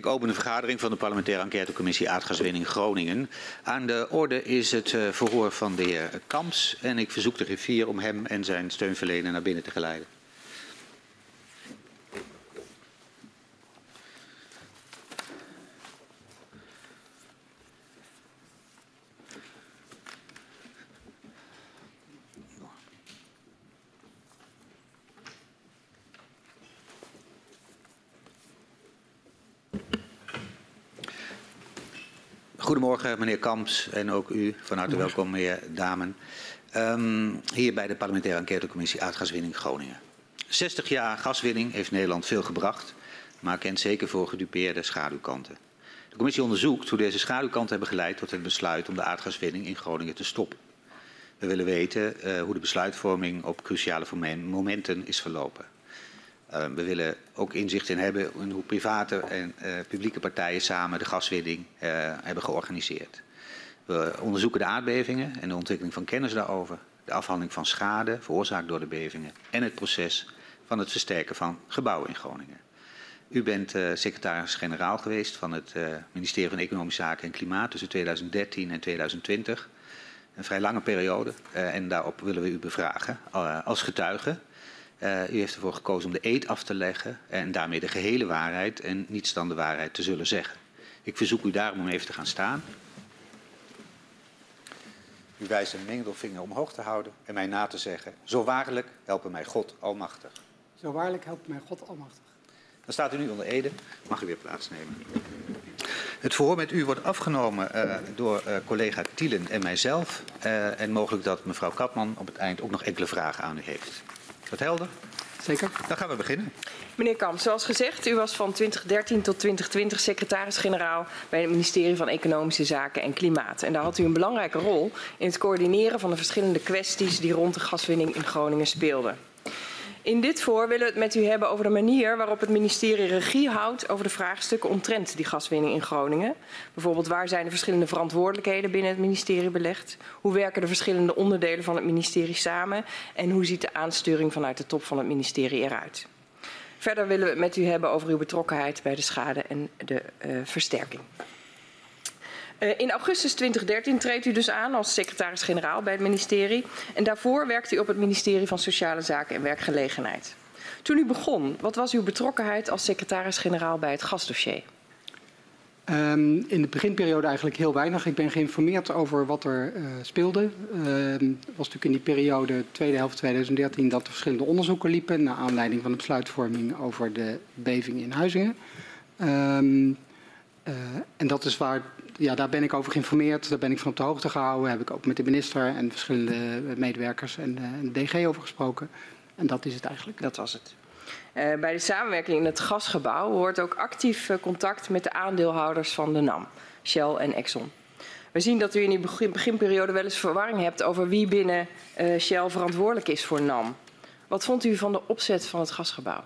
open de vergadering van de parlementaire enquêtecommissie aardgaswinning Groningen. Aan de orde is het verhoor van de heer Kamps en ik verzoek de griffier om hem en zijn steunverlener naar binnen te geleiden. Goedemorgen, meneer Kamps en ook u. Van harte welkom, meneer Damen. Hier bij de parlementaire enquêtecommissie aardgaswinning Groningen. 60 jaar gaswinning heeft Nederland veel gebracht, maar kent zeker voor gedupeerde schaduwkanten. De commissie onderzoekt hoe deze schaduwkanten hebben geleid tot het besluit om de aardgaswinning in Groningen te stoppen. We willen weten hoe de besluitvorming op cruciale momenten is verlopen. We willen ook inzicht in hebben in hoe private en publieke partijen samen de gaswinning hebben georganiseerd. We onderzoeken de aardbevingen en de ontwikkeling van kennis daarover, de afhandeling van schade veroorzaakt door de bevingen en het proces van het versterken van gebouwen in Groningen. U bent secretaris-generaal geweest van het ministerie van Economische Zaken en Klimaat tussen 2013 en 2020. Een vrij lange periode en daarop willen we u bevragen als getuige. U heeft ervoor gekozen om de eed af te leggen en daarmee de gehele waarheid en niets dan de waarheid te zullen zeggen. Ik verzoek u daarom om even te gaan staan. U wijst een middelvinger omhoog te houden en mij na te zeggen: zo waarlijk helpen mij God Almachtig. Zo waarlijk helpt mij God Almachtig. Dan staat u nu onder ede. Mag u weer plaatsnemen. Het verhoor met u wordt afgenomen door collega Thielen en mijzelf. En mogelijk dat mevrouw Kapman op het eind ook nog enkele vragen aan u heeft. Wat helder? Zeker. Dan gaan we beginnen. Meneer Kamp, zoals gezegd, u was van 2013 tot 2020 secretaris-generaal bij het ministerie van Economische Zaken en Klimaat. En daar had u een belangrijke rol in het coördineren van de verschillende kwesties die rond de gaswinning in Groningen speelden. In dit voor willen we het met u hebben over de manier waarop het ministerie regie houdt over de vraagstukken omtrent die gaswinning in Groningen. Bijvoorbeeld, waar zijn de verschillende verantwoordelijkheden binnen het ministerie belegd? Hoe werken de verschillende onderdelen van het ministerie samen? En hoe ziet de aansturing vanuit de top van het ministerie eruit? Verder willen we het met u hebben over uw betrokkenheid bij de schade en de versterking. In augustus 2013 treedt u dus aan als secretaris-generaal bij het ministerie. En daarvoor werkte u op het ministerie van Sociale Zaken en Werkgelegenheid. Toen u begon, wat was uw betrokkenheid als secretaris-generaal bij het gasdossier? In de beginperiode eigenlijk heel weinig. Ik ben geïnformeerd over wat er speelde. Het was natuurlijk in die periode, tweede helft 2013, dat er verschillende onderzoeken liepen naar aanleiding van de besluitvorming over de beving in Huizingen. En dat is waar, ja, daar ben ik over geïnformeerd, daar ben ik van op de hoogte gehouden. Heb ik ook met de minister en verschillende medewerkers en de DG over gesproken. En dat is het eigenlijk. Dat was het. Bij de samenwerking in het gasgebouw hoort ook actief contact met de aandeelhouders van de NAM, Shell en Exxon. We zien dat u in die beginperiode wel eens verwarring hebt over wie binnen Shell verantwoordelijk is voor NAM. Wat vond u van de opzet van het gasgebouw?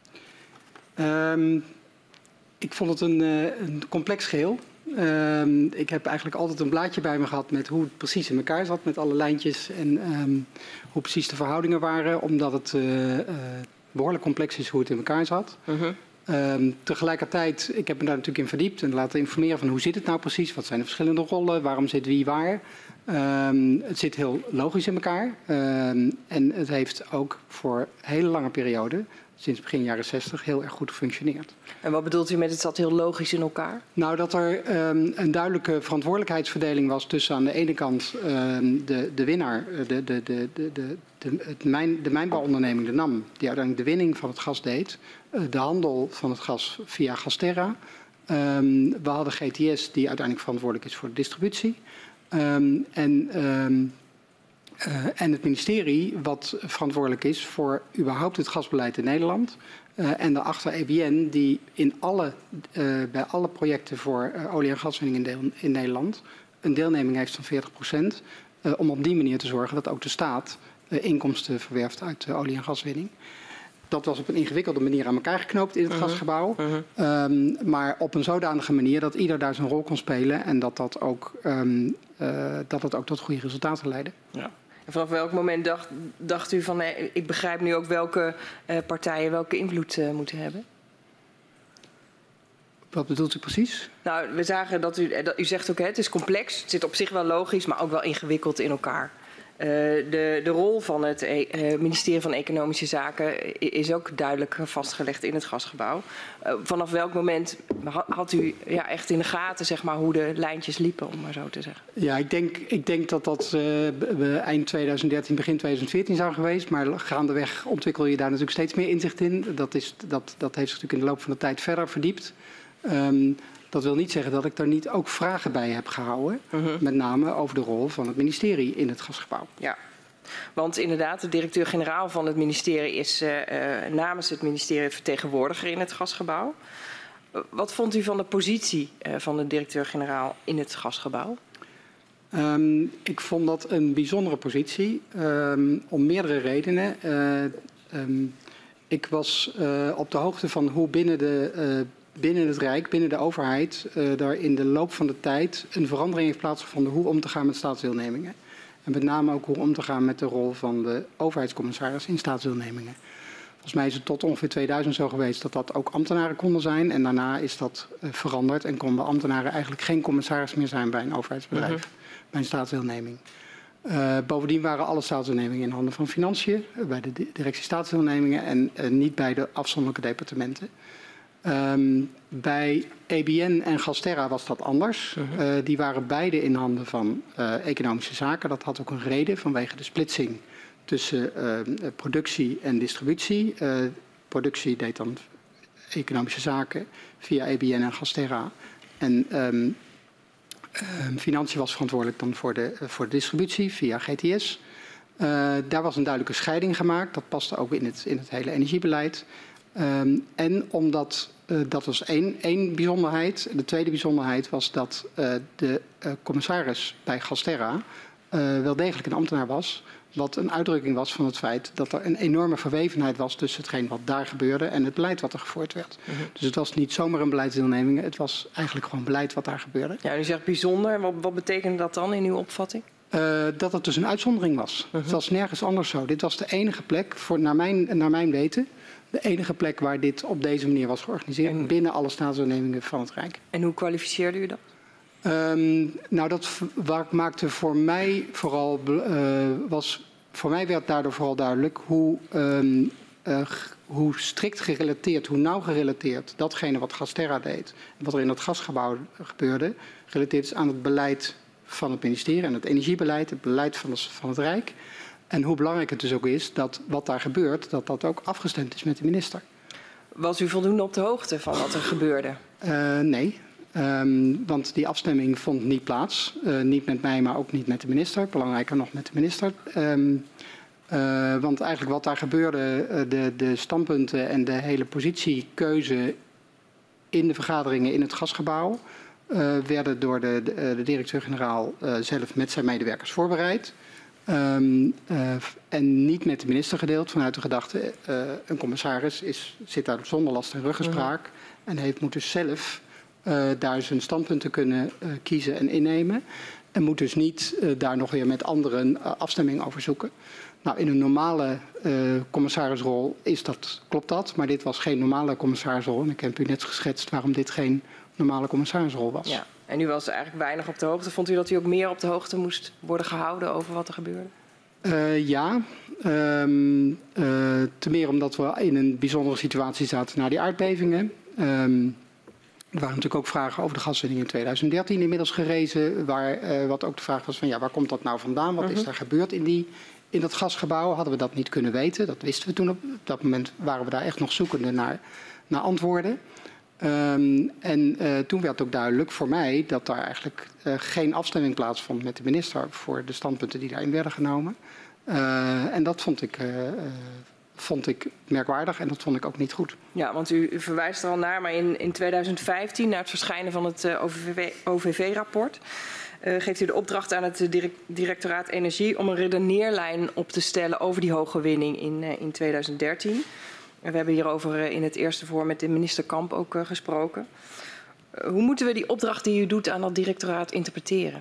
Ik vond het een complex geheel. Ik heb eigenlijk altijd een blaadje bij me gehad met hoe het precies in elkaar zat, met alle lijntjes en hoe precies de verhoudingen waren, omdat het behoorlijk complex is hoe het in elkaar zat. Tegelijkertijd, ik heb me daar natuurlijk in verdiept en laten informeren van hoe zit het nou precies, wat zijn de verschillende rollen, waarom zit wie waar. Het zit heel logisch in elkaar en het heeft ook voor een hele lange periode, sinds begin jaren 60, heel erg goed gefunctioneerd. En wat bedoelt u met het zat heel logisch in elkaar? Nou, dat er een duidelijke verantwoordelijkheidsverdeling was tussen aan de ene kant de winnaar, de mijnbouwonderneming, de NAM, die uiteindelijk de winning van het gas deed, de handel van het gas via Gasterra. We hadden GTS, die uiteindelijk verantwoordelijk is voor de distributie. En het ministerie wat verantwoordelijk is voor überhaupt het gasbeleid in Nederland. En daarachter EBN die bij alle projecten voor olie- en gaswinning in Nederland een deelneming heeft van 40%. Om op die manier te zorgen dat ook de staat inkomsten verwerft uit olie- en gaswinning. Dat was op een ingewikkelde manier aan elkaar geknoopt in het gasgebouw. Maar op een zodanige manier dat ieder daar zijn rol kon spelen en dat ook tot goede resultaten leidde. Ja. En vanaf welk moment dacht u van ik begrijp nu ook welke partijen welke invloed moeten hebben? Wat bedoelt u precies? Nou, we zagen dat u zegt ook, het is complex. Het zit op zich wel logisch, maar ook wel ingewikkeld in elkaar. De rol van het ministerie van Economische Zaken is ook duidelijk vastgelegd in het gasgebouw. Vanaf welk moment had u echt in de gaten, zeg maar, hoe de lijntjes liepen, om maar zo te zeggen? Ja, ik denk dat eind 2013, begin 2014 zou geweest. Maar gaandeweg ontwikkel je daar natuurlijk steeds meer inzicht in. Dat heeft zich natuurlijk in de loop van de tijd verder verdiept. Dat wil niet zeggen dat ik daar niet ook vragen bij heb gehouden. Met name over de rol van het ministerie in het gasgebouw. Ja, want inderdaad, de directeur-generaal van het ministerie is namens het ministerie vertegenwoordiger in het gasgebouw. Wat vond u van de positie van de directeur-generaal in het gasgebouw? Ik vond dat een bijzondere positie, om meerdere redenen. Ik was op de hoogte van hoe binnen het Rijk, binnen de overheid, daar in de loop van de tijd een verandering heeft plaatsgevonden hoe om te gaan met staatsdeelnemingen. En met name ook hoe om te gaan met de rol van de overheidscommissaris in staatsdeelnemingen. Volgens mij is het tot ongeveer 2000 zo geweest dat dat ook ambtenaren konden zijn. En daarna is dat veranderd en konden ambtenaren eigenlijk geen commissaris meer zijn bij een overheidsbedrijf, bij een staatsdeelneming. Bovendien waren alle staatsdeelnemingen in handen van Financiën, bij de directie staatsdeelnemingen en niet bij de afzonderlijke departementen. Bij ABN en Gasterra was dat anders. Die waren beide in handen van Economische Zaken. Dat had ook een reden vanwege de splitsing tussen productie en distributie. Productie deed dan Economische Zaken via ABN en Gasterra. En Financiën was verantwoordelijk dan voor de distributie via GTS. Daar was een duidelijke scheiding gemaakt. Dat paste ook in het hele energiebeleid. En omdat, dat was één bijzonderheid. De tweede bijzonderheid was dat de commissaris bij Gasterra wel degelijk een ambtenaar was. Wat een uitdrukking was van het feit dat er een enorme verwevenheid was tussen hetgeen wat daar gebeurde en het beleid wat er gevoerd werd. Dus het was niet zomaar een beleidsdeelneming, het was eigenlijk gewoon beleid wat daar gebeurde. Ja, u zegt bijzonder. Wat betekent dat dan in uw opvatting? Dat het dus een uitzondering was. Het was nergens anders zo. Dit was de enige plek, naar mijn weten, de enige plek waar dit op deze manier was georganiseerd binnen alle staatsdeelnemingen van het Rijk. En hoe kwalificeerde u dat? Nou, dat maakte voor mij vooral voor mij werd daardoor vooral duidelijk hoe strikt gerelateerd, hoe nauw gerelateerd datgene wat Gasterra deed, wat er in dat gasgebouw gebeurde, gerelateerd is aan het beleid van het ministerie en het energiebeleid, het beleid van het Rijk. En hoe belangrijk het dus ook is dat wat daar gebeurt, dat ook afgestemd is met de minister. Was u voldoende op de hoogte van wat er gebeurde? Nee. Want die afstemming vond niet plaats. Niet met mij, maar ook niet met de minister. Belangrijker nog met de minister. Want eigenlijk wat daar gebeurde, de standpunten en de hele positiekeuze in de vergaderingen in het gasgebouw werden door de directeur-generaal zelf met zijn medewerkers voorbereid. En niet met de minister gedeeld vanuit de gedachte, een commissaris zit daar zonder last en ruggespraak en moet dus zelf daar zijn standpunten kunnen kiezen en innemen. En moet dus niet daar nog weer met anderen afstemming over zoeken. Nou, in een normale commissarisrol klopt dat, maar dit was geen normale commissarisrol. En ik heb u net geschetst waarom dit geen normale commissarisrol was. Ja. En u was eigenlijk weinig op de hoogte. Vond u dat u ook meer op de hoogte moest worden gehouden over wat er gebeurde? Ja, te meer omdat we in een bijzondere situatie zaten na die aardbevingen. Er waren natuurlijk ook vragen over de gaswinning in 2013 inmiddels gerezen. Wat ook de vraag was van waar komt dat nou vandaan? Wat is daar gebeurd in dat gasgebouw? Hadden we dat niet kunnen weten? Dat wisten we toen. Op dat moment waren we daar echt nog zoekende naar antwoorden. Toen werd ook duidelijk voor mij dat daar eigenlijk geen afstemming plaatsvond met de minister voor de standpunten die daarin werden genomen. En dat vond ik merkwaardig en dat vond ik ook niet goed. Ja, want u verwijst er al naar, maar in 2015, na het verschijnen van het OVV-rapport, geeft u de opdracht aan het Directoraat Energie om een redeneerlijn op te stellen over die hoge winning in 2013. We hebben hierover in het eerste voor met de minister Kamp ook gesproken. Hoe moeten we die opdracht die u doet aan dat directoraat interpreteren?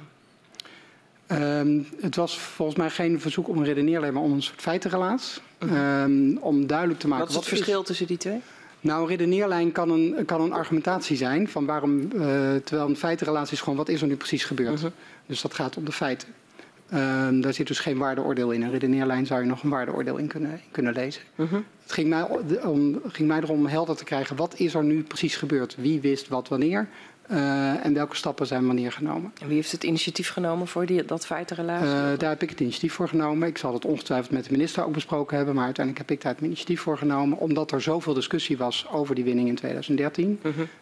Het was volgens mij geen verzoek om een redeneerlijn, maar om een soort feitenrelaas. Om duidelijk te maken. Wat is het verschil tussen die twee? Nou, een redeneerlijn kan een argumentatie zijn van waarom, terwijl een feitenrelatie is gewoon wat is er nu precies gebeurd. Dus dat gaat om de feiten. Daar zit dus geen waardeoordeel in. Een redeneerlijn zou je nog een waardeoordeel in kunnen lezen. Het ging mij erom helder te krijgen wat is er nu precies gebeurd. Wie wist wat wanneer en welke stappen zijn wanneer genomen. En wie heeft het initiatief genomen voor dat feitenrelatie? Daar heb ik het initiatief voor genomen. Ik zal het ongetwijfeld met de minister ook besproken hebben. Maar uiteindelijk heb ik daar het initiatief voor genomen. Omdat er zoveel discussie was over die winning in 2013.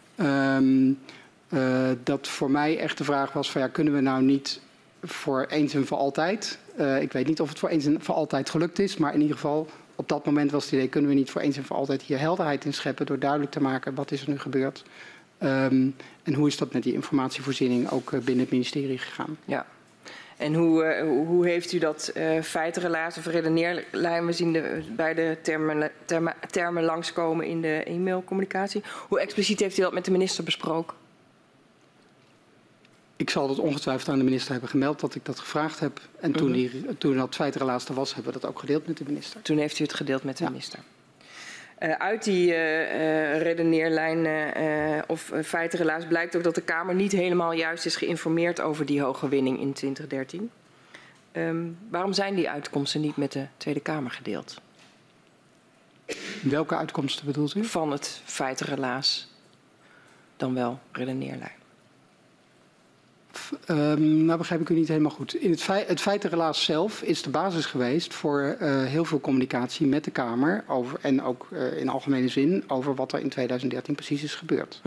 Dat voor mij echt de vraag was van ja, kunnen we nou niet voor eens en voor altijd. Ik weet niet of het voor eens en voor altijd gelukt is. Maar in ieder geval op dat moment was het idee, kunnen we niet voor eens en voor altijd hier helderheid in scheppen. Door duidelijk te maken wat is er nu gebeurd. En hoe is dat met die informatievoorziening ook binnen het ministerie gegaan? Ja. En hoe heeft u dat feitenrelatie of redeneerlijn, we zien beide termen langskomen in de e-mailcommunicatie. Hoe expliciet heeft u dat met de minister besproken? Ik zal dat ongetwijfeld aan de minister hebben gemeld dat ik dat gevraagd heb. En toen dat feitenrelaas er was, hebben we dat ook gedeeld met de minister. Toen heeft u het gedeeld met de minister. Uit die redeneerlijn of feitenrelaas blijkt ook dat de Kamer niet helemaal juist is geïnformeerd over die hoge winning in 2013. Waarom zijn die uitkomsten niet met de Tweede Kamer gedeeld? Welke uitkomsten bedoelt u? Van het feitenrelaas, dan wel redeneerlijn. Nou begrijp ik u niet helemaal goed. In het feitenrelaas zelf is de basis geweest voor heel veel communicatie met de Kamer over, en ook in algemene zin over wat er in 2013 precies is gebeurd.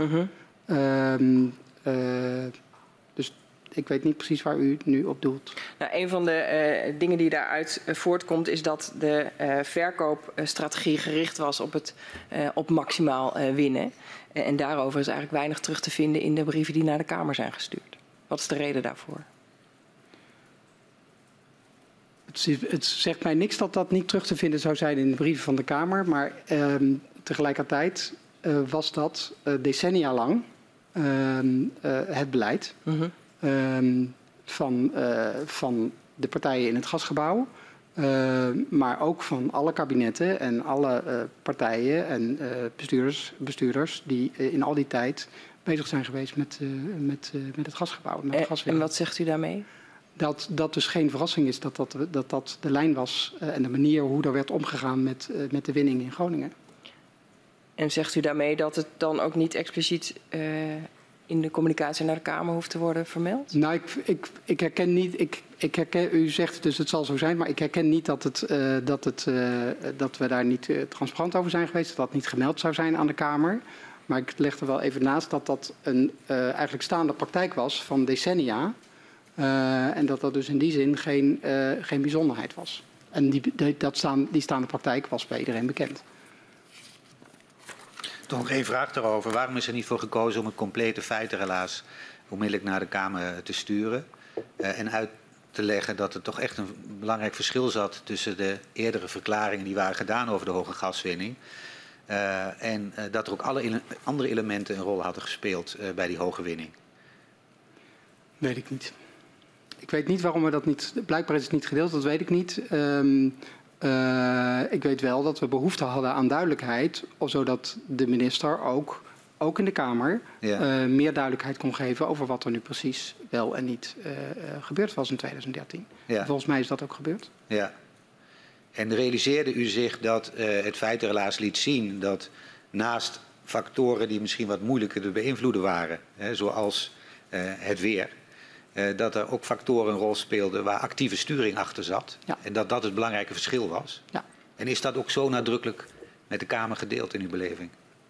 Dus ik weet niet precies waar u nu op doelt. Nou, een van de dingen die daaruit voortkomt is dat de verkoopstrategie gericht was op maximaal winnen. En daarover is eigenlijk weinig terug te vinden in de brieven die naar de Kamer zijn gestuurd. Wat is de reden daarvoor? Het zegt mij niks dat dat niet terug te vinden zou zijn in de brieven van de Kamer. Maar tegelijkertijd was dat decennia lang het beleid van de partijen in het gasgebouw. Maar ook van alle kabinetten en alle partijen en bestuurders die in al die tijd bezig zijn geweest met het gasgebouw. Met de gaswinning. En wat zegt u daarmee? Dat dus geen verrassing is dat de lijn was en de manier hoe er werd omgegaan met de winning in Groningen. En zegt u daarmee dat het dan ook niet expliciet in de communicatie naar de Kamer hoeft te worden vermeld? Nou, ik herken niet. U zegt dus het zal zo zijn, maar ik herken niet dat we daar niet transparant over zijn geweest, dat dat niet gemeld zou zijn aan de Kamer. Maar ik leg er wel even naast dat dat een eigenlijk staande praktijk was van decennia. En dat dat dus in die zin geen bijzonderheid was. En die staande praktijk was bij iedereen bekend. Toch nog één vraag daarover. Waarom is er niet voor gekozen om een complete feitenrelaas onmiddellijk naar de Kamer te sturen? En uit te leggen dat er toch echt een belangrijk verschil zat tussen de eerdere verklaringen die waren gedaan over de hoge gaswinning. En dat er ook alle andere elementen een rol hadden gespeeld bij die hoge winning. Weet ik niet. Ik weet niet waarom we dat niet. Blijkbaar is het niet gedeeld, dat weet ik niet. Ik weet wel dat we behoefte hadden aan duidelijkheid, zodat de minister ook in de Kamer meer duidelijkheid kon geven over wat er nu precies wel en niet gebeurd was in 2013. Ja. Volgens mij is dat ook gebeurd. Ja. En realiseerde u zich dat het feitenrelaas liet zien dat naast factoren die misschien wat moeilijker te beïnvloeden waren, zoals het weer, dat er ook factoren een rol speelden waar actieve sturing achter zat. Ja. En dat dat het belangrijke verschil was. Ja. En is dat ook zo nadrukkelijk met de Kamer gedeeld in uw beleving?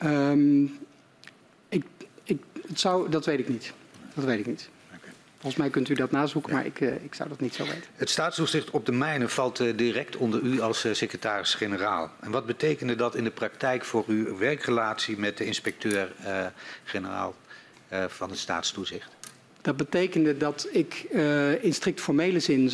Dat weet ik niet. Dat weet ik niet. Volgens mij kunt u dat nazoeken, maar ik zou dat niet zo weten. Het staatstoezicht op de mijnen valt direct onder u als secretaris-generaal. En wat betekende dat in de praktijk voor uw werkrelatie met de inspecteur-generaal van het staatstoezicht? Dat betekende dat ik in strikt formele zin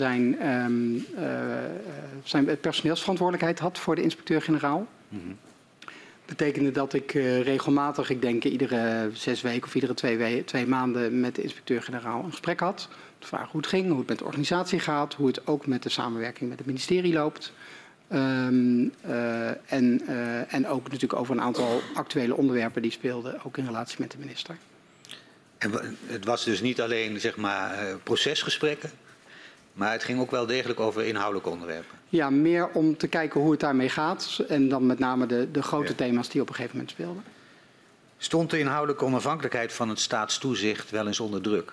zijn personeelsverantwoordelijkheid had voor de inspecteur-generaal. Betekende dat ik regelmatig, ik denk iedere 6 weken of iedere 2 maanden met de inspecteur-generaal een gesprek had. Om te vragen hoe het ging, hoe het met de organisatie gaat, hoe het ook met de samenwerking met het ministerie loopt. En ook natuurlijk over een aantal actuele onderwerpen die speelden, ook in relatie met de minister. En het was dus niet alleen zeg maar, procesgesprekken, maar het ging ook wel degelijk over inhoudelijke onderwerpen. Ja, meer om te kijken hoe het daarmee gaat en dan met name de grote thema's die op een gegeven moment speelden. Stond de inhoudelijke onafhankelijkheid van het staatstoezicht wel eens onder druk?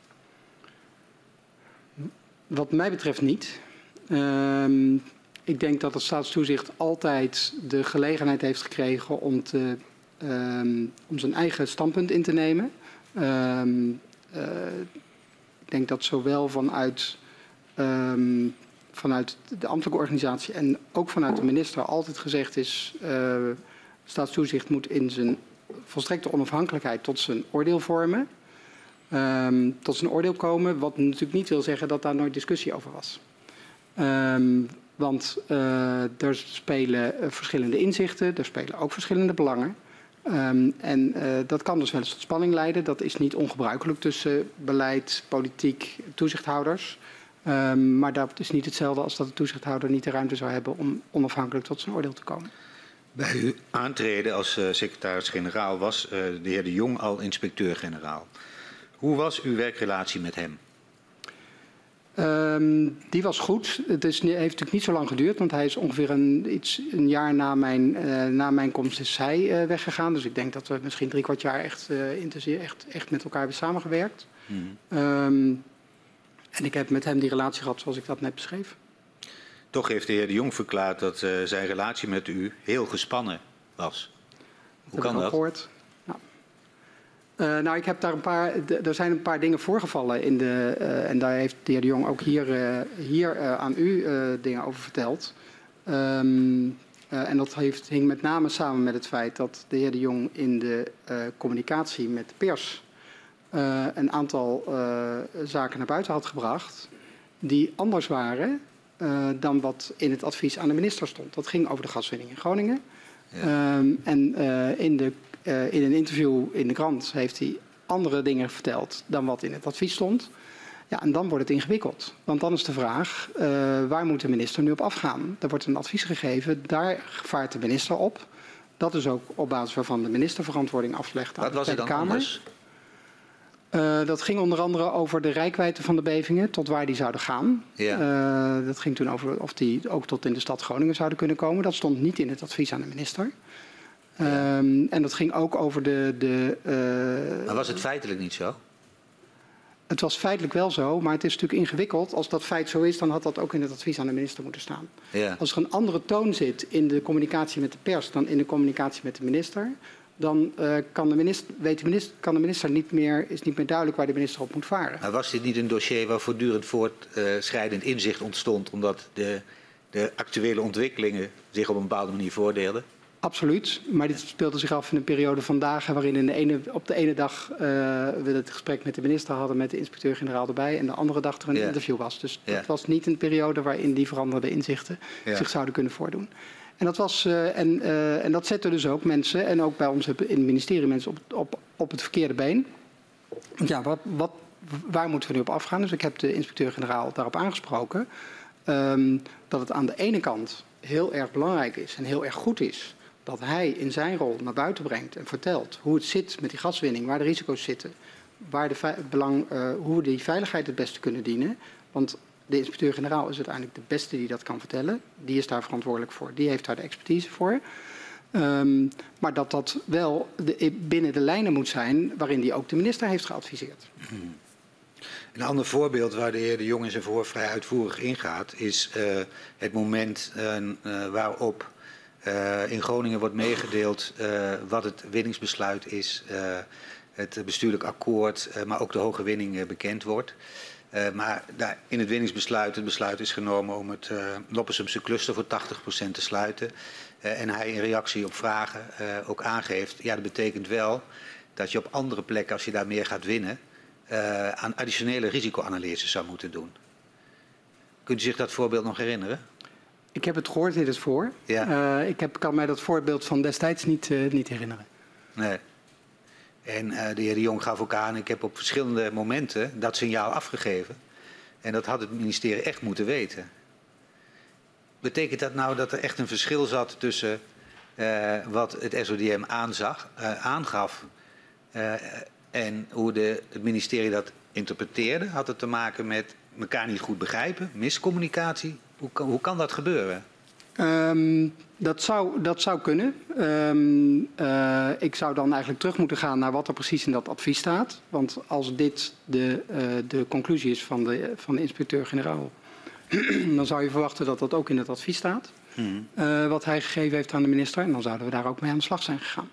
Wat mij betreft niet. Ik denk dat het staatstoezicht altijd de gelegenheid heeft gekregen om zijn eigen standpunt in te nemen. Ik denk dat zowel vanuit de ambtelijke organisatie en ook vanuit de minister altijd gezegd is, staatstoezicht moet in zijn volstrekte onafhankelijkheid tot zijn oordeel vormen. Tot zijn oordeel komen, wat natuurlijk niet wil zeggen dat daar nooit discussie over was. Want er spelen verschillende inzichten, er spelen ook verschillende belangen. Dat kan dus wel eens tot spanning leiden. Dat is niet ongebruikelijk tussen beleid, politiek, toezichthouders. Maar dat is niet hetzelfde als dat de toezichthouder niet de ruimte zou hebben om onafhankelijk tot zijn oordeel te komen. Bij uw aantreden als secretaris-generaal was de heer De Jong al inspecteur-generaal. Hoe was uw werkrelatie met hem? Die was goed. Het heeft natuurlijk niet zo lang geduurd, want hij is ongeveer een jaar na mijn komst is hij weggegaan. Dus ik denk dat we misschien 3/4 jaar echt met elkaar hebben samengewerkt. En ik heb met hem die relatie gehad zoals ik dat net beschreef. Toch heeft de heer De Jong verklaard dat zijn relatie met u heel gespannen was. Hoe kan dat? Gehoord. Nou, ik heb daar er zijn een paar dingen voorgevallen en daar heeft de heer De Jong ook hier aan u dingen over verteld. En dat hing met name samen met het feit dat de heer De Jong in de communicatie met de pers een aantal zaken naar buiten had gebracht die anders waren dan wat in het advies aan de minister stond. Dat ging over de gaswinning in Groningen. Ja. In een interview in de krant heeft hij andere dingen verteld dan wat in het advies stond. Ja, en dan wordt het ingewikkeld. Want dan is de vraag, waar moet de minister nu op afgaan? Er wordt een advies gegeven, daar vaart de minister op. Dat is ook op basis waarvan de minister verantwoording aflegt aan de Tweede Kamer. Anders? Dat ging onder andere over de reikwijdte van de bevingen, tot waar die zouden gaan. Ja. Dat ging toen over of die ook tot in de stad Groningen zouden kunnen komen. Dat stond niet in het advies aan de minister. En dat ging ook over Maar was het feitelijk niet zo? Het was feitelijk wel zo, maar het is natuurlijk ingewikkeld. Als dat feit zo is, dan had dat ook in het advies aan de minister moeten staan. Ja. Als er een andere toon zit in de communicatie met de pers dan in de communicatie met de minister, dan kan de minister niet meer duidelijk waar de minister op moet varen. Maar was dit niet een dossier waar voortdurend voortschrijdend inzicht ontstond, omdat de actuele ontwikkelingen zich op een bepaalde manier voordeelden? Absoluut, maar dit speelde zich af in een periode van dagen waarin op de ene dag we het gesprek met de minister hadden met de inspecteur-generaal erbij en de andere dag er een interview was. Dus het was niet een periode waarin die veranderde inzichten zich zouden kunnen voordoen. En dat zette dus ook mensen, en ook bij ons in het ministerie mensen, op het verkeerde been. Want ja, waar moeten we nu op afgaan? Dus ik heb de inspecteur-generaal daarop aangesproken dat het aan de ene kant heel erg belangrijk is en heel erg goed is dat hij in zijn rol naar buiten brengt en vertelt hoe het zit met die gaswinning, waar de risico's zitten, hoe we die veiligheid het beste kunnen dienen. Want de inspecteur-generaal is uiteindelijk de beste die dat kan vertellen. Die is daar verantwoordelijk voor. Die heeft daar de expertise voor. Maar dat wel binnen de lijnen moet zijn waarin die ook de minister heeft geadviseerd. Een ander voorbeeld waar de heer De Jong in zijn verhoor vrij uitvoerig ingaat, is het moment waarop in Groningen wordt meegedeeld wat het winningsbesluit is, het bestuurlijk akkoord, maar ook de hoge winning bekend wordt. Maar in het winningsbesluit, het besluit is genomen om het Loppersumse cluster voor 80% te sluiten. En hij in reactie op vragen ook aangeeft, ja, dat betekent wel dat je op andere plekken, als je daar meer gaat winnen, aan additionele risicoanalyses zou moeten doen. Kunt u zich dat voorbeeld nog herinneren? Ik heb het gehoord in het voor. Ja. Ik kan mij dat voorbeeld van destijds niet herinneren. Nee. En de heer De Jong gaf ook aan, ik heb op verschillende momenten dat signaal afgegeven. En dat had het ministerie echt moeten weten. betekent dat nou dat er echt een verschil zat tussen wat het SODM aangaf en hoe het ministerie dat interpreteerde? Had het te maken met elkaar niet goed begrijpen, miscommunicatie? Hoe kan dat gebeuren? Dat zou kunnen. Ik zou dan eigenlijk terug moeten gaan naar wat er precies in dat advies staat. Want als dit de conclusie is van de inspecteur-generaal, dan zou je verwachten dat dat ook in het advies staat. Wat hij gegeven heeft aan de minister. En dan zouden we daar ook mee aan de slag zijn gegaan.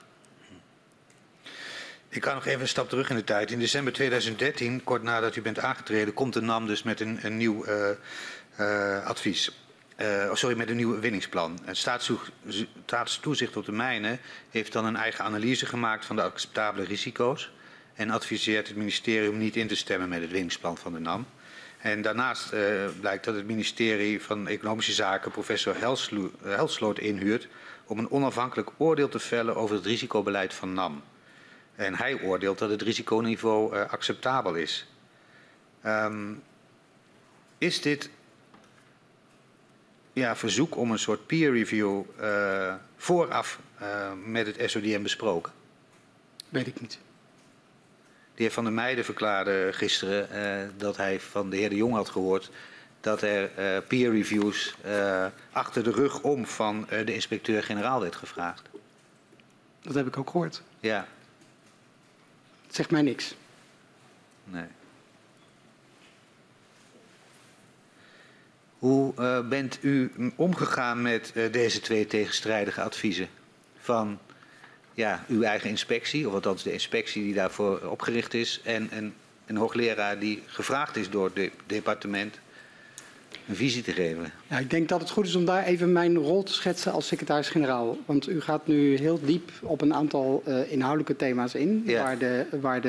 Ik ga nog even een stap terug in de tijd. In december 2013, kort nadat u bent aangetreden, komt de NAM dus met een nieuw advies. Met een nieuw winningsplan. Het Staatstoezicht op de mijnen heeft dan een eigen analyse gemaakt van de acceptabele risico's en adviseert het ministerie om niet in te stemmen met het winningsplan van de NAM. En daarnaast blijkt dat het ministerie van Economische Zaken professor Helsloot inhuurt om een onafhankelijk oordeel te vellen over het risicobeleid van NAM. En hij oordeelt dat het risiconiveau acceptabel is. Is dit verzoek om een soort peer review vooraf met het SODM besproken? Weet ik niet. De heer Van der Meijden verklaarde gisteren dat hij van de heer De Jong had gehoord dat er peer reviews achter de rug om van de inspecteur-generaal werd gevraagd. Dat heb ik ook gehoord. Ja. Het zegt mij niks. Nee. Hoe bent u omgegaan met deze twee tegenstrijdige adviezen van uw eigen inspectie, of althans de inspectie die daarvoor opgericht is, en een hoogleraar die gevraagd is door het departement een visie te geven? Ja, ik denk dat het goed is om daar even mijn rol te schetsen als secretaris-generaal. Want u gaat nu heel diep op een aantal inhoudelijke thema's in, waar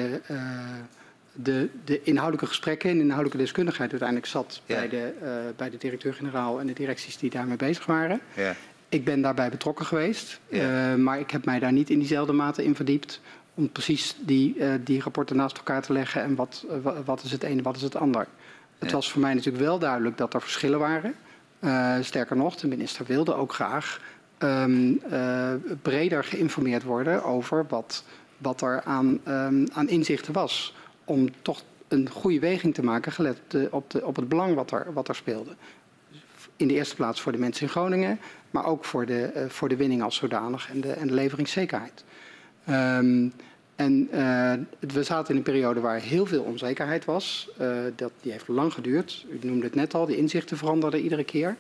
de inhoudelijke gesprekken en de inhoudelijke deskundigheid uiteindelijk zat bij de directeur-generaal en de directies die daarmee bezig waren. Ja. Ik ben daarbij betrokken geweest, maar ik heb mij daar niet in diezelfde mate in verdiept om precies die rapporten naast elkaar te leggen en wat is het een en wat is het ander. Het was voor mij natuurlijk wel duidelijk dat er verschillen waren. Sterker nog, de minister wilde ook graag breder geïnformeerd worden over wat er aan inzichten was. Om toch een goede weging te maken gelet op het belang wat er speelde. In de eerste plaats voor de mensen in Groningen, maar ook voor de winning als zodanig en de leveringszekerheid. We zaten in een periode waar heel veel onzekerheid was. Die heeft lang geduurd. U noemde het net al, de inzichten veranderden iedere keer.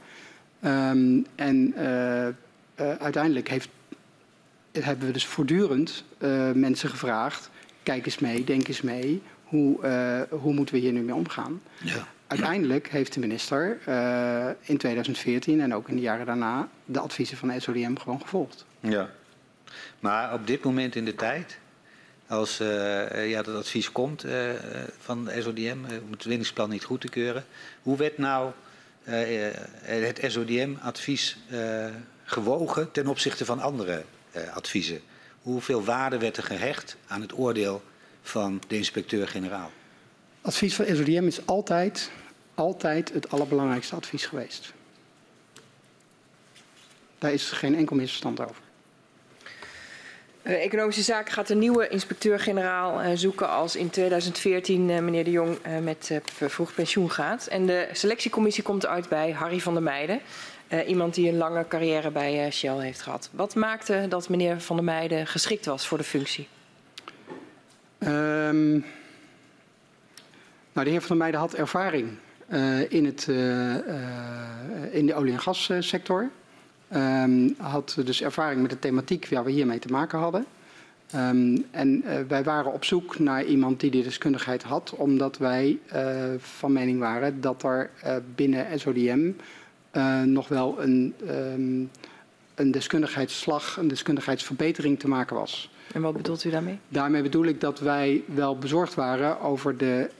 Uiteindelijk hebben we dus voortdurend mensen gevraagd, kijk eens mee, denk eens mee, hoe moeten we hier nu mee omgaan? Ja. Uiteindelijk heeft de minister in 2014 en ook in de jaren daarna de adviezen van de SODM gewoon gevolgd. Ja, maar op dit moment in de tijd, als dat advies komt van de SODM om het winningsplan niet goed te keuren, hoe werd nou het SODM-advies gewogen ten opzichte van andere adviezen? Hoeveel waarde werd er gehecht aan het oordeel van de inspecteur-generaal? Advies van SODM is altijd het allerbelangrijkste advies geweest. Daar is geen enkel misverstand over. Economische Zaken gaat een nieuwe inspecteur-generaal zoeken als in 2014 meneer De Jong met vervroegd pensioen gaat. En de selectiecommissie komt uit bij Harry van der Meijden. Iemand die een lange carrière bij Shell heeft gehad. Wat maakte dat meneer Van der Meijden geschikt was voor de functie? De heer Van der Meijden had ervaring in de olie- en gassector. Had dus ervaring met de thematiek waar we hiermee te maken hadden. Wij waren op zoek naar iemand die die deskundigheid had, omdat wij van mening waren dat er binnen SODM nog wel een deskundigheidsslag, een deskundigheidsverbetering te maken was. En wat bedoelt u daarmee? Daarmee bedoel ik dat wij wel bezorgd waren over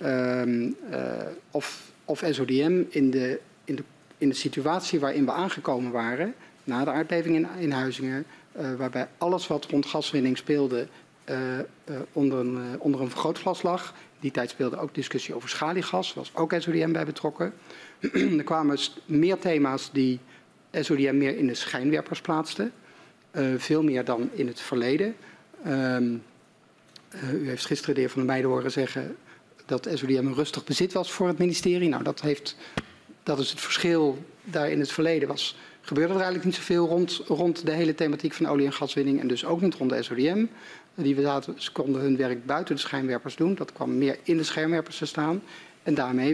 of SODM in de situatie waarin we aangekomen waren, na de aardbeving in Huizingen, waarbij alles wat rond gaswinning speelde onder een vergrootglas lag. In die tijd speelde ook discussie over schaliegas. Er was ook SODM bij betrokken. Er kwamen meer thema's die SODM meer in de schijnwerpers plaatste. Veel meer dan in het verleden. U heeft gisteren de heer Van der Meijden horen zeggen dat SODM een rustig bezit was voor het ministerie. Nou, dat is het verschil. Daar in het verleden gebeurde er eigenlijk niet zoveel rond de hele thematiek van olie- en gaswinning. En dus ook niet rond de SODM. Ze konden hun werk buiten de schijnwerpers doen. Dat kwam meer in de schijnwerpers te staan. En daarmee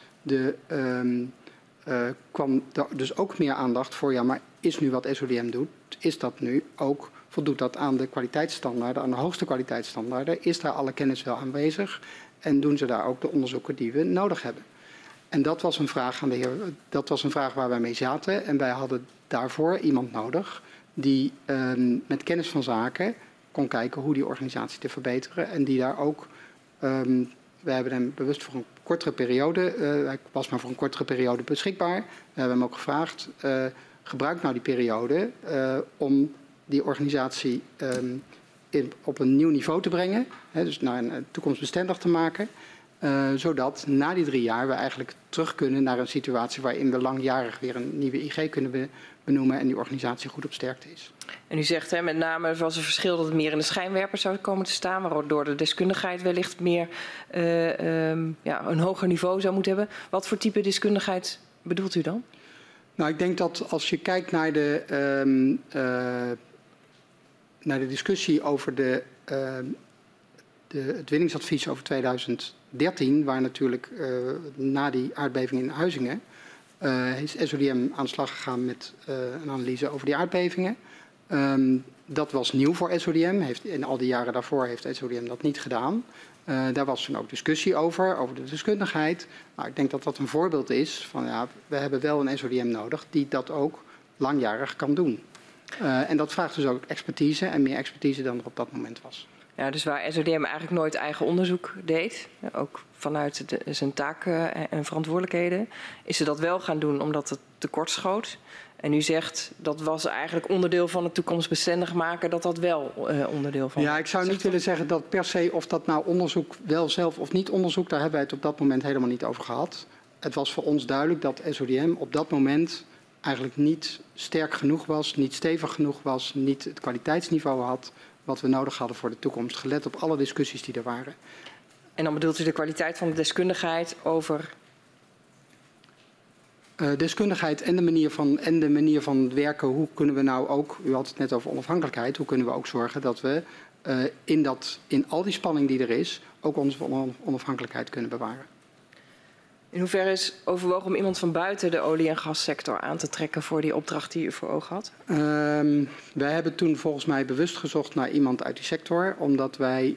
kwam er dus ook meer aandacht voor, ja, maar is nu wat SODM doet, voldoet dat aan de kwaliteitsstandaarden, aan de hoogste kwaliteitsstandaarden? Is daar alle kennis wel aanwezig? En doen ze daar ook de onderzoeken die we nodig hebben? En dat was een vraag aan de heer, dat was een vraag waar wij mee zaten. En wij hadden daarvoor iemand nodig die met kennis van zaken kon kijken hoe die organisatie te verbeteren. En die daar ook, we hebben hem bewust voor een kortere periode, hij was maar voor een kortere periode beschikbaar. We hebben hem ook gevraagd, gebruik nou die periode om die organisatie op een nieuw niveau te brengen. Dus naar een toekomstbestendig te maken. Zodat na die 3 jaar we eigenlijk terug kunnen naar een situatie waarin we langjarig weer een nieuwe IG kunnen benoemen en die organisatie goed op sterkte is. En u zegt met name was een verschil dat het meer in de schijnwerpers zou komen te staan, waardoor de deskundigheid wellicht meer een hoger niveau zou moeten hebben. Wat voor type deskundigheid bedoelt u dan? Nou, ik denk dat als je kijkt naar de discussie over het winningsadvies over 2013, waar natuurlijk na die aardbeving in Huizingen is SODM aan de slag gegaan met een analyse over die aardbevingen. Dat was nieuw voor SODM. In al die jaren daarvoor heeft SODM dat niet gedaan. Daar was toen ook discussie over de deskundigheid. Nou, ik denk dat dat een voorbeeld is van, ja, we hebben wel een SODM nodig die dat ook langjarig kan doen. En dat vraagt dus ook expertise en meer expertise dan er op dat moment was. Ja, dus waar SODM eigenlijk nooit eigen onderzoek deed, ook vanuit zijn taken en verantwoordelijkheden, is ze dat wel gaan doen omdat het tekort schoot. En u zegt dat was eigenlijk onderdeel van het toekomstbestendig maken, dat wel onderdeel van. Ja, ik zou niet willen zeggen dat per se of dat nou onderzoek wel zelf of niet onderzoek, daar hebben wij het op dat moment helemaal niet over gehad. Het was voor ons duidelijk dat SODM op dat moment eigenlijk niet sterk genoeg was, niet stevig genoeg was, niet het kwaliteitsniveau had wat we nodig hadden voor de toekomst, gelet op alle discussies die er waren. En dan bedoelt u de kwaliteit van de deskundigheid over? Deskundigheid en de manier van werken. Hoe kunnen we nou ook, u had het net over onafhankelijkheid, hoe kunnen we ook zorgen dat we in al die spanning die er is, ook onze onafhankelijkheid kunnen bewaren. In hoeverre is overwogen om iemand van buiten de olie- en gassector aan te trekken voor die opdracht die u voor ogen had? Wij hebben toen volgens mij bewust gezocht naar iemand uit die sector, omdat wij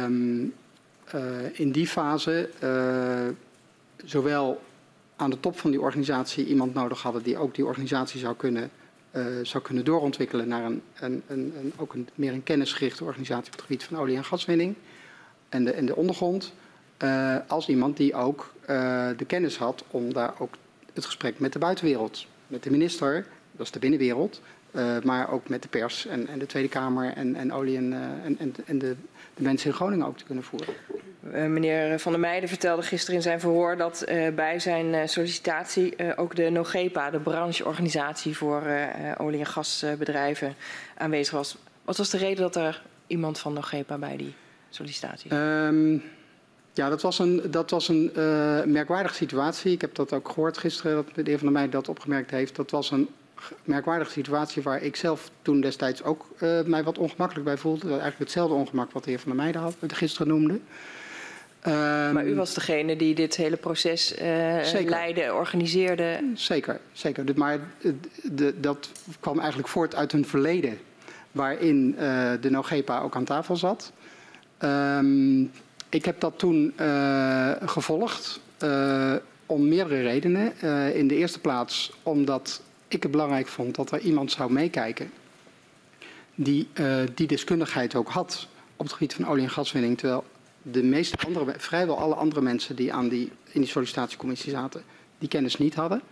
in die fase zowel aan de top van die organisatie iemand nodig hadden die ook die organisatie zou kunnen doorontwikkelen naar ook meer een kennisgerichte organisatie op het gebied van olie- en gaswinning en de ondergrond. Als iemand die ook de kennis had om daar ook het gesprek met de buitenwereld, met de minister, dat is de binnenwereld, maar ook met de pers en de Tweede Kamer en olie en de mensen in Groningen ook te kunnen voeren. Meneer Van der Meijden vertelde gisteren in zijn verhoor dat bij zijn sollicitatie ook de NOGEPA, de brancheorganisatie voor olie- en gasbedrijven, aanwezig was. Wat was de reden dat er iemand van NOGEPA bij die sollicitatie? Ja, dat was een merkwaardige situatie. Ik heb dat ook gehoord gisteren, dat de heer Van der Meijden dat opgemerkt heeft. Dat was een merkwaardige situatie waar ik zelf toen destijds ook mij wat ongemakkelijk bij voelde. Eigenlijk hetzelfde ongemak wat de heer Van der Meijden gisteren noemde. Maar u was degene die dit hele proces leidde, organiseerde? Zeker. Maar dat kwam eigenlijk voort uit een verleden waarin de NOGEPA ook aan tafel zat. Ik heb dat toen gevolgd om meerdere redenen. In de eerste plaats omdat ik het belangrijk vond dat er iemand zou meekijken die die deskundigheid ook had op het gebied van olie- en gaswinning, terwijl vrijwel alle andere mensen die in die sollicitatiecommissie zaten, die kennis niet hadden.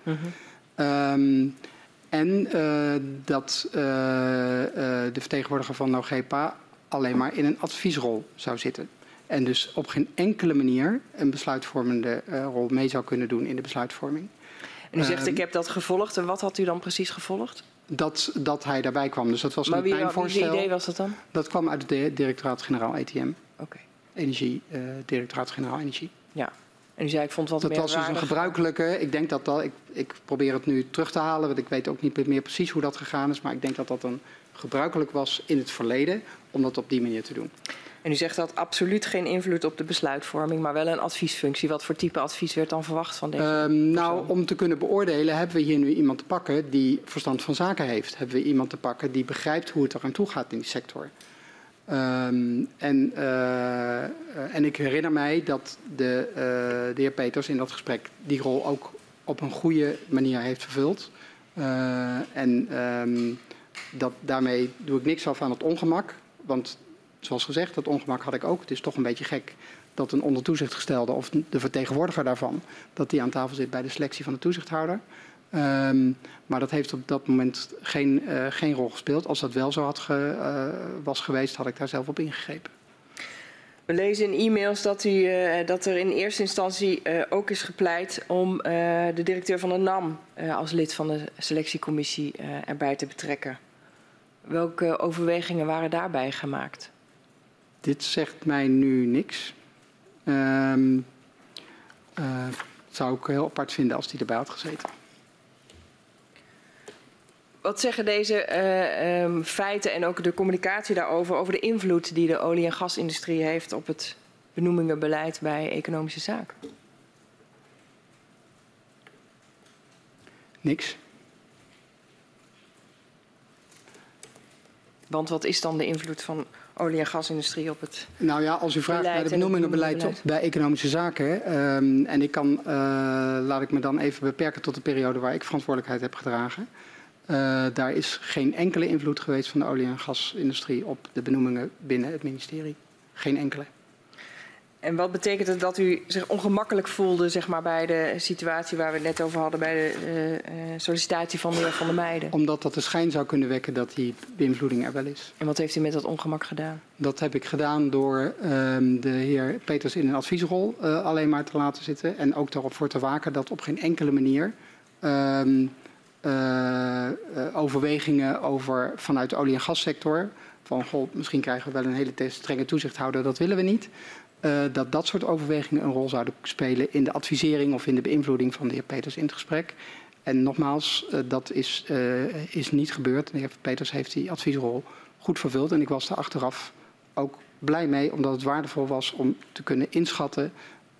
En dat de vertegenwoordiger van NOGEPA alleen maar in een adviesrol zou zitten. En dus op geen enkele manier een besluitvormende rol mee zou kunnen doen in de besluitvorming. En u zegt, ik heb dat gevolgd. En wat had u dan precies gevolgd? Dat hij daarbij kwam. Dus dat was niet mijn voorstel. Maar wie idee was dat dan? Dat kwam uit het directoraat-generaal ETM. Oké. Energie, directoraat-generaal Energie. Ja. En u zei, ik vond het wat dat was dus een gebruikelijke. Ik denk dat ik probeer het nu terug te halen, want ik weet ook niet meer precies hoe dat gegaan is. Maar ik denk dat dat een gebruikelijk was in het verleden om dat op die manier te doen. En u zegt dat absoluut geen invloed op de besluitvorming, maar wel een adviesfunctie. Wat voor type advies werd dan verwacht van deze Nou, om te kunnen beoordelen hebben we hier nu iemand te pakken die verstand van zaken heeft. Hebben we iemand te pakken die begrijpt hoe het eraan toe gaat in die sector. En ik herinner mij dat de heer Peters in dat gesprek die rol ook op een goede manier heeft vervuld. Daarmee doe ik niks af aan het ongemak. Want zoals gezegd, dat ongemak had ik ook. Het is toch een beetje gek dat een onder toezicht gestelde of de vertegenwoordiger daarvan, dat die aan tafel zit bij de selectie van de toezichthouder. Maar dat heeft op dat moment geen rol gespeeld. Als dat wel zo was geweest, had ik daar zelf op ingegrepen. We lezen in e-mails dat er in eerste instantie ook is gepleit om de directeur van de NAM als lid van de selectiecommissie erbij te betrekken. Welke overwegingen waren daarbij gemaakt? Dit zegt mij nu niks. Zou ik heel apart vinden als die erbij had gezeten. Wat zeggen deze feiten en ook de communicatie daarover, over de invloed die de olie- en gasindustrie heeft op het benoemingenbeleid bij economische zaken? Niks. Want wat is dan de invloed van olie- en gasindustrie op het Nou ja, als u vraagt naar het benoemingenbeleid bij economische zaken. En ik kan, laat ik me dan even beperken tot de periode waar ik verantwoordelijkheid heb gedragen. Daar is geen enkele invloed geweest van de olie- en gasindustrie op de benoemingen binnen het ministerie. Geen enkele. En wat betekent het dat u zich ongemakkelijk voelde, zeg maar, bij de situatie waar we het net over hadden, bij de sollicitatie van de heer Van der Meijden? Omdat dat de schijn zou kunnen wekken dat die beïnvloeding er wel is. En wat heeft u met dat ongemak gedaan? Dat heb ik gedaan door de heer Peters in een adviesrol alleen maar te laten zitten. En ook erop voor te waken dat op geen enkele manier overwegingen vanuit de olie- en gassector, van goh, misschien krijgen we wel een hele strenge toezichthouder, dat willen we niet. Dat soort overwegingen een rol zouden spelen in de advisering of in de beïnvloeding van de heer Peters in het gesprek. En nogmaals, dat is niet gebeurd. De heer Peters heeft die adviesrol goed vervuld en ik was er achteraf ook blij mee, omdat het waardevol was om te kunnen inschatten,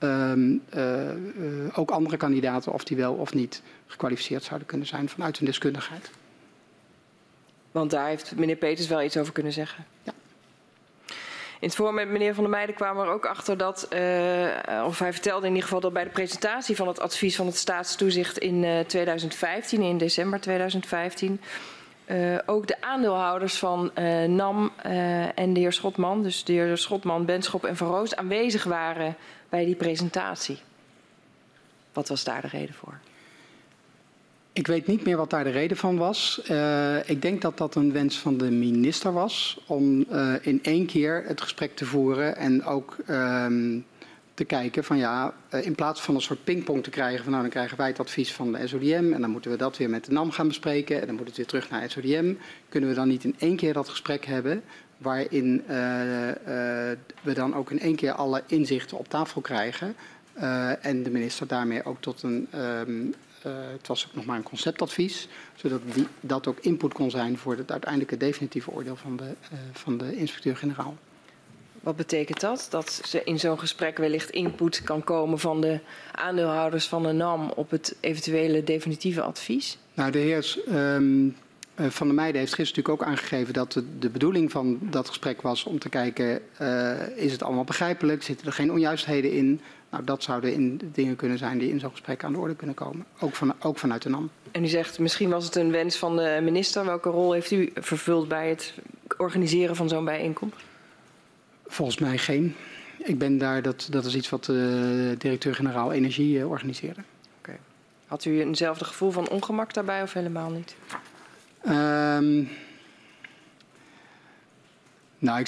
ook andere kandidaten, of die wel of niet gekwalificeerd zouden kunnen zijn vanuit hun deskundigheid. Want daar heeft meneer Peters wel iets over kunnen zeggen. Ja. In het forum met meneer Van der Meijden kwamen we er ook achter dat, of hij vertelde in ieder geval dat bij de presentatie van het advies van het staatstoezicht in 2015, in december 2015, ook de aandeelhouders van NAM en de heer Schotman, dus de heer Schotman, Benschop en Van Roos, aanwezig waren bij die presentatie. Wat was daar de reden voor? Ik weet niet meer wat daar de reden van was. Ik denk dat dat een wens van de minister was om in één keer het gesprek te voeren en ook te kijken van ja, in plaats van een soort pingpong te krijgen van nou dan krijgen wij het advies van de SODM en dan moeten we dat weer met de NAM gaan bespreken en dan moet het weer terug naar SODM. Kunnen we dan niet in één keer dat gesprek hebben waarin we dan ook in één keer alle inzichten op tafel krijgen en de minister daarmee ook tot een het was ook nog maar een conceptadvies, zodat dat ook input kon zijn voor het uiteindelijke definitieve oordeel van de inspecteur-generaal. Wat betekent dat? Dat ze in zo'n gesprek wellicht input kan komen van de aandeelhouders van de NAM op het eventuele definitieve advies? Nou, de heer Van der Meijden heeft gisteren natuurlijk ook aangegeven dat de bedoeling van dat gesprek was om te kijken, is het allemaal begrijpelijk? Zitten er geen onjuistheden in? Nou, dat zouden dingen kunnen zijn die in zo'n gesprek aan de orde kunnen komen. Ook vanuit de NAM. En u zegt, misschien was het een wens van de minister. Welke rol heeft u vervuld bij het organiseren van zo'n bijeenkomst? Volgens mij geen. Ik ben daar, dat is iets wat de directeur-generaal Energie organiseerde. Okay. Had u eenzelfde gevoel van ongemak daarbij of helemaal niet? Nou,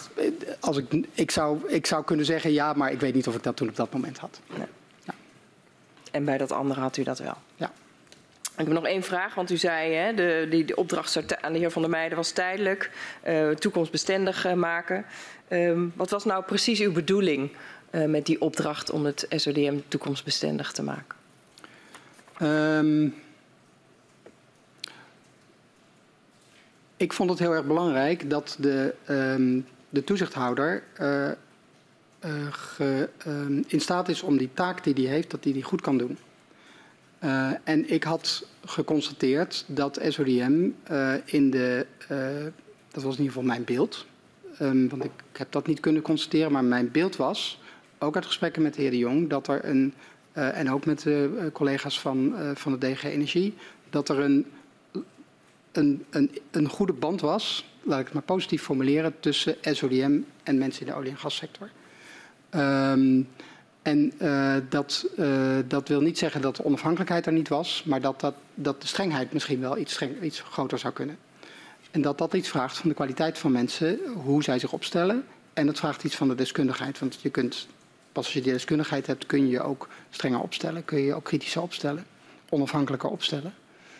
ik zou kunnen zeggen ja, maar ik weet niet of ik dat toen op dat moment had. Nee. Ja. En bij dat andere had u dat wel? Ja. Ik heb nog één vraag, want u zei hè, de opdracht aan de heer Van der Meijden was tijdelijk, toekomstbestendig maken. Wat was nou precies uw bedoeling met die opdracht om het SODM toekomstbestendig te maken? Ik vond het heel erg belangrijk dat de toezichthouder in staat is om die taak die hij heeft, dat hij die goed kan doen. En ik had geconstateerd dat SODM dat was in ieder geval mijn beeld, want ik heb dat niet kunnen constateren, maar mijn beeld was, ook uit gesprekken met de heer De Jong, dat er en ook met de collega's van de DG Energie, dat er een goede band was, laat ik het maar positief formuleren, tussen SODM en mensen in de olie- en gassector. Dat wil niet zeggen dat de onafhankelijkheid er niet was, maar dat de strengheid misschien wel iets groter zou kunnen. En dat iets vraagt van de kwaliteit van mensen, hoe zij zich opstellen. En dat vraagt iets van de deskundigheid. Want je kunt, pas als je die deskundigheid hebt, kun je je ook strenger opstellen. Kun je je ook kritischer opstellen, onafhankelijker opstellen.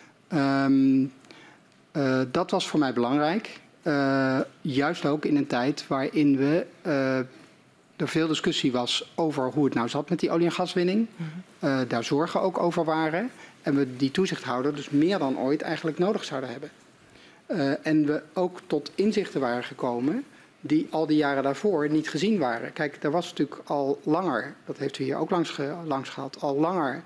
Dat was voor mij belangrijk. Juist ook in een tijd waarin er veel discussie was over hoe het nou zat met die olie- en gaswinning. Daar zorgen ook over waren. En we die toezichthouder dus meer dan ooit eigenlijk nodig zouden hebben. En we ook tot inzichten waren gekomen die al die jaren daarvoor niet gezien waren. Kijk, er was natuurlijk al langer, dat heeft u hier ook langs gehad, al langer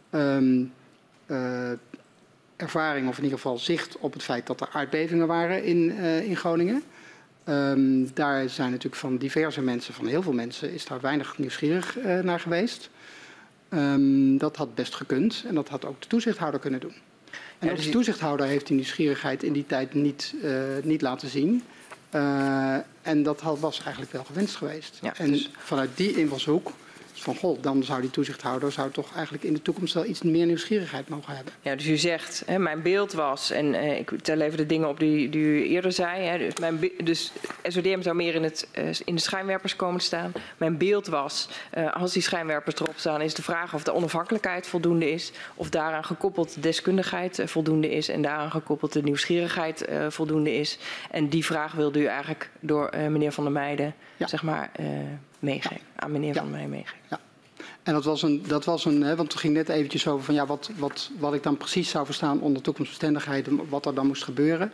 ervaring of in ieder geval zicht op het feit dat er aardbevingen waren in Groningen. Daar zijn natuurlijk van diverse mensen, van heel veel mensen, is daar weinig nieuwsgierig naar geweest. Dat had best gekund en dat had ook de toezichthouder kunnen doen. En ook de toezichthouder heeft die nieuwsgierigheid in die tijd niet laten zien. En dat was eigenlijk wel gewenst geweest. Ja, en dus vanuit die invalshoek, van goh, dan zou die toezichthouder toch eigenlijk in de toekomst wel iets meer nieuwsgierigheid mogen hebben. Ja, dus u zegt, hè, mijn beeld was, en ik tel even de dingen op die u eerder zei, hè, dus SODM zou meer in de schijnwerpers komen te staan. Mijn beeld was, als die schijnwerpers erop staan, is de vraag of de onafhankelijkheid voldoende is, of daaraan gekoppeld de deskundigheid voldoende is en daaraan gekoppeld de nieuwsgierigheid voldoende is. En die vraag wilde u eigenlijk door meneer Van der Meijden, zeg maar, meegeven, aan meneer Van der Meijden meegeven. Ja. En dat was een, want het ging net eventjes over van ja, wat ik dan precies zou verstaan onder toekomstbestendigheid en wat er dan moest gebeuren.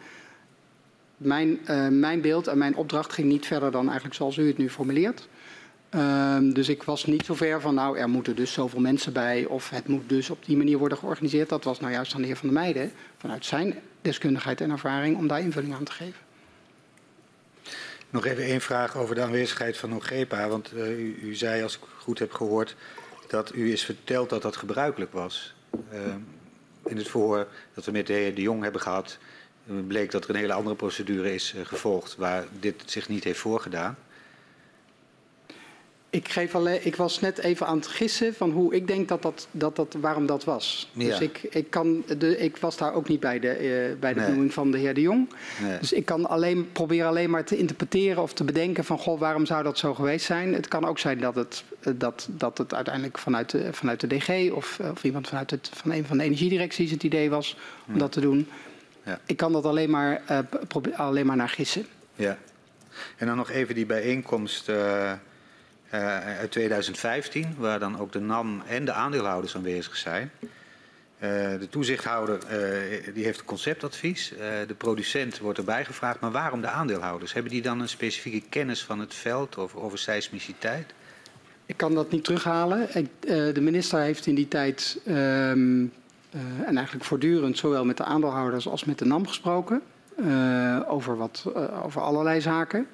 Mijn beeld en mijn opdracht ging niet verder dan eigenlijk zoals u het nu formuleert. Dus ik was niet zo ver van nou, er moeten dus zoveel mensen bij of het moet dus op die manier worden georganiseerd. Dat was nou juist aan de heer Van der Meijden vanuit zijn deskundigheid en ervaring om daar invulling aan te geven. Nog even één vraag over de aanwezigheid van OGEPA. Want u zei, als ik goed heb gehoord, dat u is verteld dat dat gebruikelijk was. In het verhoor dat we met de heer De Jong hebben gehad, bleek dat er een hele andere procedure is gevolgd waar dit zich niet heeft voorgedaan. Ik was net even aan het gissen van hoe ik denk waarom dat was. Ja. Dus ik was daar ook niet bij de benoeming van de heer De Jong. Nee. Dus ik kan probeer alleen maar te interpreteren of te bedenken van goh, waarom zou dat zo geweest zijn? Het kan ook zijn dat het uiteindelijk vanuit de DG of iemand van een van de energiedirecties het idee was om dat te doen. Ja. Ik kan dat alleen maar naar gissen. Ja. En dan nog even die bijeenkomst uit 2015, waar dan ook de NAM en de aandeelhouders aanwezig zijn. De toezichthouder die heeft een conceptadvies. De producent wordt erbij gevraagd. Maar waarom de aandeelhouders? Hebben die dan een specifieke kennis van het veld of over seismiciteit? Ik kan dat niet terughalen. De minister heeft in die tijd en eigenlijk voortdurend zowel met de aandeelhouders als met de NAM gesproken. Over allerlei zaken.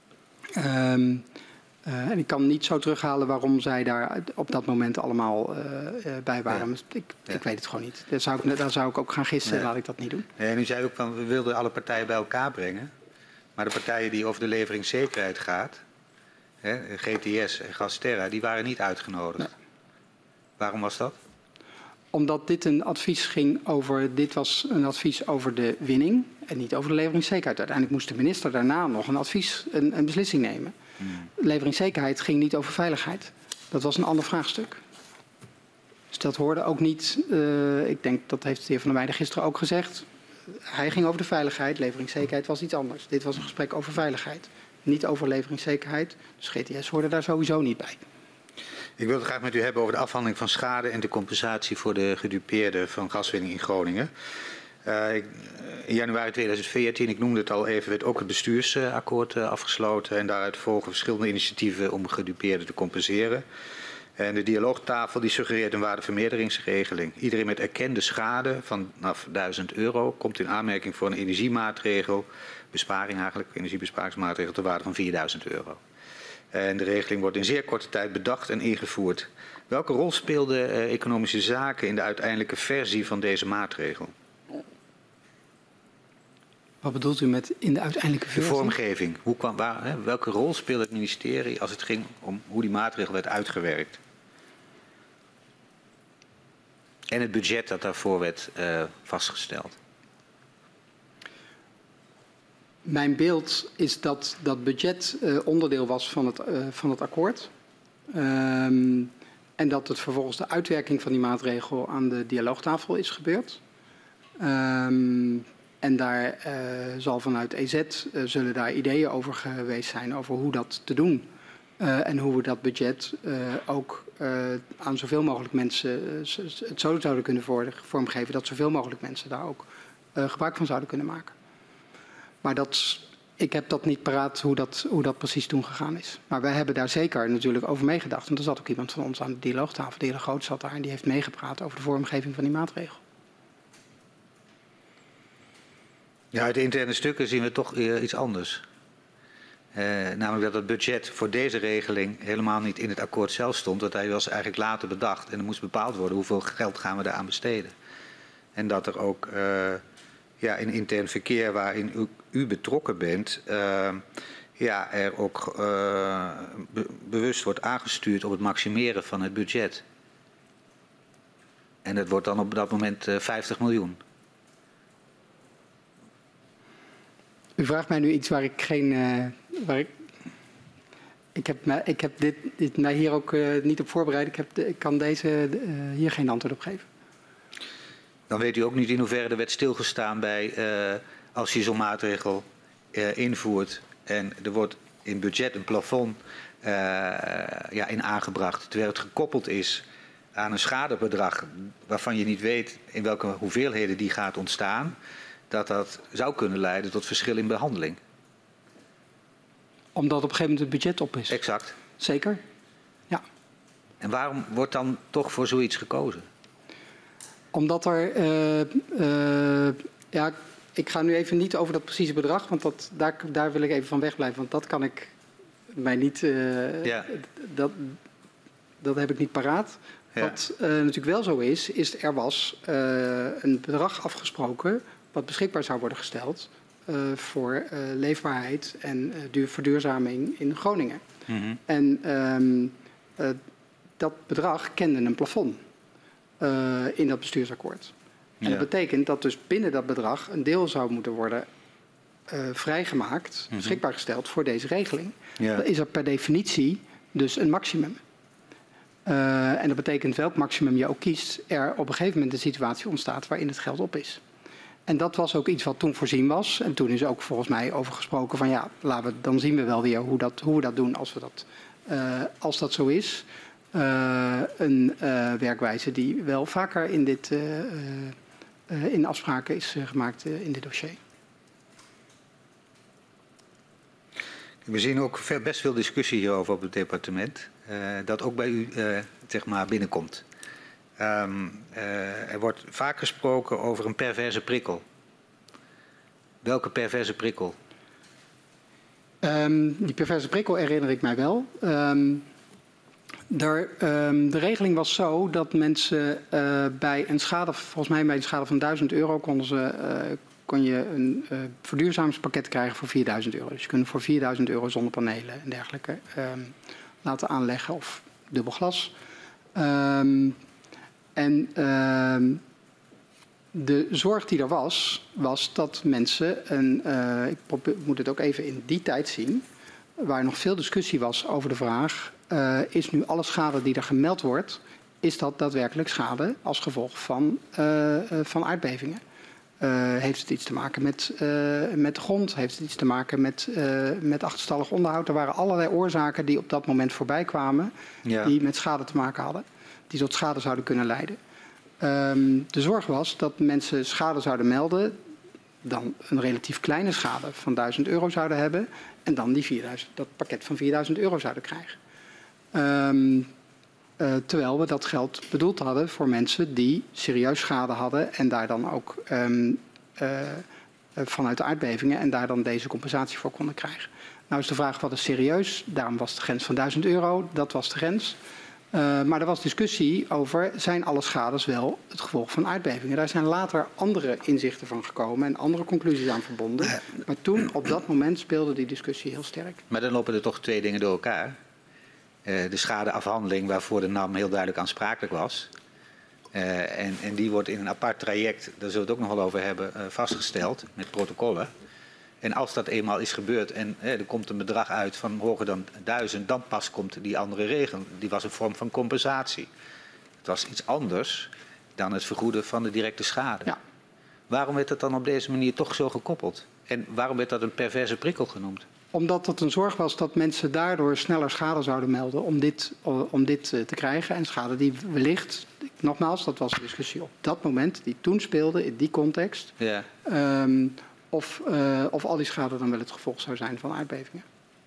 En ik kan niet zo terughalen waarom zij daar op dat moment allemaal bij waren. Ja. Ik weet het gewoon niet. Daar zou ik ook gaan gissen, laat ik dat niet doen. En u zei ook van, we wilden alle partijen bij elkaar brengen. Maar de partijen die over de leveringszekerheid gaat, GTS en Gasterra, die waren niet uitgenodigd. Nee. Waarom was dat? Omdat dit was een advies over de winning. en niet over de leveringszekerheid. Uiteindelijk moest de minister daarna nog een beslissing nemen. Leveringszekerheid ging niet over veiligheid. Dat was een ander vraagstuk. Dus dat hoorde ook niet, ik denk dat heeft de heer Van der Meijden gisteren ook gezegd. Hij ging over de veiligheid, leveringszekerheid was iets anders. Dit was een gesprek over veiligheid, niet over leveringszekerheid. Dus GTS hoorde daar sowieso niet bij. Ik wil het graag met u hebben over de afhandeling van schade en de compensatie voor de gedupeerden van gaswinning in Groningen. In januari 2014, ik noemde het al even, werd ook het bestuursakkoord afgesloten. En daaruit volgen verschillende initiatieven om gedupeerden te compenseren. En de dialoogtafel die suggereert een waardevermeerderingsregeling. Iedereen met erkende schade vanaf €1000 komt in aanmerking voor een energiemaatregel, besparing eigenlijk, energiebesparingsmaatregel ter waarde van €4000. En de regeling wordt in zeer korte tijd bedacht en ingevoerd. Welke rol speelden economische zaken in de uiteindelijke versie van deze maatregel? Wat bedoelt u met in de uiteindelijke versie? De vormgeving. Welke rol speelde het ministerie als het ging om hoe die maatregel werd uitgewerkt? En het budget dat daarvoor werd vastgesteld. Mijn beeld is dat dat budget onderdeel was van het akkoord. En dat het vervolgens de uitwerking van die maatregel aan de dialoogtafel is gebeurd. En daar zal vanuit EZ zullen daar ideeën over geweest zijn over hoe dat te doen. En hoe we dat budget ook aan zoveel mogelijk mensen het zo zouden kunnen vormgeven dat zoveel mogelijk mensen daar ook gebruik van zouden kunnen maken. Maar ik heb dat niet paraat hoe dat precies toen gegaan is. Maar wij hebben daar zeker natuurlijk over meegedacht. Want er zat ook iemand van ons aan de dialoogtafel. De heer De Groot zat daar en die heeft meegepraat over de vormgeving van die maatregel. Ja, uit de interne stukken zien we toch iets anders. Namelijk dat het budget voor deze regeling helemaal niet in het akkoord zelf stond. Want hij was eigenlijk later bedacht. En er moest bepaald worden hoeveel geld gaan we daaraan besteden. En dat er ook in intern verkeer waarin u betrokken bent, er ook bewust wordt aangestuurd op het maximeren van het budget. En het wordt dan op dat moment 50 miljoen. U vraagt mij nu iets waar ik geen... Ik heb dit mij hier ook niet op voorbereid. Ik kan hier geen antwoord op geven. Dan weet u ook niet in hoeverre er werd stilgestaan bij als je zo'n maatregel invoert en er wordt in budget een plafond in aangebracht, terwijl het gekoppeld is aan een schadebedrag waarvan je niet weet in welke hoeveelheden die gaat ontstaan, dat zou kunnen leiden tot verschil in behandeling. Omdat op een gegeven moment het budget op is. Exact. Zeker, ja. En waarom wordt dan toch voor zoiets gekozen? Omdat ik ga nu even niet over dat precieze bedrag, want daar wil ik even van wegblijven, want dat kan ik mij niet, dat heb ik niet paraat. Ja. Wat natuurlijk wel zo is er was een bedrag afgesproken wat beschikbaar zou worden gesteld voor leefbaarheid en verduurzaming in Groningen. Mm-hmm. En dat bedrag kende een plafond in dat bestuursakkoord. En dat betekent dat dus binnen dat bedrag een deel zou moeten worden vrijgemaakt, beschikbaar gesteld voor deze regeling. Ja. Dan is er per definitie dus een maximum. En dat betekent welk maximum je ook kiest, er op een gegeven moment een situatie ontstaat waarin het geld op is. En dat was ook iets wat toen voorzien was. En toen is ook volgens mij over gesproken van dan zien we wel weer hoe we dat doen als dat zo is. Een werkwijze die wel vaker in afspraken is gemaakt in dit dossier. We zien ook best veel discussie hierover op het departement. Dat ook bij u binnenkomt. Er wordt vaak gesproken over een perverse prikkel. Welke perverse prikkel? Die perverse prikkel herinner ik mij wel. De regeling was zo dat mensen bij een schade, volgens mij bij een schade van €1000 kon je een verduurzamingspakket krijgen voor €4000. Dus je kunt voor €4000 zonnepanelen en dergelijke laten aanleggen of dubbel glas. De zorg die er was dat mensen, ik moet het ook even in die tijd zien, waar nog veel discussie was over de vraag, is nu alle schade die er gemeld wordt, is dat daadwerkelijk schade als gevolg van aardbevingen? Heeft het iets te maken met de grond? Heeft het iets te maken met achterstallig onderhoud? Er waren allerlei oorzaken die op dat moment voorbij kwamen, die met schade te maken hadden, die tot schade zouden kunnen leiden. De zorg was dat mensen schade zouden melden, dan een relatief kleine schade van €1000 zouden hebben en dan dat pakket van €4000 zouden krijgen. Terwijl we dat geld bedoeld hadden voor mensen die serieus schade hadden en daar dan ook vanuit de aardbevingen en daar dan deze compensatie voor konden krijgen. Nou is de vraag wat is serieus, daarom was de grens van €1000, dat was de grens. Maar er was discussie over, zijn alle schades wel het gevolg van aardbevingen? Daar zijn later andere inzichten van gekomen en andere conclusies aan verbonden. Maar toen, op dat moment, speelde die discussie heel sterk. Maar dan lopen er toch twee dingen door elkaar. De schadeafhandeling waarvoor de NAM heel duidelijk aansprakelijk was. En die wordt in een apart traject, daar zullen we het ook nog wel over hebben, vastgesteld met protocollen. En als dat eenmaal is gebeurd en er komt een bedrag uit van hoger dan 1000, dan pas komt die andere regel. Die was een vorm van compensatie. Het was iets anders dan het vergoeden van de directe schade. Ja. Waarom werd dat dan op deze manier toch zo gekoppeld? En waarom werd dat een perverse prikkel genoemd? Omdat het een zorg was dat mensen daardoor sneller schade zouden melden om dit te krijgen. En schade die wellicht, nogmaals, dat was een discussie op dat moment, die toen speelde in die context. Ja. Of al die schade dan wel het gevolg zou zijn van aardbevingen.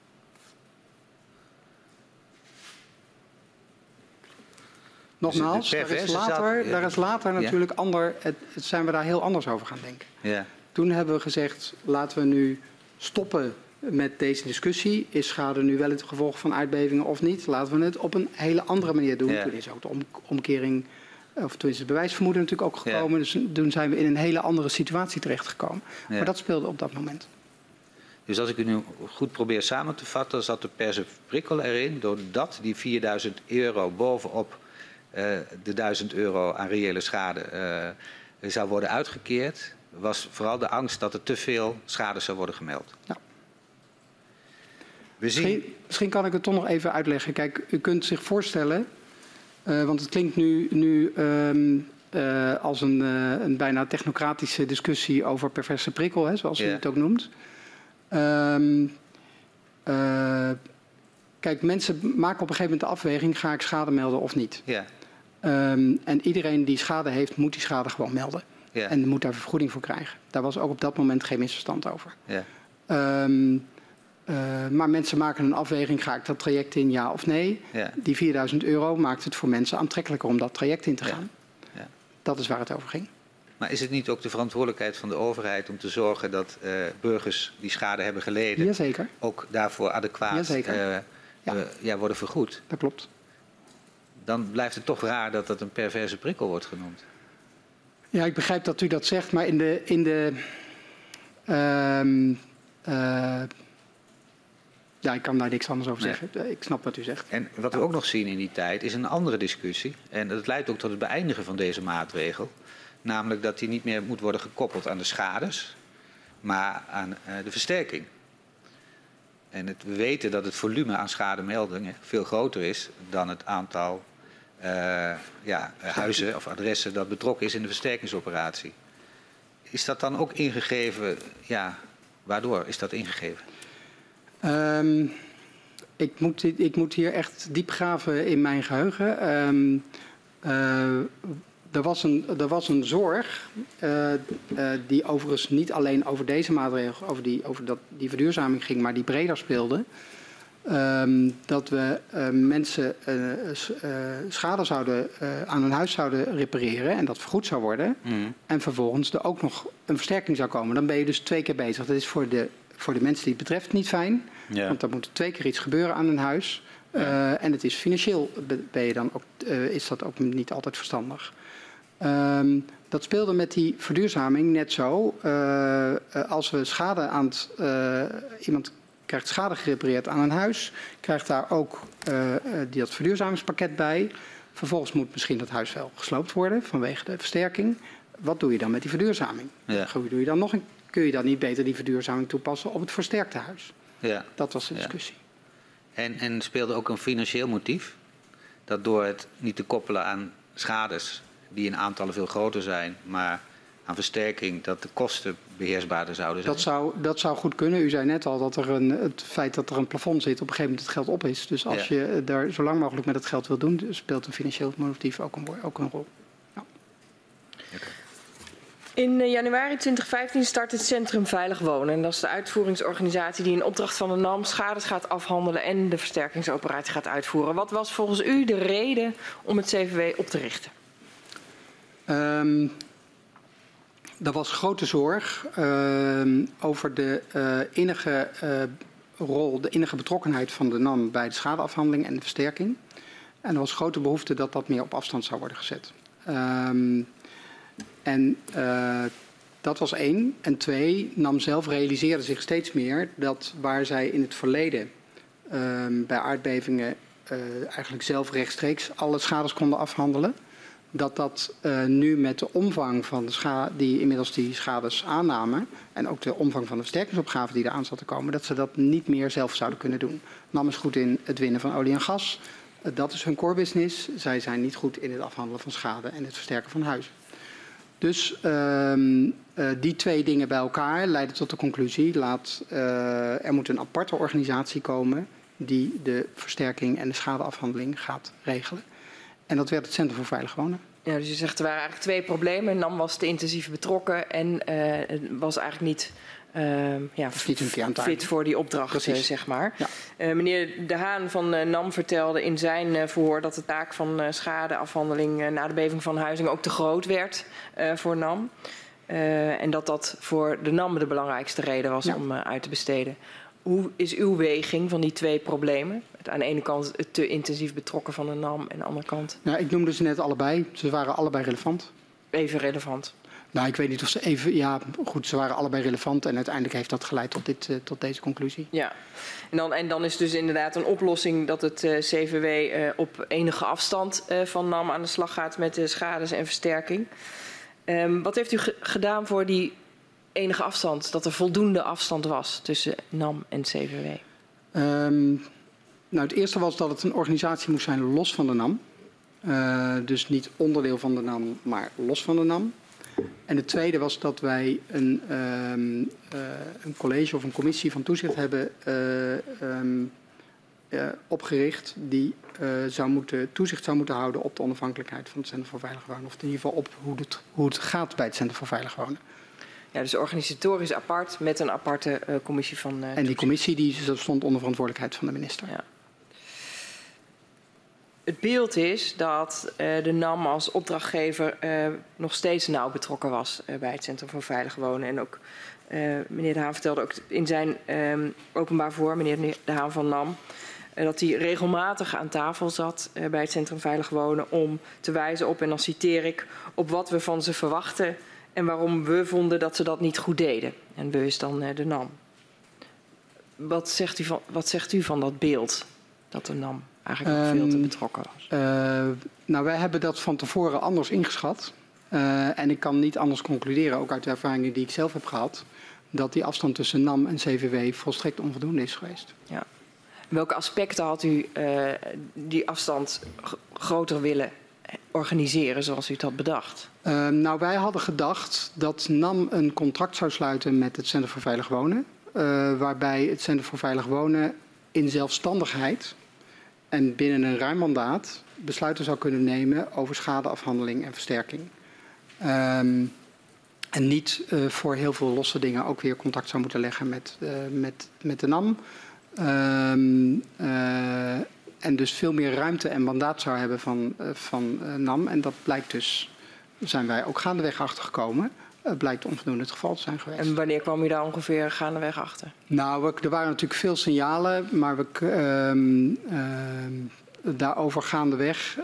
Nogmaals, daar is later natuurlijk zijn we daar heel anders over gaan denken. Ja. Toen hebben we gezegd, laten we nu stoppen met deze discussie. Is schade nu wel het gevolg van aardbevingen of niet? Laten we het op een hele andere manier doen. Ja. Toen is ook de omkering, of toen is het bewijsvermoeden natuurlijk ook gekomen. Ja. Dus toen zijn we in een hele andere situatie terechtgekomen. Ja. Maar dat speelde op dat moment. Dus als ik u nu goed probeer samen te vatten, zat de perverse prikkel erin, doordat die €4000 bovenop de €1000 aan reële schade zou worden uitgekeerd, was vooral de angst dat er te veel schade zou worden gemeld. Ja. Misschien kan ik het toch nog even uitleggen. Kijk, u kunt zich voorstellen, want het klinkt nu als een bijna technocratische discussie over perverse prikkel, hè, zoals u het ook noemt. Kijk, mensen maken op een gegeven moment de afweging, ga ik schade melden of niet? Ja. En iedereen die schade heeft, moet die schade gewoon melden. Ja. En moet daar vergoeding voor krijgen. Daar was ook op dat moment geen misverstand over. Ja. Maar mensen maken een afweging, ga ik dat traject in, ja of nee? Ja. Die €4000 maakt het voor mensen aantrekkelijker om dat traject in te gaan. Ja. Ja. Dat is waar het over ging. Maar is het niet ook de verantwoordelijkheid van de overheid om te zorgen dat burgers die schade hebben geleden, Jazeker. ook daarvoor adequaat worden vergoed? Dat klopt. Dan blijft het toch raar dat dat een perverse prikkel wordt genoemd. Ja, ik begrijp dat u dat zegt, maar ik kan daar niks anders over zeggen. Nee. Ik snap wat u zegt. En wat we ook nog zien in die tijd is een andere discussie. En dat leidt ook tot het beëindigen van deze maatregel. Namelijk dat die niet meer moet worden gekoppeld aan de schades, maar aan de versterking. En we weten dat het volume aan schademeldingen veel groter is dan het aantal huizen of adressen dat betrokken is in de versterkingsoperatie. Is dat dan ook ingegeven? Ja, waardoor is dat ingegeven? Ik moet hier echt diep graven in mijn geheugen. Er was een zorg die overigens niet alleen over deze maatregel, over die verduurzaming ging, maar die breder speelde. Dat we mensen schade aan hun huis zouden repareren en dat vergoed zou worden. Mm. En vervolgens er ook nog een versterking zou komen. Dan ben je dus 2 keer bezig. Dat is voor de mensen die het betreft niet fijn. Ja. Want dan moet er 2 keer iets gebeuren aan hun huis. Ja. En het is financieel is dat ook niet altijd verstandig. Dat speelde met die verduurzaming net zo. Als we schade iemand krijgt schade gerepareerd aan een huis, krijgt daar ook dat verduurzamingspakket bij. Vervolgens moet misschien dat huis wel gesloopt worden vanwege de versterking. wat doe je dan met die verduurzaming? Ja. Kun je dan niet beter die verduurzaming toepassen op het versterkte huis? Ja. Dat was de discussie. En speelde ook een financieel motief? Dat door het niet te koppelen aan schades die in aantallen veel groter zijn, maar aan versterking, dat de kosten beheersbaarder zouden zijn? Dat zou goed kunnen. U zei net al dat het feit dat er een plafond zit, op een gegeven moment het geld op is. Dus als je daar zo lang mogelijk met het geld wil doen, speelt een financieel motief ook een rol. Ja. Okay. In januari 2015 start het Centrum Veilig Wonen. En dat is de uitvoeringsorganisatie die in opdracht van de NAM schades gaat afhandelen en de versterkingsoperatie gaat uitvoeren. Wat was volgens u de reden om het CVW op te richten? Er was grote zorg over de innige rol, de innige betrokkenheid van de NAM bij de schadeafhandeling en de versterking. En er was grote behoefte dat dat meer op afstand zou worden gezet. Dat was 1. En 2, NAM zelf realiseerde zich steeds meer dat waar zij in het verleden bij aardbevingen eigenlijk zelf rechtstreeks alle schades konden afhandelen, dat nu met de omvang van die inmiddels die schades aannamen en ook de omvang van de versterkingsopgave die eraan zat te komen, dat ze dat niet meer zelf zouden kunnen doen. NAM is goed in het winnen van olie en gas. Dat is hun core business. Zij zijn niet goed in het afhandelen van schade en het versterken van huizen. Dus die twee dingen bij elkaar leiden tot de conclusie, er moet een aparte organisatie komen die de versterking en de schadeafhandeling gaat regelen. En dat werd het Centrum voor Veilig Wonen. Ja, dus je zegt er waren eigenlijk 2 problemen. NAM was te intensief betrokken en was eigenlijk niet, fit voor die opdracht, zeg maar. Ja. Meneer De Haan van NAM vertelde in zijn verhoor dat de taak van schadeafhandeling na de beving van Huizingen ook te groot werd voor NAM. En dat voor de NAM de belangrijkste reden was om uit te besteden. Hoe is uw weging van die 2 problemen? Aan de ene kant het te intensief betrokken van de NAM en aan de andere kant? Nou, ik noemde ze net allebei. Ze waren allebei relevant. Even relevant? Nou, ik weet niet of ze even... Ja, goed, ze waren allebei relevant en uiteindelijk heeft dat geleid tot deze conclusie. Ja, en dan is dus inderdaad een oplossing dat het CVW op enige afstand van NAM aan de slag gaat met de schades en versterking. Wat heeft u gedaan voor die enige afstand, dat er voldoende afstand was tussen NAM en CVW? Nou, het eerste was dat het een organisatie moest zijn los van de NAM. Dus niet onderdeel van de NAM, maar los van de NAM. En het tweede was dat wij een college of een commissie van toezicht hebben opgericht die toezicht zou moeten houden op de onafhankelijkheid van het Centrum voor Veilig Wonen. Of in ieder geval op hoe het gaat bij het Centrum voor Veilig Wonen. Ja, dus organisatorisch apart met een aparte commissie van toezicht. En die commissie stond onder verantwoordelijkheid van de minister. Ja. Het beeld is dat de NAM als opdrachtgever nog steeds nauw betrokken was bij het Centrum voor Veilig Wonen. En ook meneer De Haan vertelde ook in zijn openbaar verhoor, meneer De Haan van NAM, dat hij regelmatig aan tafel zat bij het Centrum Veilig Wonen om te wijzen op, en dan citeer ik, op wat we van ze verwachten en waarom we vonden dat ze dat niet goed deden. En we is dan de NAM. Wat zegt u van dat beeld dat de NAM eigenlijk nog veel te betrokken was? Nou, wij hebben dat van tevoren anders ingeschat. En ik kan niet anders concluderen, ook uit de ervaringen die ik zelf heb gehad, dat die afstand tussen NAM en CVW volstrekt onvoldoende is geweest. Ja. Welke aspecten had u die afstand groter willen organiseren zoals u het had bedacht? Nou, wij hadden gedacht dat NAM een contract zou sluiten met het Centrum voor Veilig Wonen. Waarbij het Centrum voor Veilig Wonen in zelfstandigheid en binnen een ruim mandaat besluiten zou kunnen nemen over schadeafhandeling en versterking. En niet voor heel veel losse dingen ook weer contact zou moeten leggen met de NAM. En dus veel meer ruimte en mandaat zou hebben van NAM. En dat blijkt dus, zijn wij ook gaandeweg achtergekomen, blijkt onvoldoende het geval te zijn geweest. En wanneer kwam u daar ongeveer gaandeweg achter? Nou, er waren natuurlijk veel signalen, maar daarover gaandeweg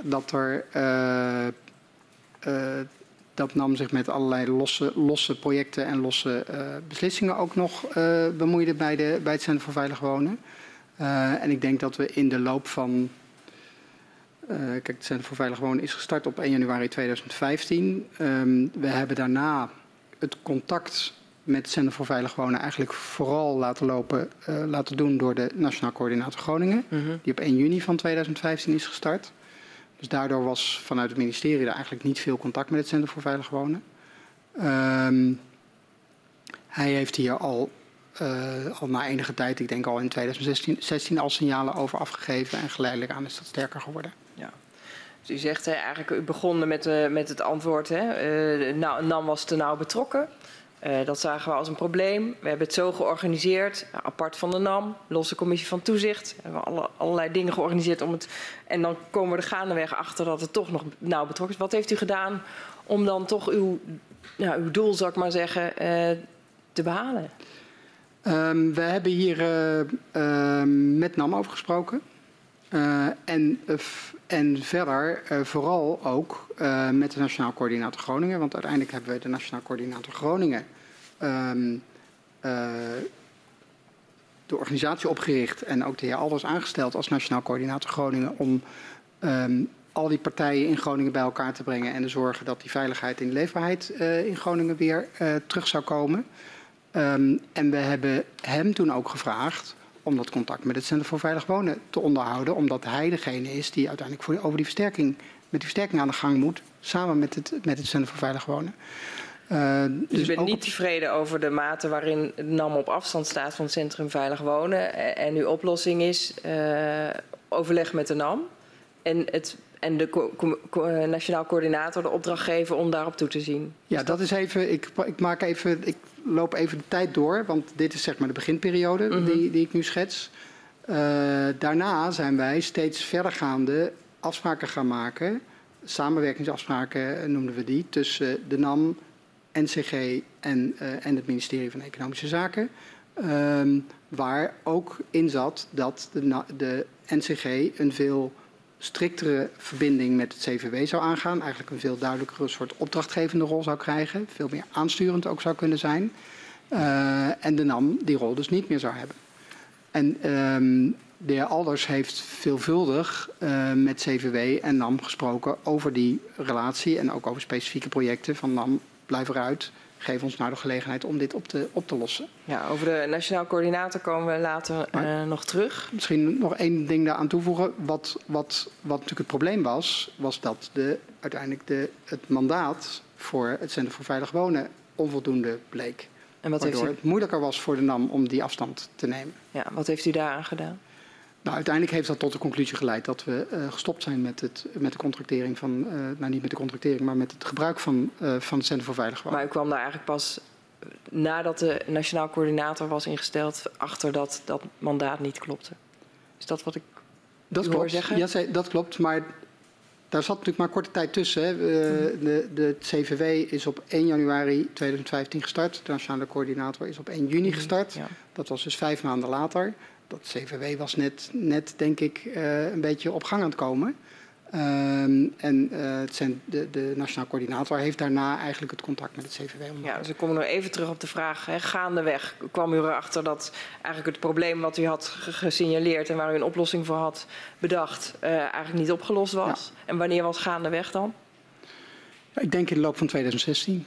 dat NAM zich met allerlei losse projecten en losse beslissingen ook nog bemoeide bij het Centrum voor Veilig Wonen. En ik denk dat we in de loop van Kijk, het Centrum voor Veilig Wonen is gestart op 1 januari 2015. We hebben daarna het contact met het Centrum voor Veilig Wonen eigenlijk vooral laten doen door de Nationaal Coördinator Groningen, die op 1 juni van 2015 is gestart. Dus daardoor was vanuit het ministerie er eigenlijk niet veel contact met het Centrum voor Veilig Wonen. Hij heeft hier al na enige tijd, ik denk al in 2016 al signalen over afgegeven en geleidelijk aan is dat sterker geworden. Ja. Dus u zegt eigenlijk, u begon met het antwoord, NAM was te nauw betrokken. Dat zagen we als een probleem. We hebben het zo georganiseerd, apart van de NAM, losse commissie van toezicht. We hebben allerlei dingen georganiseerd om het. En dan komen we er gaandeweg achter dat het toch nog nauw betrokken is. Wat heeft u gedaan om dan toch uw doel, zou ik maar zeggen, te behalen? We hebben hier met NAM over gesproken. En verder vooral ook met de Nationaal Coördinator Groningen. Want uiteindelijk hebben we de Nationaal Coördinator Groningen de organisatie opgericht. En ook de heer Alders aangesteld als Nationaal Coördinator Groningen. Om al die partijen in Groningen bij elkaar te brengen. En te zorgen dat die veiligheid en leefbaarheid in Groningen weer terug zou komen. En we hebben hem toen ook gevraagd om dat contact met het Centrum voor Veilig Wonen te onderhouden. Omdat hij degene is die uiteindelijk met die versterking aan de gang moet. Samen met het Centrum voor Veilig Wonen. Dus u bent niet tevreden over de mate waarin NAM op afstand staat van het Centrum Veilig Wonen. En uw oplossing is overleg met de NAM. En de Nationaal Coördinator de opdracht geven om daarop toe te zien. Ja, dat is even. Ik loop even de tijd door, want dit is zeg maar de beginperiode die ik nu schets. Daarna zijn wij steeds verdergaande afspraken gaan maken. Samenwerkingsafspraken noemden we die, tussen de NAM, NCG en het ministerie van Economische Zaken. Waar ook in zat dat de NCG een veel striktere verbinding met het CVW zou aangaan. Eigenlijk een veel duidelijkere soort opdrachtgevende rol zou krijgen. Veel meer aansturend ook zou kunnen zijn. En de NAM die rol dus niet meer zou hebben. En de heer Alders heeft veelvuldig met CVW en NAM gesproken over die relatie. En ook over specifieke projecten van NAM, blijf eruit. Geef ons nou de gelegenheid om dit op te lossen. Ja, over de Nationaal Coördinator komen we later nog terug. Misschien nog één ding daaraan toevoegen. Wat natuurlijk het probleem was dat uiteindelijk het mandaat voor het Centrum voor Veilig Wonen onvoldoende bleek. En wat waardoor het moeilijker was voor de NAM om die afstand te nemen. Ja, wat heeft u daaraan gedaan? Nou, uiteindelijk heeft dat tot de conclusie geleid dat we gestopt zijn met de contractering van, niet met de contractering, maar met het gebruik van het Centrum voor Veilig Wonen. Maar u kwam daar eigenlijk pas nadat de Nationaal Coördinator was ingesteld achter dat dat mandaat niet klopte. Is dat wat ik hoor zeggen? Ja, dat klopt, maar daar zat natuurlijk maar korte tijd tussen. Hè. De CVW is op 1 januari 2015 gestart. De Nationale Coördinator is op 1 juni gestart. Ja. Dat was dus 5 maanden later. Dat CVW was net denk ik, een beetje op gang aan het komen. De Nationaal Coördinator heeft daarna eigenlijk het contact met het CVW onderhouden. Ja, dus ik kom nog even terug op de vraag. Gaandeweg kwam u erachter dat eigenlijk het probleem wat u had gesignaleerd en waar u een oplossing voor had bedacht, eigenlijk niet opgelost was. Ja. En wanneer was gaandeweg dan? Ja, ik denk in de loop van 2016.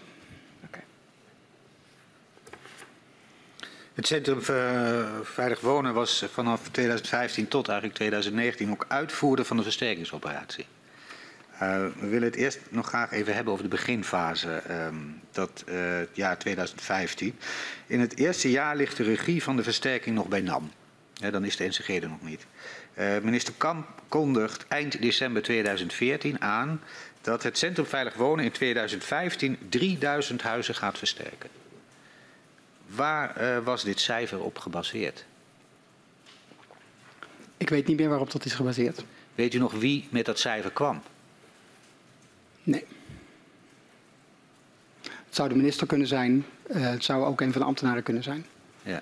Het Centrum Veilig Wonen was vanaf 2015 tot eigenlijk 2019 ook uitvoerder van de versterkingsoperatie. We willen het eerst nog graag even hebben over de beginfase, het jaar 2015. In het eerste jaar ligt de regie van de versterking nog bij NAM. Dan is de NCG er nog niet. Minister Kamp kondigt eind december 2014 aan dat het Centrum Veilig Wonen in 2015 3000 huizen gaat versterken. Waar was dit cijfer op gebaseerd? Ik weet niet meer waarop dat is gebaseerd. Weet u nog wie met dat cijfer kwam? Nee. Het zou de minister kunnen zijn. Het zou ook een van de ambtenaren kunnen zijn. Ja.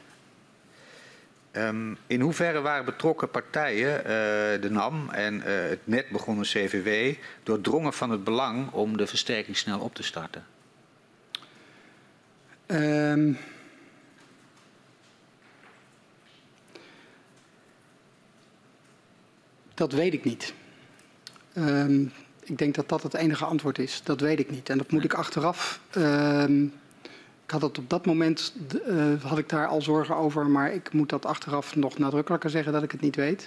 In hoeverre waren betrokken partijen, de NAM en het net begonnen CVW, doordrongen van het belang om de versterking snel op te starten? Dat weet ik niet. Ik denk dat dat het enige antwoord is. Dat weet ik niet. En dat moet ik achteraf... ik had het op dat moment had ik daar al zorgen over, maar ik moet dat achteraf nog nadrukkelijker zeggen dat ik het niet weet.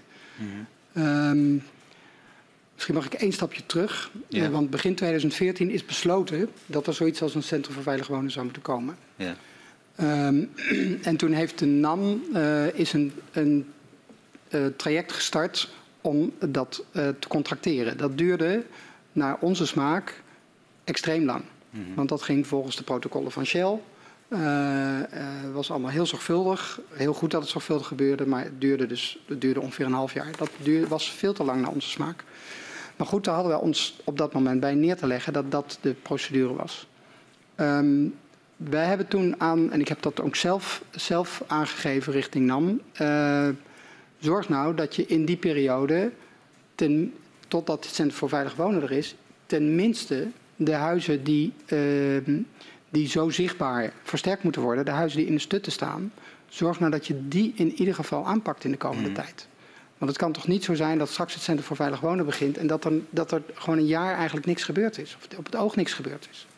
Misschien mag ik 1 stapje terug. Ja. Want begin 2014 is besloten dat er zoiets als een Centrum voor Veilig Wonen zou moeten komen. Ja. En toen heeft de NAM is een traject gestart om dat te contracteren. Dat duurde naar onze smaak extreem lang. Want dat ging volgens de protocollen van Shell. Was allemaal heel zorgvuldig. Heel goed dat het zorgvuldig gebeurde, maar het duurde ongeveer een half jaar. Dat was veel te lang naar onze smaak. Maar goed, daar hadden we ons op dat moment bij neer te leggen dat dat de procedure was. Wij hebben toen en ik heb dat ook zelf aangegeven richting NAM. Zorg nou dat je in die periode, totdat het Centrum voor Veilig Wonen er is, tenminste de huizen die zo zichtbaar versterkt moeten worden, de huizen die in de stutten staan, zorg nou dat je die in ieder geval aanpakt in de komende tijd. Want het kan toch niet zo zijn dat straks het Centrum voor Veilig Wonen begint en dat er gewoon een jaar eigenlijk niks gebeurd is. Of op het oog niks gebeurd is.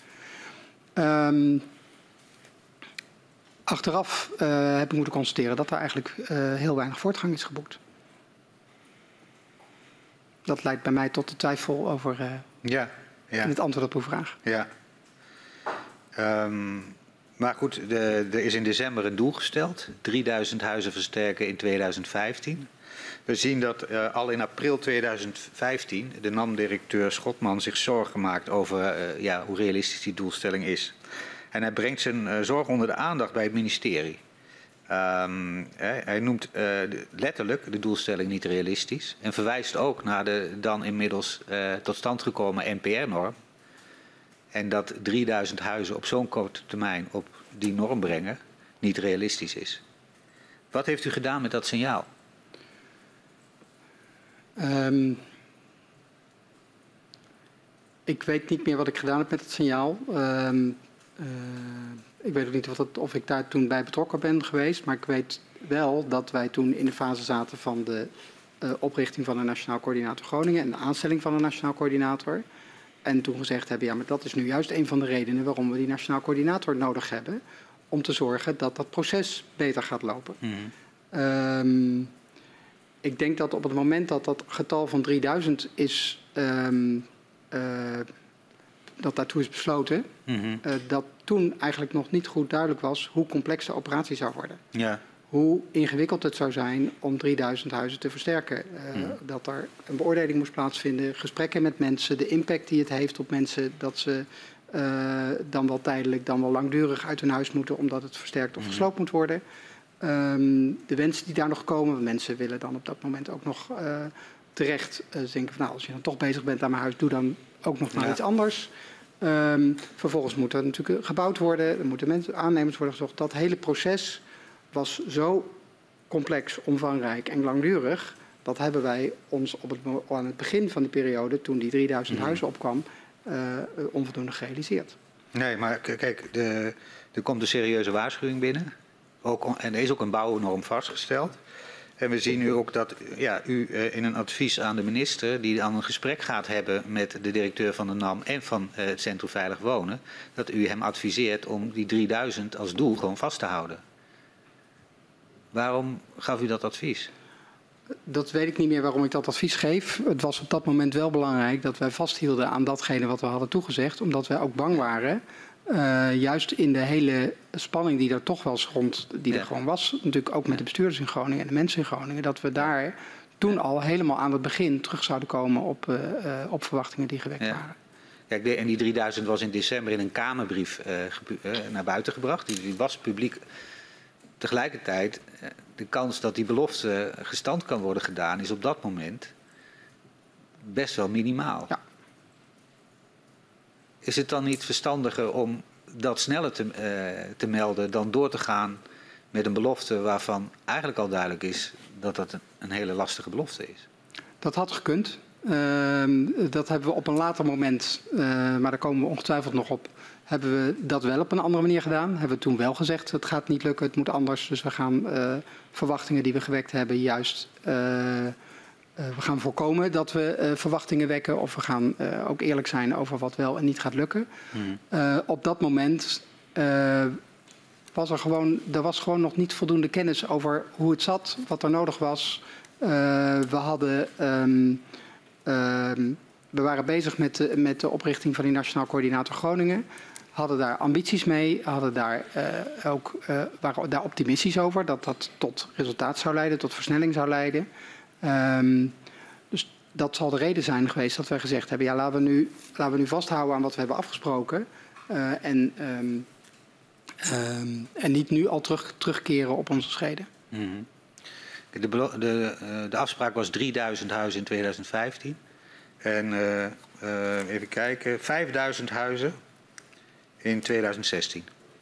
Achteraf heb ik moeten constateren dat er eigenlijk heel weinig voortgang is geboekt. Dat leidt bij mij tot de twijfel over in het antwoord op uw vraag. Ja. Maar goed, er is in december een doel gesteld. 3000 huizen versterken in 2015. We zien dat al in april 2015 de NAM-directeur Schotman zich zorgen maakt over hoe realistisch die doelstelling is. En hij brengt zijn zorg onder de aandacht bij het ministerie. Hij noemt letterlijk de doelstelling niet realistisch. En verwijst ook naar de dan inmiddels tot stand gekomen NPR-norm. En dat 3000 huizen op zo'n korte termijn op die norm brengen niet realistisch is. Wat heeft u gedaan met dat signaal? Ik weet niet meer wat ik gedaan heb met het signaal. Ik weet ook niet of ik daar toen bij betrokken ben geweest. Maar ik weet wel dat wij toen in de fase zaten van de oprichting van de Nationaal Coördinator Groningen en de aanstelling van een Nationaal Coördinator. En toen gezegd hebben, maar dat is nu juist een van de redenen waarom we die Nationaal Coördinator nodig hebben. Om te zorgen dat dat proces beter gaat lopen. Ik denk dat op het moment dat dat getal van 3000 is, dat daartoe is besloten, dat toen eigenlijk nog niet goed duidelijk was hoe complex de operatie zou worden. Ja. Hoe ingewikkeld het zou zijn om 3000 huizen te versterken. Dat er een beoordeling moest plaatsvinden, gesprekken met mensen, de impact die het heeft op mensen, dat ze dan wel tijdelijk, dan wel langdurig uit hun huis moeten omdat het versterkt of gesloopt moet worden. De wensen die daar nog komen, mensen willen dan op dat moment ook nog terecht denken van als je dan toch bezig bent aan mijn huis, doe dan ook nog maar iets anders. Vervolgens moet er natuurlijk gebouwd worden, er moeten aannemers worden gezocht. Dat hele proces was zo complex, omvangrijk en langdurig. Dat hebben wij ons aan het begin van die periode, toen die 3000 huizen opkwam, onvoldoende gerealiseerd. Nee, maar kijk, er komt een serieuze waarschuwing binnen. En er is ook een bouwnorm vastgesteld. En we zien nu ook dat u in een advies aan de minister, die dan een gesprek gaat hebben met de directeur van de NAM en van het Centrum Veilig Wonen, dat u hem adviseert om die 3000 als doel gewoon vast te houden. Waarom gaf u dat advies? Dat weet ik niet meer waarom ik dat advies geef. Het was op dat moment wel belangrijk dat wij vasthielden aan datgene wat we hadden toegezegd. Omdat wij ook bang waren, juist in de hele spanning die er toch wel er gewoon was. Natuurlijk ook met de bestuurders in Groningen en de mensen in Groningen. Dat we daar toen al helemaal aan het begin terug zouden komen op verwachtingen die gewekt waren. Kijk, en die 3000 was in december in een Kamerbrief naar buiten gebracht. Die was publiek. Tegelijkertijd, de kans dat die belofte gestand kan worden gedaan is op dat moment best wel minimaal. Ja. Is het dan niet verstandiger om dat sneller te melden dan door te gaan met een belofte waarvan eigenlijk al duidelijk is dat dat een hele lastige belofte is? Dat had gekund. Dat hebben we op een later moment, maar daar komen we ongetwijfeld nog op, hebben we dat wel op een andere manier gedaan. Hebben we toen wel gezegd, het gaat niet lukken, het moet anders. Dus we gaan verwachtingen die we gewekt hebben juist we gaan voorkomen dat we verwachtingen wekken of we gaan ook eerlijk zijn over wat wel en niet gaat lukken. Op dat moment was er gewoon nog niet voldoende kennis over hoe het zat, wat er nodig was. We waren bezig met de oprichting van die Nationaal Coördinator Groningen. Hadden daar ambities mee, waren daar optimistisch over dat dat tot resultaat zou leiden, tot versnelling zou leiden. Dus dat zal de reden zijn geweest dat wij gezegd hebben, ja, laten we nu vasthouden aan wat we hebben afgesproken en niet nu al terugkeren op onze schreden. Mm-hmm. De afspraak was 3000 huizen in 2015 en even kijken, 5000 huizen in 2016.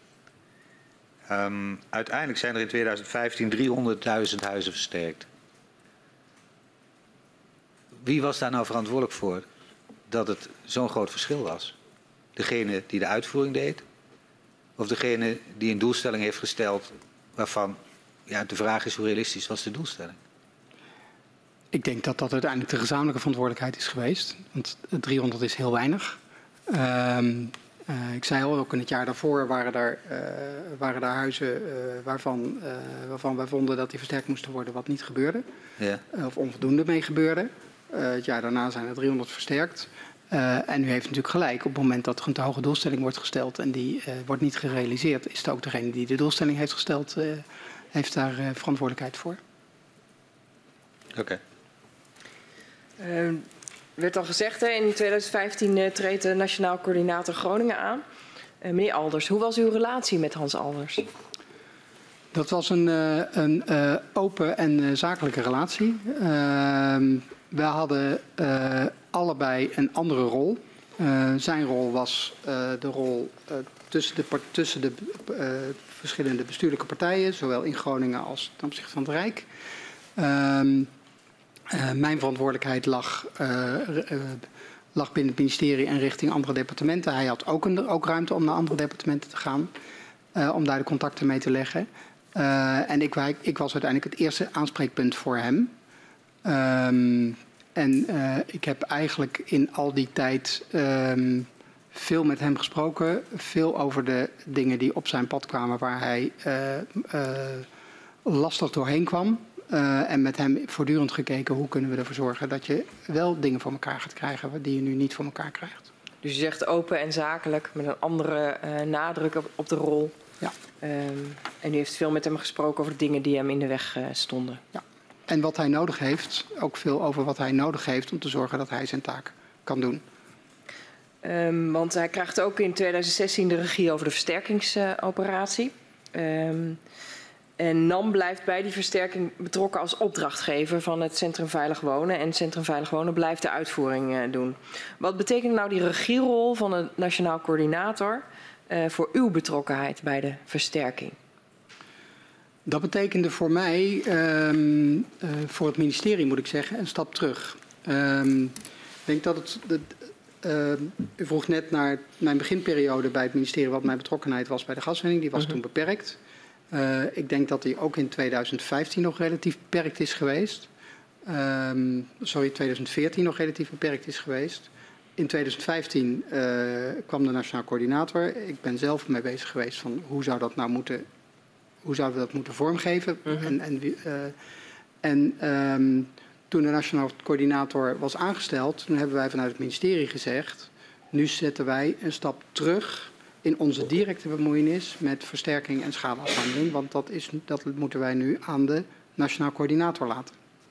Uiteindelijk zijn er in 2015 300.000 huizen versterkt. Wie was daar nou verantwoordelijk voor dat het zo'n groot verschil was? Degene die de uitvoering deed? Of degene die een doelstelling heeft gesteld waarvan de vraag is hoe realistisch was de doelstelling? Ik denk dat dat uiteindelijk de gezamenlijke verantwoordelijkheid is geweest. Want 300 is heel weinig. Ik zei al, ook in het jaar daarvoor waren daar huizen waarvan wij vonden dat die versterkt moesten worden, wat niet gebeurde. Ja. Of onvoldoende mee gebeurde. Het jaar daarna zijn er 300 versterkt. En u heeft natuurlijk gelijk, op het moment dat er een te hoge doelstelling wordt gesteld en die wordt niet gerealiseerd, is het ook degene die de doelstelling heeft gesteld, heeft daar verantwoordelijkheid voor. Oké. Werd al gezegd, in 2015 treedt de Nationaal Coördinator Groningen aan. Meneer Alders, hoe was uw relatie met Hans Alders? Dat was een open en zakelijke relatie. We hadden allebei een andere rol. Zijn rol was de rol tussen de verschillende bestuurlijke partijen, zowel in Groningen als ten opzichte van het Rijk. Mijn verantwoordelijkheid lag binnen het ministerie en richting andere departementen. Hij had ook ruimte om naar andere departementen te gaan, om daar de contacten mee te leggen. En ik was uiteindelijk het eerste aanspreekpunt voor hem. Ik heb eigenlijk in al die tijd veel met hem gesproken. Veel over de dingen die op zijn pad kwamen waar hij lastig doorheen kwam. En met hem voortdurend gekeken hoe kunnen we ervoor zorgen dat je wel dingen voor elkaar gaat krijgen die je nu niet voor elkaar krijgt. Dus je zegt open en zakelijk met een andere nadruk op de rol. Ja. En u heeft veel met hem gesproken over de dingen die hem in de weg stonden. Ja. En wat hij nodig heeft, ook veel over wat hij nodig heeft om te zorgen dat hij zijn taak kan doen. Want hij krijgt ook in 2016 de regie over de versterkingsoperatie. En NAM blijft bij die versterking betrokken als opdrachtgever van het Centrum Veilig Wonen. En het Centrum Veilig Wonen blijft de uitvoering doen. Wat betekent nou die regierol van de Nationaal Coördinator voor uw betrokkenheid bij de versterking? Dat betekende voor mij, voor het ministerie moet ik zeggen, een stap terug. Ik denk dat u vroeg net naar mijn beginperiode bij het ministerie wat mijn betrokkenheid was bij de gaswinning. Die was toen beperkt. Ik denk dat die ook in 2015 nog relatief beperkt is geweest. 2014 nog relatief beperkt is geweest. In 2015 kwam de Nationaal Coördinator. Ik ben zelf mee bezig geweest van hoe zouden we dat moeten vormgeven. Toen de Nationaal Coördinator was aangesteld, toen hebben wij vanuit het ministerie gezegd, nu zetten wij een stap terug in onze directe bemoeienis met versterking en schadeafhandeling, want dat moeten wij nu aan de Nationaal Coördinator laten.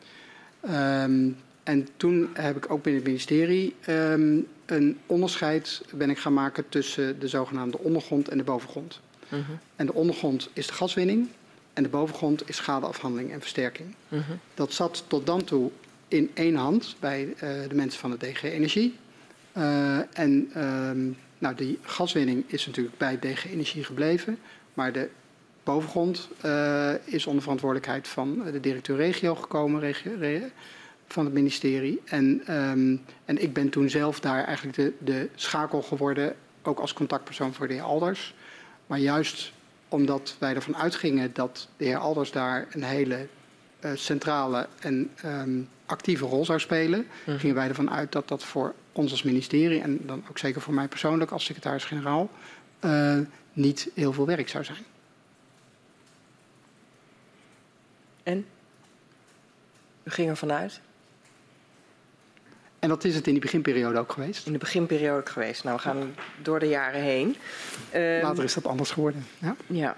En toen heb ik ook binnen het ministerie een onderscheid gaan maken tussen de zogenaamde ondergrond en de bovengrond. En de ondergrond is de gaswinning en de bovengrond is schadeafhandeling en versterking. Dat zat tot dan toe in één hand bij de mensen van de DG Energie. Die gaswinning is natuurlijk bij DG Energie gebleven, maar de bovengrond is onder verantwoordelijkheid van de directeur regio gekomen, van het ministerie. En ik ben toen zelf daar eigenlijk de schakel geworden, ook als contactpersoon voor de heer Alders. Maar juist omdat wij ervan uitgingen dat de heer Alders daar een hele centrale en actieve rol zou spelen, gingen wij ervan uit dat dat voor ons als ministerie en dan ook zeker voor mij persoonlijk als secretaris-generaal niet heel veel werk zou zijn. En? U ging ervan uit? En dat is het in die beginperiode ook geweest. In de beginperiode ook geweest. Nou, we gaan door de jaren heen. Later is dat anders geworden. Ja. Ja.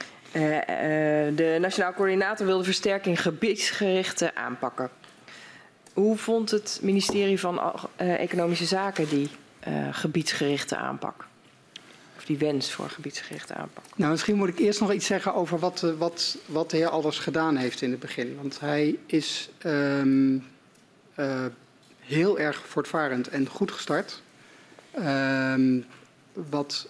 De Nationaal Coördinator wilde versterking gebiedsgerichte aanpakken. Hoe vond het ministerie van Economische Zaken die gebiedsgerichte aanpak? Of die wens voor gebiedsgerichte aanpak? Nou, misschien moet ik eerst nog iets zeggen over wat de heer Alders gedaan heeft in het begin. Want hij is heel erg voortvarend en goed gestart. Wat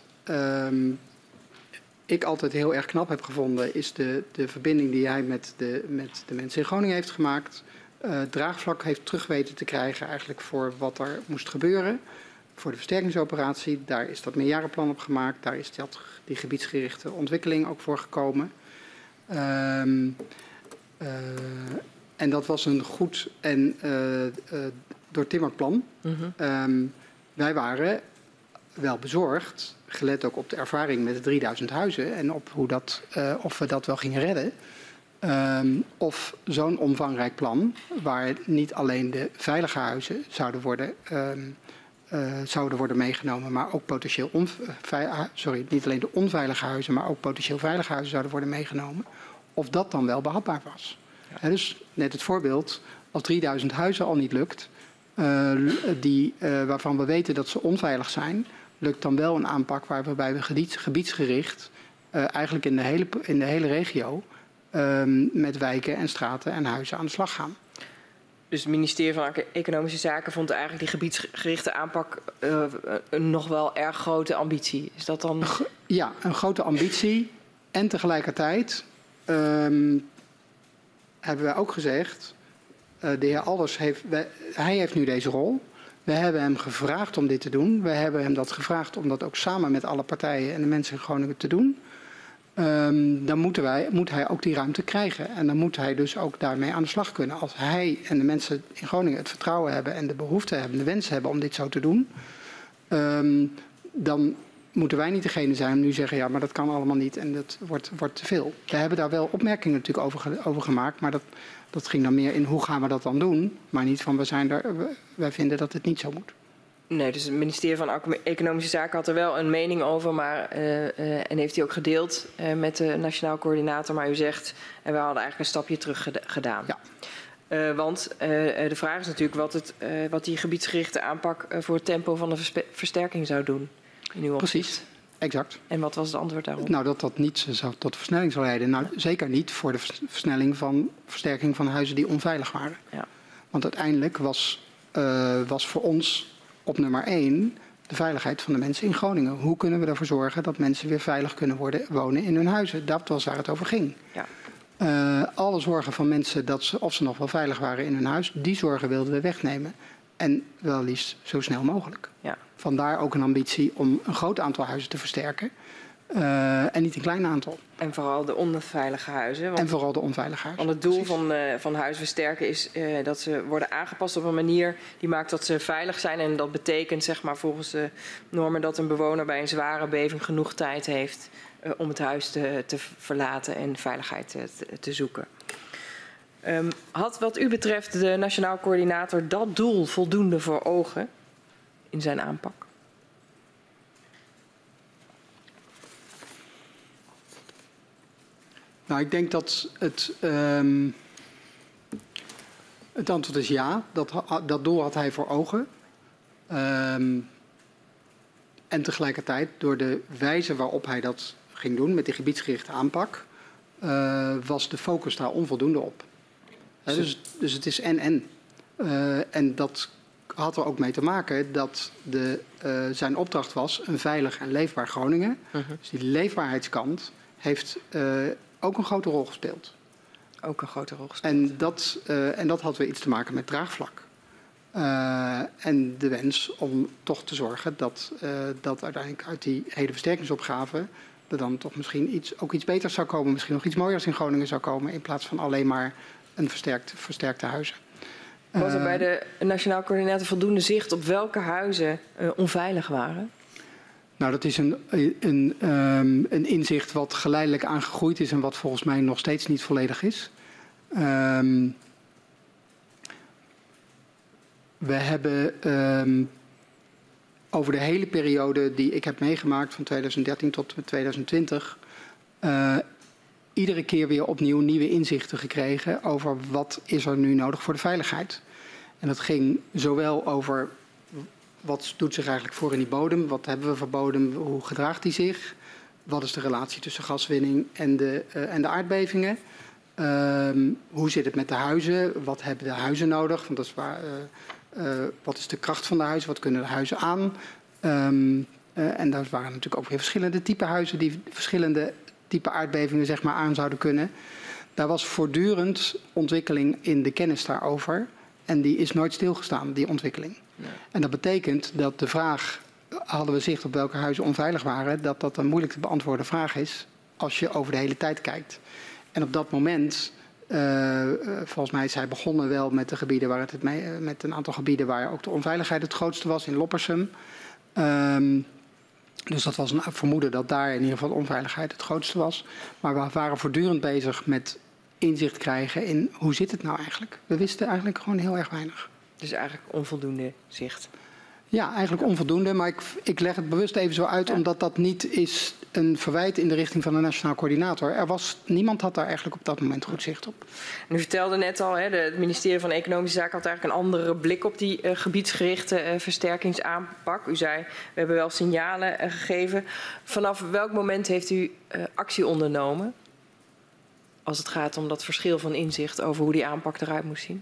ik altijd heel erg knap heb gevonden is de verbinding die hij met de mensen in Groningen heeft gemaakt. Draagvlak heeft terug weten te krijgen eigenlijk voor wat er moest gebeuren. Voor de versterkingsoperatie, daar is dat meerjarenplan op gemaakt. Daar is die gebiedsgerichte ontwikkeling ook voor gekomen. En dat was een goed en doortimmerd plan. Wij waren wel bezorgd, gelet ook op de ervaring met de 3000 huizen en op hoe of we dat wel gingen redden. Of zo'n omvangrijk plan, waar niet alleen de veilige huizen zouden worden meegenomen, maar ook potentieel niet alleen de onveilige huizen, maar ook potentieel veilige huizen zouden worden meegenomen. Of dat dan wel behapbaar was. Ja. Dus net het voorbeeld, als 3000 huizen al niet lukt, waarvan we weten dat ze onveilig zijn, lukt dan wel een aanpak waarbij we gebiedsgericht eigenlijk in de hele regio met wijken en straten en huizen aan de slag gaan. Dus het ministerie van Economische Zaken vond eigenlijk die gebiedsgerichte aanpak een nog wel erg grote ambitie. Is dat dan? Ja, een grote ambitie. En tegelijkertijd hebben wij ook gezegd, de heer Alders heeft nu deze rol. We hebben hem gevraagd om dit te doen. We hebben hem dat gevraagd om dat ook samen met alle partijen en de mensen in Groningen te doen. Dan moet hij ook die ruimte krijgen. En dan moet hij dus ook daarmee aan de slag kunnen. Als hij en de mensen in Groningen het vertrouwen hebben en de behoefte hebben, de wens hebben om dit zo te doen, dan moeten wij niet degene zijn om nu zeggen, ja, maar dat kan allemaal niet en dat wordt te veel. We hebben daar wel opmerkingen natuurlijk over gemaakt, maar dat ging dan meer in hoe gaan we dat dan doen, maar niet van wij vinden dat het niet zo moet. Nee, dus het ministerie van Economische Zaken had er wel een mening over, en heeft hij ook gedeeld met de Nationaal Coördinator. Maar u zegt, en we hadden eigenlijk een stapje terug gedaan. Ja. Want de vraag is natuurlijk wat die gebiedsgerichte aanpak voor het tempo van de versterking zou doen. Precies, exact. En wat was het antwoord daarop? Nou, dat niet tot versnelling zou leiden. Nou, zeker niet voor de versterking van huizen die onveilig waren. Ja. Want uiteindelijk was voor ons op nummer 1 de veiligheid van de mensen in Groningen. Hoe kunnen we ervoor zorgen dat mensen weer veilig kunnen wonen in hun huizen? Dat was waar het over ging. Ja. Alle zorgen van mensen of ze nog wel veilig waren in hun huis, die zorgen wilden we wegnemen. En wel liefst zo snel mogelijk. Ja. Vandaar ook een ambitie om een groot aantal huizen te versterken. En niet een klein aantal. En vooral de onveilige huizen. En vooral de onveilige huizen. Want het doel van huizen versterken is dat ze worden aangepast op een manier die maakt dat ze veilig zijn. En dat betekent, zeg maar, volgens de normen dat een bewoner bij een zware beving genoeg tijd heeft om het huis te verlaten en veiligheid te zoeken. Had wat u betreft de Nationaal Coördinator dat doel voldoende voor ogen in zijn aanpak? Nou, ik denk dat het antwoord is ja. Dat doel had hij voor ogen. En tegelijkertijd, door de wijze waarop hij dat ging doen, met die gebiedsgerichte aanpak, was de focus daar onvoldoende op. Dus het is en. En dat had er ook mee te maken dat zijn opdracht was een veilig en leefbaar Groningen. Dus die leefbaarheidskant heeft ook een grote rol gespeeld. Ook een grote rol gespeeld. En dat had weer iets te maken met draagvlak. En de wens om toch te zorgen dat uiteindelijk uit die hele versterkingsopgave er dan toch misschien iets beters zou komen. Misschien nog iets mooiers in Groningen zou komen in plaats van alleen maar een versterkte huizen. Was er bij de Nationaal Coördinator voldoende zicht op welke huizen onveilig waren? Nou, dat is een inzicht wat geleidelijk aangegroeid is en wat volgens mij nog steeds niet volledig is. We hebben over de hele periode die ik heb meegemaakt, van 2013 tot 2020, iedere keer weer opnieuw nieuwe inzichten gekregen over wat is er nu nodig voor de veiligheid. En dat ging zowel over wat doet zich eigenlijk voor in die bodem, wat hebben we voor bodem, hoe gedraagt die zich, wat is de relatie tussen gaswinning en de aardbevingen. Hoe zit het met de huizen, wat hebben de huizen nodig, want dat is wat is de kracht van de huizen, wat kunnen de huizen aan. En daar waren natuurlijk ook weer verschillende type huizen die verschillende type aardbevingen zeg maar aan zouden kunnen. Daar was voortdurend ontwikkeling in de kennis daarover. En die is nooit stilgestaan, die ontwikkeling. Nee. En dat betekent dat de vraag, hadden we zicht op welke huizen onveilig waren, dat een moeilijk te beantwoorden vraag is als je over de hele tijd kijkt. En op dat moment, volgens mij is hij begonnen wel met de gebieden waar met een aantal gebieden waar ook de onveiligheid het grootste was, in Loppersum. Dus dat was een vermoeden dat daar in ieder geval de onveiligheid het grootste was. Maar we waren voortdurend bezig met inzicht krijgen in hoe zit het nou eigenlijk. We wisten eigenlijk gewoon heel erg weinig. Dus eigenlijk onvoldoende zicht? Ja, eigenlijk onvoldoende. Maar ik leg het bewust even zo uit, omdat dat niet is een verwijt in de richting van de Nationaal Coördinator. Niemand had daar eigenlijk op dat moment goed zicht op. En u vertelde net al, het ministerie van Economische Zaken had eigenlijk een andere blik op die gebiedsgerichte versterkingsaanpak. U zei, we hebben wel signalen gegeven. Vanaf welk moment heeft u actie ondernomen? Als het gaat om dat verschil van inzicht over hoe die aanpak eruit moest zien?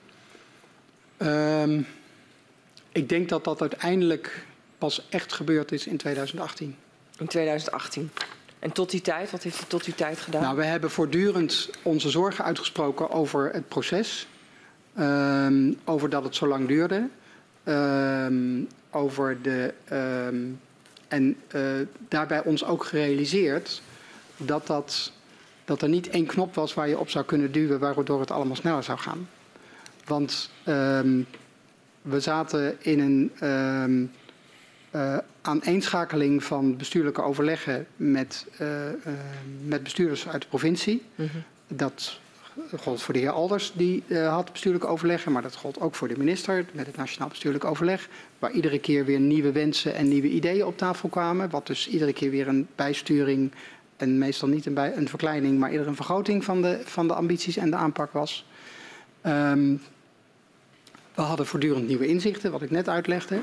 Ik denk dat dat uiteindelijk pas echt gebeurd is in 2018. In 2018. En tot die tijd, wat heeft u tot die tijd gedaan? Nou, we hebben voortdurend onze zorgen uitgesproken over het proces. Over dat het zo lang duurde. Daarbij ons ook gerealiseerd dat er niet één knop was waar je op zou kunnen duwen, waardoor het allemaal sneller zou gaan. Want we zaten in een aaneenschakeling van bestuurlijke overleggen met bestuurders uit de provincie. Mm-hmm. Dat gold voor de heer Alders, die had bestuurlijke overleggen, maar dat gold ook voor de minister met het Nationaal Bestuurlijk Overleg, waar iedere keer weer nieuwe wensen en nieuwe ideeën op tafel kwamen, wat dus iedere keer weer een bijsturing en meestal niet een verkleining, maar eerder een vergroting van de ambities en de aanpak was. We hadden voortdurend nieuwe inzichten, wat ik net uitlegde.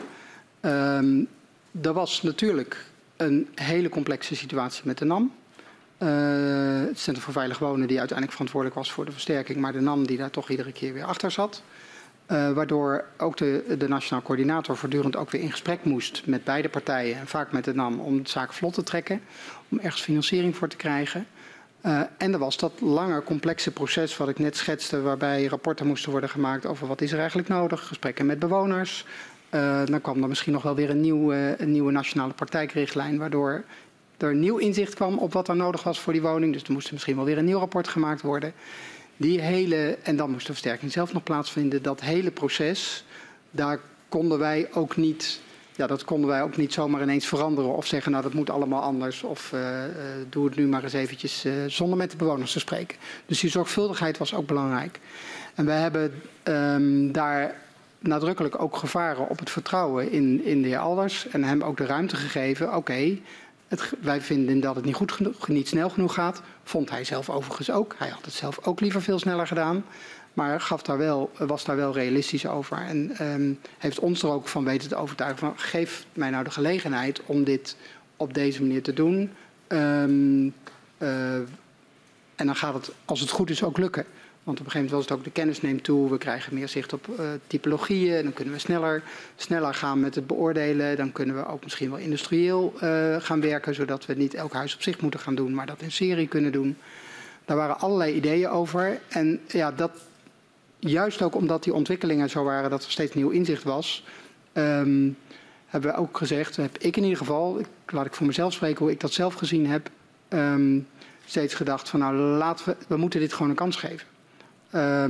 Er was natuurlijk een hele complexe situatie met de NAM. Het Centrum voor Veilig Wonen, die uiteindelijk verantwoordelijk was voor de versterking, maar de NAM die daar toch iedere keer weer achter zat. Waardoor ook de Nationaal Coördinator voortdurend ook weer in gesprek moest met beide partijen en vaak met de NAM om de zaak vlot te trekken, om ergens financiering voor te krijgen. En er was dat lange, complexe proces wat ik net schetste, waarbij rapporten moesten worden gemaakt over wat is er eigenlijk nodig, gesprekken met bewoners. Dan kwam er misschien nog wel weer een nieuwe nationale praktijkrichtlijn, waardoor er nieuw inzicht kwam op wat er nodig was voor die woning. Dus er moest misschien wel weer een nieuw rapport gemaakt worden. En dan moest de versterking zelf nog plaatsvinden. Dat hele proces, daar konden wij ook niet zomaar ineens veranderen of zeggen, nou dat moet allemaal anders of doe het nu maar eens eventjes zonder met de bewoners te spreken. Dus die zorgvuldigheid was ook belangrijk. En wij hebben daar nadrukkelijk ook gevaren op het vertrouwen in de heer Alders en hem ook de ruimte gegeven, oké, wij vinden dat het niet goed genoeg, niet snel genoeg gaat. Vond hij zelf overigens ook. Hij had het zelf ook liever veel sneller gedaan. Maar was daar wel realistisch over. En heeft ons er ook van weten te overtuigen van, geef mij nou de gelegenheid om dit op deze manier te doen. En dan gaat het, als het goed is, ook lukken. Want op een gegeven moment was het ook, de kennis neemt toe, we krijgen meer zicht op typologieën, dan kunnen we sneller gaan met het beoordelen, dan kunnen we ook misschien wel industrieel gaan werken, zodat we niet elk huis op zich moeten gaan doen, maar dat in serie kunnen doen. Daar waren allerlei ideeën over en ja, dat juist ook omdat die ontwikkelingen zo waren dat er steeds nieuw inzicht was, hebben we ook gezegd, heb ik in ieder geval, laat ik voor mezelf spreken hoe ik dat zelf gezien heb, steeds gedacht van nou we moeten dit gewoon een kans geven.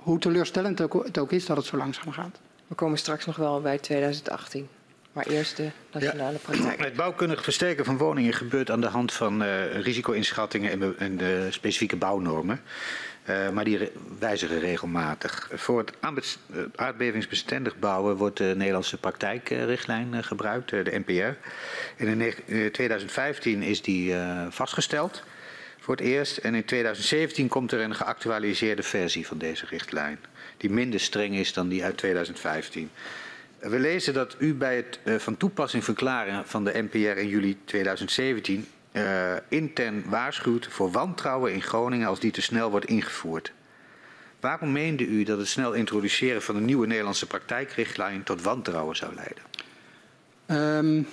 hoe teleurstellend het ook is dat het zo langzaam gaat. We komen straks nog wel bij 2018. Maar eerst de nationale praktijk. Het bouwkundig versterken van woningen gebeurt aan de hand van risico-inschattingen en de specifieke bouwnormen. Maar die wijzigen regelmatig. Voor het aardbevingsbestendig bouwen wordt de Nederlandse praktijkrichtlijn gebruikt, de NPR. En in 2015 is die vastgesteld voor het eerst. En in 2017 komt er een geactualiseerde versie van deze richtlijn. Die minder streng is dan die uit 2015. We lezen dat u bij het van toepassing verklaren van de NPR in juli 2017 intern waarschuwt voor wantrouwen in Groningen als die te snel wordt ingevoerd. Waarom meende u dat het snel introduceren van een nieuwe Nederlandse praktijkrichtlijn tot wantrouwen zou leiden?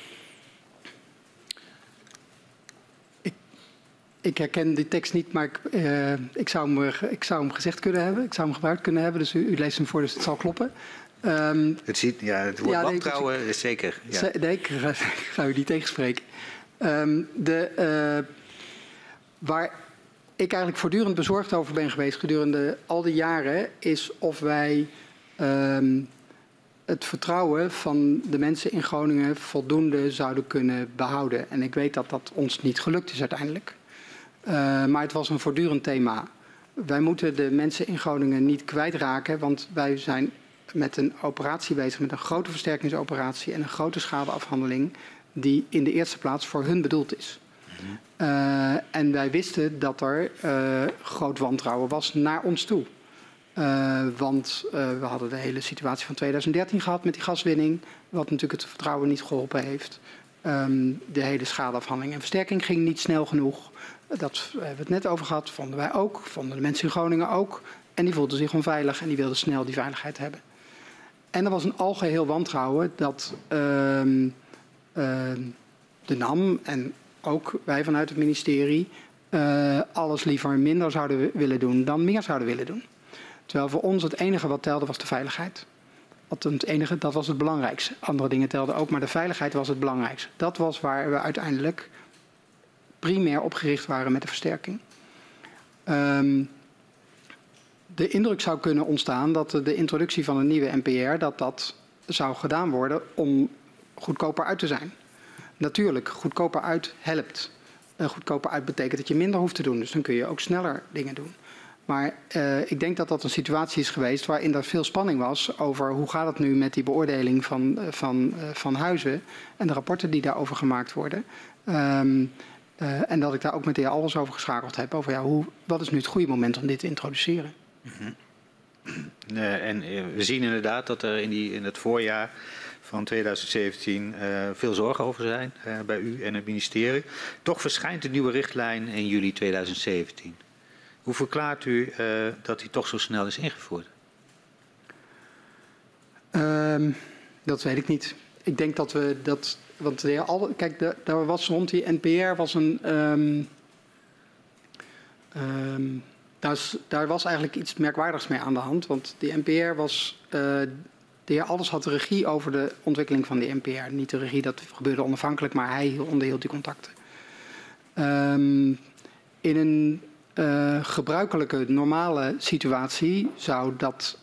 Ik herken die tekst niet, maar ik zou hem gezegd kunnen hebben. Ik zou hem gebruikt kunnen hebben, dus u leest hem voor, dus het zal kloppen. Het woord wantrouwen is zeker. Ja. Nee, ik ga u niet tegenspreken. Waar ik eigenlijk voortdurend bezorgd over ben geweest gedurende al die jaren, is of wij het vertrouwen van de mensen in Groningen voldoende zouden kunnen behouden. En ik weet dat dat ons niet gelukt is uiteindelijk. Maar het was een voortdurend thema. Wij moeten de mensen in Groningen niet kwijtraken, want wij zijn met een operatie bezig, met een grote versterkingsoperatie en een grote schadeafhandeling die in de eerste plaats voor hun bedoeld is. En wij wisten dat er groot wantrouwen was naar ons toe. Want we hadden de hele situatie van 2013 gehad met die gaswinning, wat natuurlijk het vertrouwen niet geholpen heeft. De hele schadeafhandeling en versterking ging niet snel genoeg. Dat hebben we het net over gehad, vonden wij ook, vonden de mensen in Groningen ook. En die voelden zich onveilig en die wilden snel die veiligheid hebben. En er was een algeheel wantrouwen dat de NAM en ook wij vanuit het ministerie alles liever minder zouden willen doen dan meer zouden willen doen. Terwijl voor ons het enige wat telde was de veiligheid. Dat was het belangrijkste. Andere dingen telden ook, maar de veiligheid was het belangrijkste. Dat was waar we uiteindelijk primair opgericht waren met de versterking. De indruk zou kunnen ontstaan dat de introductie van een nieuwe NPR dat zou gedaan worden om goedkoper uit te zijn. Natuurlijk, goedkoper uit helpt. Goedkoper uit betekent dat je minder hoeft te doen. Dus dan kun je ook sneller dingen doen. Maar ik denk dat dat een situatie is geweest waarin er veel spanning was over hoe gaat het nu met die beoordeling van huizen en de rapporten die daarover gemaakt worden. En dat ik daar ook met de heer Albers over geschakeld heb. Over wat is nu het goede moment om dit te introduceren? En we zien inderdaad dat er in het voorjaar van 2017 veel zorgen over zijn bij u en het ministerie. Toch verschijnt de nieuwe richtlijn in juli 2017. Hoe verklaart u dat die toch zo snel is ingevoerd? Dat weet ik niet. Ik denk dat we dat... Want de heer kijk, daar was rond die NPR was een... Daar was eigenlijk iets merkwaardigs mee aan de hand. Want die NPR was... de heer Alders had de regie over de ontwikkeling van die NPR. Niet de regie, dat gebeurde onafhankelijk, maar hij onderhield die contacten. In een gebruikelijke, normale situatie zou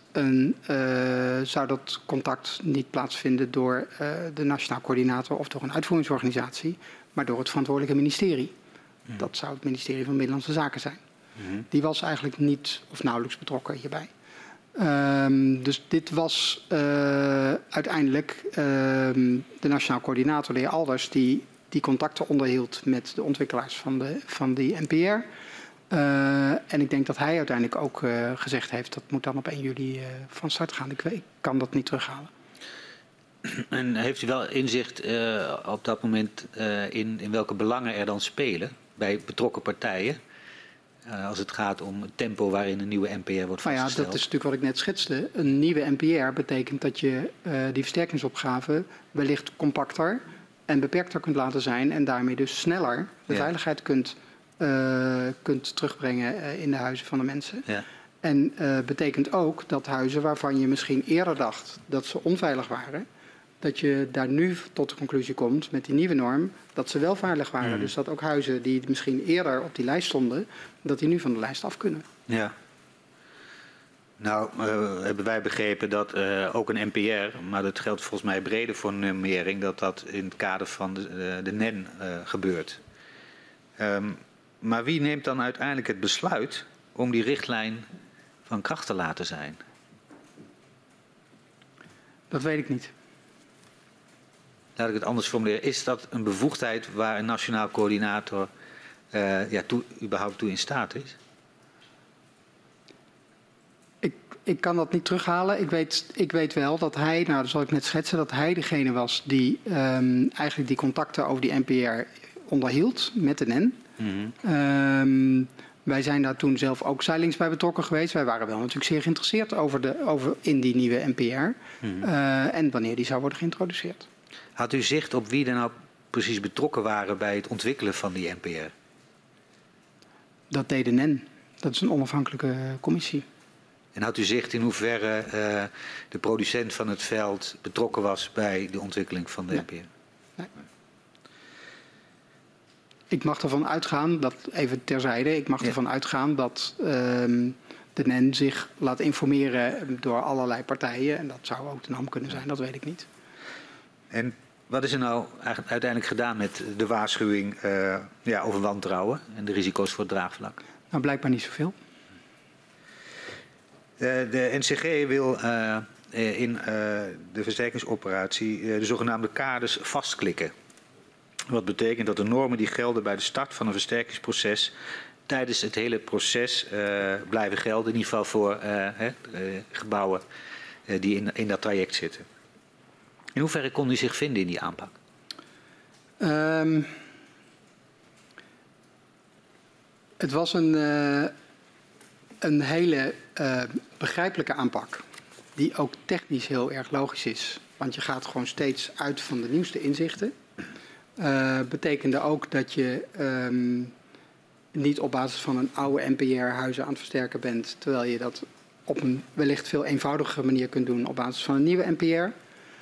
dat contact niet plaatsvinden door de Nationaal Coördinator of door een uitvoeringsorganisatie, maar door het verantwoordelijke ministerie. Dat zou het ministerie van Binnenlandse Zaken zijn. Die was eigenlijk niet of nauwelijks betrokken hierbij. Dus dit was uiteindelijk de Nationaal Coördinator, de heer Alders, die contacten onderhield met de ontwikkelaars van die NPR. En ik denk dat hij uiteindelijk ook gezegd heeft dat moet dan op 1 juli van start gaan. Ik kan dat niet terughalen. En heeft u wel inzicht op dat moment in welke belangen er dan spelen bij betrokken partijen? Als het gaat om het tempo waarin een nieuwe NPR wordt vastgesteld. Dat is natuurlijk wat ik net schetste. Een nieuwe NPR betekent dat je die versterkingsopgave wellicht compacter en beperkter kunt laten zijn. En daarmee dus sneller de veiligheid kunt terugbrengen in de huizen van de mensen. Ja. En betekent ook dat huizen waarvan je misschien eerder dacht dat ze onveilig waren, dat je daar nu tot de conclusie komt met die nieuwe norm dat ze wel veilig waren. Dus dat ook huizen die misschien eerder op die lijst stonden, dat die nu van de lijst af kunnen. Ja. Nou, hebben wij begrepen dat ook een NPR, maar dat geldt volgens mij breder voor een nummering, dat in het kader van de NEN gebeurt. Maar wie neemt dan uiteindelijk het besluit om die richtlijn van kracht te laten zijn? Dat weet ik niet. Laat ik het anders formuleren. Is dat een bevoegdheid waar een nationaal coördinator überhaupt toe in staat is? Ik kan dat niet terughalen. Ik weet wel dat hij, nou dat zal ik net schetsen, dat hij degene was die eigenlijk die contacten over die NPR onderhield met de NEN. Mm-hmm. Wij zijn daar toen zelf ook zijlings bij betrokken geweest. Wij waren wel natuurlijk zeer geïnteresseerd in die nieuwe NPR. Mm-hmm. En wanneer die zou worden geïntroduceerd. Had u zicht op wie er nou precies betrokken waren bij het ontwikkelen van die NPR? Dat deed de NEN. Dat is een onafhankelijke commissie. En had u zicht in hoeverre de producent van het veld betrokken was bij de ontwikkeling van de NPR? Nee. Ik mag ervan uitgaan, dat even terzijde, ervan uitgaan dat de NEN zich laat informeren door allerlei partijen. En dat zou ook de NAM kunnen zijn, dat weet ik niet. En wat is er nou uiteindelijk gedaan met de waarschuwing over wantrouwen en de risico's voor het draagvlak? Nou, blijkbaar niet zoveel. De NCG wil in de versterkingsoperatie de zogenaamde kaders vastklikken. Wat betekent dat de normen die gelden bij de start van een versterkingsproces tijdens het hele proces blijven gelden. In ieder geval voor gebouwen die in dat traject zitten. In hoeverre kon u zich vinden in die aanpak? Het was een hele begrijpelijke aanpak. Die ook technisch heel erg logisch is. Want je gaat gewoon steeds uit van de nieuwste inzichten. Betekende ook dat je niet op basis van een oude NPR-huizen aan het versterken bent. Terwijl je dat op een wellicht veel eenvoudigere manier kunt doen op basis van een nieuwe NPR.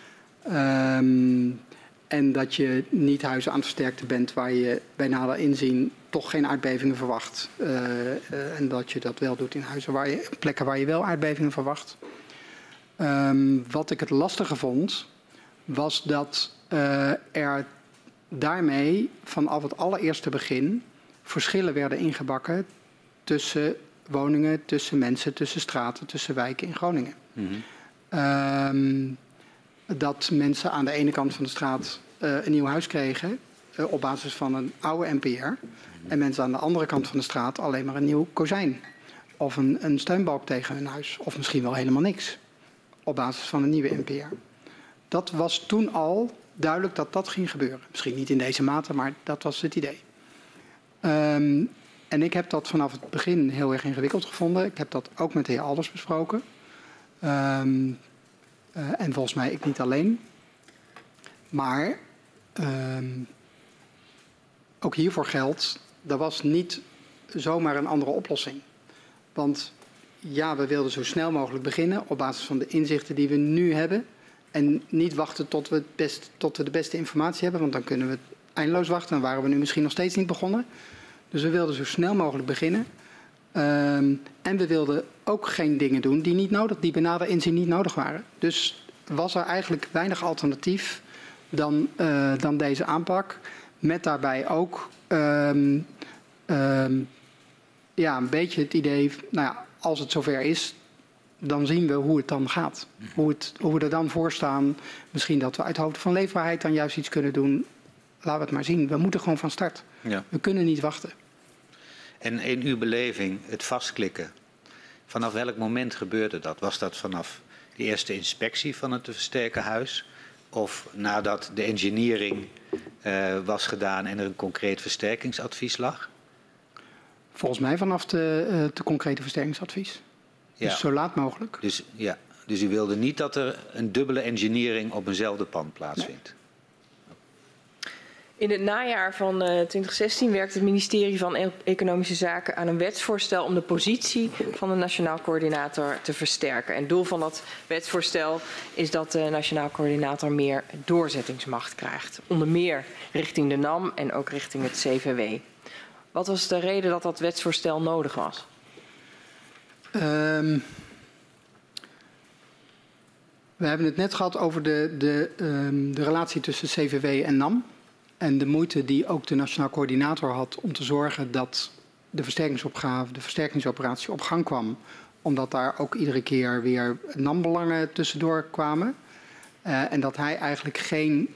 En dat je niet huizen aan het versterken bent waar je bij nader inzien toch geen aardbevingen verwacht. En dat je dat wel doet in huizen plekken waar je wel aardbevingen verwacht. Wat ik het lastige vond, was dat er daarmee vanaf het allereerste begin verschillen werden ingebakken tussen woningen, tussen mensen, tussen straten, tussen wijken in Groningen. Mm-hmm. Dat mensen aan de ene kant van de straat een nieuw huis kregen op basis van een oude NPR. En mensen aan de andere kant van de straat alleen maar een nieuw kozijn. Of een steunbalk tegen hun huis. Of misschien wel helemaal niks. Op basis van een nieuwe NPR. Dat was toen al duidelijk dat dat ging gebeuren. Misschien niet in deze mate, maar dat was het idee. En ik heb dat vanaf het begin heel erg ingewikkeld gevonden. Ik heb dat ook met de heer Alders besproken. En volgens mij ik niet alleen. Maar ook hiervoor geldt, er was niet zomaar een andere oplossing. Want ja, we wilden zo snel mogelijk beginnen op basis van de inzichten die we nu hebben. En niet wachten tot we de beste informatie hebben, want dan kunnen we eindeloos wachten. Dan waren we nu misschien nog steeds niet begonnen. Dus we wilden zo snel mogelijk beginnen. En we wilden ook geen dingen doen die bij nader inzien niet nodig waren. Dus was er eigenlijk weinig alternatief dan deze aanpak. Met daarbij ook een beetje het idee, nou ja, als het zover is, dan zien we hoe het dan gaat. Hoe we er dan voor staan. Misschien dat we uit hoofde van leefbaarheid dan juist iets kunnen doen. Laten we het maar zien. We moeten gewoon van start. Ja. We kunnen niet wachten. En in uw beleving, het vastklikken, vanaf welk moment gebeurde dat? Was dat vanaf de eerste inspectie van het te versterken huis? Of nadat de engineering was gedaan en er een concreet versterkingsadvies lag? Volgens mij vanaf de concrete versterkingsadvies. Ja. Dus zo laat mogelijk. Dus u wilde niet dat er een dubbele engineering op eenzelfde pand plaatsvindt? Nee. In het najaar van 2016 werkt het ministerie van Economische Zaken aan een wetsvoorstel om de positie van de Nationaal Coördinator te versterken. En het doel van dat wetsvoorstel is dat de Nationaal Coördinator meer doorzettingsmacht krijgt. Onder meer richting de NAM en ook richting het CVW. Wat was de reden dat dat wetsvoorstel nodig was? We hebben het net gehad over de relatie tussen CVW en NAM. En de moeite die ook de Nationaal Coördinator had om te zorgen dat de versterkingsopgave, de versterkingsoperatie op gang kwam. Omdat daar ook iedere keer weer NAM-belangen tussendoor kwamen. En dat hij eigenlijk geen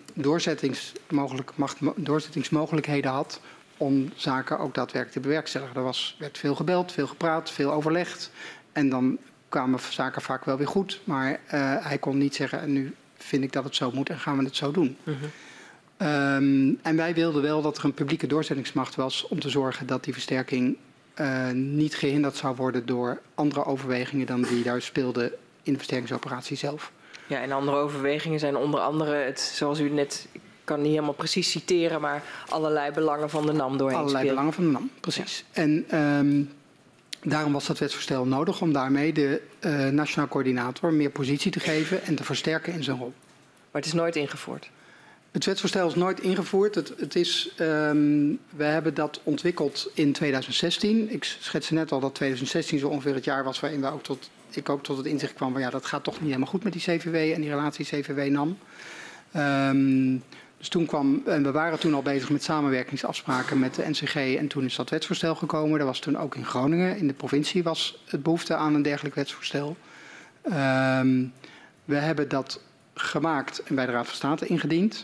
doorzettingsmogelijkheden had om zaken ook daadwerkelijk te bewerkstelligen. Er werd veel gebeld, veel gepraat, veel overlegd. En dan kwamen zaken vaak wel weer goed. Maar hij kon niet zeggen, en nu vind ik dat het zo moet en gaan we het zo doen. En wij wilden wel dat er een publieke doorzettingsmacht was om te zorgen dat die versterking niet gehinderd zou worden door andere overwegingen dan die daar speelden in de versterkingsoperatie zelf. Ja, en andere overwegingen zijn onder andere, zoals u net, ik kan niet helemaal precies citeren, maar allerlei belangen van de NAM doorheen Allerlei belangen van de NAM, precies. Ja. En daarom was dat wetsvoorstel nodig om daarmee de Nationaal Coördinator meer positie te geven en te versterken in zijn rol. Maar het is nooit ingevoerd? Het wetsvoorstel is nooit ingevoerd. We hebben dat ontwikkeld in 2016. Ik schetste net al dat 2016 zo ongeveer het jaar was waarin ik ook tot het inzicht kwam van ja, dat gaat toch niet helemaal goed met die CVW en die relatie CVW-NAM. Dus en we waren toen al bezig met samenwerkingsafspraken met de NCG en toen is dat wetsvoorstel gekomen. Er was toen ook in Groningen, in de provincie, was het behoefte aan een dergelijk wetsvoorstel. We hebben dat gemaakt en bij de Raad van State ingediend.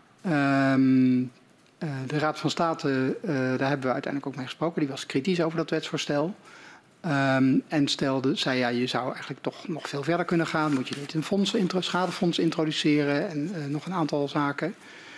De Raad van State, daar hebben we uiteindelijk ook mee gesproken, die was kritisch over dat wetsvoorstel. En zei ja, je zou eigenlijk toch nog veel verder kunnen gaan. Moet je niet een schadefonds introduceren en nog een aantal zaken.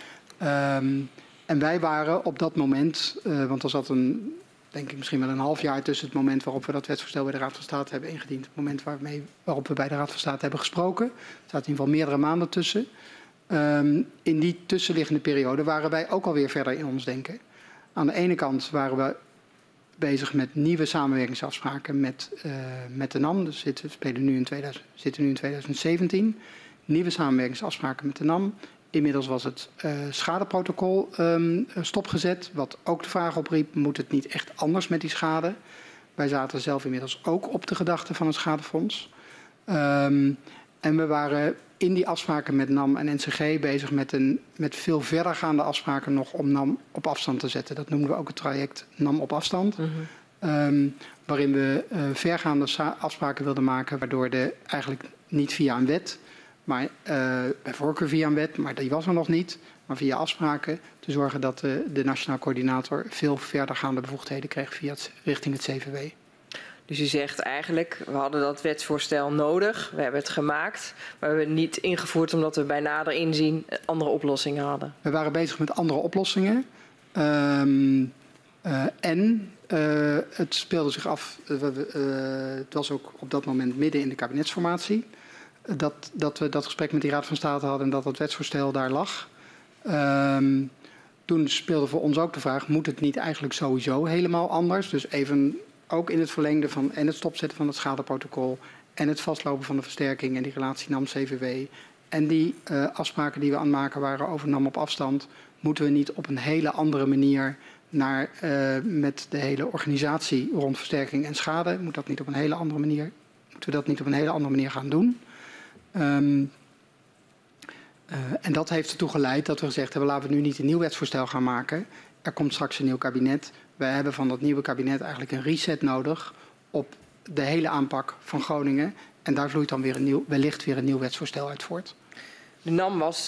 En wij waren op dat moment, want er zat denk ik misschien wel een half jaar tussen het moment waarop we dat wetsvoorstel bij de Raad van State hebben ingediend. Het moment waarop we bij de Raad van State hebben gesproken. Er zaten in ieder geval meerdere maanden tussen. In die tussenliggende periode waren wij ook alweer verder in ons denken. Aan de ene kant waren we bezig met nieuwe samenwerkingsafspraken met de NAM. Dus zitten nu in 2017. Nieuwe samenwerkingsafspraken met de NAM. Inmiddels was het schadeprotocol stopgezet. Wat ook de vraag opriep, moet het niet echt anders met die schade? Wij zaten zelf inmiddels ook op de gedachte van een schadefonds. En we waren in die afspraken met NAM en NCG bezig met veel verdergaande afspraken nog om NAM op afstand te zetten. Dat noemen we ook het traject NAM op afstand. Waarin we vergaande afspraken wilden maken, waardoor eigenlijk niet via een wet, maar bij voorkeur via een wet, maar die was er nog niet, maar via afspraken te zorgen dat de Nationaal Coördinator veel verdergaande bevoegdheden kreeg richting het CVW. Dus u zegt eigenlijk, we hadden dat wetsvoorstel nodig, we hebben het gemaakt, maar we hebben het niet ingevoerd omdat we bij nader inzien andere oplossingen hadden. We waren bezig met andere oplossingen het speelde zich af, het was ook op dat moment midden in de kabinetsformatie, dat we dat gesprek met die Raad van State hadden en dat het wetsvoorstel daar lag. Toen speelde voor ons ook de vraag, moet het niet eigenlijk sowieso helemaal anders? Dus even ook in het verlengde van en het stopzetten van het schadeprotocol en het vastlopen van de versterking en die relatie NAM-CVW en die afspraken die we aan het maken waren over NAM op afstand, moeten we niet op een hele andere manier met de hele organisatie rond versterking en schade, moeten we dat niet op een hele andere manier gaan doen? En dat heeft ertoe geleid dat we gezegd hebben, laten we nu niet een nieuw wetsvoorstel gaan maken. Er komt straks een nieuw kabinet. Wij hebben van dat nieuwe kabinet eigenlijk een reset nodig op de hele aanpak van Groningen. En daar vloeit dan wellicht weer een nieuw wetsvoorstel uit voort. De NAM was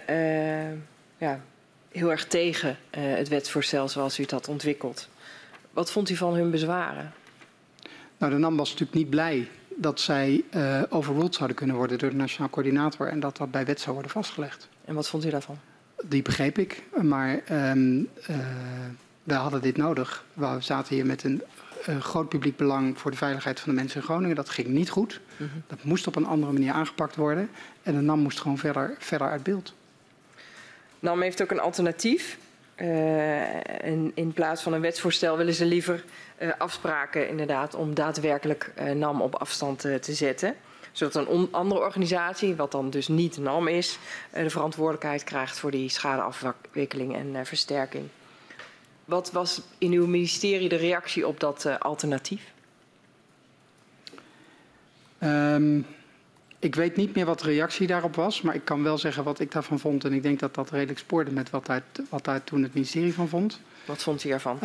heel erg tegen het wetsvoorstel zoals u het had ontwikkeld. Wat vond u van hun bezwaren? Nou, de NAM was natuurlijk niet blij dat zij overruled zouden kunnen worden door de Nationaal Coördinator en dat bij wet zou worden vastgelegd. En wat vond u daarvan? Die begreep ik, maar wij hadden dit nodig. We zaten hier met een groot publiek belang voor de veiligheid van de mensen in Groningen. Dat ging niet goed. Dat moest op een andere manier aangepakt worden. En de NAM moest gewoon verder uit beeld. NAM heeft ook een alternatief. In plaats van een wetsvoorstel willen ze liever afspraken inderdaad om daadwerkelijk NAM op afstand te zetten. Zodat een andere organisatie, wat dan dus niet NAM is, de verantwoordelijkheid krijgt voor die schadeafwikkeling en versterking. Wat was in uw ministerie de reactie op dat alternatief? Ik weet niet meer wat de reactie daarop was, maar ik kan wel zeggen wat ik daarvan vond. En ik denk dat dat redelijk spoorde met wat daar toen het ministerie van vond. Wat vond u ervan?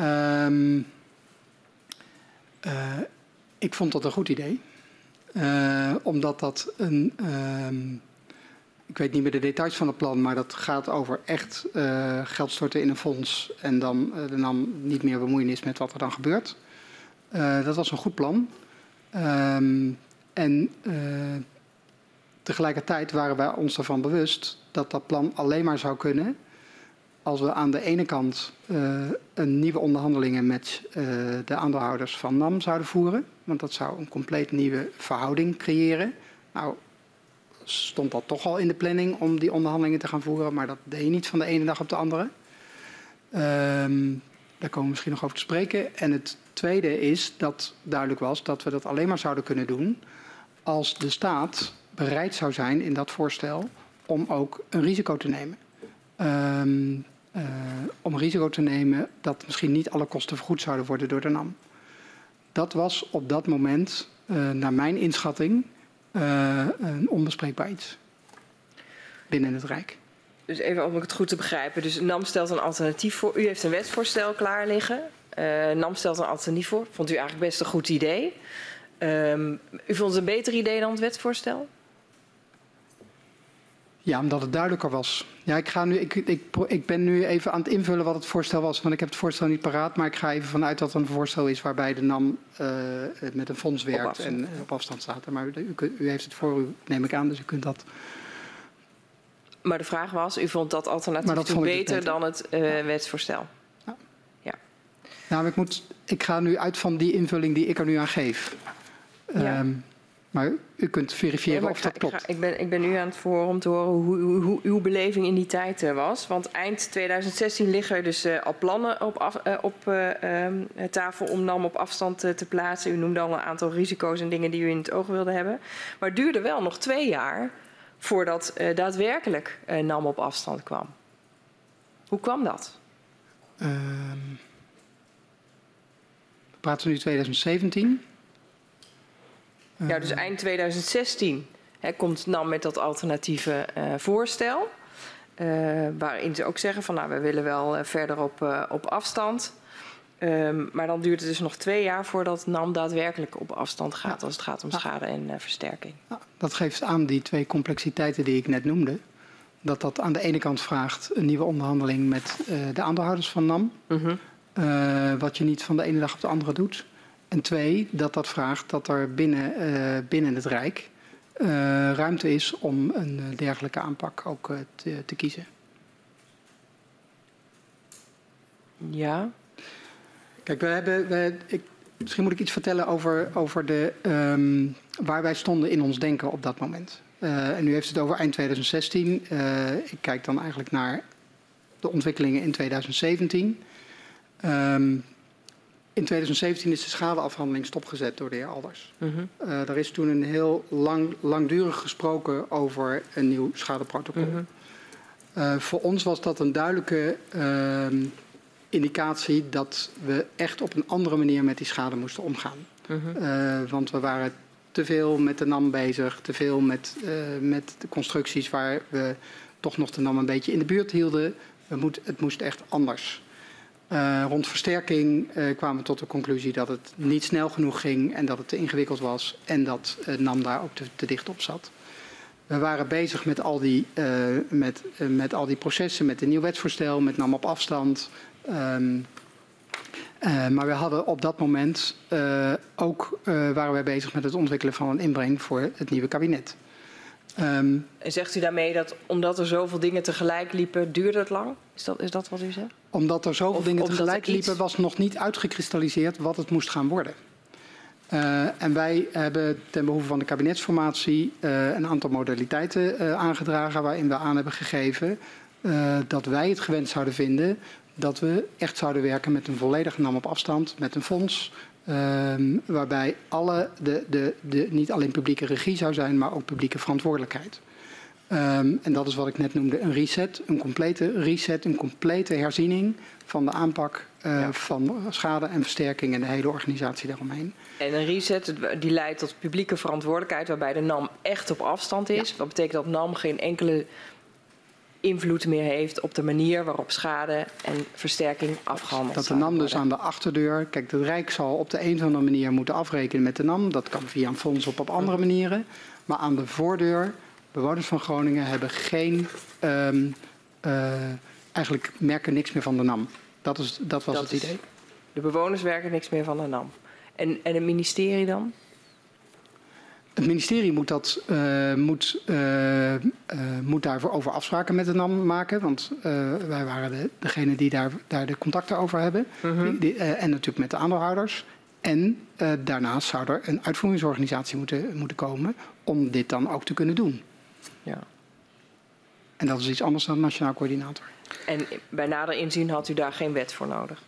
Ik vond dat een goed idee. Omdat dat een... ik weet niet meer de details van het plan, maar dat gaat over echt geld storten in een fonds. En dan de NAM niet meer bemoeienis met wat er dan gebeurt. Dat was een goed plan. Tegelijkertijd waren wij ons ervan bewust dat dat plan alleen maar zou kunnen als we aan de ene kant een nieuwe onderhandelingen met de aandeelhouders van NAM zouden voeren. Want dat zou een compleet nieuwe verhouding creëren. Nou, stond dat toch al in de planning om die onderhandelingen te gaan voeren, maar dat deed je niet van de ene dag op de andere. Daar komen we misschien nog over te spreken. En het tweede is dat duidelijk was dat we dat alleen maar zouden kunnen doen als de staat bereid zou zijn in dat voorstel om ook een risico te nemen. Om een risico te nemen dat misschien niet alle kosten vergoed zouden worden door de NAM. Dat was op dat moment, naar mijn inschatting, een onbespreekbaar iets binnen het Rijk. Dus even om het goed te begrijpen. Dus NAM stelt een alternatief voor. U heeft een wetsvoorstel klaar liggen. NAM stelt een alternatief voor. Vond u eigenlijk best een goed idee. U vond het een beter idee dan het wetsvoorstel? Ja, omdat het duidelijker was. Ja, ik ben nu even aan het invullen wat het voorstel was. Want ik heb het voorstel niet paraat. Maar ik ga even vanuit dat het een voorstel is waarbij de NAM met een fonds werkt en op afstand staat. Maar u heeft het voor u, neem ik aan. Dus u kunt dat... Maar de vraag was, u vond dat alternatief toen beter dan het wetsvoorstel? Ja. Ja. Nou, ik ga nu uit van die invulling die ik er nu aan geef. Ja. Maar u kunt verifiëren of dat klopt. Ik ben nu aan het voor om te horen hoe uw beleving in die tijd was. Want eind 2016 liggen er dus al plannen op tafel om NAM op afstand te plaatsen. U noemde al een aantal risico's en dingen die u in het oog wilde hebben. Maar het duurde wel nog 2 jaar voordat daadwerkelijk NAM op afstand kwam. Hoe kwam dat? We praten nu 2017. Ja, dus eind 2016 komt NAM met dat alternatieve voorstel. Waarin ze ook zeggen van nou, we willen wel verder op afstand. Maar dan duurt het dus nog 2 jaar voordat NAM daadwerkelijk op afstand gaat als het gaat om schade en versterking. Ja, dat geeft aan die 2 complexiteiten die ik net noemde. Dat aan de ene kant vraagt een nieuwe onderhandeling met de aandeelhouders van NAM. Wat je niet van de ene dag op de andere doet. En 2, dat vraagt dat er binnen het Rijk ruimte is om een dergelijke aanpak ook te kiezen. Ja. Kijk, misschien moet ik iets vertellen over waar wij stonden in ons denken op dat moment. En u heeft het over eind 2016. Ik kijk dan eigenlijk naar de ontwikkelingen in 2017. In 2017 is de schadeafhandeling stopgezet door de heer Alders. Er is toen een heel langdurig gesproken over een nieuw schadeprotocol. Voor ons was dat een duidelijke indicatie dat we echt op een andere manier met die schade moesten omgaan. Want we waren te veel met de NAM bezig, te veel met de constructies waar we toch nog de NAM een beetje in de buurt hielden. Het moest echt anders. Rond versterking kwamen we tot de conclusie dat het niet snel genoeg ging en dat het te ingewikkeld was en dat NAM daar ook te dicht op zat. We waren bezig met al die processen, met een nieuw wetsvoorstel, met NAM op afstand. Maar we hadden op dat moment waren wij bezig met het ontwikkelen van een inbreng voor het nieuwe kabinet. En zegt u daarmee dat omdat er zoveel dingen tegelijk liepen, duurde het lang? Is dat wat u zegt? Omdat er zoveel dingen tegelijk liepen, was nog niet uitgekristalliseerd wat het moest gaan worden. En wij hebben ten behoeve van de kabinetsformatie een aantal modaliteiten aangedragen waarin we aan hebben gegeven dat wij het gewend zouden vinden dat we echt zouden werken met een volledige NAM op afstand, met een fonds. Waarbij niet alleen publieke regie zou zijn, maar ook publieke verantwoordelijkheid. En dat is wat ik net noemde, een reset, een complete herziening van de aanpak van schade en versterking en de hele organisatie daaromheen. En een reset die leidt tot publieke verantwoordelijkheid waarbij de NAM echt op afstand is. Wat betekent dat NAM geen enkele invloed meer heeft op de manier waarop schade en versterking afgehandeld Dat de NAM dus aan de achterdeur... Kijk, het Rijk zal op de een of andere manier moeten afrekenen met de NAM. Dat kan via een fonds op andere manieren. Maar aan de voordeur, bewoners van Groningen hebben eigenlijk merken niks meer van de NAM. Dat was het idee. De bewoners werken niks meer van de NAM. En het ministerie dan? Het ministerie moet daarvoor over afspraken met de NAM maken. Want wij waren degene die daar de contacten over hebben. En natuurlijk met de aandeelhouders. En daarnaast zou er een uitvoeringsorganisatie moeten komen om dit dan ook te kunnen doen. Ja. En dat is iets anders dan nationaal coördinator. En bij nader inzien had u daar geen wet voor nodig?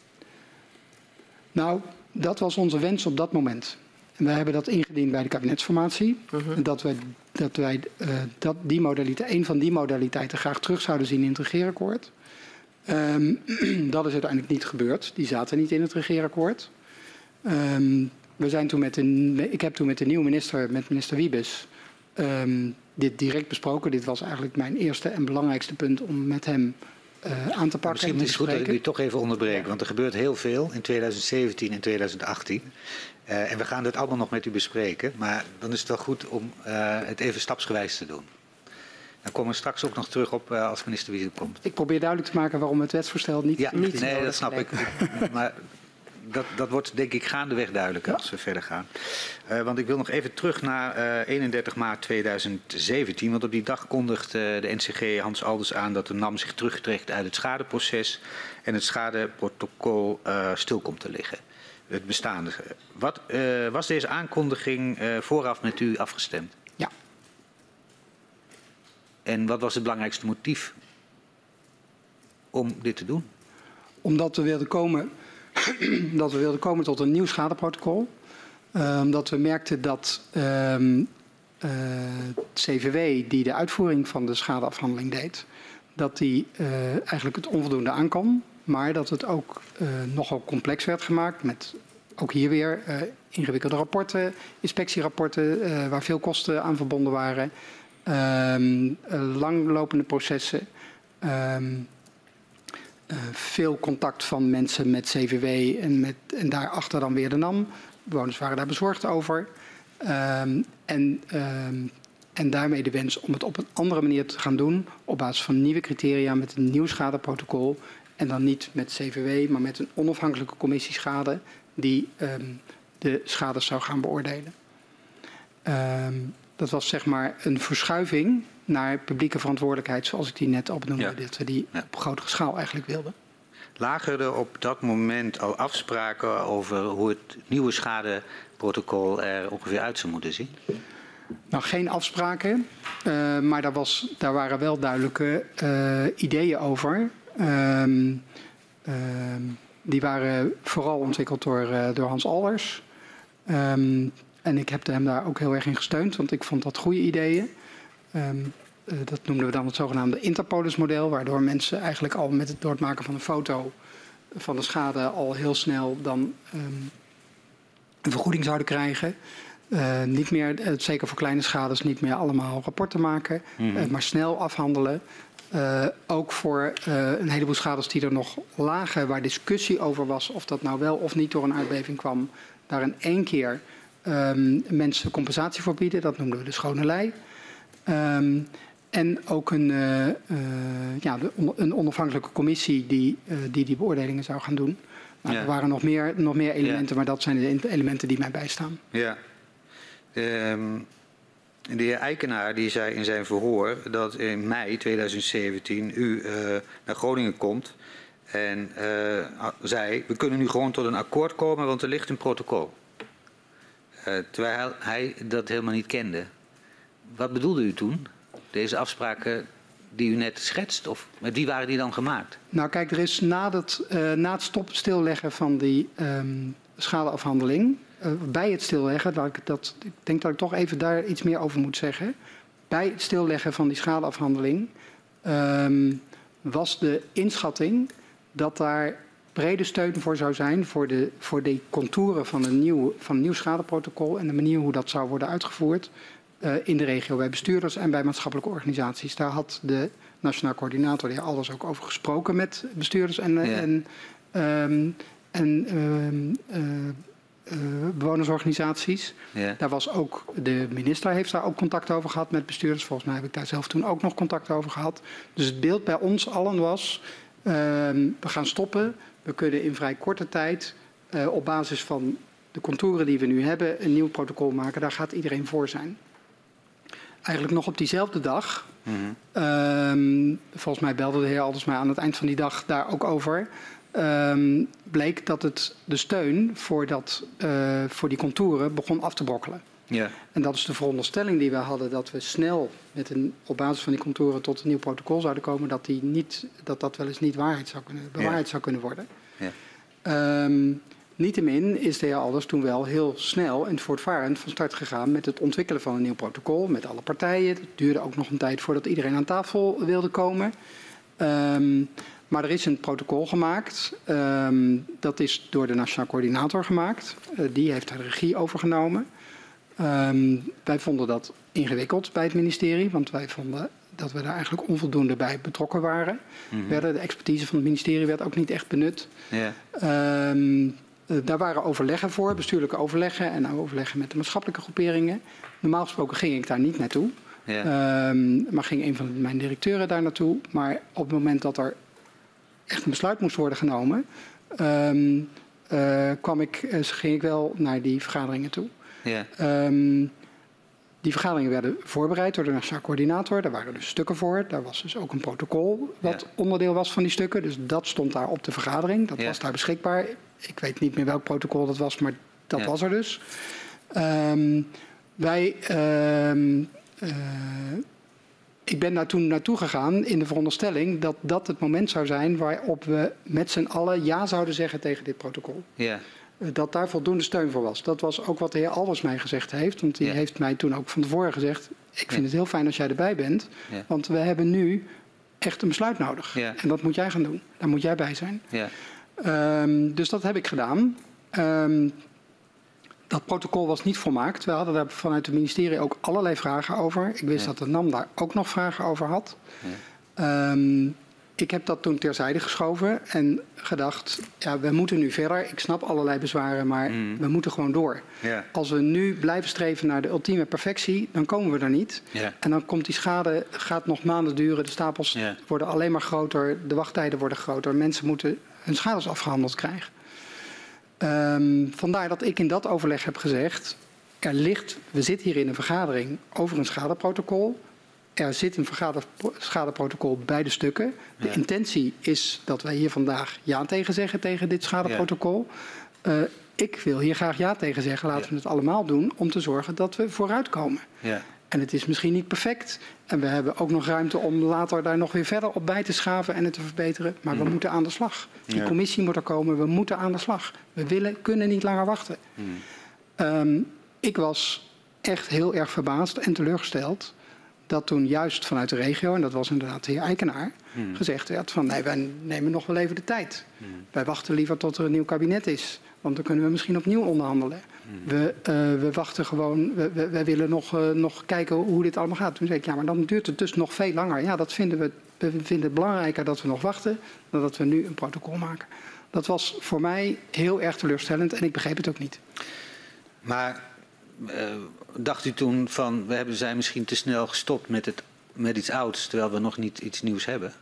Nou, dat was onze wens op dat moment. En wij hebben dat ingediend bij de kabinetsformatie. Dat wij een van die modaliteiten graag terug zouden zien in het regeerakkoord. Dat is uiteindelijk niet gebeurd. Die zaten niet in het regeerakkoord. Ik heb toen met de nieuwe minister, met minister Wiebes, dit direct besproken. Dit was eigenlijk mijn eerste en belangrijkste punt om met hem aan te pakken. Misschien is het goed dat ik u toch even onderbreek, want er gebeurt heel veel in 2017 en 2018. En we gaan dit allemaal nog met u bespreken, maar dan is het wel goed om het even stapsgewijs te doen. Dan komen we straks ook nog terug op als minister Wiebes komt. Ik probeer duidelijk te maken waarom het wetsvoorstel niet... Nee, dat snap ik. Maar dat wordt denk ik gaandeweg duidelijker als we verder gaan. Want ik wil nog even terug naar 31 maart 2017. Want op die dag kondigt de NCG Hans Alders aan dat de NAM zich terugtrekt uit het schadeproces. En het schadeprotocol stil komt te liggen. Het bestaande. Was deze aankondiging vooraf met u afgestemd? Ja. En wat was het belangrijkste motief om dit te doen? Omdat we wilden komen tot een nieuw schadeprotocol. Omdat we merkten dat CVW, die de uitvoering van de schadeafhandeling deed, dat die eigenlijk het onvoldoende aankwam. Maar dat het ook nogal complex werd gemaakt met ook hier weer ingewikkelde rapporten, inspectierapporten waar veel kosten aan verbonden waren. Langlopende processen. Veel contact van mensen met CVW en daarachter dan weer de NAM. Bewoners waren daar bezorgd over. En daarmee de wens om het op een andere manier te gaan doen. Op basis van nieuwe criteria met een nieuw schadeprotocol. En dan niet met CVW, maar met een onafhankelijke commissie schade die de schades zou gaan beoordelen. Dat was zeg maar een verschuiving naar publieke verantwoordelijkheid, zoals ik die net al benoemde. Ja. Dat we die op grotere schaal eigenlijk wilden. Lagen er op dat moment al afspraken over hoe het nieuwe schadeprotocol er ongeveer uit zou moeten zien? Nou, geen afspraken, maar daar waren wel duidelijke ideeën over. Die waren vooral ontwikkeld door Hans Alders. En ik heb hem daar ook heel erg in gesteund, want ik vond dat goede ideeën. Dat noemden we dan het zogenaamde Interpolis-model, waardoor mensen eigenlijk al door het maken van een foto van de schade al heel snel dan een vergoeding zouden krijgen. Niet meer, zeker voor kleine schades, niet meer allemaal rapporten maken, maar snel afhandelen. Ook voor een heleboel schades die er nog lagen, waar discussie over was of dat nou wel of niet door een aardbeving kwam, daar in één keer mensen compensatie voor bieden. Dat noemden we de schone lei. En ook een onafhankelijke commissie die beoordelingen zou gaan doen. Nou, er waren nog meer elementen, maar dat zijn de elementen die mij bijstaan. Ja. De heer Eikenaar die zei in zijn verhoor dat in mei 2017 u naar Groningen komt en zei, we kunnen nu gewoon tot een akkoord komen, want er ligt een protocol. Terwijl hij dat helemaal niet kende. Wat bedoelde u toen? Deze afspraken die u net schetst? Of met wie waren die dan gemaakt? Nou kijk, er is na het stilleggen van die schadeafhandeling, bij het stilleggen, ik denk dat ik toch even daar iets meer over moet zeggen. bij het stilleggen van die schadeafhandeling was de inschatting dat daar brede steun voor zou zijn voor de contouren van een nieuw schadeprotocol en de manier hoe dat zou worden uitgevoerd in de regio bij bestuurders en bij maatschappelijke organisaties. Daar had de Nationaal Coördinator, de heer Alders, ook over gesproken met bestuurders bewonersorganisaties. Ja. Daar was ook, de minister heeft daar ook contact over gehad met bestuurders. Volgens mij heb ik daar zelf toen ook nog contact over gehad. Dus het beeld bij ons allen was, we gaan stoppen. We kunnen in vrij korte tijd op basis van de contouren die we nu hebben een nieuw protocol maken. Daar gaat iedereen voor zijn. Eigenlijk nog op diezelfde dag, volgens mij belde de heer Alders mij aan het eind van die dag daar ook over, bleek dat de steun voor die contouren begon af te brokkelen. Ja. En dat is de veronderstelling die we hadden, dat we snel op basis van die contouren tot een nieuw protocol zouden komen, dat wel eens niet bewaarheid zou kunnen worden. Ja. Niettemin is de heer Alders toen wel heel snel en voortvarend van start gegaan met het ontwikkelen van een nieuw protocol met alle partijen. Het duurde ook nog een tijd voordat iedereen aan tafel wilde komen. Maar er is een protocol gemaakt. Dat is door de Nationaal Coördinator gemaakt. Die heeft daar de regie overgenomen. Wij vonden dat ingewikkeld bij het ministerie, want wij vonden dat we daar eigenlijk onvoldoende bij betrokken waren. De expertise van het ministerie werd ook niet echt benut. Ja. Daar waren overleggen voor, bestuurlijke overleggen en overleggen met de maatschappelijke groeperingen. Normaal gesproken ging ik daar niet naartoe. Ja. Maar ging een van mijn directeuren daar naartoe. Maar op het moment dat er echt een besluit moest worden genomen, ging ik wel naar die vergaderingen toe. Ja. Die vergaderingen werden voorbereid door de Nationaal Coördinator. Daar waren dus stukken voor. Daar was dus ook een protocol wat onderdeel was van die stukken. Dus dat stond daar op de vergadering. Dat was daar beschikbaar. Ik weet niet meer welk protocol dat was, maar dat was er dus. Ik ben daar toen naartoe gegaan in de veronderstelling dat dat het moment zou zijn waarop we met z'n allen ja zouden zeggen tegen dit protocol. Ja. Dat daar voldoende steun voor was. Dat was ook wat de heer Alders mij gezegd heeft. Want die heeft mij toen ook van tevoren gezegd, ik vind het heel fijn als jij erbij bent. Ja. Want we hebben nu echt een besluit nodig. Ja. En dat moet jij gaan doen. Daar moet jij bij zijn. Ja. Dus dat heb ik gedaan. Dat protocol was niet volmaakt. We hadden daar vanuit het ministerie ook allerlei vragen over. Ik wist dat de NAM daar ook nog vragen over had. Ja. Ik heb dat toen terzijde geschoven en gedacht, ja, we moeten nu verder. Ik snap allerlei bezwaren, maar we moeten gewoon door. Ja. Als we nu blijven streven naar de ultieme perfectie, dan komen we daar niet. Ja. En dan komt die schade, gaat nog maanden duren. De stapels worden alleen maar groter, de wachttijden worden groter. Mensen moeten hun schades afgehandeld krijgen. Vandaar dat ik in dat overleg heb gezegd, we zitten hier in een vergadering over een schadeprotocol. Er zit een schadeprotocol bij de stukken. De intentie is dat wij hier vandaag ja tegen zeggen tegen dit schadeprotocol. Ik wil hier graag ja tegen zeggen. Laten we het allemaal doen om te zorgen dat we vooruitkomen. Ja. En het is misschien niet perfect. En we hebben ook nog ruimte om later daar nog weer verder op bij te schaven en het te verbeteren. Maar we moeten aan de slag. Die commissie moet er komen. We moeten aan de slag. We kunnen niet langer wachten. Ik was echt heel erg verbaasd en teleurgesteld dat toen juist vanuit de regio, en dat was inderdaad de heer Eikenaar, gezegd werd van nee, wij nemen nog wel even de tijd. Wij wachten liever tot er een nieuw kabinet is. Want dan kunnen we misschien opnieuw onderhandelen. We wachten gewoon, we willen nog kijken hoe dit allemaal gaat. Toen zei ik, ja, maar dan duurt het dus nog veel langer. Ja, dat vinden we vinden het belangrijker dat we nog wachten dan dat we nu een protocol maken. Dat was voor mij heel erg teleurstellend en ik begreep het ook niet. Maar dacht u toen van, zijn misschien te snel gestopt met iets ouds, terwijl we nog niet iets nieuws hebben?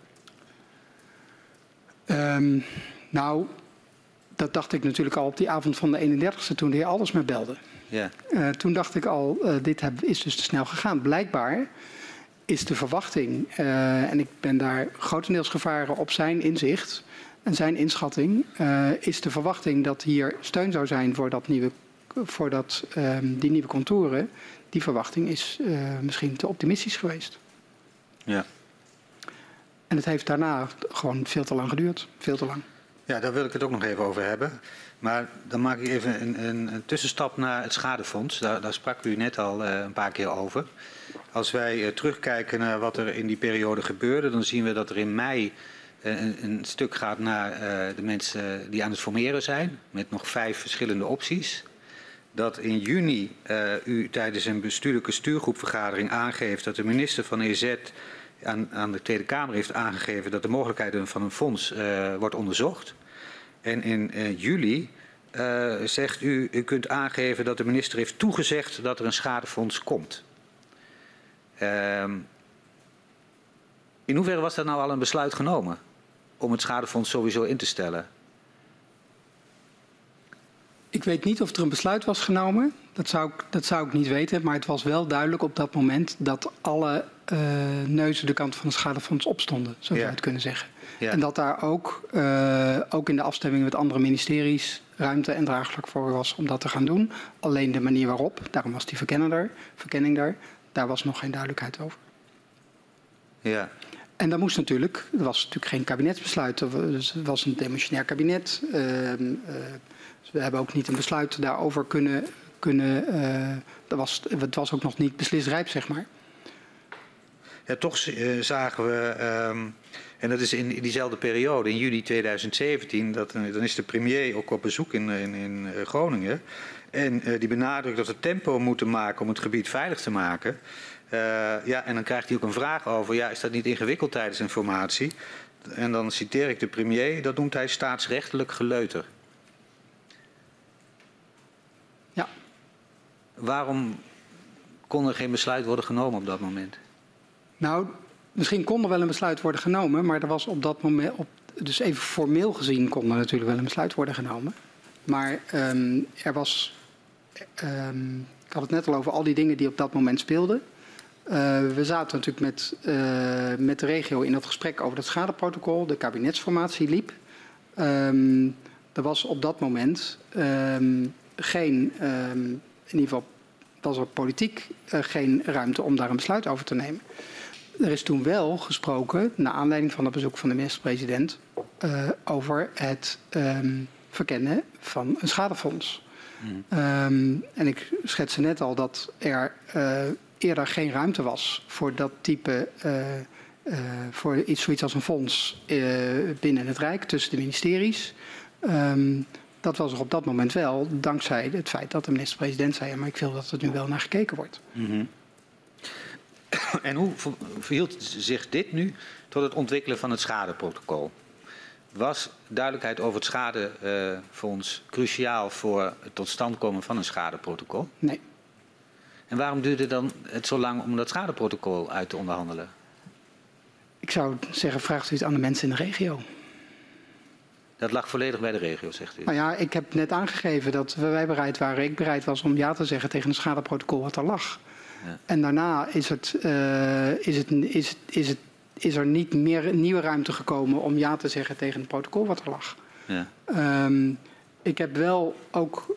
Nou, dat dacht ik natuurlijk al op die avond van de 31e toen de heer Alders me belde. Ja. Toen dacht ik al, dit is dus te snel gegaan. Blijkbaar is de verwachting, en ik ben daar grotendeels gevaren op zijn inzicht en zijn inschatting, is de verwachting dat hier steun zou zijn voor die nieuwe contouren. Die verwachting is misschien te optimistisch geweest. Ja. En het heeft daarna gewoon veel te lang geduurd. Veel te lang. Ja, daar wil ik het ook nog even over hebben. Maar dan maak ik even een tussenstap naar het schadefonds. Daar sprak u net al een paar keer over. Als wij terugkijken naar wat er in die periode gebeurde, dan zien we dat er in mei een stuk gaat naar de mensen die aan het formeren zijn, met nog 5 verschillende opties. Dat in juni u tijdens een bestuurlijke stuurgroepvergadering aangeeft dat de minister van EZ aan de Tweede Kamer heeft aangegeven dat de mogelijkheid van een fonds wordt onderzocht. En in juli zegt u kunt aangeven dat de minister heeft toegezegd dat er een schadefonds komt. In hoeverre was daar nou al een besluit genomen om het schadefonds sowieso in te stellen? Ik weet niet of er een besluit was genomen. Dat zou ik niet weten. Maar het was wel duidelijk op dat moment dat alle neuzen de kant van het schadefonds opstonden. Zo zou je het kunnen zeggen. Ja. En dat daar ook in de afstemming met andere ministeries ruimte en draagvlak voor was om dat te gaan doen. Alleen de manier waarop, daarom was die verkenning daar was nog geen duidelijkheid over. Ja. En dat moest natuurlijk, er was natuurlijk geen kabinetsbesluit. Het was een demissionair kabinet. We hebben ook niet een besluit daarover het was ook nog niet beslisrijp, zeg maar. Ja, toch zagen we, en dat is in diezelfde periode, in juli 2017, dan is de premier ook op bezoek in Groningen. En die benadrukt dat we tempo moeten maken om het gebied veilig te maken. En dan krijgt hij ook een vraag over, is dat niet ingewikkeld tijdens een formatie? En dan citeer ik de premier, dat noemt hij staatsrechtelijk geleuter. Ja. Waarom kon er geen besluit worden genomen op dat moment? Nou, misschien kon er wel een besluit worden genomen, maar er was op dat moment, dus even formeel gezien kon er natuurlijk wel een besluit worden genomen. Maar er was, ik had het net al over al die dingen die op dat moment speelden. We zaten natuurlijk met de regio in dat gesprek over het schadeprotocol. De kabinetsformatie liep. Er was op dat moment geen, in ieder geval was er politiek geen ruimte om daar een besluit over te nemen. Er is toen wel gesproken, naar aanleiding van het bezoek van de minister-president, over het verkennen van een schadefonds. En ik schetste net al dat er eerder geen ruimte was voor dat type, voor zoiets als een fonds binnen het Rijk, tussen de ministeries. Dat was er op dat moment wel, dankzij het feit dat de minister-president zei, maar ik wil dat er nu wel naar gekeken wordt. Mm-hmm. En hoe verhield zich dit nu tot het ontwikkelen van het schadeprotocol? Was duidelijkheid over het schadefonds cruciaal voor het tot stand komen van een schadeprotocol? Nee. En waarom duurde dan het zo lang om dat schadeprotocol uit te onderhandelen? Ik zou zeggen, vraagt u het aan de mensen in de regio. Dat lag volledig bij de regio, zegt u? Nou ja, ik heb net aangegeven dat ik bereid was om ja te zeggen tegen een schadeprotocol wat er lag. Ja. En daarna is er niet meer nieuwe ruimte gekomen om ja te zeggen tegen het protocol wat er lag. Ja. Ik heb wel ook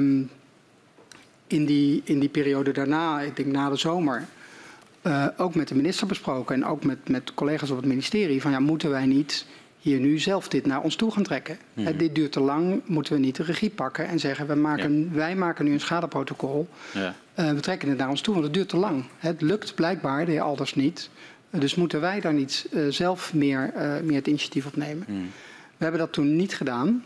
in die periode daarna, ik denk na de zomer, ook met de minister besproken en ook met collega's op het ministerie van moeten wij niet hier nu zelf dit naar ons toe gaan trekken. Mm-hmm. Dit duurt te lang, moeten we niet de regie pakken en zeggen wij maken nu een schadeprotocol. Ja. We trekken het naar ons toe, want het duurt te lang. Het lukt blijkbaar de heer Alders niet. Dus moeten wij daar niet zelf meer het initiatief op nemen. Mm. We hebben dat toen niet gedaan.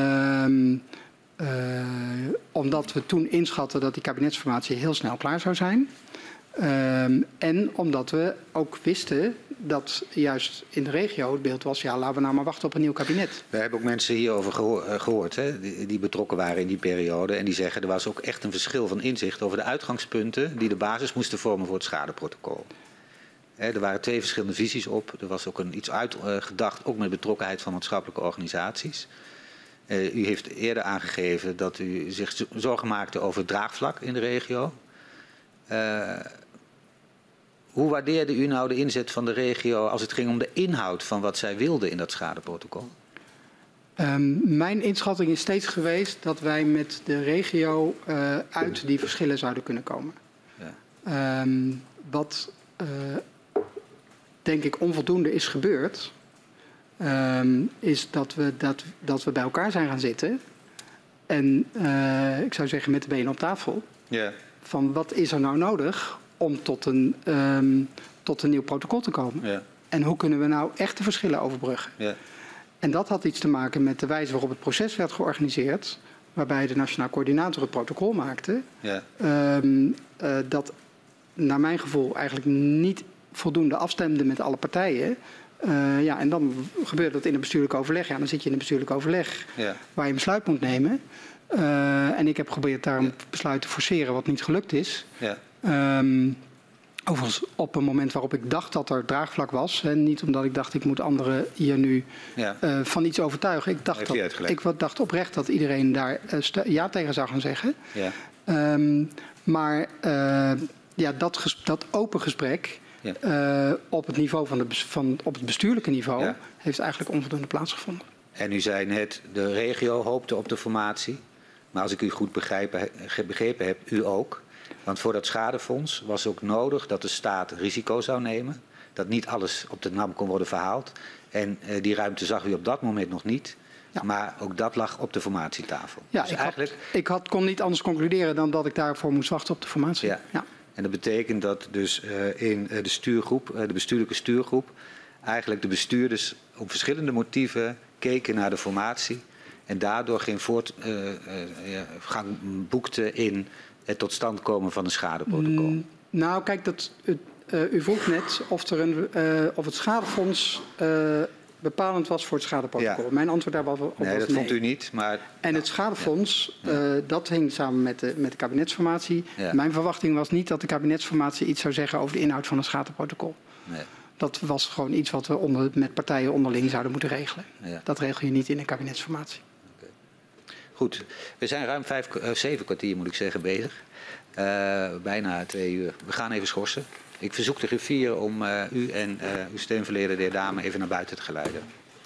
Omdat we toen inschatten dat die kabinetsformatie heel snel klaar zou zijn. En omdat we ook wisten dat juist in de regio het beeld was, laten we nou maar wachten op een nieuw kabinet. We hebben ook mensen hierover gehoord die betrokken waren in die periode. En die zeggen er was ook echt een verschil van inzicht over de uitgangspunten die de basis moesten vormen voor het schadeprotocol. Er waren 2 verschillende visies op. Er was ook iets uitgedacht, ook met betrokkenheid van maatschappelijke organisaties. U heeft eerder aangegeven dat u zich zorgen maakte over het draagvlak in de regio. Hoe waardeerde u nou de inzet van de regio als het ging om de inhoud van wat zij wilden in dat schadeprotocol? Mijn inschatting is steeds geweest dat wij met de regio uit die verschillen zouden kunnen komen. Ja. Wat denk ik onvoldoende is gebeurd, is dat we bij elkaar zijn gaan zitten. En ik zou zeggen met de benen op tafel. Yeah. Van wat is er nou nodig om tot een nieuw protocol te komen. Ja. En hoe kunnen we nou echte verschillen overbruggen? Ja. En dat had iets te maken met de wijze waarop het proces werd georganiseerd, waarbij de Nationaal Coördinator het protocol maakte, Ja. dat naar mijn gevoel eigenlijk niet voldoende afstemde met alle partijen. En dan gebeurt dat in een bestuurlijk overleg. Ja, dan zit je in een bestuurlijk overleg waar je een besluit moet nemen. En ik heb geprobeerd daar een besluit te forceren wat niet gelukt is. Ja. Overigens op een moment waarop ik dacht dat er draagvlak was. En niet omdat ik dacht ik moet anderen hier nu van iets overtuigen. Ik dacht oprecht dat iedereen daar ja tegen zou gaan zeggen. Ja. Dat open gesprek op het niveau op het bestuurlijke niveau heeft eigenlijk onvoldoende plaatsgevonden. En u zei net, de regio hoopte op de formatie. Maar als ik u goed begrepen heb, u ook. Want voor dat schadefonds was ook nodig dat de staat risico zou nemen. Dat niet alles op de NAM kon worden verhaald. En die ruimte zag u op dat moment nog niet. Ja. Maar ook dat lag op de formatietafel. Ja, dus kon niet anders concluderen dan dat ik daarvoor moest wachten op de formatie. Ja. Ja. En dat betekent dat dus in de stuurgroep, de bestuurlijke stuurgroep, eigenlijk de bestuurders op verschillende motieven keken naar de formatie. En daardoor geen voortgang boekte in het tot stand komen van een schadeprotocol. Nou, kijk, u vroeg net of het schadefonds bepalend was voor het schadeprotocol. Ja. Mijn antwoord daarop was nee. Dat vond u niet. Maar... En het schadefonds, dat hing samen met de kabinetsformatie. Ja. Mijn verwachting was niet dat de kabinetsformatie iets zou zeggen over de inhoud van een schadeprotocol. Nee. Dat was gewoon iets wat we met partijen onderling zouden moeten regelen. Ja. Dat regel je niet in een kabinetsformatie. Okay. Goed, we zijn ruim 7 kwartier moet ik zeggen bezig. Bijna 2 uur. We gaan even schorsen. Ik verzoek de griffier om u en uw steunverlener, de heer Dame, even naar buiten te geleiden.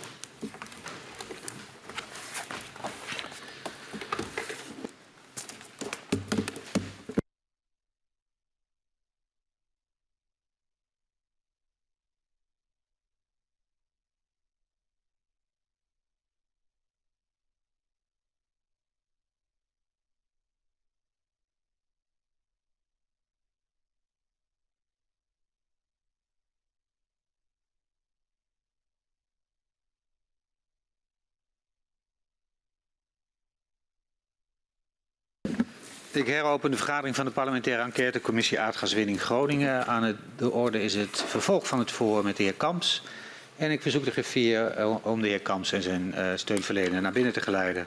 Ik heropen de vergadering van de parlementaire enquêtecommissie aardgaswinning Groningen. Aan de orde is het vervolg van het verhoor met de heer Kamps. En ik verzoek de griffier om de heer Kamps en zijn steunverlener naar binnen te geleiden.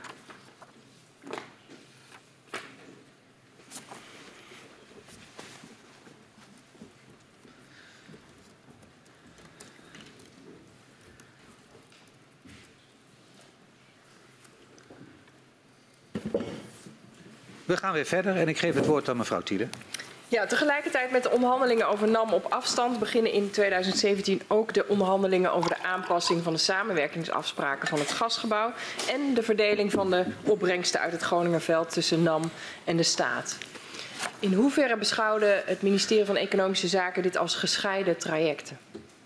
We gaan weer verder en ik geef het woord aan mevrouw Thiele. Ja, tegelijkertijd met de onderhandelingen over NAM op afstand beginnen in 2017 ook de onderhandelingen over de aanpassing van de samenwerkingsafspraken van het gasgebouw en de verdeling van de opbrengsten uit het Groningerveld tussen NAM en de staat. In hoeverre beschouwde het ministerie van Economische Zaken dit als gescheiden trajecten?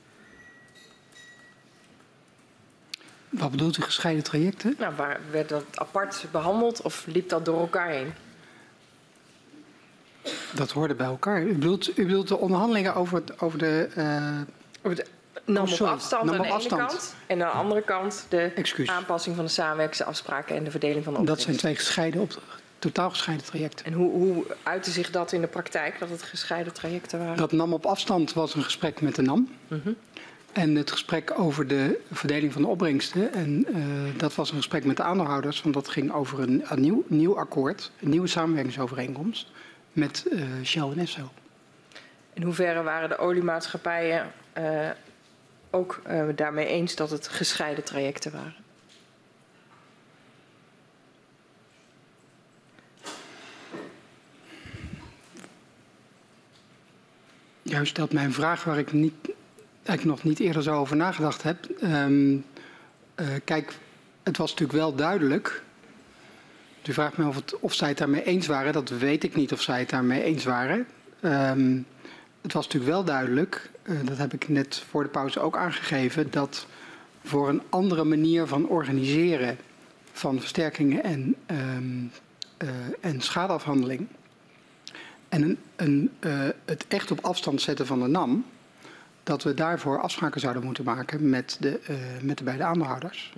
Wat bedoelt u gescheiden trajecten? Nou, werd dat apart behandeld of liep dat door elkaar heen? Dat hoorde bij elkaar. U bedoelt de onderhandelingen over de NAM op afstand aan de ene kant en aan de andere kant de aanpassing van de samenwerkingsafspraken en de verdeling van de opbrengsten. Dat zijn 2 totaal gescheiden trajecten. En hoe uitte zich dat in de praktijk, dat het gescheiden trajecten waren? Dat NAM op afstand was een gesprek met de NAM. En het gesprek over de verdeling van de opbrengsten. En dat was een gesprek met de aandeelhouders. Want dat ging over een nieuw akkoord, een nieuwe samenwerkingsovereenkomst met Shell en Esso. In hoeverre waren de oliemaatschappijen ook daarmee eens dat het gescheiden trajecten waren? Ja, u stelt mij een vraag waar ik nog niet eerder zo over nagedacht heb. Kijk, het was natuurlijk wel duidelijk. U vraagt me of zij het daarmee eens waren. Dat weet ik niet of zij het daarmee eens waren. Het was natuurlijk wel duidelijk, dat heb ik net voor de pauze ook aangegeven, dat voor een andere manier van organiseren van versterkingen en schadeafhandeling En het echt op afstand zetten van de NAM, dat we daarvoor afspraken zouden moeten maken met de beide aandeelhouders.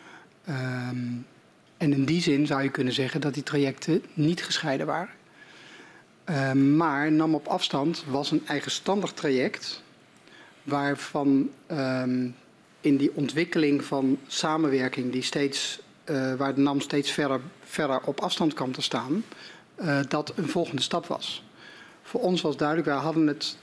En in die zin zou je kunnen zeggen dat die trajecten niet gescheiden waren. Maar NAM op afstand was een eigenstandig traject waarvan in die ontwikkeling van samenwerking die waar de NAM steeds verder op afstand kwam te staan, dat een volgende stap was. Voor ons was duidelijk, wij hadden het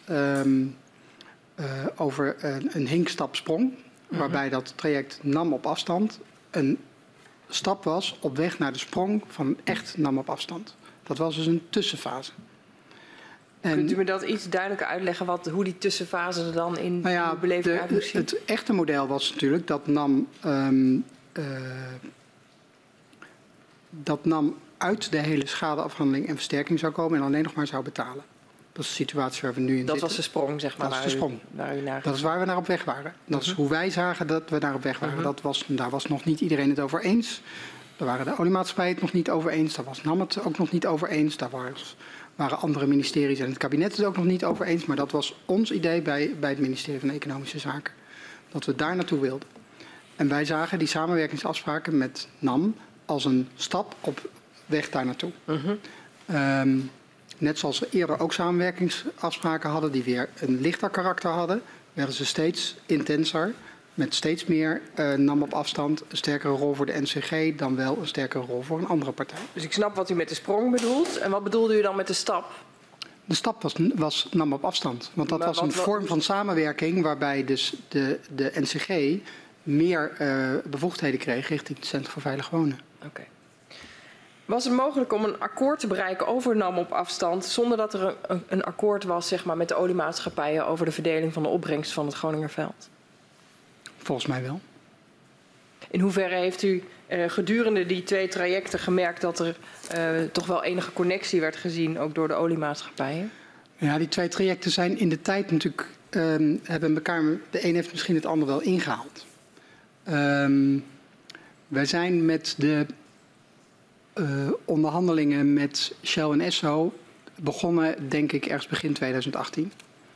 over een hinkstap-sprong, waarbij dat traject NAM op afstand een stap was op weg naar de sprong van echt NAM op afstand. Dat was dus een tussenfase. Kunt u me dat iets duidelijker uitleggen, hoe die tussenfase er dan in de beleving uit moest zien? Het echte model was natuurlijk dat NAM uit de hele schadeafhandeling en versterking zou komen en alleen nog maar zou betalen. Dat is de situatie waar we nu in zitten. Dat was de sprong, zeg maar. Dat is de sprong. Dat is waar we naar op weg waren. Dat is hoe wij zagen dat we naar op weg waren. Daar was nog niet iedereen het over eens. Daar waren de oliemaatschappijen het nog niet over eens. Daar was NAM het ook nog niet over eens. Daar waren andere ministeries en het kabinet het ook nog niet over eens. Maar dat was ons idee bij het ministerie van Economische Zaken. Dat we daar naartoe wilden. En wij zagen die samenwerkingsafspraken met NAM als een stap op weg daar naartoe. Net zoals we eerder ook samenwerkingsafspraken hadden die weer een lichter karakter hadden, werden ze steeds intenser, met steeds meer NAM op afstand, een sterkere rol voor de NCG dan wel een sterkere rol voor een andere partij. Dus ik snap wat u met de sprong bedoelt. En wat bedoelde u dan met de stap? De stap was NAM op afstand. Want dat was een vorm van samenwerking waarbij dus de NCG meer bevoegdheden kreeg richting het Centrum voor Veilig Wonen. Oké. Was het mogelijk om een akkoord te bereiken over NAM op afstand zonder dat er een akkoord was, zeg maar, met de oliemaatschappijen over de verdeling van de opbrengst van het Groningerveld? Volgens mij wel. In hoeverre heeft u gedurende die 2 trajecten gemerkt dat er toch wel enige connectie werd gezien, ook door de oliemaatschappijen? Ja, die 2 trajecten zijn in de tijd natuurlijk, hebben elkaar, de een heeft misschien het ander wel ingehaald. Wij zijn met de onderhandelingen met Shell en Esso begonnen, denk ik, ergens begin 2018.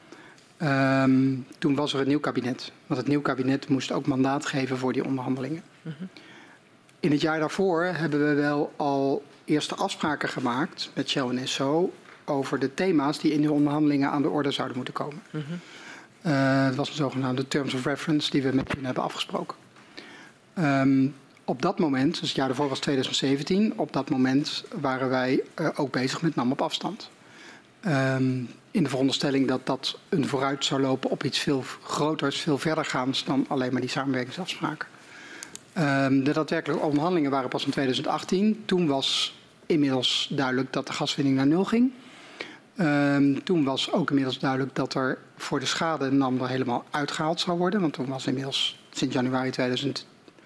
Toen was er een nieuw kabinet. Want het nieuw kabinet moest ook mandaat geven voor die onderhandelingen. In het jaar daarvoor hebben we wel al eerste afspraken gemaakt met Shell en Esso over de thema's die in de onderhandelingen aan de orde zouden moeten komen. Het was een zogenaamde Terms of Reference die we met hen hebben afgesproken. Op dat moment, dus het jaar daarvoor was 2017, op dat moment waren wij ook bezig met NAM op afstand. In de veronderstelling dat dat een vooruit zou lopen op iets veel groters, veel verdergaans dan alleen maar die samenwerkingsafspraken. De daadwerkelijke onderhandelingen waren pas in 2018. Toen was inmiddels duidelijk dat de gaswinning naar 0 ging. Toen was ook inmiddels duidelijk dat er voor de schade NAM er helemaal uitgehaald zou worden. Want toen was inmiddels sinds januari 2018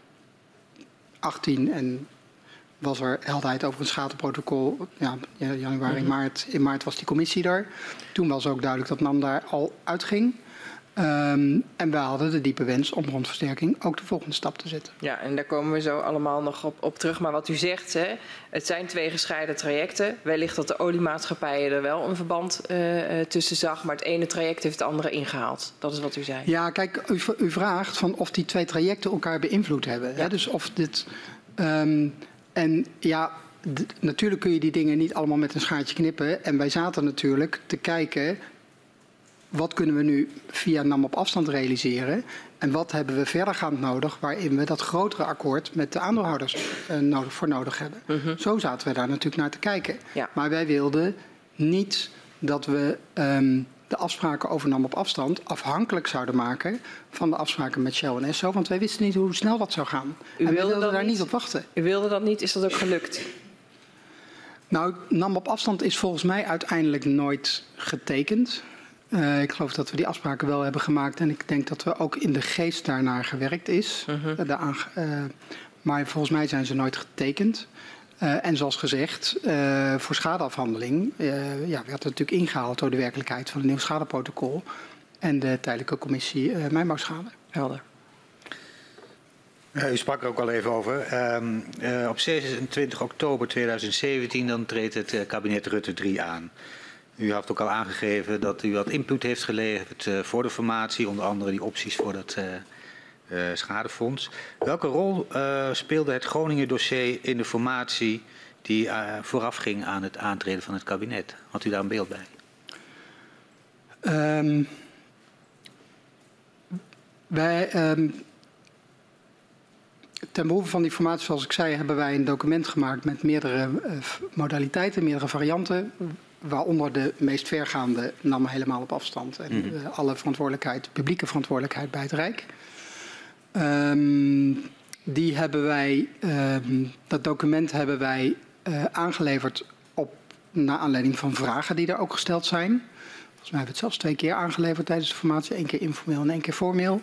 en was er helderheid over een schadeprotocol. Ja, januari, maart. In maart was die commissie er. Toen was ook duidelijk dat NAM daar al uitging. En wij hadden de diepe wens om rond versterking ook de volgende stap te zetten. Ja, en daar komen we zo allemaal nog op terug. Maar wat u zegt, hè, het zijn 2 gescheiden trajecten. Wellicht dat de oliemaatschappijen er wel een verband tussen zag, maar het ene traject heeft het andere ingehaald. Dat is wat u zei. Ja, kijk, u vraagt van of die 2 trajecten elkaar beïnvloed hebben. Ja. Hè? Dus of dit... en ja, natuurlijk kun je die dingen niet allemaal met een schaartje knippen. En wij zaten natuurlijk te kijken, wat kunnen we nu via NAM op afstand realiseren? En wat hebben we verdergaand nodig waarin we dat grotere akkoord met de aandeelhouders nodig hebben? Zo zaten we daar natuurlijk naar te kijken. Ja. Maar wij wilden niet dat we de afspraken over NAM op afstand afhankelijk zouden maken van de afspraken met Shell en Esso. Want wij wisten niet hoe snel dat zou gaan. En we wilden daar niet op wachten. U wilde dat niet? Is dat ook gelukt? Nou, NAM op afstand is volgens mij uiteindelijk nooit getekend. Ik geloof dat we die afspraken wel hebben gemaakt. En ik denk dat we ook in de geest daarnaar gewerkt is. Maar volgens mij zijn ze nooit getekend. En zoals gezegd, voor schadeafhandeling werd het natuurlijk ingehaald door de werkelijkheid van het nieuw schadeprotocol en de tijdelijke commissie mijnbouwschade. Helder. U sprak er ook al even over. Op 26 oktober 2017 dan treedt het kabinet Rutte 3 aan. U heeft ook al aangegeven dat u wat input heeft geleverd voor de formatie, onder andere die opties voor dat schadefonds. Welke rol speelde het Groningen-dossier in de formatie die voorafging aan het aantreden van het kabinet? Had u daar een beeld bij? Ten behoeve van die formatie, zoals ik zei, hebben wij een document gemaakt met meerdere modaliteiten, meerdere varianten. Waaronder de meest vergaande nam helemaal op afstand. En alle verantwoordelijkheid, publieke verantwoordelijkheid bij het Rijk. Dat document hebben wij aangeleverd naar aanleiding van vragen die er ook gesteld zijn. Volgens mij hebben we het zelfs 2 keer aangeleverd tijdens de formatie. 1 keer informeel en 1 keer formeel.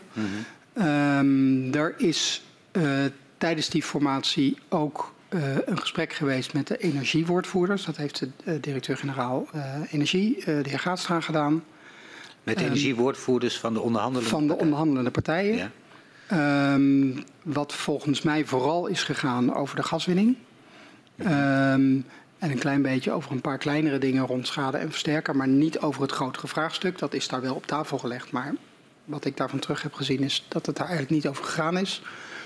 Er is tijdens die formatie ook een gesprek geweest met de energiewoordvoerders. Dat heeft de directeur-generaal Energie, de heer Gaatstra, gedaan. Met de energiewoordvoerders van de onderhandelende partijen? Van de onderhandelende partijen. Ja. Wat volgens mij vooral is gegaan over de gaswinning. En een klein beetje over een paar kleinere dingen rond schade en versterker. Maar niet over het grotere vraagstuk. Dat is daar wel op tafel gelegd. Maar wat ik daarvan terug heb gezien is dat het daar eigenlijk niet over gegaan is.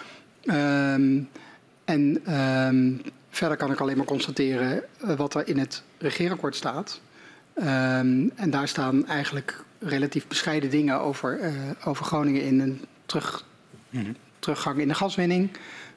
Verder kan ik alleen maar constateren wat er in het regeerakkoord staat. En daar staan eigenlijk relatief bescheiden dingen over Groningen in een teruggang in de gaswinning.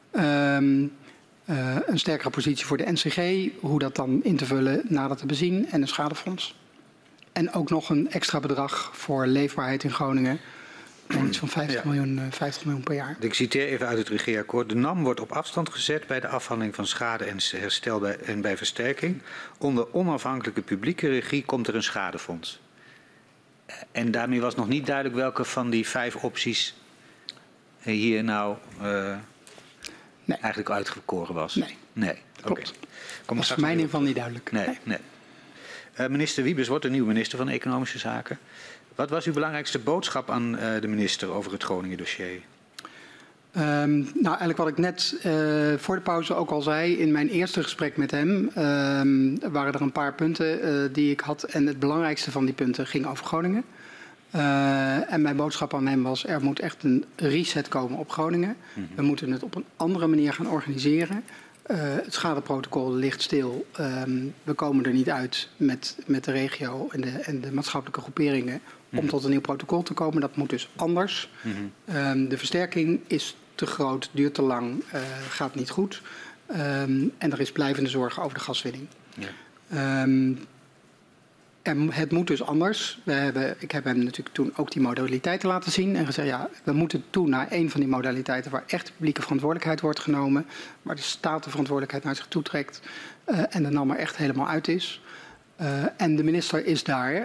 Een sterkere positie voor de NCG, hoe dat dan in te vullen nader te bezien en een schadefonds. En ook nog een extra bedrag voor leefbaarheid in Groningen. Iets van 50 miljoen per jaar. Ik citeer even uit het regeerakkoord. De NAM wordt op afstand gezet bij de afhandeling van schade en herstel en bij versterking. Onder onafhankelijke publieke regie komt er een schadefonds. En daarmee was nog niet duidelijk welke van die 5 opties hier nou eigenlijk uitgekoren was. Nee. Klopt. Dat was voor mij in ieder geval niet duidelijk. Nee. Minister Wiebes wordt de nieuwe minister van Economische Zaken. Wat was uw belangrijkste boodschap aan de minister over het Groningen-dossier? Eigenlijk wat ik net voor de pauze ook al zei. In mijn eerste gesprek met hem waren er een paar punten die ik had. En het belangrijkste van die punten ging over Groningen. En mijn boodschap aan hem was, er moet echt een reset komen op Groningen. We moeten het op een andere manier gaan organiseren. Het schadeprotocol ligt stil. We komen er niet uit met de regio en de maatschappelijke groeperingen om tot een nieuw protocol te komen. Dat moet dus anders. De versterking is te groot, duurt te lang, gaat niet goed. En er is blijvende zorg over de gaswinning. Ja. Het moet dus anders. Ik heb hem natuurlijk toen ook die modaliteiten laten zien en gezegd, ja, we moeten toe naar een van die modaliteiten waar echt publieke verantwoordelijkheid wordt genomen, waar de staat de verantwoordelijkheid naar zich toe trekt en de NAM er echt helemaal uit is. En de minister is daar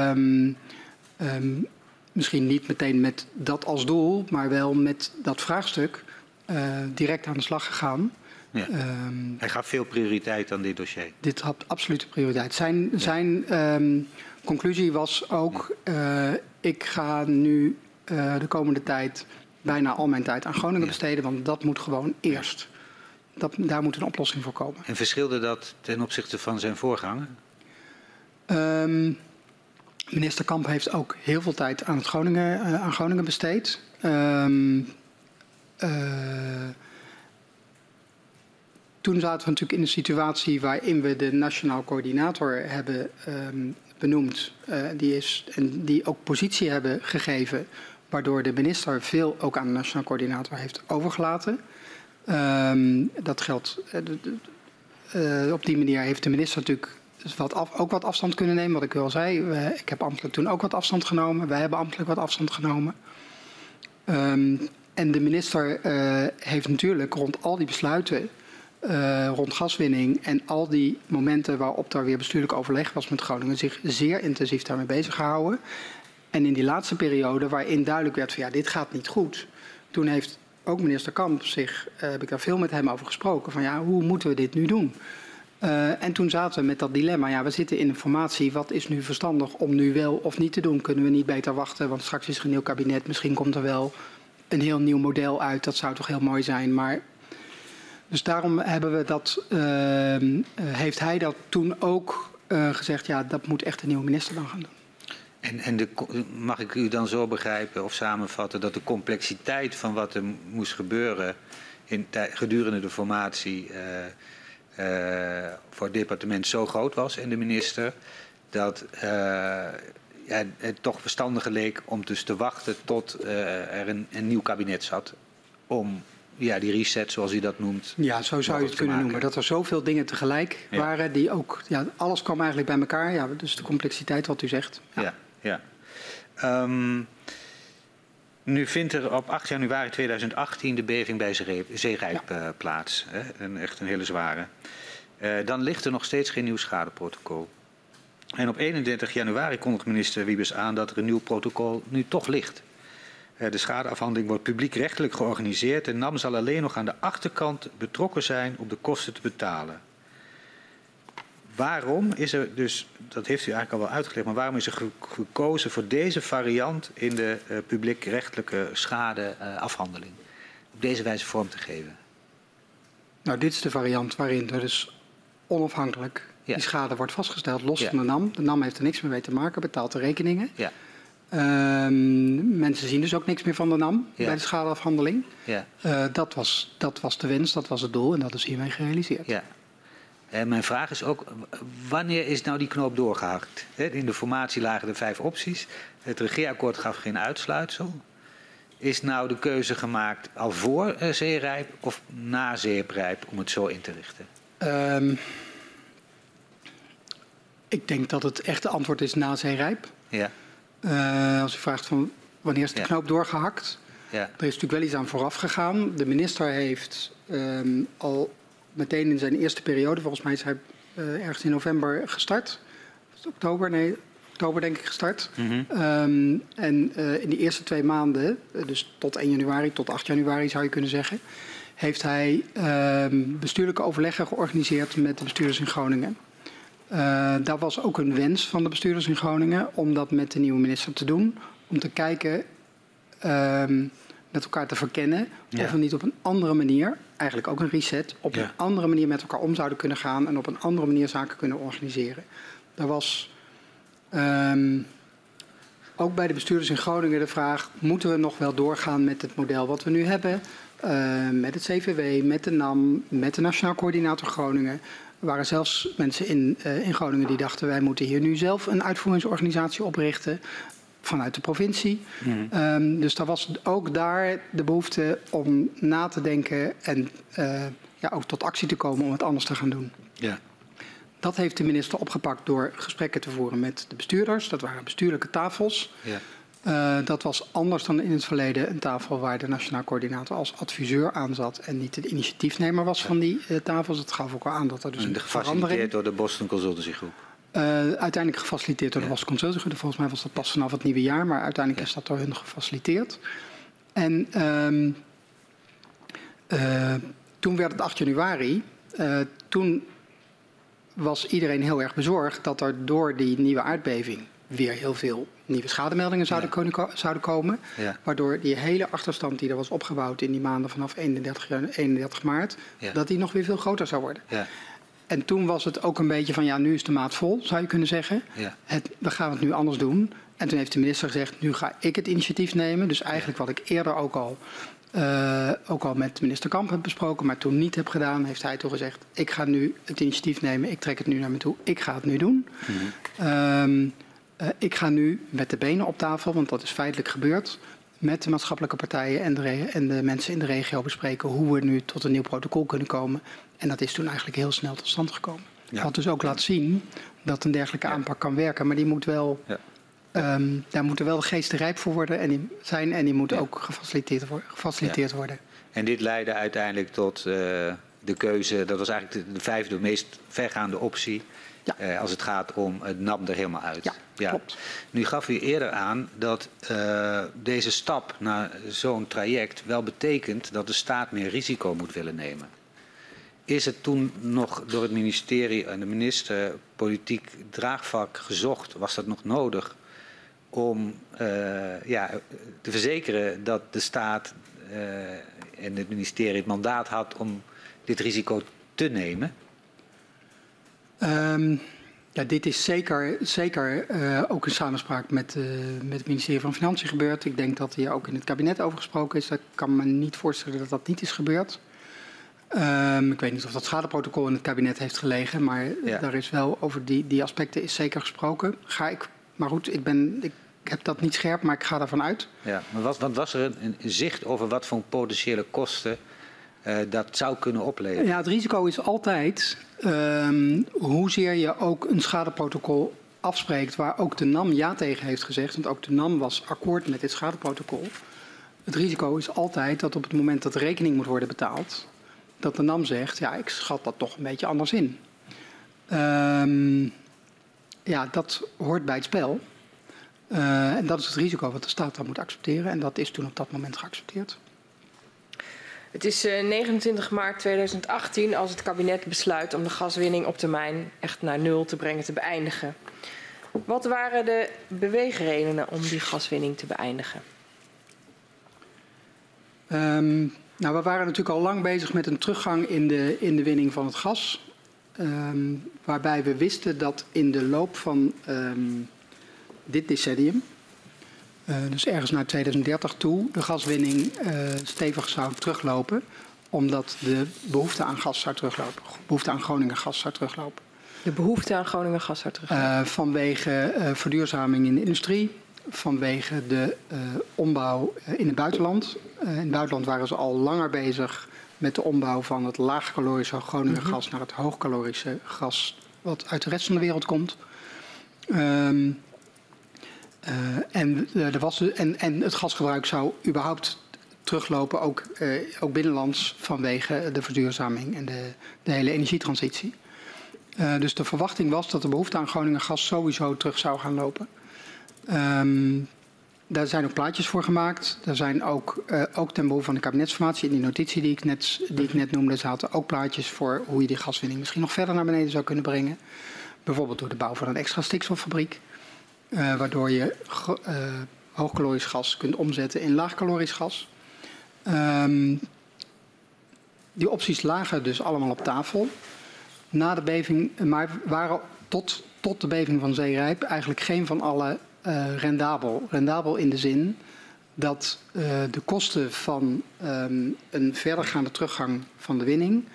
misschien niet meteen met dat als doel, maar wel met dat vraagstuk direct aan de slag gegaan. Ja. Hij gaf veel prioriteit aan dit dossier. Dit had absolute prioriteit. Zijn conclusie was ook, ik ga nu de komende tijd bijna al mijn tijd aan Groningen besteden, want dat moet gewoon eerst. Daar moet een oplossing voor komen. En verschilde dat ten opzichte van zijn voorganger? Minister Kamp heeft ook heel veel tijd aan Groningen besteed. Toen zaten we natuurlijk in een situatie waarin we de nationaal coördinator hebben benoemd. Die ook positie hebben gegeven, waardoor de minister veel ook aan de nationaal coördinator heeft overgelaten. Dat geldt. Op die manier heeft de minister natuurlijk ook wat afstand kunnen nemen. Wat ik al zei, ik heb ambtelijk toen ook wat afstand genomen. Wij hebben ambtelijk wat afstand genomen. En de minister heeft natuurlijk rond al die besluiten, rond gaswinning en al die momenten waarop er weer bestuurlijk overleg was met Groningen, zich zeer intensief daarmee bezig gehouden. En in die laatste periode, waarin duidelijk werd van ja, dit gaat niet goed, toen heeft ook minister Kamp heb ik daar veel met hem over gesproken, van ja, hoe moeten we dit nu doen? En toen zaten we met dat dilemma, ja, we zitten in een formatie, wat is nu verstandig om nu wel of niet te doen? Kunnen we niet beter wachten, want straks is er een nieuw kabinet, misschien komt er wel een heel nieuw model uit, dat zou toch heel mooi zijn, maar dus daarom hebben we heeft hij dat toen ook gezegd, ja, dat moet echt een nieuwe minister dan gaan doen. En mag ik u dan zo begrijpen of samenvatten dat de complexiteit van wat er moest gebeuren gedurende de formatie voor het departement zo groot was en de minister, dat het toch verstandiger leek om dus te wachten tot er een nieuw kabinet zat om die reset, zoals u dat noemt. Ja, zo zou je het kunnen noemen. Dat er zoveel dingen tegelijk waren die ook, alles kwam eigenlijk bij elkaar. Ja, dus de complexiteit wat u zegt. Ja. Nu vindt er op 8 januari 2018 de beving bij Zeerijp plaats. Hè? Echt een hele zware. Dan ligt er nog steeds geen nieuw schadeprotocol. En op 31 januari kondigt minister Wiebes aan dat er een nieuw protocol nu toch ligt. De schadeafhandeling wordt publiekrechtelijk georganiseerd en NAM zal alleen nog aan de achterkant betrokken zijn om de kosten te betalen. Waarom is er dus, dat heeft u eigenlijk al wel uitgelegd, maar waarom is er gekozen voor deze variant in de publiekrechtelijke schadeafhandeling? Op deze wijze vorm te geven? Nou, dit is de variant waarin er dus onafhankelijk die schade wordt vastgesteld, los van de NAM. De NAM heeft er niks meer mee te maken, betaalt de rekeningen. Ja. Mensen zien dus ook niks meer van de NAM bij de schadeafhandeling. Ja. Dat was de wens, dat was het doel en dat is hiermee gerealiseerd. Ja. En mijn vraag is ook, wanneer is nou die knoop doorgehakt? In de formatie lagen er 5 opties. Het regeerakkoord gaf geen uitsluitsel. Is nou de keuze gemaakt al voor Zeerijp of na Zeerijp om het zo in te richten? Ik denk dat het echte antwoord is na Zeerijp. Ja. Als u vraagt van wanneer is de knoop doorgehakt? Ja. Er is natuurlijk wel iets aan vooraf gegaan. De minister heeft al meteen in zijn eerste periode, volgens mij is hij ergens in november gestart. Oktober denk ik gestart. Mm-hmm. En in die eerste 2 maanden, dus tot 1 januari, tot 8 januari zou je kunnen zeggen, heeft hij bestuurlijke overleggen georganiseerd met de bestuurders in Groningen. Dat was ook een wens van de bestuurders in Groningen om dat met de nieuwe minister te doen. Om te kijken, met elkaar te verkennen of we niet op een andere manier, eigenlijk ook een reset, op een andere manier met elkaar om zouden kunnen gaan en op een andere manier zaken kunnen organiseren. Er was ook bij de bestuurders in Groningen de vraag, moeten we nog wel doorgaan met het model wat we nu hebben? Met het CVW, met de NAM, met de Nationaal Coördinator Groningen. Er waren zelfs mensen in Groningen die dachten, wij moeten hier nu zelf een uitvoeringsorganisatie oprichten vanuit de provincie. Dus er was ook daar de behoefte om na te denken en ook tot actie te komen om het anders te gaan doen. Ja. Dat heeft de minister opgepakt door gesprekken te voeren met de bestuurders. Dat waren bestuurlijke tafels. Ja. Dat was anders dan in het verleden een tafel waar de Nationaal Coördinator als adviseur aan zat en niet de initiatiefnemer was van die tafels. Dat gaf ook wel aan dat er dus een gefaciliteerd door de Boston Consultancy Groep. Uiteindelijk gefaciliteerd door de Boston Consultancy Groep. Volgens mij was dat pas vanaf het nieuwe jaar, maar uiteindelijk is dat door hun gefaciliteerd. En toen werd het 8 januari. Toen was iedereen heel erg bezorgd dat er door die nieuwe aardbeving weer heel veel nieuwe schademeldingen zouden komen. Ja. Waardoor die hele achterstand die er was opgebouwd in die maanden vanaf 31 maart, dat die nog weer veel groter zou worden. Ja. En toen was het ook een beetje van, nu is de maat vol, zou je kunnen zeggen. Ja. We gaan het nu anders doen. En toen heeft de minister gezegd, nu ga ik het initiatief nemen. Dus eigenlijk wat ik eerder ook al met minister Kamp heb besproken, maar toen niet heb gedaan, heeft hij toen gezegd, ik ga nu het initiatief nemen, ik trek het nu naar me toe, ik ga het nu doen. Mm-hmm. Ik ga nu met de benen op tafel, want dat is feitelijk gebeurd, met de maatschappelijke partijen en de mensen in de regio bespreken hoe we nu tot een nieuw protocol kunnen komen. En dat is toen eigenlijk heel snel tot stand gekomen. Ja. Wat dus ook laat zien dat een dergelijke aanpak kan werken, maar die moet wel, daar moeten wel de geesten rijp voor worden en die moet ook gefaciliteerd worden. En dit leidde uiteindelijk tot de keuze, dat was eigenlijk de 5e meest vergaande optie. Ja. Als het gaat om het NAM er helemaal uit. Ja, klopt. Nu gaf u eerder aan dat deze stap naar zo'n traject wel betekent dat de staat meer risico moet willen nemen. Is het toen nog door het ministerie en de minister politiek draagvlak gezocht? Was dat nog nodig om te verzekeren dat de staat en het ministerie het mandaat had om dit risico te nemen? Ja, dit is zeker ook in samenspraak met het ministerie van Financiën gebeurd. Ik denk dat hier ook in het kabinet over gesproken is. Ik kan me niet voorstellen dat dat niet is gebeurd. Ik weet niet of dat schadeprotocol in het kabinet heeft gelegen, maar daar is wel over die aspecten is zeker gesproken. Maar goed, ik heb dat niet scherp, maar ik ga daarvan uit. Ja, maar wat was er een zicht over wat voor potentiële kosten dat zou kunnen opleveren? Ja, het risico is altijd hoezeer je ook een schadeprotocol afspreekt waar ook de NAM ja tegen heeft gezegd. Want ook de NAM was akkoord met dit schadeprotocol. Het risico is altijd dat op het moment dat de rekening moet worden betaald, dat de NAM zegt, ja, ik schat dat toch een beetje anders in. Ja, dat hoort bij het spel. En dat is het risico wat de staat dan moet accepteren. En dat is toen op dat moment geaccepteerd. Het is 29 maart 2018 als het kabinet besluit om de gaswinning op termijn echt naar nul te brengen, te beëindigen. Wat waren de beweegredenen om die gaswinning te beëindigen? Nou, we waren natuurlijk al lang bezig met een teruggang in de winning van het gas. Waarbij we wisten dat in de loop van dit decennium, dus ergens naar 2030 toe, de gaswinning stevig zou teruglopen. Omdat de behoefte aan gas zou teruglopen. De behoefte aan Groningen gas zou teruglopen. De behoefte aan Groningen gas zou teruglopen? Vanwege verduurzaming in de industrie. Vanwege de ombouw in het buitenland. In het buitenland waren ze al langer bezig met de ombouw van het laagcalorische Groningen gas naar het hoogcalorische gas wat uit de rest van de wereld komt. En het gasgebruik zou überhaupt teruglopen, ook binnenlands, vanwege de verduurzaming en de hele energietransitie. Dus de verwachting was dat de behoefte aan Groningen gas sowieso terug zou gaan lopen. Daar zijn ook plaatjes voor gemaakt. Er zijn ook ten behoeve van de kabinetsformatie, in die notitie die ik net noemde, zaten ook plaatjes voor hoe je die gaswinning misschien nog verder naar beneden zou kunnen brengen. Bijvoorbeeld door de bouw van een extra stikstoffabriek. Waardoor je hoogcalorisch gas kunt omzetten in laagcalorisch gas. Die opties lagen dus allemaal op tafel. Na de beving, maar waren tot de beving van Zeerijp eigenlijk geen van alle rendabel. Rendabel in de zin dat de kosten van een verdergaande teruggang van de winning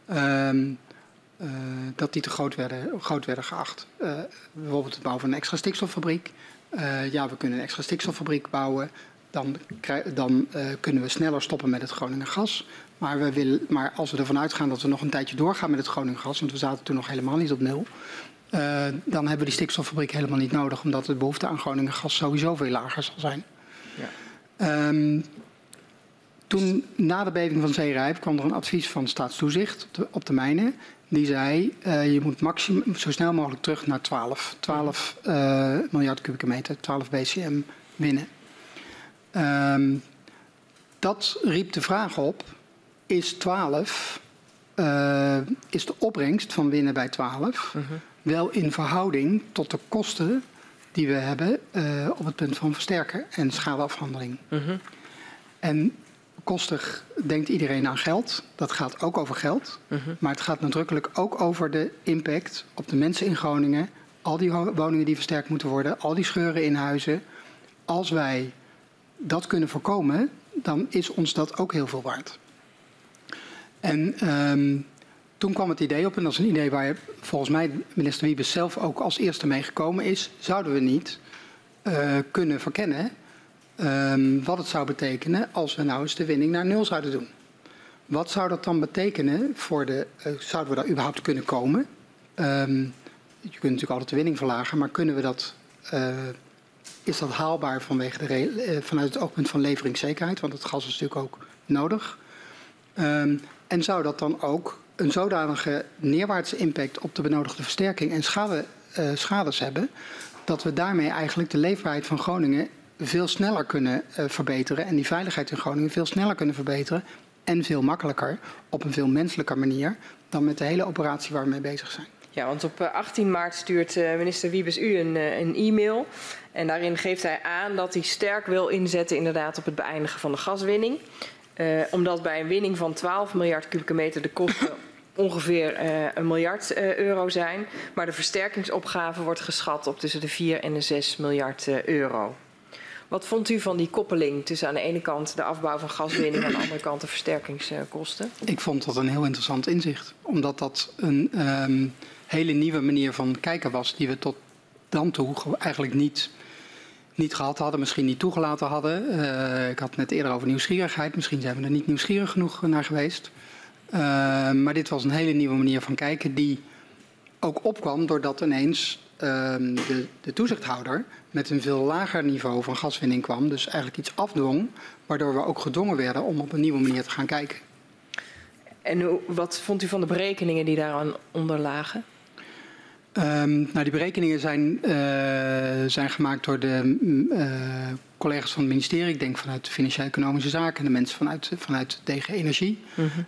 dat die te groot werden geacht. Bijvoorbeeld het bouwen van een extra stikstoffabriek. We kunnen een extra stikstoffabriek bouwen. Dan kunnen we sneller stoppen met het Groningen gas. Maar als we ervan uitgaan dat we nog een tijdje doorgaan met het Groningen gas, want we zaten toen nog helemaal niet op nul, dan hebben we die stikstoffabriek helemaal niet nodig, omdat de behoefte aan Groningen gas sowieso veel lager zal zijn. Ja. Toen, na de beving van Zeerijp, kwam er een advies van Staatstoezicht op de mijnen. Die zei, je moet zo snel mogelijk terug naar 12 miljard kubieke meter, 12 BCM winnen. Dat riep de vraag op, is de opbrengst van winnen bij 12 wel in verhouding tot de kosten die we hebben op het punt van versterken en schadeafhandeling. En kostig denkt iedereen aan geld. Dat gaat ook over geld. Maar het gaat nadrukkelijk ook over de impact op de mensen in Groningen. Al die woningen die versterkt moeten worden. Al die scheuren in huizen. Als wij dat kunnen voorkomen, dan is ons dat ook heel veel waard. En toen kwam het idee op, en dat is een idee waar volgens mij minister Wiebes zelf ook als eerste mee gekomen is. Zouden we niet kunnen verkennen wat het zou betekenen als we nou eens de winning naar nul zouden doen? Wat zou dat dan betekenen voor zouden we daar überhaupt kunnen komen? Je kunt natuurlijk altijd de winning verlagen, maar kunnen we dat, is dat haalbaar vanuit het oogpunt van leveringszekerheid? Want het gas is natuurlijk ook nodig. En zou dat dan ook een zodanige neerwaartse impact op de benodigde versterking en schades hebben, dat we daarmee eigenlijk de leefbaarheid van Groningen veel sneller kunnen verbeteren en die veiligheid in Groningen veel sneller kunnen verbeteren en veel makkelijker, op een veel menselijker manier dan met de hele operatie waar we mee bezig zijn. Ja, want op 18 maart stuurt minister Wiebes u een e-mail en daarin geeft hij aan dat hij sterk wil inzetten inderdaad op het beëindigen van de gaswinning. Omdat bij een winning van 12 miljard kubieke meter de kosten ongeveer €1 miljard zijn. Maar de versterkingsopgave wordt geschat op tussen de 4 en de 6 miljard euro. Wat vond u van die koppeling tussen aan de ene kant de afbouw van gaswinning en aan de andere kant de versterkingskosten? Ik vond dat een heel interessant inzicht. Omdat dat een hele nieuwe manier van kijken was die we tot dan toe eigenlijk niet gehad hadden, misschien niet toegelaten hadden. Ik had het net eerder over nieuwsgierigheid. Misschien zijn we er niet nieuwsgierig genoeg naar geweest. Maar dit was een hele nieuwe manier van kijken die ook opkwam doordat ineens de toezichthouder met een veel lager niveau van gaswinning kwam. Dus eigenlijk iets afdwong, waardoor we ook gedwongen werden om op een nieuwe manier te gaan kijken. En wat vond u van de berekeningen die daaraan onder lagen? Die berekeningen zijn gemaakt door de collega's van het ministerie. Ik denk vanuit de Financieel-Economische Zaken en de mensen vanuit DG Energie.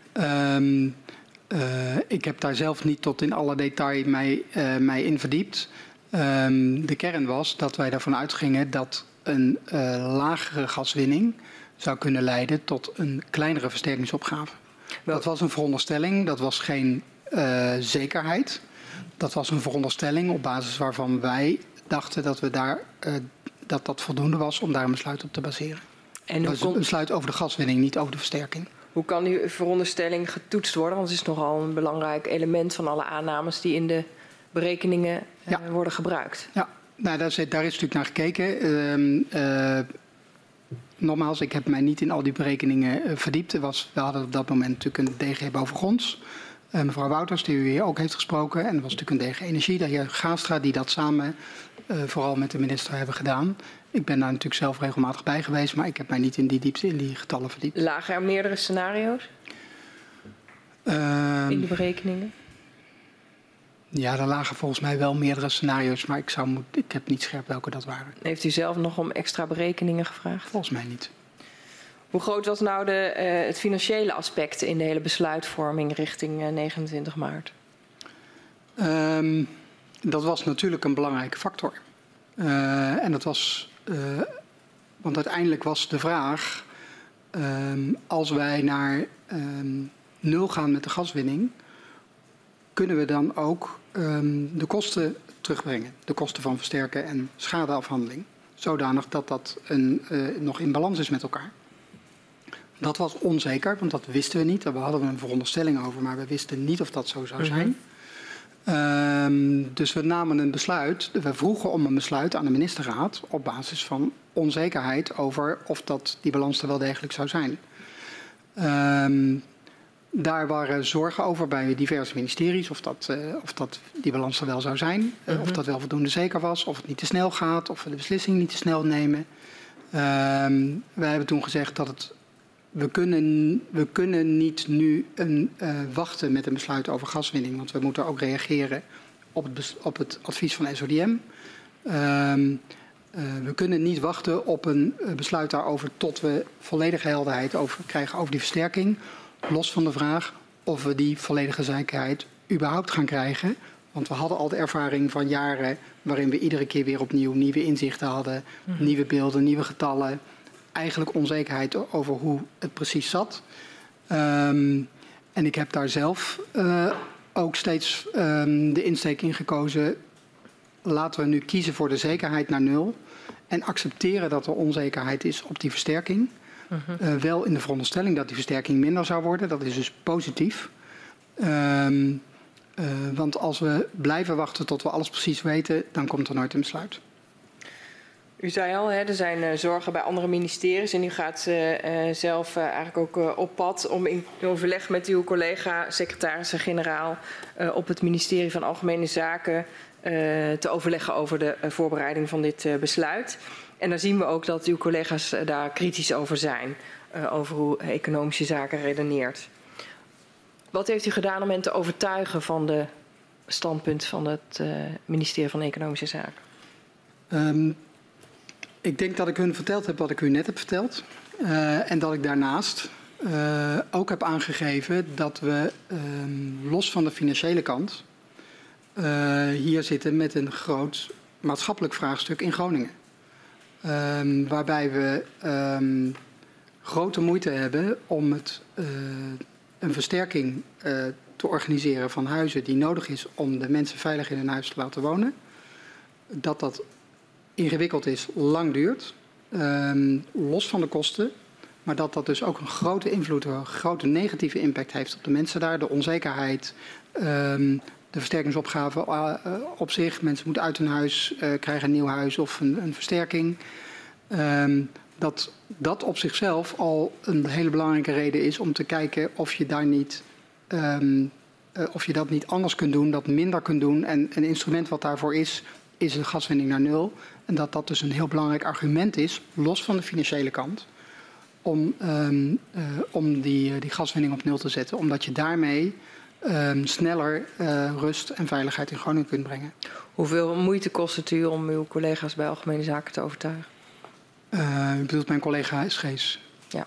Ik heb daar zelf niet tot in alle detail mij in verdiept. De kern was dat wij ervan uitgingen dat een lagere gaswinning zou kunnen leiden tot een kleinere versterkingsopgave. Dat was een veronderstelling, dat was geen zekerheid. Dat was een veronderstelling op basis waarvan wij dachten dat dat voldoende was om daar een besluit op te baseren. En dat is een besluit over de gaswinning, niet over de versterking. Hoe kan die veronderstelling getoetst worden? Want het is nogal een belangrijk element van alle aannames die in de berekeningen worden gebruikt. Ja, daar is natuurlijk naar gekeken. Nogmaals, ik heb mij niet in al die berekeningen verdiept. We hadden op dat moment natuurlijk een DG Bovengronds. Mevrouw Wouters, die u hier ook heeft gesproken. En er was natuurlijk een DG Energie, de heer Gaastra, die dat samen vooral met de minister hebben gedaan. Ik ben daar natuurlijk zelf regelmatig bij geweest, maar ik heb mij niet in die diepte, in die getallen verdiept. Lagen er meerdere scenario's in de berekeningen? Ja, er lagen volgens mij wel meerdere scenario's, maar ik heb niet scherp welke dat waren. Heeft u zelf nog om extra berekeningen gevraagd? Volgens mij niet. Hoe groot was nou het financiële aspect in de hele besluitvorming richting 29 maart? Dat was natuurlijk een belangrijke factor. En dat was, want uiteindelijk was de vraag, als wij naar 0 gaan met de gaswinning, kunnen we dan ook de kosten terugbrengen. De kosten van versterken en schadeafhandeling. Zodanig dat dat nog in balans is met elkaar. Dat was onzeker, want dat wisten we niet. Daar hadden we een veronderstelling over, maar we wisten niet of dat zo zou zijn. Dus we namen een besluit. We vroegen om een besluit aan de ministerraad op basis van onzekerheid over of die balans er wel degelijk zou zijn. Daar waren zorgen over bij diverse ministeries of die balans er wel zou zijn. Of dat wel voldoende zeker was, of het niet te snel gaat, of we de beslissing niet te snel nemen. Wij hebben toen gezegd dat we kunnen niet nu wachten met een besluit over gaswinning, want we moeten ook reageren op het advies van SODM. We kunnen niet wachten op een besluit daarover tot we volledige helderheid krijgen over die versterking. Los van de vraag of we die volledige zekerheid überhaupt gaan krijgen. Want we hadden al de ervaring van jaren waarin we iedere keer weer opnieuw nieuwe inzichten hadden. Nieuwe beelden, nieuwe getallen. Eigenlijk onzekerheid over hoe het precies zat. En ik heb daar zelf ook steeds de insteek in gekozen. Laten we nu kiezen voor de zekerheid naar 0. En accepteren dat er onzekerheid is op die versterking. Wel in de veronderstelling dat die versterking minder zou worden. Dat is dus positief. Want als we blijven wachten tot we alles precies weten, dan komt er nooit een besluit. U zei al, er zijn zorgen bij andere ministeries en u gaat zelf eigenlijk ook op pad om in overleg met uw collega secretaris-generaal op het ministerie van Algemene Zaken te overleggen over de voorbereiding van dit besluit. En dan zien we ook dat uw collega's daar kritisch over zijn, over hoe economische zaken redeneert. Wat heeft u gedaan om hen te overtuigen van de standpunt van het ministerie van Economische Zaken? Ik denk dat ik hun verteld heb wat ik u net heb verteld. En dat ik daarnaast ook heb aangegeven dat we los van de financiële kant hier zitten met een groot maatschappelijk vraagstuk in Groningen. Waarbij we grote moeite hebben om een versterking te organiseren van huizen die nodig is om de mensen veilig in hun huis te laten wonen. Dat ingewikkeld is, lang duurt, los van de kosten. Maar dat dus ook een grote invloed, een grote negatieve impact heeft op de mensen daar. De onzekerheid, de versterkingsopgave op zich. Mensen moeten uit hun huis, krijgen een nieuw huis of een versterking. Dat op zichzelf al een hele belangrijke reden is om te kijken of je daar niet, of je dat niet anders kunt doen, dat minder kunt doen. En een instrument wat daarvoor is een gaswinning naar nul. En dat dus een heel belangrijk argument is, los van de financiële kant, om die gaswinning op nul te zetten. Omdat je daarmee sneller rust en veiligheid in Groningen kunt brengen. Hoeveel moeite kost het u om uw collega's bij Algemene Zaken te overtuigen? U bedoelt mijn collega SG's? Ja.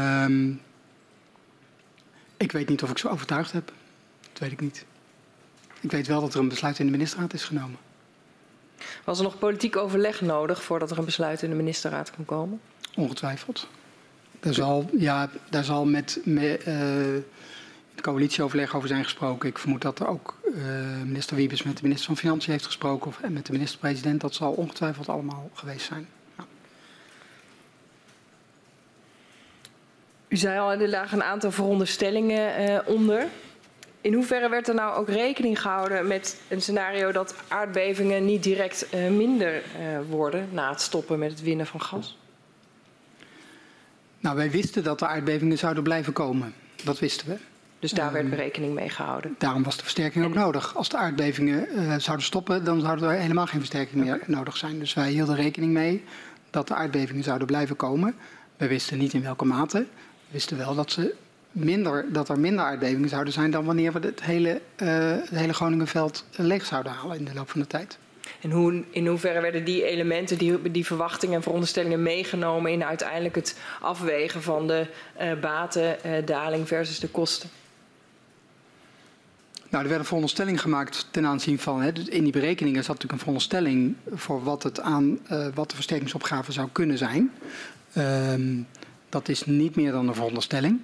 Ik weet niet of ik ze overtuigd heb. Dat weet ik niet. Ik weet wel dat er een besluit in de ministerraad is genomen. Was er nog politiek overleg nodig voordat er een besluit in de ministerraad kon komen? Ongetwijfeld. Daar zal met het coalitieoverleg over zijn gesproken. Ik vermoed dat er ook minister Wiebes met de minister van Financiën heeft gesproken en met de minister-president. Dat zal ongetwijfeld allemaal geweest zijn. Ja. U zei al, er lagen een aantal veronderstellingen onder. In hoeverre werd er nou ook rekening gehouden met een scenario dat aardbevingen niet direct minder worden na het stoppen met het winnen van gas? Nou, wij wisten dat er aardbevingen zouden blijven komen. Dat wisten we. Dus daar werd rekening mee gehouden? Daarom was de versterking ook nodig. Als de aardbevingen zouden stoppen, dan zouden er helemaal geen versterking meer nodig zijn. Dus wij hielden rekening mee dat de aardbevingen zouden blijven komen. We wisten niet in welke mate. We wisten wel dat er minder aardbevingen zouden zijn dan wanneer we het hele Groningenveld leeg zouden halen in de loop van de tijd. En in hoeverre werden die elementen, die verwachtingen en veronderstellingen meegenomen in uiteindelijk het afwegen van de batendaling versus de kosten? Nou, er werd een veronderstelling gemaakt ten aanzien van, in die berekeningen zat natuurlijk een veronderstelling voor wat de versterkingsopgave zou kunnen zijn. Dat is niet meer dan een veronderstelling.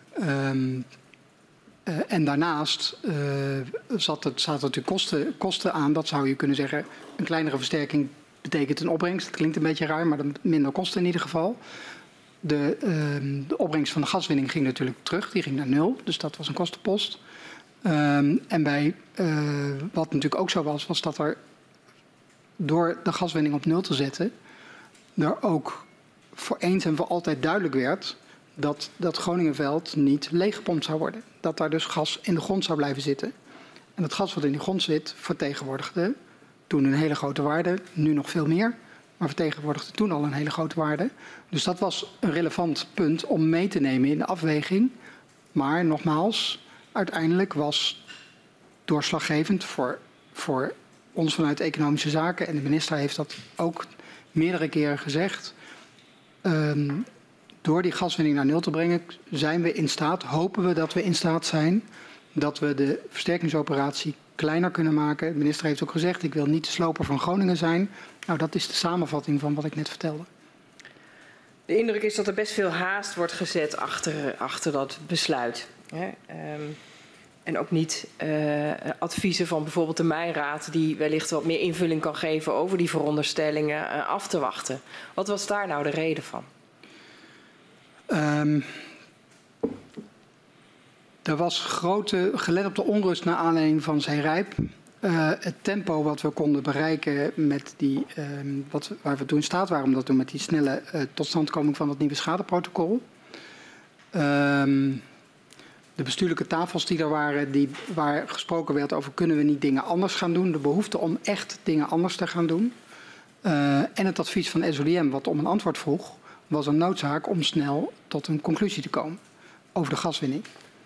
En daarnaast zaten natuurlijk kosten aan. Dat zou je kunnen zeggen, een kleinere versterking betekent een opbrengst. Dat klinkt een beetje raar, maar minder kosten in ieder geval. De opbrengst van de gaswinning ging natuurlijk terug. Die ging naar 0, dus dat was een kostenpost. En wat natuurlijk ook zo was dat er door de gaswinning op 0 te zetten, er ook voor eens en voor altijd duidelijk werd dat Groningenveld niet leeggepompt zou worden. Dat daar dus gas in de grond zou blijven zitten. En dat gas wat in de grond zit vertegenwoordigde toen een hele grote waarde, nu nog veel meer, maar vertegenwoordigde toen al een hele grote waarde. Dus dat was een relevant punt om mee te nemen in de afweging. Maar nogmaals, uiteindelijk was doorslaggevend voor ons vanuit Economische Zaken, en de minister heeft dat ook meerdere keren gezegd, door die gaswinning naar 0 te brengen, zijn we in staat, hopen we dat we in staat zijn, dat we de versterkingsoperatie kleiner kunnen maken. De minister heeft ook gezegd, ik wil niet de sloper van Groningen zijn. Nou, dat is de samenvatting van wat ik net vertelde. De indruk is dat er best veel haast wordt gezet achter dat besluit. En ook niet adviezen van bijvoorbeeld de Mijnraad, die wellicht wat meer invulling kan geven over die veronderstellingen, af te wachten. Wat was daar nou de reden van? Er was gelet op de onrust naar aanleiding van Zeerijp. Het tempo wat we konden bereiken met waar we toen in staat waren om dat te doen met die snelle totstandkoming van het nieuwe schadeprotocol. De bestuurlijke tafels die er waren, waar gesproken werd over kunnen we niet dingen anders gaan doen. De behoefte om echt dingen anders te gaan doen. En het advies van SODM wat om een antwoord vroeg, was een noodzaak om snel tot een conclusie te komen over de gaswinning.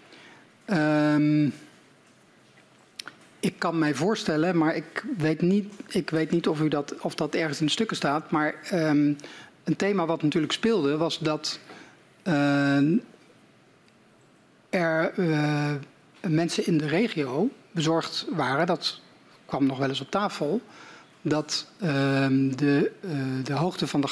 Ik kan mij voorstellen, maar ik weet niet of dat ergens in de stukken staat. Maar een thema wat natuurlijk speelde was dat er mensen in de regio bezorgd waren, dat kwam nog wel eens op tafel, dat de hoogte van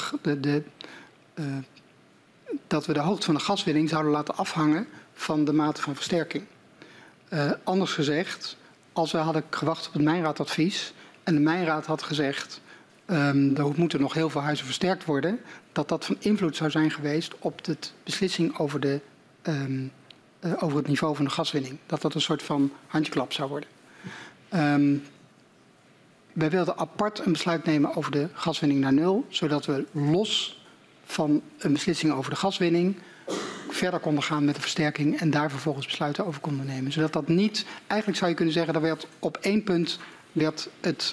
dat we de hoogte van de gaswinning zouden laten afhangen van de mate van versterking. Anders gezegd, als we hadden gewacht op het Mijnraadadvies en de Mijnraad had gezegd, er moeten nog heel veel huizen versterkt worden, dat van invloed zou zijn geweest op de beslissing over het niveau van de gaswinning. Dat een soort van handjeklap zou worden. Wij wilden apart een besluit nemen over de gaswinning naar 0, zodat we los van een beslissing over de gaswinning verder konden gaan met de versterking en daar vervolgens besluiten over konden nemen. Zodat dat niet, eigenlijk zou je kunnen zeggen, dat werd op 1 punt werd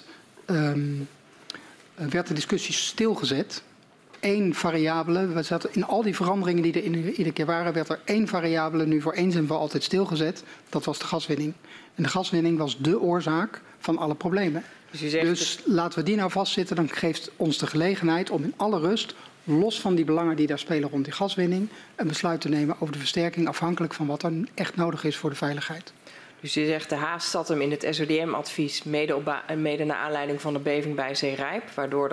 de discussie stilgezet. 1 variabele, we zaten in al die veranderingen die er iedere keer waren, werd er 1 variabele nu voor eens en voor altijd stilgezet. Dat was de gaswinning. En de gaswinning was dé oorzaak van alle problemen. Dus laten we die nou vastzitten, dan geeft ons de gelegenheid om in alle rust, los van die belangen die daar spelen rond die gaswinning, een besluit te nemen over de versterking afhankelijk van wat er echt nodig is voor de veiligheid. Dus je zegt de haast zat hem in het SODM-advies, mede naar aanleiding van de beving bij Zeerijp, waardoor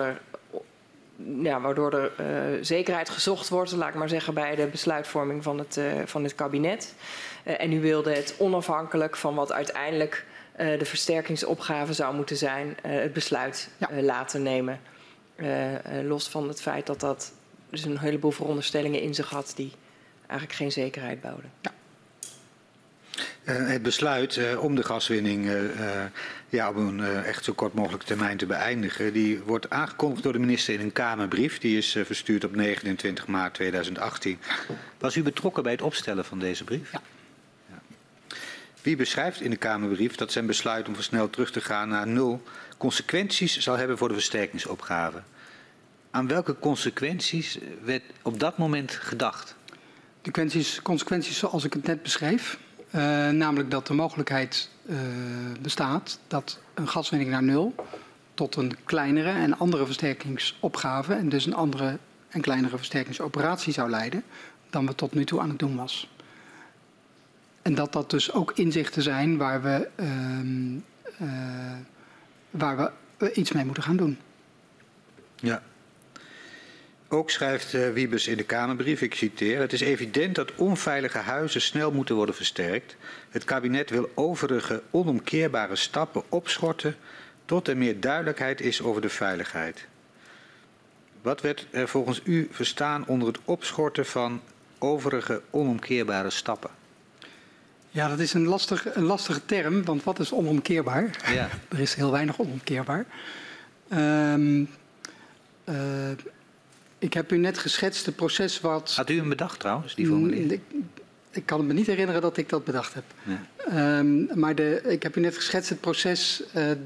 er zekerheid gezocht wordt, laat ik maar zeggen, bij de besluitvorming van het kabinet. En u wilde het onafhankelijk van wat uiteindelijk de versterkingsopgave zou moeten zijn, het besluit laten nemen. Los van het feit dat dat dus een heleboel veronderstellingen in zich had die eigenlijk geen zekerheid boden. Ja. Het besluit om de gaswinning op een echt zo kort mogelijke termijn te beëindigen, die wordt aangekondigd door de minister in een Kamerbrief. Die is verstuurd op 29 maart 2018. Was u betrokken bij het opstellen van deze brief? Ja. Wie beschrijft in de Kamerbrief dat zijn besluit om versneld terug te gaan naar 0 consequenties zal hebben voor de versterkingsopgave? Aan welke consequenties werd op dat moment gedacht? De consequenties zoals ik het net beschreef. Namelijk dat de mogelijkheid bestaat dat een gaswinning naar 0 tot een kleinere en andere versterkingsopgave en dus een andere en kleinere versterkingsoperatie zou leiden dan we tot nu toe aan het doen was. En dat dus ook inzichten zijn waar we iets mee moeten gaan doen. Ja. Ook schrijft Wiebes in de Kamerbrief, ik citeer, het is evident dat onveilige huizen snel moeten worden versterkt. Het kabinet wil overige onomkeerbare stappen opschorten tot er meer duidelijkheid is over de veiligheid. Wat werd er volgens u verstaan onder het opschorten van overige onomkeerbare stappen? Ja, dat is een lastige term, want wat is onomkeerbaar? Ja. Er is heel weinig onomkeerbaar. Ik heb u net geschetst het proces wat... Had u hem bedacht trouwens, die formulering? Ik kan me niet herinneren dat ik dat bedacht heb. Ja. Maar ik heb u net geschetst het proces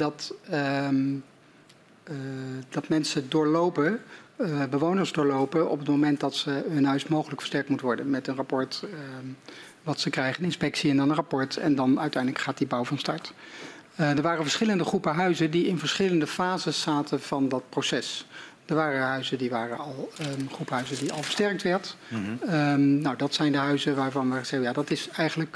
dat mensen doorlopen, bewoners doorlopen op het moment dat hun huis mogelijk versterkt moet worden. Met een rapport wat ze krijgen, een inspectie en dan een rapport. En dan uiteindelijk gaat die bouw van start. Er waren verschillende groepen huizen die in verschillende fases zaten van dat proces. Er waren huizen die waren al een groep huizen die al versterkt werd. Nou, dat zijn de huizen waarvan we zeggen, ja, dat is eigenlijk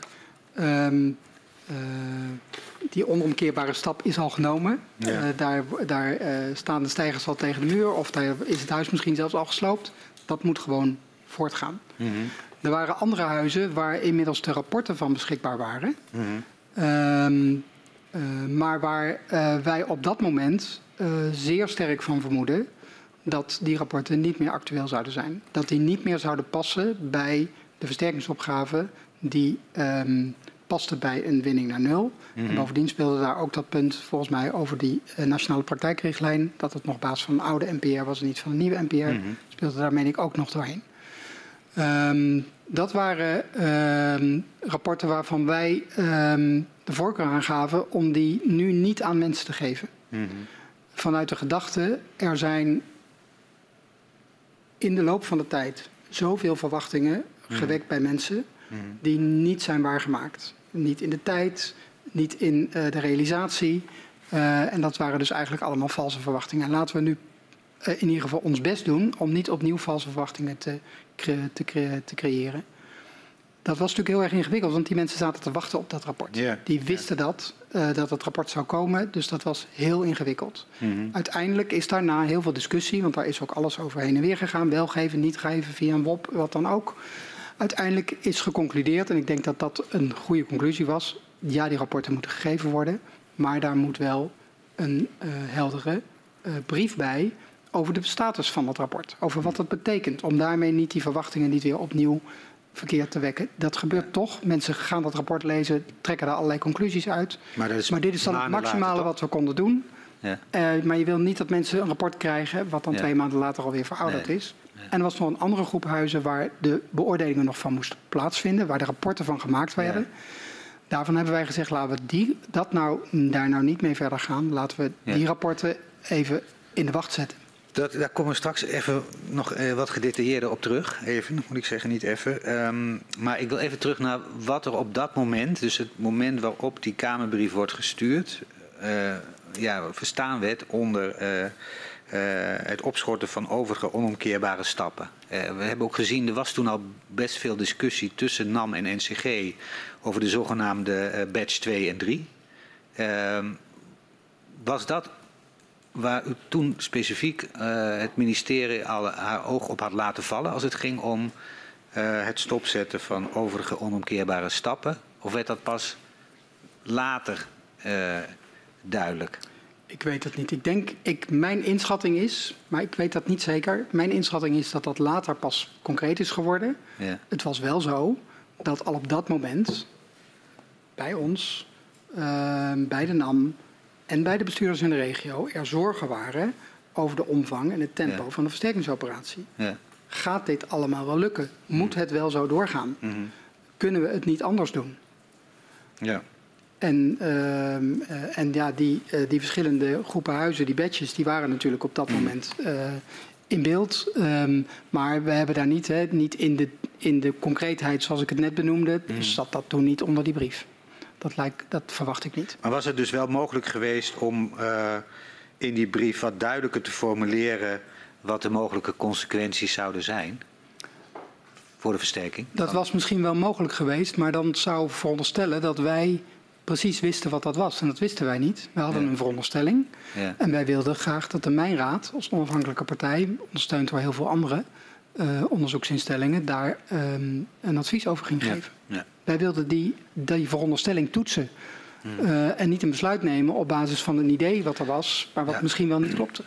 die onomkeerbare stap is al genomen. Ja. Daar staan de steigers al tegen de muur of daar is het huis misschien zelfs al gesloopt. Dat moet gewoon voortgaan. Er waren andere huizen waar inmiddels de rapporten van beschikbaar waren. Maar waar wij op dat moment zeer sterk van vermoeden dat die rapporten niet meer actueel zouden zijn. Dat die niet meer zouden passen bij de versterkingsopgave die paste bij een winning naar 0. En bovendien speelde daar ook dat punt volgens mij over die nationale praktijkrichtlijn. Dat het nog op basis van een oude NPR was en niet van een nieuwe NPR. Speelde daar meen ik ook nog doorheen. Dat waren rapporten waarvan wij de voorkeur aan gaven om die nu niet aan mensen te geven. Vanuit de gedachte, er zijn in de loop van de tijd zoveel verwachtingen gewekt bij mensen die niet zijn waargemaakt. Niet in de tijd, niet in de realisatie. En dat waren dus eigenlijk allemaal valse verwachtingen. En laten we nu in ieder geval ons best doen om niet opnieuw valse verwachtingen te creëren. Dat was natuurlijk heel erg ingewikkeld, want die mensen zaten te wachten op dat rapport. Yeah. Die wisten dat het rapport zou komen, dus dat was heel ingewikkeld. Uiteindelijk is daarna heel veel discussie, want daar is ook alles over heen en weer gegaan. Wel geven, niet geven, via een WOP, wat dan ook. Uiteindelijk is geconcludeerd, en ik denk dat dat een goede conclusie was. ja, die rapporten moeten gegeven worden, maar daar moet wel een heldere brief bij over de status van dat rapport. Over wat dat betekent, om daarmee niet die verwachtingen niet weer opnieuw verkeerd te wekken. Dat gebeurt toch. Mensen gaan dat rapport lezen, trekken daar allerlei conclusies uit. Maar dit is dan het maximale wat we konden doen. Ja. Maar je wil niet dat mensen een rapport krijgen wat dan 2 maanden later alweer verouderd is. Nee. En er was nog een andere groep huizen waar de beoordelingen nog van moesten plaatsvinden, waar de rapporten van gemaakt werden. Ja. Daarvan hebben wij gezegd, laten we daar nou niet mee verder gaan. Laten we die rapporten even in de wacht zetten. Daar komen we straks even nog wat gedetailleerder op terug. Even, moet ik zeggen, niet even. Maar ik wil even terug naar wat er op dat moment, dus het moment waarop die Kamerbrief wordt gestuurd, verstaan werd onder het opschorten van overige onomkeerbare stappen. We hebben ook gezien, er was toen al best veel discussie tussen NAM en NCG over de zogenaamde batch 2 en 3. Was dat waar u toen specifiek het ministerie al haar oog op had laten vallen als het ging om het stopzetten van overige onomkeerbare stappen? Of werd dat pas later duidelijk? Ik weet het niet. Ik denk, mijn inschatting is, maar ik weet dat niet zeker. Mijn inschatting is dat dat later pas concreet is geworden. Ja. Het was wel zo dat al op dat moment bij ons, bij de NAM en bij de bestuurders in de regio er zorgen waren over de omvang en het tempo van de versterkingsoperatie. Ja. Gaat dit allemaal wel lukken? Moet het wel zo doorgaan? Kunnen we het niet anders doen? Ja. En die verschillende groepen huizen, die batches, die waren natuurlijk op dat moment in beeld. Maar we hebben daar niet in de concreetheid zoals ik het net benoemde, zat dat toen niet onder die brief. Dat verwacht ik niet. Maar was het dus wel mogelijk geweest om in die brief wat duidelijker te formuleren wat de mogelijke consequenties zouden zijn voor de versterking? Dat was misschien wel mogelijk geweest, maar dan zou veronderstellen dat wij precies wisten wat dat was. En dat wisten wij niet. We hadden een veronderstelling. Ja. En wij wilden graag dat de Mijnraad als onafhankelijke partij, ondersteund door heel veel andere onderzoeksinstellingen, daar een advies over ging geven. Ja. Wij wilden die veronderstelling toetsen. En niet een besluit nemen op basis van een idee wat er was, maar wat misschien wel niet klopte.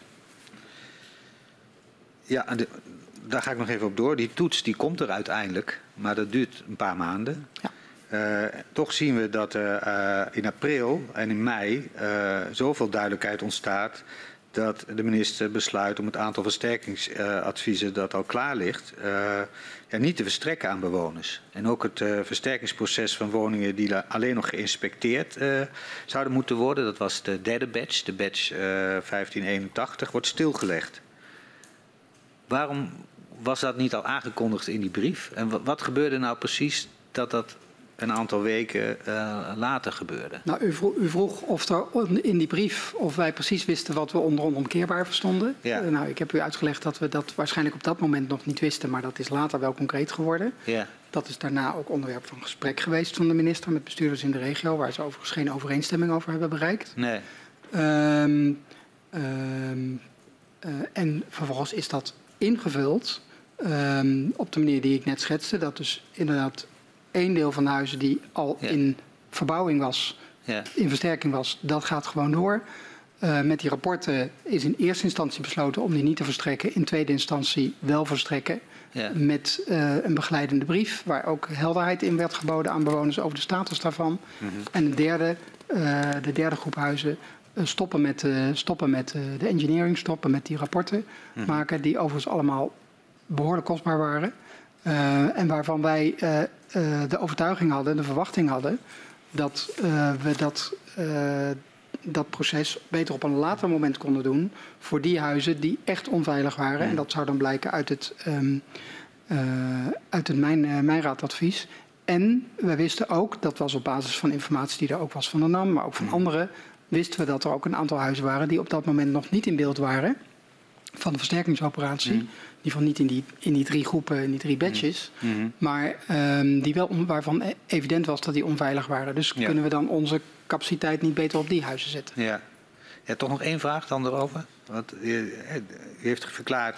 Ja, daar ga ik nog even op door. Die toets die komt er uiteindelijk, maar dat duurt een paar maanden. Ja. Toch zien we dat in april en in mei zoveel duidelijkheid ontstaat dat de minister besluit om het aantal versterkingsadviezen dat al klaar ligt niet te verstrekken aan bewoners. En ook het versterkingsproces van woningen die alleen nog geïnspecteerd zouden moeten worden, dat was de derde batch, de batch 1581, wordt stilgelegd. Waarom was dat niet al aangekondigd in die brief? En wat gebeurde nou precies dat een aantal weken later gebeurde? Nou, u vroeg of er in die brief of wij precies wisten wat we onder onomkeerbaar verstonden. Ja. Nou, ik heb u uitgelegd dat we dat waarschijnlijk op dat moment nog niet wisten, maar dat is later wel concreet geworden. Ja. Dat is daarna ook onderwerp van gesprek geweest van de minister met bestuurders in de regio, waar ze overigens geen overeenstemming over hebben bereikt. Nee. En vervolgens is dat ingevuld op de manier die ik net schetste. Dat dus inderdaad één deel van de huizen die al in verbouwing was, in versterking was, dat gaat gewoon door. Met die rapporten is in eerste instantie besloten om die niet te verstrekken. In tweede instantie wel verstrekken met een begeleidende brief, waar ook helderheid in werd geboden aan bewoners over de status daarvan. En de derde groep huizen stoppen met de engineering, stoppen met die rapporten maken, die overigens allemaal behoorlijk kostbaar waren. En waarvan wij de overtuiging hadden, de verwachting hadden, dat we dat proces beter op een later moment konden doen voor die huizen die echt onveilig waren. En dat zou dan blijken uit het Mijnraadadvies. En we wisten ook, dat was op basis van informatie die er ook was van de NAM, maar ook van anderen, wisten we dat er ook een aantal huizen waren die op dat moment nog niet in beeld waren van de versterkingsoperatie. Die van niet in die drie groepen, in die drie batches. Maar die wel waarvan evident was dat die onveilig waren. Dus kunnen we dan onze capaciteit niet beter op die huizen zetten. Ja, toch nog één vraag dan erover. Want u heeft verklaard,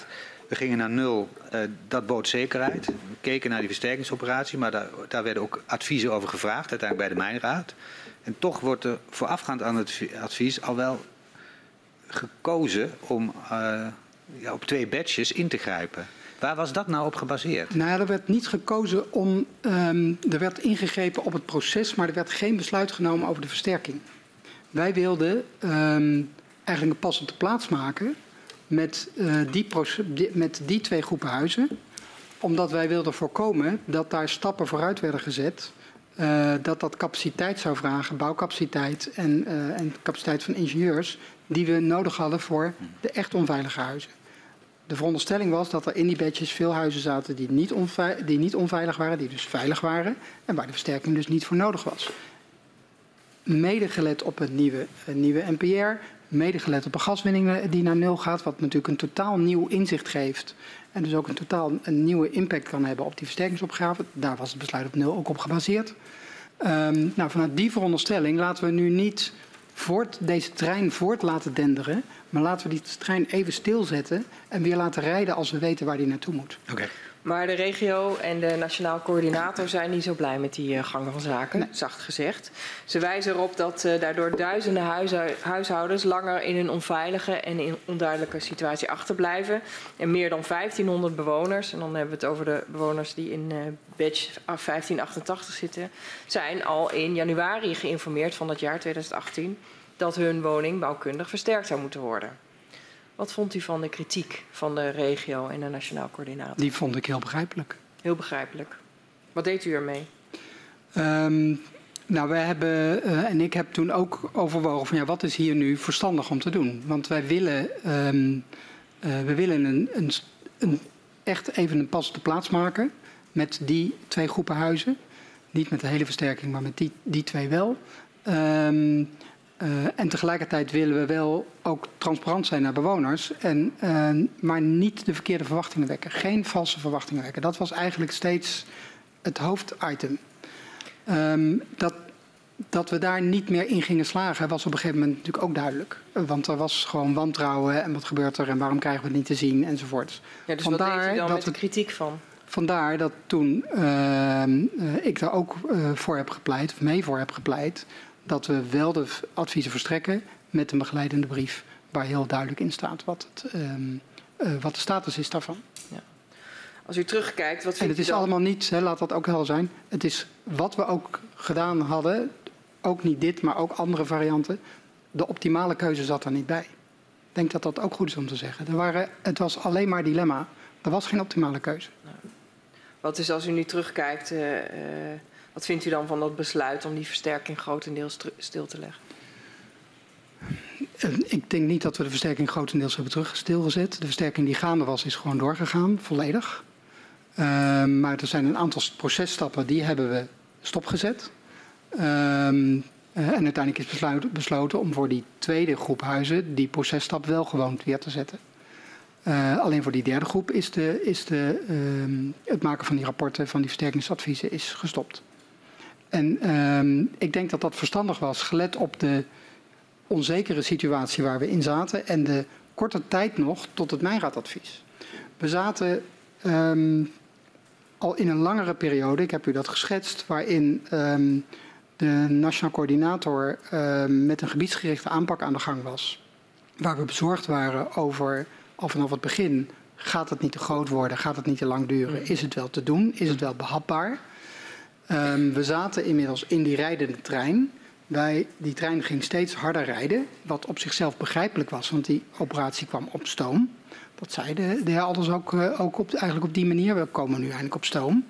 We gingen naar 0, dat bood zekerheid. We keken naar die versterkingsoperatie, maar daar werden ook adviezen over gevraagd, uiteindelijk bij de Mijnraad. En toch wordt er voorafgaand aan het advies al wel gekozen om op 2 batches in te grijpen. Waar was dat nou op gebaseerd? Nou ja, er werd niet gekozen om... er werd ingegrepen op het proces, maar er werd geen besluit genomen over de versterking. Wij wilden eigenlijk een pas op de plaats maken met die 2 groepen huizen. Omdat wij wilden voorkomen dat daar stappen vooruit werden gezet. Dat capaciteit zou vragen, bouwcapaciteit en capaciteit van ingenieurs, die we nodig hadden voor de echt onveilige huizen. De veronderstelling was dat er in die batches veel huizen zaten die niet onveilig waren, die dus veilig waren en waar de versterking dus niet voor nodig was. Mede gelet op het nieuwe NPR, mede gelet op een gaswinning die naar 0 gaat, wat natuurlijk een totaal nieuw inzicht geeft en dus ook een nieuwe impact kan hebben op die versterkingsopgave. Daar was het besluit op 0 ook op gebaseerd. Vanuit die veronderstelling laten we nu niet deze trein voort laten denderen, maar laten we die trein even stilzetten en weer laten rijden als we weten waar die naartoe moet. Okay. Maar de regio en de nationaal coördinator zijn niet zo blij met die gang van zaken, nee. Zacht gezegd. Ze wijzen erop dat daardoor duizenden huishoudens langer in een onveilige en in onduidelijke situatie achterblijven. En meer dan 1500 bewoners, en dan hebben we het over de bewoners die in batch 1588 zitten, zijn al in januari geïnformeerd van het jaar 2018 dat hun woning bouwkundig versterkt zou moeten worden. Wat vond u van de kritiek van de regio en de nationaal coördinator? Die vond ik heel begrijpelijk. Heel begrijpelijk. Wat deed u ermee? Wij hebben, en ik heb toen ook overwogen van wat is hier nu verstandig om te doen? Want wij willen, we willen echt even een pas op de plaats maken met die 2 groepen huizen. Niet met de hele versterking, maar met die 2 wel. En tegelijkertijd willen we wel ook transparant zijn naar bewoners, maar niet de verkeerde verwachtingen wekken. Geen valse verwachtingen wekken. Dat was eigenlijk steeds het hoofditem. Dat we daar niet meer in gingen slagen was op een gegeven moment natuurlijk ook duidelijk. Want er was gewoon wantrouwen en wat gebeurt er en waarom krijgen we het niet te zien enzovoort. Ja, dus vandaar wat deed u dan met de kritiek van? Vandaar dat toen ik daar ook mee voor heb gepleit, dat we wel de adviezen verstrekken met een begeleidende brief waar heel duidelijk in staat wat de status is daarvan. Ja. Als u terugkijkt, wat vindt u dan? En het is allemaal niet, laat dat ook helder zijn, het is wat we ook gedaan hadden, ook niet dit, maar ook andere varianten, de optimale keuze zat er niet bij. Ik denk dat dat ook goed is om te zeggen. Het was alleen maar dilemma, er was geen optimale keuze. Nou, wat is als u nu terugkijkt... Wat vindt u dan van dat besluit om die versterking grotendeels stil te leggen? Ik denk niet dat we de versterking grotendeels hebben stilgezet. De versterking die gaande was, is gewoon doorgegaan, volledig. Maar er zijn een aantal processtappen, die hebben we stopgezet. En uiteindelijk is besloten om voor die 2e groep huizen die processtap wel gewoon weer te zetten. Alleen voor die 3e groep is het maken van die rapporten, van die versterkingsadviezen, is gestopt. En ik denk dat dat verstandig was, gelet op de onzekere situatie waar we in zaten en de korte tijd nog tot het Mijnraadadvies. We zaten al in een langere periode, ik heb u dat geschetst, waarin de nationaal coördinator met een gebiedsgerichte aanpak aan de gang was. Waar we bezorgd waren over, al vanaf het begin, gaat het niet te groot worden, gaat het niet te lang duren, is het wel te doen, is het wel behapbaar? We zaten inmiddels in die rijdende trein. Die trein ging steeds harder rijden, wat op zichzelf begrijpelijk was, want die operatie kwam op stoom. Dat zei de heer Alders ook eigenlijk op die manier. We komen nu eindelijk op stoom.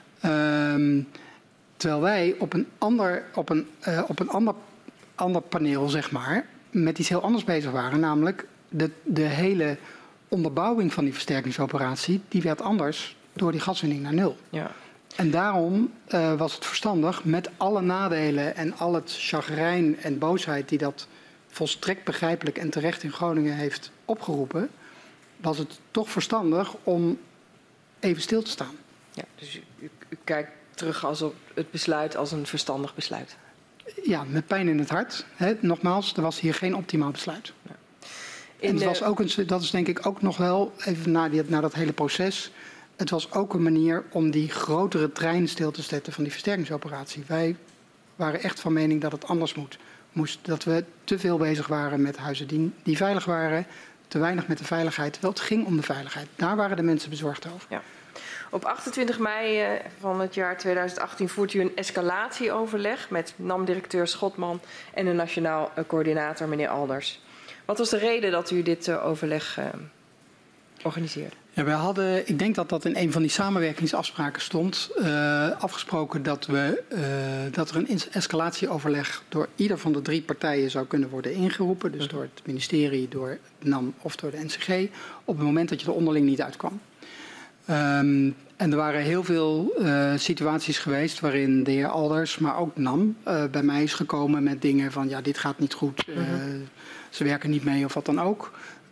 Terwijl wij op een ander paneel, zeg maar, met iets heel anders bezig waren. Namelijk de hele onderbouwing van die versterkingsoperatie, die werd anders door die gaswinning naar 0. Ja. En daarom was het verstandig, met alle nadelen en al het chagrijn en boosheid die dat volstrekt begrijpelijk en terecht in Groningen heeft opgeroepen, was het toch verstandig om even stil te staan. Ja, dus u kijkt terug op het besluit als een verstandig besluit. Ja, met pijn in het hart. Nogmaals, er was hier geen optimaal besluit. Ja. En het was ook dat is denk ik ook nog wel, even na dat hele proces, het was ook een manier om die grotere trein stil te zetten van die versterkingsoperatie. Wij waren echt van mening dat het anders moest. Dat we te veel bezig waren met huizen die veilig waren, te weinig met de veiligheid. Terwijl het ging om de veiligheid. Daar waren de mensen bezorgd over. Ja. Op 28 mei van het jaar 2018 voert u een escalatieoverleg met NAM-directeur Schotman en de Nationaal Coördinator, meneer Alders. Wat was de reden dat u dit overleg organiseerde? Ja, wij hadden, ik denk dat dat in een van die samenwerkingsafspraken stond, afgesproken dat er een escalatieoverleg door ieder van de 3 partijen zou kunnen worden ingeroepen. Dus door het ministerie, door NAM of door de NCG, op het moment dat je er onderling niet uitkwam. En er waren heel veel situaties geweest waarin de heer Alders, maar ook NAM, bij mij is gekomen met dingen van ja, dit gaat niet goed, ze werken niet mee of wat dan ook.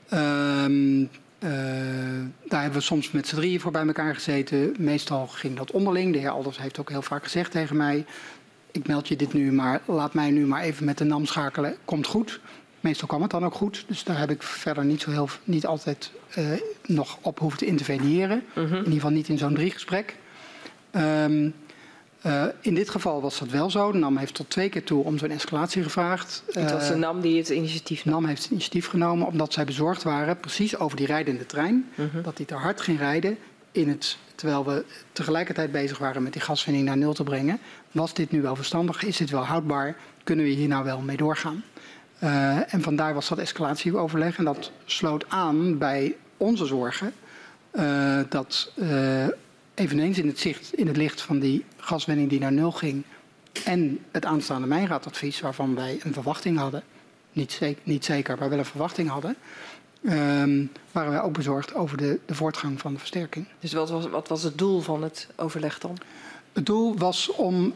Daar hebben we soms met z'n 3 voor bij elkaar gezeten. Meestal ging dat onderling. De heer Alders heeft ook heel vaak gezegd tegen mij, ik meld je dit nu, maar laat mij nu maar even met de NAM schakelen. Komt goed. Meestal kwam het dan ook goed. Dus daar heb ik verder niet altijd nog op hoeven te interveneren. In ieder geval niet in zo'n 3-gesprek. In dit geval was dat wel zo. De NAM heeft tot 2 keer toe om zo'n escalatie gevraagd. Het was de NAM die het initiatief nam. NAM heeft het initiatief genomen omdat zij bezorgd waren, precies over die rijdende trein. Dat die te hard ging rijden, terwijl we tegelijkertijd bezig waren met die gaswinning naar 0 te brengen. Was dit nu wel verstandig? Is dit wel houdbaar? Kunnen we hier nou wel mee doorgaan? En vandaar was dat escalatieoverleg. En dat sloot aan bij onze zorgen dat eveneens in het licht van die gaswinning die naar 0 ging en het aanstaande mijnraadadvies waarvan wij een verwachting hadden, niet zeker, maar wel een verwachting hadden, waren wij ook bezorgd over de voortgang van de versterking. Dus wat was het doel van het overleg dan? Het doel was om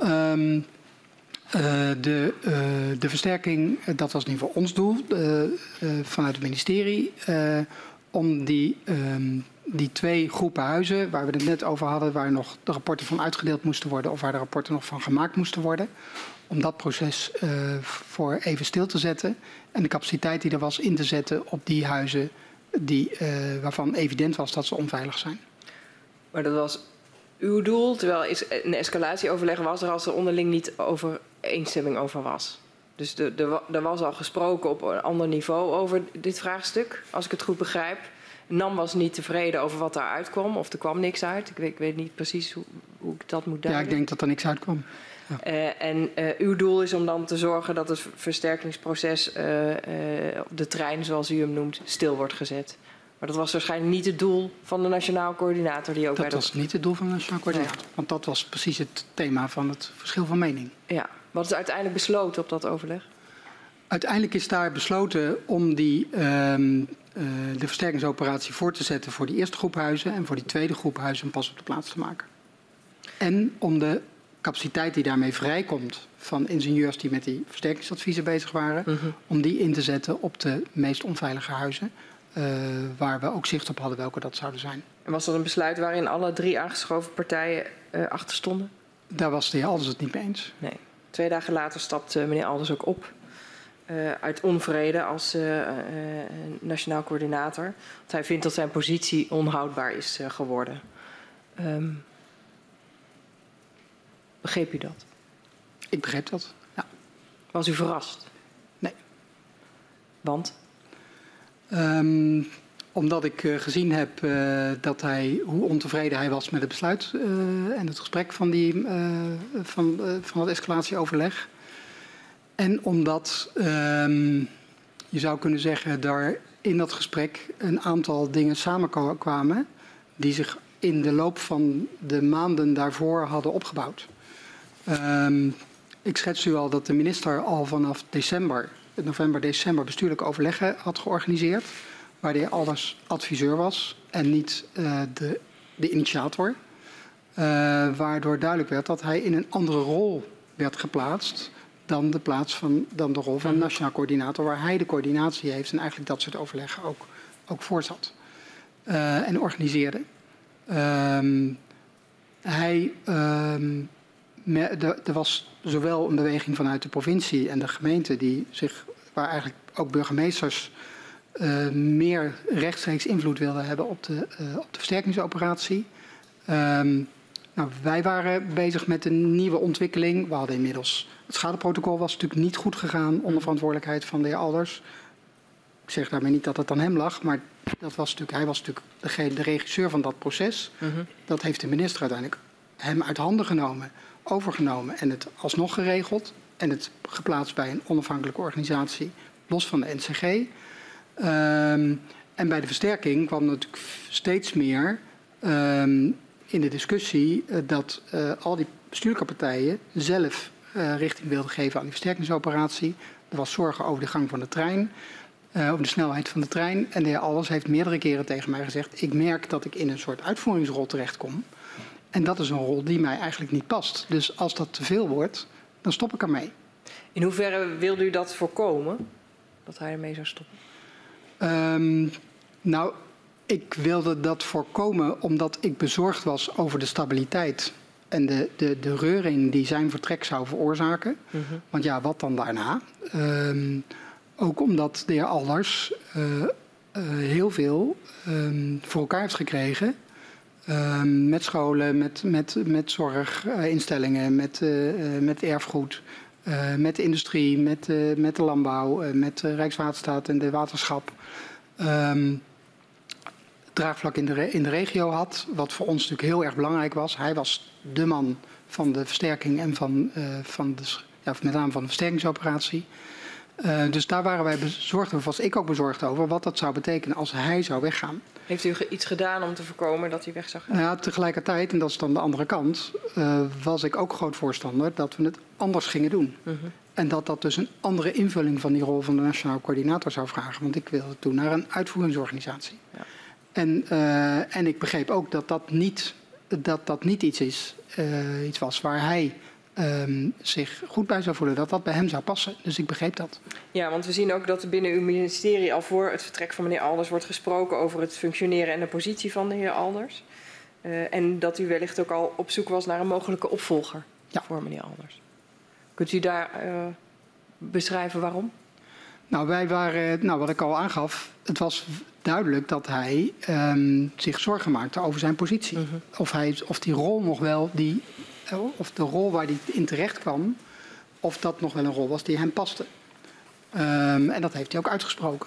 de versterking, dat was in ieder geval ons doel vanuit het ministerie, om die 2 groepen huizen waar we het net over hadden, waar nog de rapporten van uitgedeeld moesten worden of waar de rapporten nog van gemaakt moesten worden, om dat proces voor even stil te zetten en de capaciteit die er was in te zetten op die huizen waarvan evident was dat ze onveilig zijn. Maar dat was uw doel, terwijl een escalatieoverleg was er als er onderling niet overeenstemming over was. Dus er was al gesproken op een ander niveau over dit vraagstuk, als ik het goed begrijp. NAM was niet tevreden over wat daaruit kwam, of er kwam niks uit. Ik weet niet precies hoe ik dat moet duiden. Ja, ik denk dat er niks uitkwam. Ja. Uw doel is om dan te zorgen dat het versterkingsproces op de trein, zoals u hem noemt, stil wordt gezet. Maar dat was waarschijnlijk niet het doel van de Nationaal Coördinator. Dat was niet het doel van de Nationaal Coördinator. Nee. Want dat was precies het thema van het verschil van mening. Ja. Wat is uiteindelijk besloten op dat overleg? Uiteindelijk is daar besloten om de versterkingsoperatie voor te zetten voor die eerste groep huizen en voor die tweede groep huizen een pas op de plaats te maken. En om de capaciteit die daarmee vrijkomt van ingenieurs die met die versterkingsadviezen bezig waren, om die in te zetten op de meest onveilige huizen, waar we ook zicht op hadden welke dat zouden zijn. En was dat een besluit waarin alle 3 aangeschoven partijen achter stonden? Daar was de heer Alders het niet mee eens. Nee. 2 dagen later stapt meneer Alders ook op. Uit onvrede als Nationaal Coördinator. Want hij vindt dat zijn positie onhoudbaar is geworden. Begreep u dat? Ik begreep dat, ja. Was u verrast? Nee. Want? Omdat ik gezien heb hoe ontevreden hij was met het besluit en het gesprek van het escalatieoverleg. En omdat, je zou kunnen zeggen, daar in dat gesprek een aantal dingen samenkwamen die zich in de loop van de maanden daarvoor hadden opgebouwd. Ik schets u al dat de minister al vanaf november, december bestuurlijke overleggen had georganiseerd, waar de heer Alders adviseur was en niet de initiator. Waardoor duidelijk werd dat hij in een andere rol werd geplaatst dan de rol van Nationaal Coördinator, waar hij de coördinatie heeft en eigenlijk dat soort overleggen ook voorzat en organiseerde. Er was zowel een beweging vanuit de provincie en de gemeente waar eigenlijk ook burgemeesters meer rechtstreeks invloed wilde hebben op de versterkingsoperatie. Wij waren bezig met een nieuwe ontwikkeling. We hadden inmiddels het schadeprotocol was natuurlijk niet goed gegaan onder verantwoordelijkheid van de heer Alders. Ik zeg daarmee niet dat het aan hem lag, maar hij was natuurlijk de regisseur van dat proces. Dat heeft de minister uiteindelijk hem uit handen genomen, overgenomen en het alsnog geregeld. En het geplaatst bij een onafhankelijke organisatie, los van de NCG. En bij de versterking kwam natuurlijk steeds meer in de discussie dat al die bestuurlijke partijen zelf richting wilden geven aan die versterkingsoperatie. Er was zorgen over de gang van de trein, over de snelheid van de trein. En de heer Alders heeft meerdere keren tegen mij gezegd, ik merk dat ik in een soort uitvoeringsrol terechtkom. En dat is een rol die mij eigenlijk niet past. Dus als dat te veel wordt, dan stop ik ermee. In hoeverre wilde u dat voorkomen, dat hij ermee zou stoppen? Ik wilde dat voorkomen omdat ik bezorgd was over de stabiliteit en de reuring die zijn vertrek zou veroorzaken. Want ja, wat dan daarna? Ook omdat de heer Alders heel veel voor elkaar heeft gekregen. Met scholen, met zorginstellingen, met erfgoed, met de industrie, met de landbouw, met Rijkswaterstaat en de waterschap. Draagvlak in de regio had, wat voor ons natuurlijk heel erg belangrijk was. Hij was de man van de versterking en met name van de versterkingsoperatie. Dus daar waren wij bezorgd over, was ik ook bezorgd over, wat dat zou betekenen als hij zou weggaan. Heeft u iets gedaan om te voorkomen dat hij weg zou gaan? Ja, tegelijkertijd, en dat is dan de andere kant, was ik ook groot voorstander dat we het anders gingen doen. En dat dus een andere invulling van die rol van de Nationaal Coördinator zou vragen. Want ik wilde toen naar een uitvoeringsorganisatie. Ja. En ik begreep ook dat niet iets was waar hij zich goed bij zou voelen, dat bij hem zou passen. Dus ik begreep dat. Ja, want we zien ook dat er binnen uw ministerie al voor het vertrek van meneer Alders wordt gesproken over het functioneren en de positie van de heer Alders. En dat u wellicht ook al op zoek was naar een mogelijke opvolger voor meneer Alders. Kunt u daar beschrijven waarom? Wij waren, wat ik al aangaf, het was duidelijk dat hij zich zorgen maakte over zijn positie. Of die rol nog wel, of de rol waar hij in terecht kwam, of dat nog wel een rol was die hem paste. En dat heeft hij ook uitgesproken.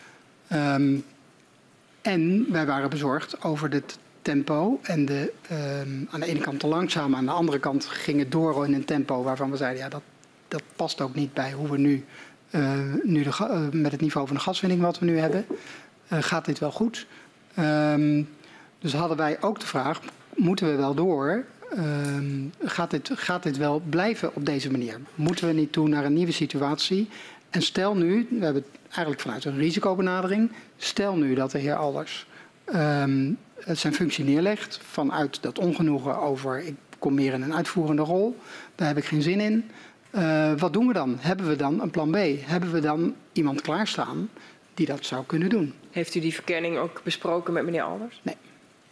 En wij waren bezorgd over het tempo en aan de ene kant te langzaam, aan de andere kant ging het door in een tempo waarvan we zeiden, ja, dat past ook niet bij hoe we nu met het niveau van de gaswinning wat we nu hebben, gaat dit wel goed? Dus hadden wij ook de vraag, moeten we wel door? Gaat dit wel blijven op deze manier? Moeten we niet toe naar een nieuwe situatie? En stel nu, we hebben het eigenlijk vanuit een risicobenadering, stel nu dat de heer Alders zijn functie neerlegt vanuit dat ongenoegen over ik kom meer in een uitvoerende rol, daar heb ik geen zin in. Wat doen we dan? Hebben we dan een plan B? Hebben we dan iemand klaarstaan die dat zou kunnen doen? Heeft u die verkenning ook besproken met meneer Alders? Nee.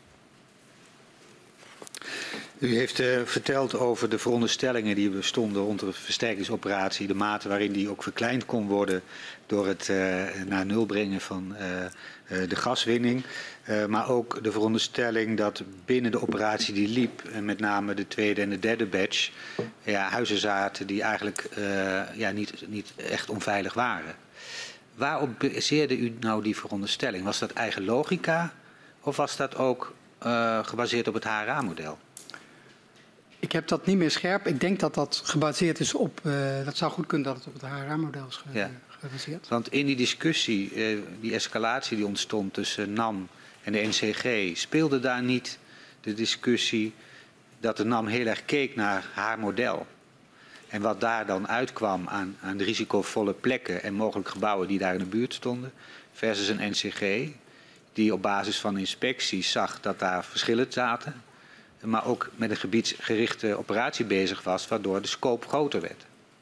U heeft verteld over de veronderstellingen die bestonden rond de versterkingsoperatie, de mate waarin die ook verkleind kon worden door het naar nul brengen van de gaswinning. Maar ook de veronderstelling dat binnen de operatie die liep, en met name de tweede en de derde batch, huizen zaten die eigenlijk niet echt onveilig waren. Waarop baseerde u nou die veronderstelling? Was dat eigen logica of was dat ook gebaseerd op het HRA-model? Ik heb dat niet meer scherp. Ik denk dat dat gebaseerd is op, dat zou goed kunnen dat het op het HRA-model is gebaseerd. Want in die discussie, die escalatie die ontstond tussen NAM en de NCG, speelde daar niet de discussie dat de NAM heel erg keek naar haar model? En wat daar dan uitkwam aan risicovolle plekken en mogelijk gebouwen die daar in de buurt stonden, versus een NCG die op basis van inspecties zag dat daar verschillen zaten, maar ook met een gebiedsgerichte operatie bezig was, waardoor de scope groter werd.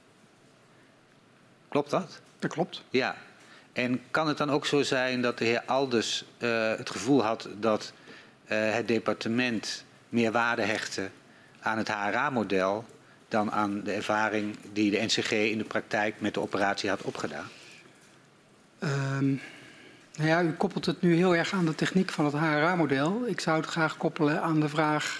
Klopt dat? Dat klopt. Ja. En kan het dan ook zo zijn dat de heer Alders het gevoel had dat het departement meer waarde hechtte aan het HRA-model dan aan de ervaring die de NCG in de praktijk met de operatie had opgedaan? Nou ja, u koppelt het nu heel erg aan de techniek van het HRA-model. Ik zou het graag koppelen aan de vraag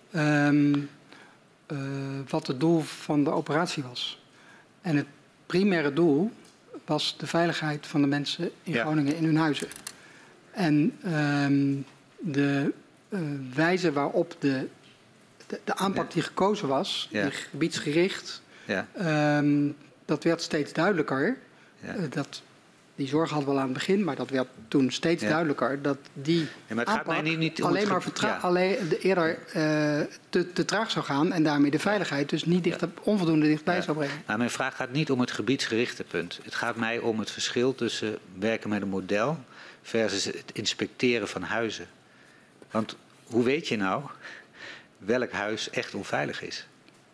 wat het doel van de operatie was. En het primaire doel was de veiligheid van de mensen in Groningen in hun huizen. En de wijze waarop de aanpak die gekozen was, die gebiedsgericht, dat werd steeds duidelijker. Die zorg hadden we al aan het begin, maar dat werd toen steeds duidelijker. Dat die maar het gaat mij niet om alleen maar eerder te traag zou gaan en daarmee de veiligheid dus niet onvoldoende dichtbij zou brengen. Nou, mijn vraag gaat niet om het gebiedsgerichte punt. Het gaat mij om het verschil tussen werken met een model versus het inspecteren van huizen. Want hoe weet je nou welk huis echt onveilig is?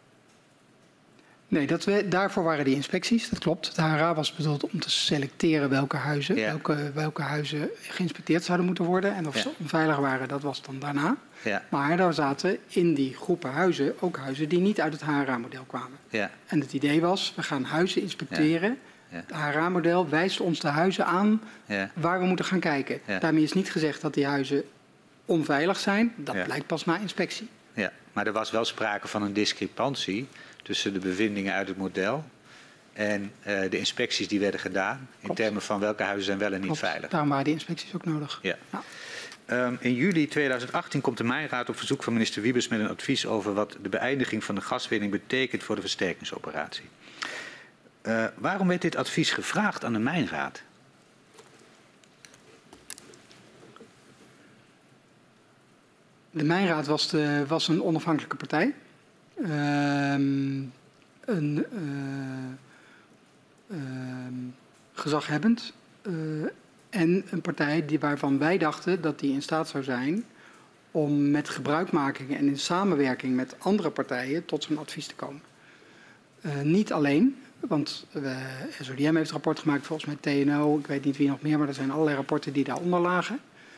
Nee, daarvoor waren die inspecties, dat klopt. Het HRA was bedoeld om te selecteren welke huizen geïnspecteerd zouden moeten worden. En of ze onveilig waren, dat was dan daarna. Ja. Maar daar zaten in die groepen huizen ook huizen die niet uit het HRA-model kwamen. Ja. En het idee was, we gaan huizen inspecteren. Ja. Het HRA-model wijst ons de huizen aan waar we moeten gaan kijken. Ja. Daarmee is niet gezegd dat die huizen onveilig zijn. Dat blijkt pas na inspectie. Ja, maar er was wel sprake van een discrepantie tussen de bevindingen uit het model en de inspecties die werden gedaan. In termen van welke huizen zijn wel en niet veilig. Daarom waren die inspecties ook nodig. Ja. In juli 2018 komt de Mijnraad op verzoek van minister Wiebes met een advies over wat de beëindiging van de gaswinning betekent voor de versterkingsoperatie. Waarom werd dit advies gevraagd aan de Mijnraad? De Mijnraad was een onafhankelijke partij. Gezaghebbend. En een partij waarvan wij dachten dat die in staat zou zijn om met gebruikmaking en in samenwerking met andere partijen tot zo'n advies te komen. Niet alleen, want SODM heeft een rapport gemaakt, volgens mij TNO, ik weet niet wie nog meer, maar er zijn allerlei rapporten die daaronder lagen.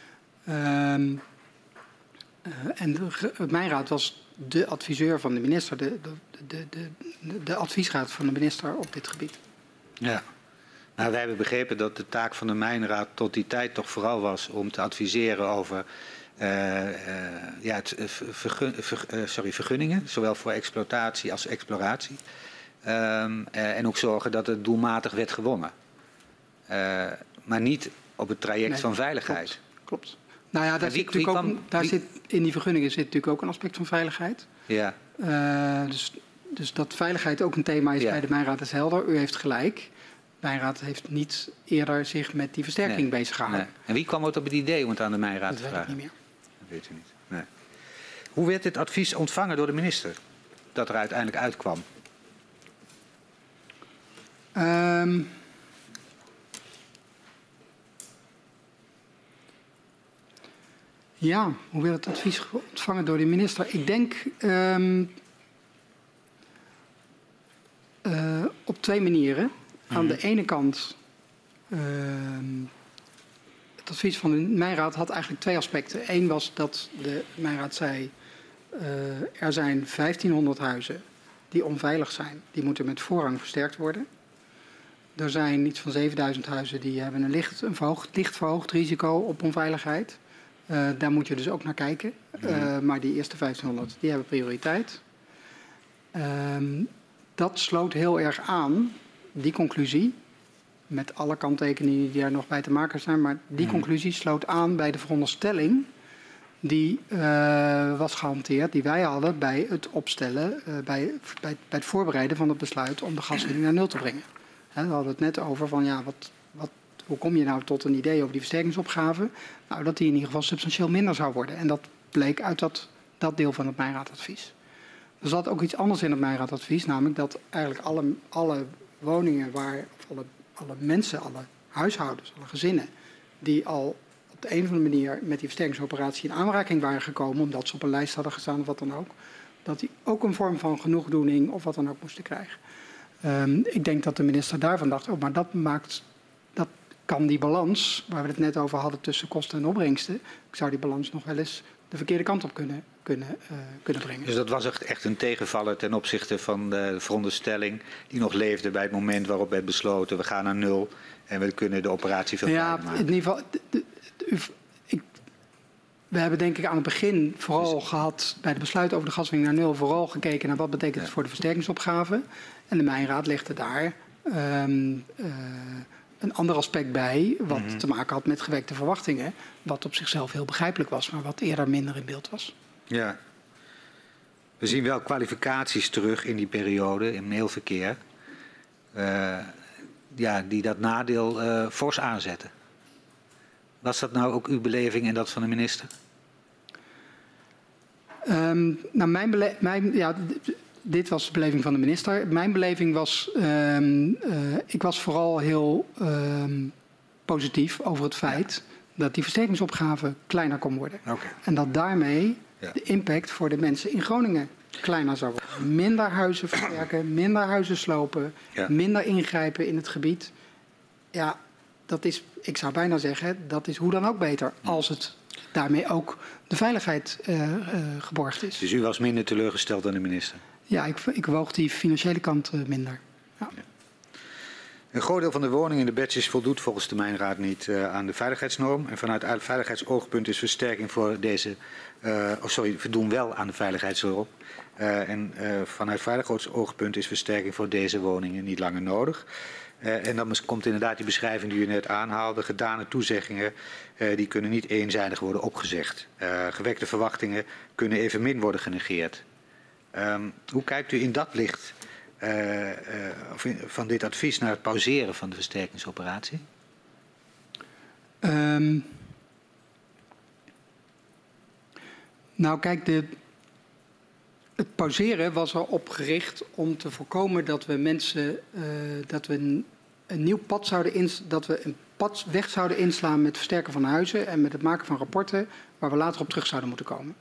En de Mijnraad was de adviseur van de minister, de adviesraad van de minister op dit gebied. Ja. Nou, wij hebben begrepen dat de taak van de Mijnraad tot die tijd toch vooral was om te adviseren over vergunningen, zowel voor exploitatie als exploratie. En ook zorgen dat het doelmatig werd gewonnen. Maar niet op het traject van veiligheid. Klopt. Nou ja, in die vergunningen zit natuurlijk ook een aspect van veiligheid. Ja. Dus dat veiligheid ook een thema is bij de Mijnraad is helder. U heeft gelijk. De Mijnraad heeft niet eerder zich met die versterking bezig gehouden. Nee. En wie kwam ook op het idee om het aan de Mijnraad te vragen? Dat weet ik niet meer. Dat weet u niet. Nee. Hoe werd dit advies ontvangen door de minister? Dat er uiteindelijk uitkwam? Ja, hoe werd het advies ontvangen door de minister? Ik denk op twee manieren. Aan de ene kant, het advies van de Mijnraad had eigenlijk twee aspecten. Eén was dat de Mijnraad zei, er zijn 1500 huizen die onveilig zijn. Die moeten met voorrang versterkt worden. Er zijn iets van 7000 huizen die hebben een licht verhoogd risico op onveiligheid. Daar moet je dus ook naar kijken. Maar die eerste 1500 die hebben prioriteit. Dat sloot heel erg aan, die conclusie, met alle kanttekeningen die er nog bij te maken zijn, maar die conclusie sloot aan bij de veronderstelling die was gehanteerd, die wij hadden bij het opstellen, bij het voorbereiden van het besluit om de gaswinning naar nul te brengen. We hadden het net over van ja, hoe kom je nou tot een idee over die versterkingsopgave? Nou, dat die in ieder geval substantieel minder zou worden. En dat bleek uit dat deel van het Mijnraadadvies. Er zat ook iets anders in het Mijnraadadvies, namelijk dat eigenlijk alle woningen alle mensen, alle huishoudens, alle gezinnen, die al op de een of andere manier met die versterkingsoperatie in aanraking waren gekomen, omdat ze op een lijst hadden gestaan of wat dan ook, dat die ook een vorm van genoegdoening of wat dan ook moesten krijgen. Ik denk dat de minister daarvan dacht, maar dat kan die balans, waar we het net over hadden tussen kosten en opbrengsten, ik zou die balans nog wel eens de verkeerde kant op kunnen kunnen brengen. Dus dat was echt een tegenvaller ten opzichte van de veronderstelling die nog leefde bij het moment waarop werd besloten we gaan naar 0 en we kunnen de operatie veel kleiner maken. In ieder geval, we hebben denk ik aan het begin vooral gehad bij de besluit over de gaswinning naar 0 vooral gekeken naar wat betekent het voor de versterkingsopgave. En de Mijnraad legde daar een ander aspect bij wat te maken had met gewekte verwachtingen. Wat op zichzelf heel begrijpelijk was, maar wat eerder minder in beeld was. Ja. We zien wel kwalificaties terug in die periode, in mailverkeer, die dat nadeel fors aanzetten. Was dat nou ook uw beleving en dat van de minister? Dit was de beleving van de minister. Mijn beleving was, ik was vooral heel positief over het feit dat die versterkingsopgave kleiner kon worden. Okay. En dat daarmee de impact voor de mensen in Groningen kleiner zou worden. Minder huizen versterken, minder huizen slopen, minder ingrijpen in het gebied. Ja, dat is, ik zou bijna zeggen, dat is hoe dan ook beter. Als het daarmee ook de veiligheid geborgd is. Dus u was minder teleurgesteld dan de minister? Ja, ik woog die financiële kant minder. Ja. Ja. Een groot deel van de woningen in de badges voldoet volgens de Mijnraad niet aan de veiligheidsnorm. En vanuit veiligheidsoogpunt is versterking voor deze... voldoen wel aan de veiligheidsnorm. Vanuit veiligheidsoogpunt is versterking voor deze woningen niet langer nodig. En dan komt inderdaad die beschrijving die u net aanhaalde. Gedane toezeggingen die kunnen niet eenzijdig worden opgezegd. Gewekte verwachtingen kunnen evenmin worden genegeerd. Hoe kijkt u in dat licht van dit advies naar het pauzeren van de versterkingsoperatie? Nou kijk, het pauzeren was erop gericht om te voorkomen dat we mensen, dat we een nieuw pad weg zouden inslaan met het versterken van huizen en met het maken van rapporten waar we later op terug zouden moeten komen.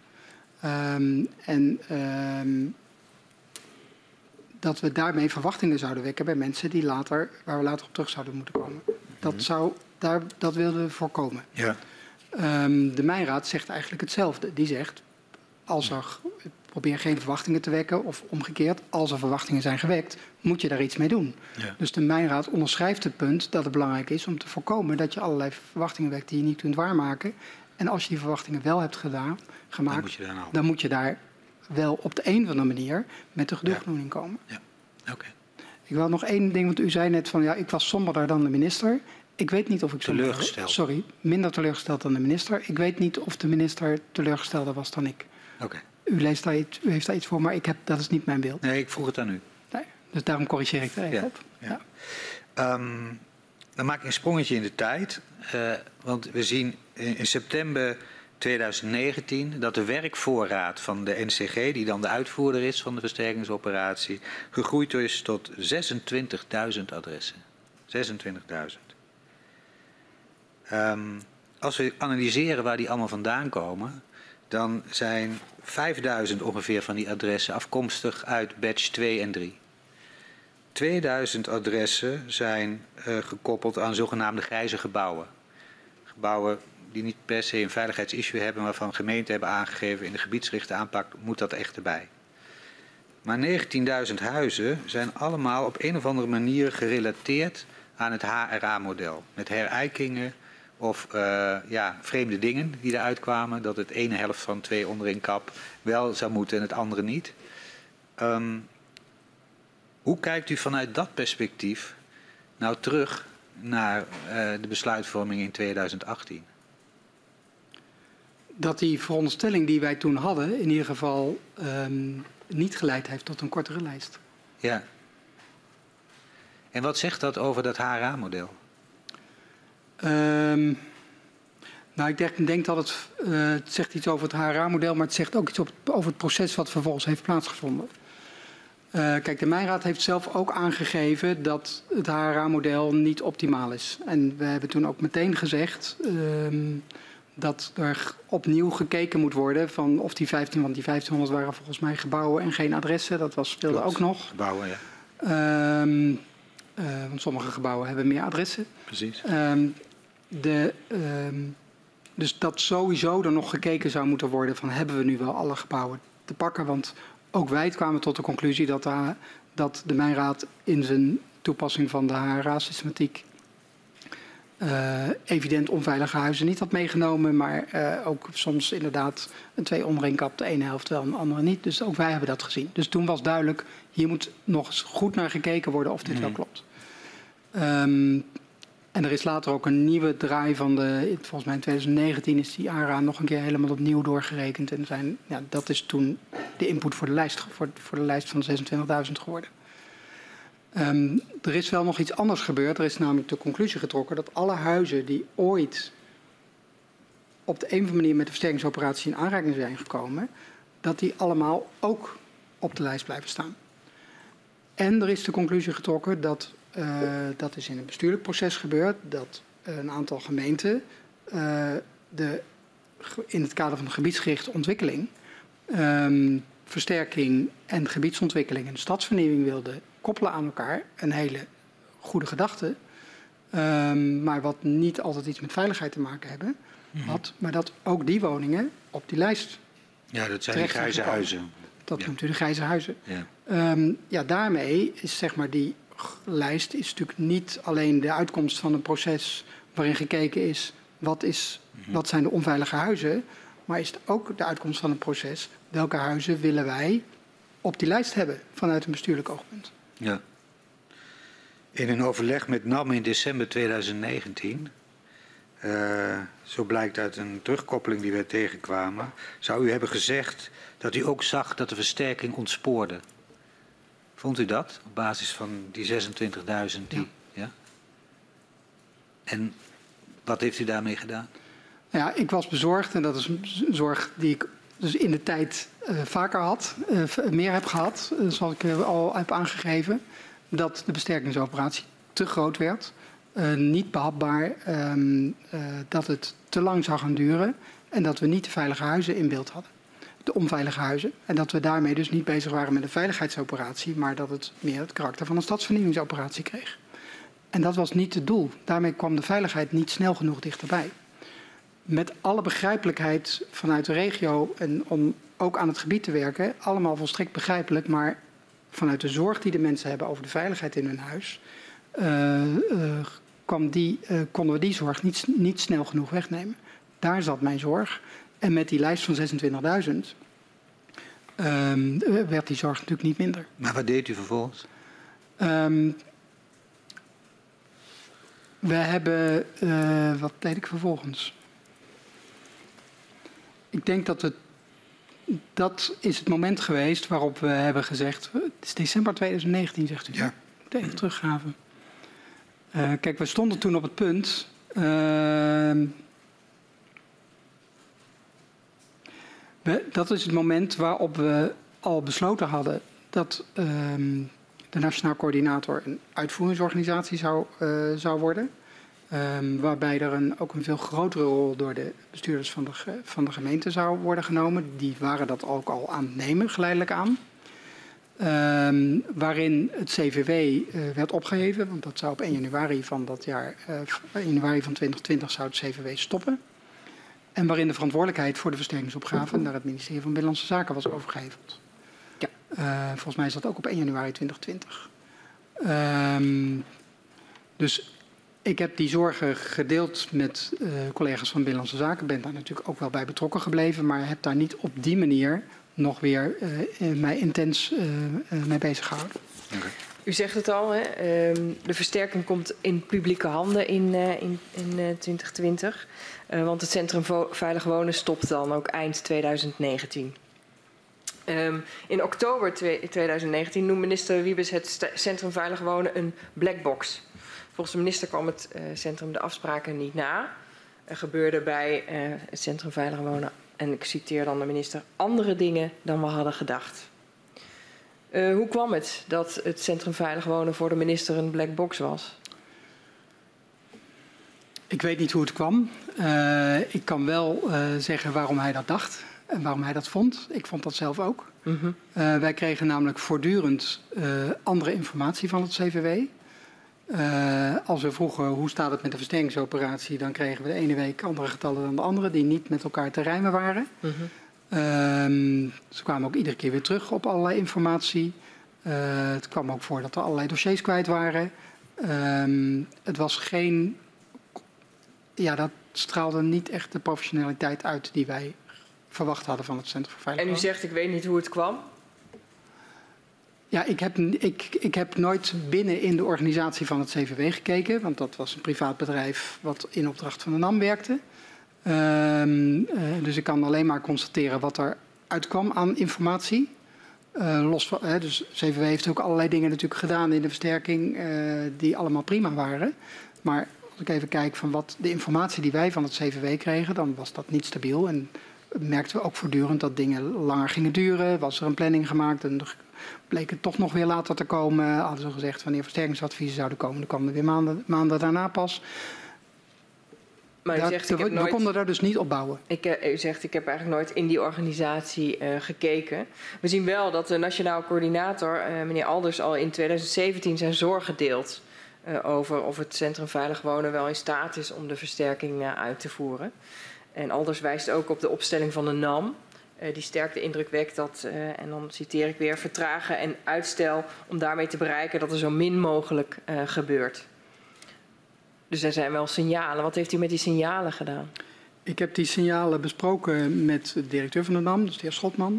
Dat we daarmee verwachtingen zouden wekken bij mensen waar we later op terug zouden moeten komen. Dat wilden we voorkomen. Ja. De Mijnraad zegt eigenlijk hetzelfde. Die zegt, probeer geen verwachtingen te wekken of omgekeerd. Als er verwachtingen zijn gewekt, moet je daar iets mee doen. Ja. Dus de Mijnraad onderschrijft het punt dat het belangrijk is om te voorkomen dat je allerlei verwachtingen wekt die je niet kunt waarmaken. En als je die verwachtingen wel hebt gemaakt, dan moet je daar wel op de een of andere manier met de gedoognoeming komen. Ja. Okay. Ik wil nog één ding, want u zei net van ik was somberder dan de minister. Ik weet niet of ik minder teleurgesteld dan de minister. Ik weet niet of de minister teleurgestelder was dan ik. Okay. U heeft daar iets voor, maar dat is niet mijn beeld. Nee, ik vroeg het aan u. Nee, dus daarom corrigeer ik er even op. Ja. Dan maak ik een sprongetje in de tijd. Want we zien in september 2019 dat de werkvoorraad van de NCG, die dan de uitvoerder is van de versterkingsoperatie, gegroeid is tot 26.000 adressen. 26.000. Als we analyseren waar die allemaal vandaan komen, dan zijn 5.000 ongeveer van die adressen afkomstig uit batch 2 en 3. 2000 adressen zijn gekoppeld aan zogenaamde grijze gebouwen. Gebouwen die niet per se een veiligheidsissue hebben, maar waarvan gemeenten hebben aangegeven in de gebiedsgerichte aanpak moet dat echt erbij. Maar 19.000 huizen zijn allemaal op een of andere manier gerelateerd aan het HRA-model. Met herijkingen of vreemde dingen die eruit kwamen, dat het ene helft van 2 onderin kap wel zou moeten en het andere niet. Hoe kijkt u vanuit dat perspectief nou terug naar de besluitvorming in 2018? Dat die veronderstelling die wij toen hadden in ieder geval niet geleid heeft tot een kortere lijst. Ja. En wat zegt dat over dat HRA-model? Ik denk dat het zegt iets over het HRA-model, maar het zegt ook iets over het proces wat vervolgens heeft plaatsgevonden. Kijk, de Mijnraad heeft zelf ook aangegeven dat het HRA-model niet optimaal is. En we hebben toen ook meteen gezegd dat er opnieuw gekeken moet worden van of die 15, want die 1500 waren volgens mij gebouwen en geen adressen. Dat speelde ook nog. Gebouwen, ja. Want sommige gebouwen hebben meer adressen. Precies. Dus dat sowieso er nog gekeken zou moeten worden van hebben we nu wel alle gebouwen te pakken. Want ook wij kwamen tot de conclusie dat de Mijnraad in zijn toepassing van de HRA-systematiek evident onveilige huizen niet had meegenomen. Maar ook soms inderdaad een 2 onder 1 kap, de ene helft wel en de andere niet. Dus ook wij hebben dat gezien. Dus toen was duidelijk, hier moet nog eens goed naar gekeken worden of dit wel klopt. En er is later ook een nieuwe draai van volgens mij in 2019 is die ARA nog een keer helemaal opnieuw doorgerekend. En dat is toen de input voor de lijst van 26.000 geworden. Er is wel nog iets anders gebeurd. Er is namelijk de conclusie getrokken dat alle huizen die ooit op de een of andere manier met de versterkingsoperatie in aanraking zijn gekomen, dat die allemaal ook op de lijst blijven staan. En er is de conclusie getrokken dat is in een bestuurlijk proces gebeurd, dat een aantal gemeenten in het kader van de gebiedsgerichte ontwikkeling versterking en gebiedsontwikkeling en stadsvernieuwing wilden koppelen aan elkaar. Een hele goede gedachte, maar wat niet altijd iets met veiligheid te maken hebben had, maar dat ook die woningen op die lijst. Ja, dat zijn die grijze huizen. Dat noemt u de grijze huizen. Ja. Daarmee is zeg maar die lijst is natuurlijk niet alleen de uitkomst van een proces waarin gekeken is wat zijn de onveilige huizen, maar is het ook de uitkomst van een proces welke huizen willen wij op die lijst hebben vanuit een bestuurlijk oogpunt. Ja. In een overleg met NAM in december 2019, zo blijkt uit een terugkoppeling die wij tegenkwamen, zou u hebben gezegd dat u ook zag dat de versterking ontspoorde. Vond u dat op basis van die 26.000? Ja. En wat heeft u daarmee gedaan? Ja, ik was bezorgd en dat is een zorg die ik dus in de tijd vaker had, meer heb gehad, zoals ik al heb aangegeven, dat de versterkingsoperatie te groot werd, niet behapbaar, dat het te lang zou gaan duren en dat we niet de veilige huizen in beeld hadden. De onveilige huizen. En dat we daarmee dus niet bezig waren met een veiligheidsoperatie, maar dat het meer het karakter van een stadsvernieuwingsoperatie kreeg. En dat was niet het doel. Daarmee kwam de veiligheid niet snel genoeg dichterbij. Met alle begrijpelijkheid vanuit de regio en om ook aan het gebied te werken, allemaal volstrekt begrijpelijk, maar vanuit de zorg die de mensen hebben over de veiligheid in hun huis, konden we die zorg niet snel genoeg wegnemen. Daar zat mijn zorg. En met die lijst van 26.000 werd die zorg natuurlijk niet minder. Maar wat deed u vervolgens? We hebben... wat deed ik vervolgens? Ik denk dat is het moment geweest waarop we hebben gezegd... Het is december 2019, zegt u. Ja. Ik moet even teruggraven. Kijk, we stonden toen op het punt... dat is het moment waarop we al besloten hadden dat de Nationaal Coördinator een uitvoeringsorganisatie zou worden. Waarbij er ook een veel grotere rol door de bestuurders van de gemeente zou worden genomen. Die waren dat ook al aan het nemen, geleidelijk aan. Waarin het CVW werd opgeheven, want dat zou op 1 januari van dat jaar, 1 januari van 2020 zou het CVW stoppen. En waarin de verantwoordelijkheid voor de versterkingsopgave naar het ministerie van Binnenlandse Zaken was overgeheveld. Ja. Volgens mij is dat ook op 1 januari 2020. Dus ik heb die zorgen gedeeld met collega's van Binnenlandse Zaken. Ben daar natuurlijk ook wel bij betrokken gebleven, maar heb daar niet op die manier nog weer mij intens mee bezig gehouden. Okay. U zegt het al, hè? De versterking komt in publieke handen in 2020. Want het Centrum Veilig Wonen stopt dan ook eind 2019. In oktober 2019 noemde minister Wiebes het Centrum Veilig Wonen een black box. Volgens de minister kwam het centrum de afspraken niet na. Er gebeurde bij het Centrum Veilig Wonen, en ik citeer dan de minister, andere dingen dan we hadden gedacht. Hoe kwam het dat het Centrum Veilig Wonen voor de minister een black box was? Ik weet niet hoe het kwam. Ik kan wel zeggen waarom hij dat dacht en waarom hij dat vond. Ik vond dat zelf ook. Wij kregen namelijk voortdurend andere informatie van het CVW. Als we vroegen hoe staat het met de versterkingsoperatie, dan kregen we de ene week andere getallen dan de andere die niet met elkaar te rijmen waren. Ze kwamen ook iedere keer weer terug op allerlei informatie. Het kwam ook voor dat er allerlei dossiers kwijt waren. Het was geen... Ja, dat straalde niet echt de professionaliteit uit die wij verwacht hadden van het Centrum voor Veilig Wonen. En u zegt, ik weet niet hoe het kwam? Ja, ik heb nooit binnen in de organisatie van het CVW gekeken, want dat was een privaat bedrijf wat in opdracht van de NAM werkte. Dus ik kan alleen maar constateren wat er uitkwam aan informatie. Los van, dus CVW heeft ook allerlei dingen natuurlijk gedaan in de versterking die allemaal prima waren. Maar als ik even kijk van wat de informatie die wij van het CVW kregen, dan was dat niet stabiel. En merkten we ook voortdurend dat dingen langer gingen duren. Was er een planning gemaakt en bleek het toch nog weer later te komen. Hadden ze gezegd wanneer versterkingsadviezen zouden komen. Dan kwam er weer maanden daarna pas. Maar u zegt, we konden daar dus niet op bouwen. U zegt, ik heb eigenlijk nooit in die organisatie gekeken. We zien wel dat de Nationaal Coördinator, meneer Alders, al in 2017 zijn zorgen deelt over of het Centrum Veilig Wonen wel in staat is om de versterking uit te voeren. En Alders wijst ook op de opstelling van de NAM. Die sterk de indruk wekt dat, en dan citeer ik weer, vertragen en uitstel om daarmee te bereiken dat er zo min mogelijk gebeurt. Dus er zijn wel signalen. Wat heeft u met die signalen gedaan? Ik heb die signalen besproken met de directeur van de NAM, dus de heer Schotman.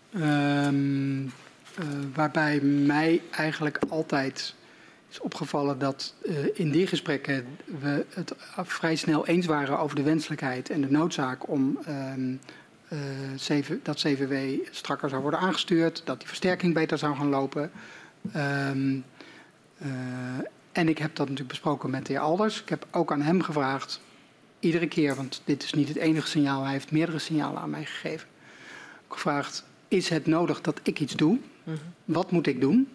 Waarbij mij eigenlijk altijd is opgevallen dat in die gesprekken we het vrij snel eens waren over de wenselijkheid en de noodzaak om dat CVW strakker zou worden aangestuurd, dat die versterking beter zou gaan lopen. En ik heb dat natuurlijk besproken met de heer Alders. Ik heb ook aan hem gevraagd, iedere keer, want dit is niet het enige signaal, hij heeft meerdere signalen aan mij gegeven. Ik heb gevraagd, is het nodig dat ik iets doe? Wat moet ik doen?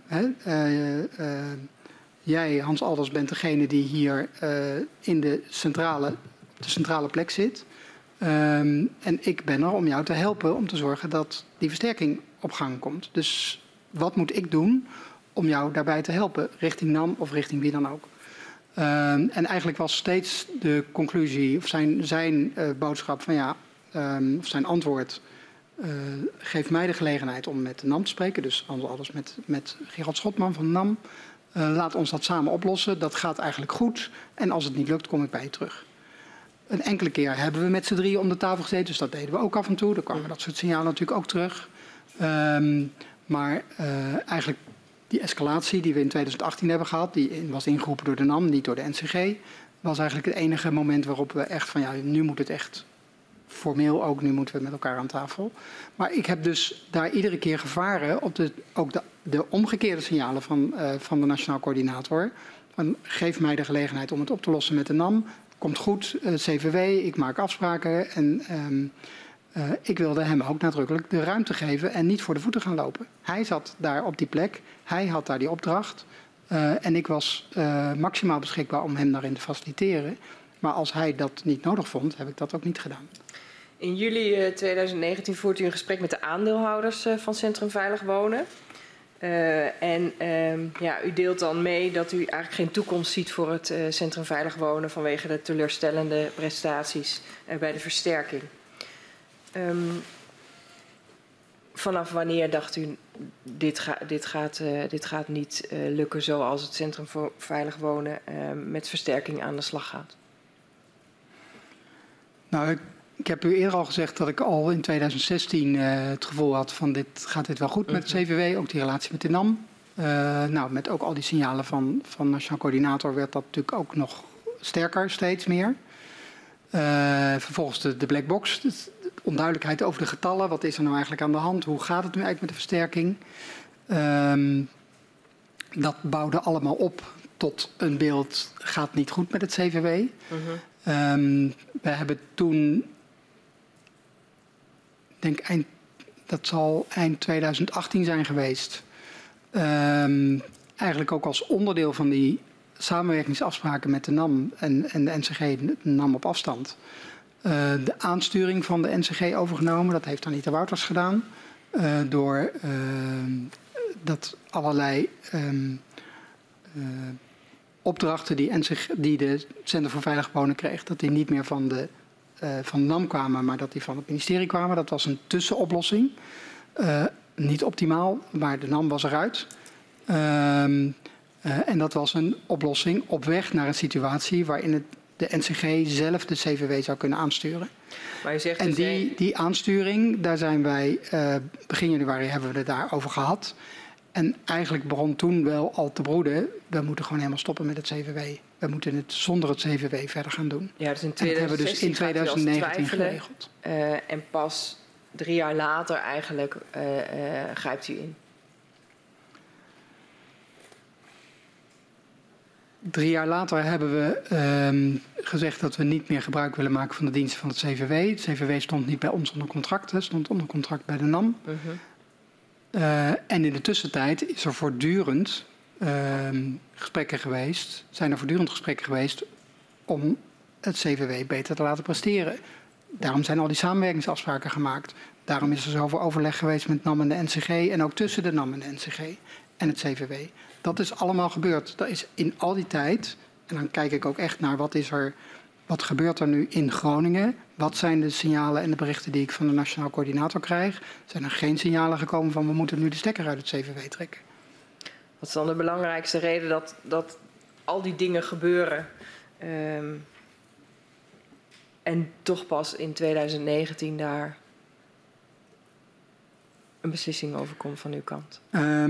Jij, Hans Alders, bent degene die hier in de centrale plek zit. En ik ben er om jou te helpen om te zorgen dat die versterking op gang komt. Dus wat moet ik doen om jou daarbij te helpen, richting NAM of richting wie dan ook? En eigenlijk was steeds de conclusie, of zijn boodschap van ja, of zijn antwoord, geef mij de gelegenheid om met de NAM te spreken. Dus Hans Alders met Gerald Schotman van de NAM. Laat ons dat samen oplossen, dat gaat eigenlijk goed. En als het niet lukt, kom ik bij je terug. Een enkele keer hebben we met z'n drieën om de tafel gezeten, dus dat deden we ook af en toe. Dan kwamen dat soort signalen natuurlijk ook terug. Maar eigenlijk die escalatie die we in 2018 hebben gehad, die was ingeroepen door de NAM, niet door de NCG, was eigenlijk het enige moment waarop we echt van ja, nu moet het echt formeel ook, nu moeten we met elkaar aan tafel. Maar ik heb dus daar iedere keer gevaren op de omgekeerde signalen van de Nationaal Coördinator. Van, geef mij de gelegenheid om het op te lossen met de NAM. Komt goed, CVW, ik maak afspraken en ik wilde hem ook nadrukkelijk de ruimte geven en niet voor de voeten gaan lopen. Hij zat daar op die plek, hij had daar die opdracht en ik was maximaal beschikbaar om hem daarin te faciliteren. Maar als hij dat niet nodig vond, heb ik dat ook niet gedaan. In juli 2019 voert u een gesprek met de aandeelhouders van Centrum Veilig Wonen. U deelt dan mee dat u eigenlijk geen toekomst ziet voor het Centrum Veilig Wonen vanwege de teleurstellende prestaties bij de versterking. Vanaf wanneer dacht u, dit gaat niet lukken zoals het Centrum voor Veilig Wonen met versterking aan de slag gaat? Nou, ik heb u eerder al gezegd dat ik al in 2016 het gevoel had van gaat dit wel goed met het CVW, ook die relatie met de NAM. Met ook al die signalen van Nationaal Coördinator werd dat natuurlijk ook nog sterker, steeds meer. Vervolgens de black box, de onduidelijkheid over de getallen. Wat is er nou eigenlijk aan de hand? Hoe gaat het nu eigenlijk met de versterking? Dat bouwde allemaal op tot een beeld, gaat niet goed met het CVW. We hebben toen, ik denk dat zal eind 2018 zijn geweest, eigenlijk ook als onderdeel van die samenwerkingsafspraken met de NAM en de NCG, de NAM op afstand, de aansturing van de NCG overgenomen. Dat heeft Anita Wouters gedaan, door dat allerlei opdrachten die de Centrum voor Veilig Wonen kreeg, dat die niet meer van de NAM kwamen, maar dat die van het ministerie kwamen. Dat was een tussenoplossing. Niet optimaal, maar de NAM was eruit. En dat was een oplossing op weg naar een situatie waarin de NCG zelf de CVW zou kunnen aansturen. Maar je zegt en dus die aansturing, daar zijn wij begin januari hebben we het daarover gehad. En eigenlijk begon toen wel al te broeden, we moeten gewoon helemaal stoppen met het CVW. We moeten het zonder het CVW verder gaan doen. Ja, dus in 2016 en dat hebben we dus in 2019 geregeld. En pas 3 jaar later eigenlijk grijpt u in. 3 jaar later hebben we gezegd dat we niet meer gebruik willen maken van de diensten van het CVW. Het CVW stond niet bij ons onder contract, het stond onder contract bij de NAM. En in de tussentijd is er voortdurend zijn er voortdurend gesprekken geweest om het CVW beter te laten presteren. Daarom zijn al die samenwerkingsafspraken gemaakt. Daarom is er zoveel overleg geweest met NAM en de NCG en ook tussen de NAM en de NCG en het CVW. Dat is allemaal gebeurd. Dat is in al die tijd, en dan kijk ik ook echt naar wat gebeurt er nu in Groningen? Wat zijn de signalen en de berichten die ik van de Nationaal Coördinator krijg? Zijn er geen signalen gekomen van we moeten nu de stekker uit het CVW trekken? Wat is dan de belangrijkste reden dat al die dingen gebeuren en toch pas in 2019 daar een beslissing over komt van uw kant?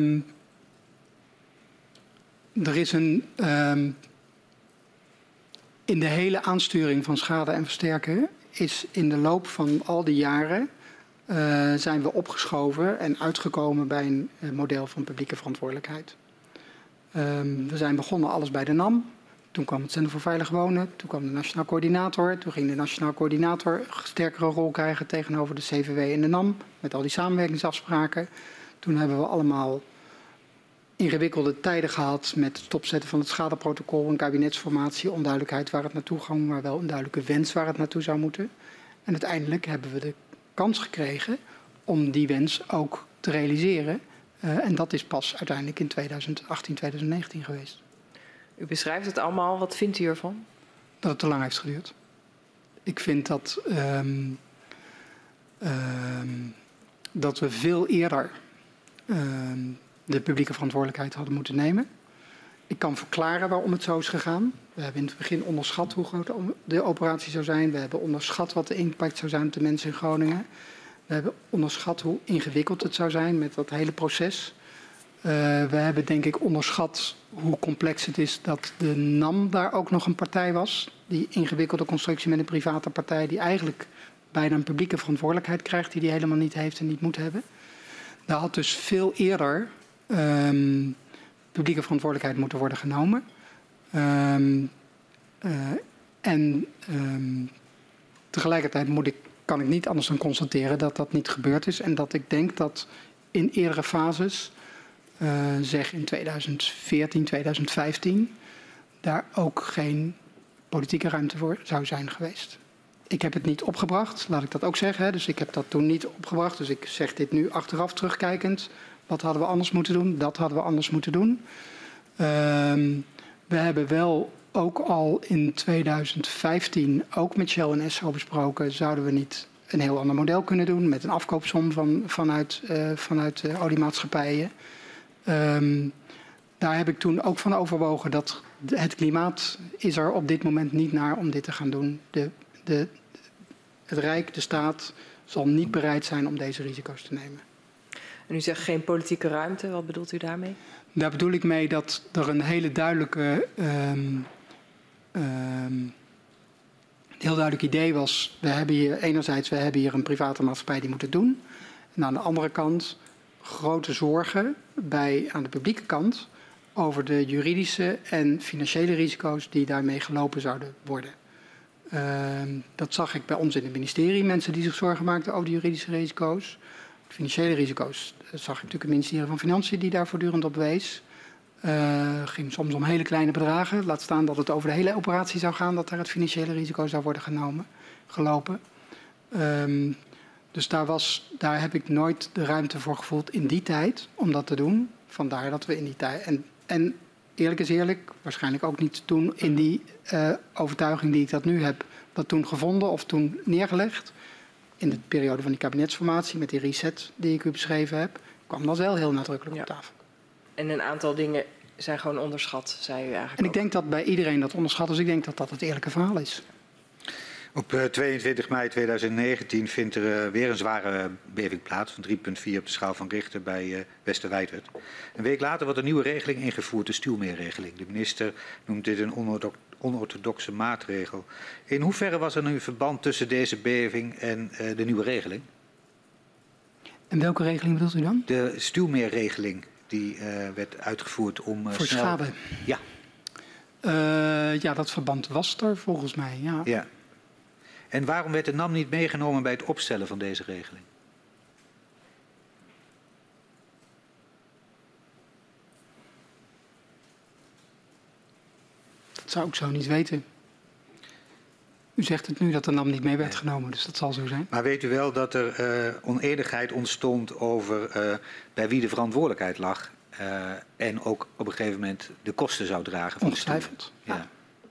Er is in de hele aansturing van schade en versterken is in de loop van al die jaren zijn we opgeschoven en uitgekomen bij een model van publieke verantwoordelijkheid. We zijn begonnen alles bij de NAM. Toen kwam het Centrum voor Veilig Wonen. Toen kwam de Nationaal Coördinator. Toen ging de Nationaal Coördinator een sterkere rol krijgen tegenover de CVW en de NAM. Met al die samenwerkingsafspraken. Toen hebben we allemaal ingewikkelde tijden gehad met het stopzetten van het schadeprotocol, een kabinetsformatie, onduidelijkheid waar het naartoe ging, maar wel een duidelijke wens waar het naartoe zou moeten. En uiteindelijk hebben we de kans gekregen om die wens ook te realiseren. En dat is pas uiteindelijk in 2018, 2019 geweest. U beschrijft het allemaal. Wat vindt u ervan? Dat het te lang heeft geduurd. Ik vind dat we veel eerder de publieke verantwoordelijkheid hadden moeten nemen. Ik kan verklaren waarom het zo is gegaan. We hebben in het begin onderschat hoe groot de operatie zou zijn. We hebben onderschat wat de impact zou zijn op de mensen in Groningen. We hebben onderschat hoe ingewikkeld het zou zijn met dat hele proces. We hebben denk ik onderschat hoe complex het is dat de NAM daar ook nog een partij was. Die ingewikkelde constructie met een private partij die eigenlijk bijna een publieke verantwoordelijkheid krijgt die helemaal niet heeft en niet moet hebben. Daar had dus veel eerder publieke verantwoordelijkheid moeten worden genomen. Tegelijkertijd kan ik niet anders dan constateren dat dat niet gebeurd is. En dat ik denk dat in eerdere fases, zeg in 2014, 2015, daar ook geen politieke ruimte voor zou zijn geweest. Ik heb het niet opgebracht, laat ik dat ook zeggen. Hè. Dus ik heb dat toen niet opgebracht. Dus ik zeg dit nu achteraf terugkijkend. Wat hadden we anders moeten doen? Dat hadden we anders moeten doen. We hebben wel ook al in 2015, ook met Shell en Esso besproken, zouden we niet een heel ander model kunnen doen met een afkoopsom vanuit oliemaatschappijen. Daar heb ik toen ook van overwogen dat het klimaat is er op dit moment niet naar om dit te gaan doen. Het Rijk, de staat, zal niet bereid zijn om deze risico's te nemen. En u zegt geen politieke ruimte. Wat bedoelt u daarmee? Daar bedoel ik mee dat er een hele duidelijke, heel duidelijk idee was. We hebben hier een private maatschappij die moet het doen. En aan de andere kant grote zorgen aan de publieke kant over de juridische en financiële risico's die daarmee gelopen zouden worden. Dat zag ik bij ons in het ministerie. Mensen die zich zorgen maakten over de juridische risico's. De financiële risico's zag ik natuurlijk het ministerie van Financiën die daar voortdurend op wees. Ging soms om hele kleine bedragen. Laat staan dat het over de hele operatie zou gaan. Dat daar het financiële risico zou worden gelopen. Dus daar heb ik nooit de ruimte voor gevoeld in die tijd om dat te doen. Vandaar dat we in die tijd... En eerlijk is eerlijk, waarschijnlijk ook niet toen in die overtuiging die ik dat nu heb, dat toen gevonden of toen neergelegd. In de periode van die kabinetsformatie met die reset die ik u beschreven heb, kwam dat wel heel nadrukkelijk op tafel. En een aantal dingen zijn gewoon onderschat, zei u eigenlijk. En ik denk dat bij iedereen dat onderschat, dus ik denk dat dat het eerlijke verhaal is. Op 22 mei 2019 vindt er weer een zware beving plaats van 3,4 op de schaal van Richter bij Westerwijtwerd. Een week later wordt een nieuwe regeling ingevoerd, de Stuwmeerregeling. De minister noemt dit een onorthodoxe maatregel. In hoeverre was er nu verband tussen deze beving en de nieuwe regeling? En welke regeling bedoelt u dan? De Stuwmeerregeling die werd uitgevoerd om voor snel... schade? Ja. Ja, dat verband was er volgens mij, ja. Ja. En waarom werd de NAM niet meegenomen bij het opstellen van deze regeling? Dat zou ik zo niet weten. U zegt het nu dat de NAM niet mee werd genomen, dus dat zal zo zijn. Maar weet u wel dat er oneenigheid ontstond over bij wie de verantwoordelijkheid lag en ook op een gegeven moment de kosten zou dragen? Ongetwijfeld. Ja.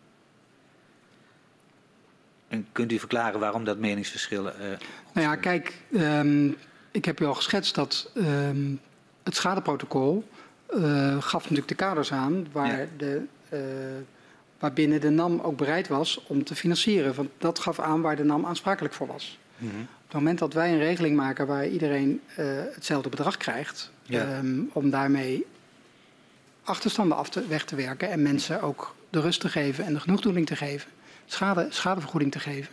En kunt u verklaren waarom dat meningsverschil nou ja, kijk, ik heb u al geschetst dat het schadeprotocol gaf natuurlijk de kaders aan waarbinnen de NAM ook bereid was om te financieren. Want dat gaf aan waar de NAM aansprakelijk voor was. Mm-hmm. Op het moment dat wij een regeling maken waar iedereen hetzelfde bedrag krijgt, om daarmee achterstanden weg te werken en mensen ook de rust te geven en de genoegdoening te geven, schadevergoeding te geven.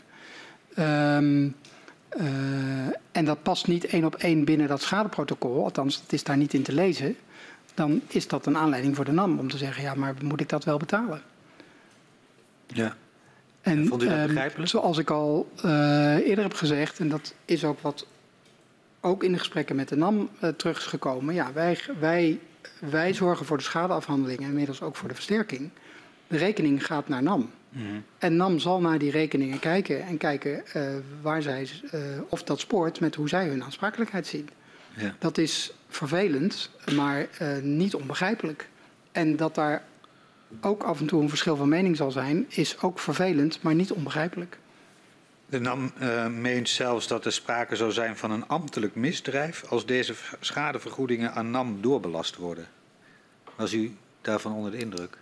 En dat past niet 1 op 1 binnen dat schadeprotocol, althans het is daar niet in te lezen, dan is dat een aanleiding voor de NAM om te zeggen, ja, maar moet ik dat wel betalen? Ja. En vond u dat begrijpelijk? Zoals ik al eerder heb gezegd, en dat is ook wat ook in de gesprekken met de NAM terug is gekomen, ja, wij zorgen voor de schadeafhandeling en inmiddels ook voor de versterking. De rekening gaat naar NAM. Mm-hmm. En NAM zal naar die rekeningen kijken en kijken waar zij, of dat spoort met hoe zij hun aansprakelijkheid zien. Ja. Dat is vervelend, maar niet onbegrijpelijk. En dat daar ook af en toe een verschil van mening zal zijn, is ook vervelend, maar niet onbegrijpelijk. De NAM meent zelfs dat er sprake zou zijn van een ambtelijk misdrijf als deze schadevergoedingen aan NAM doorbelast worden. Was u daarvan onder de indruk?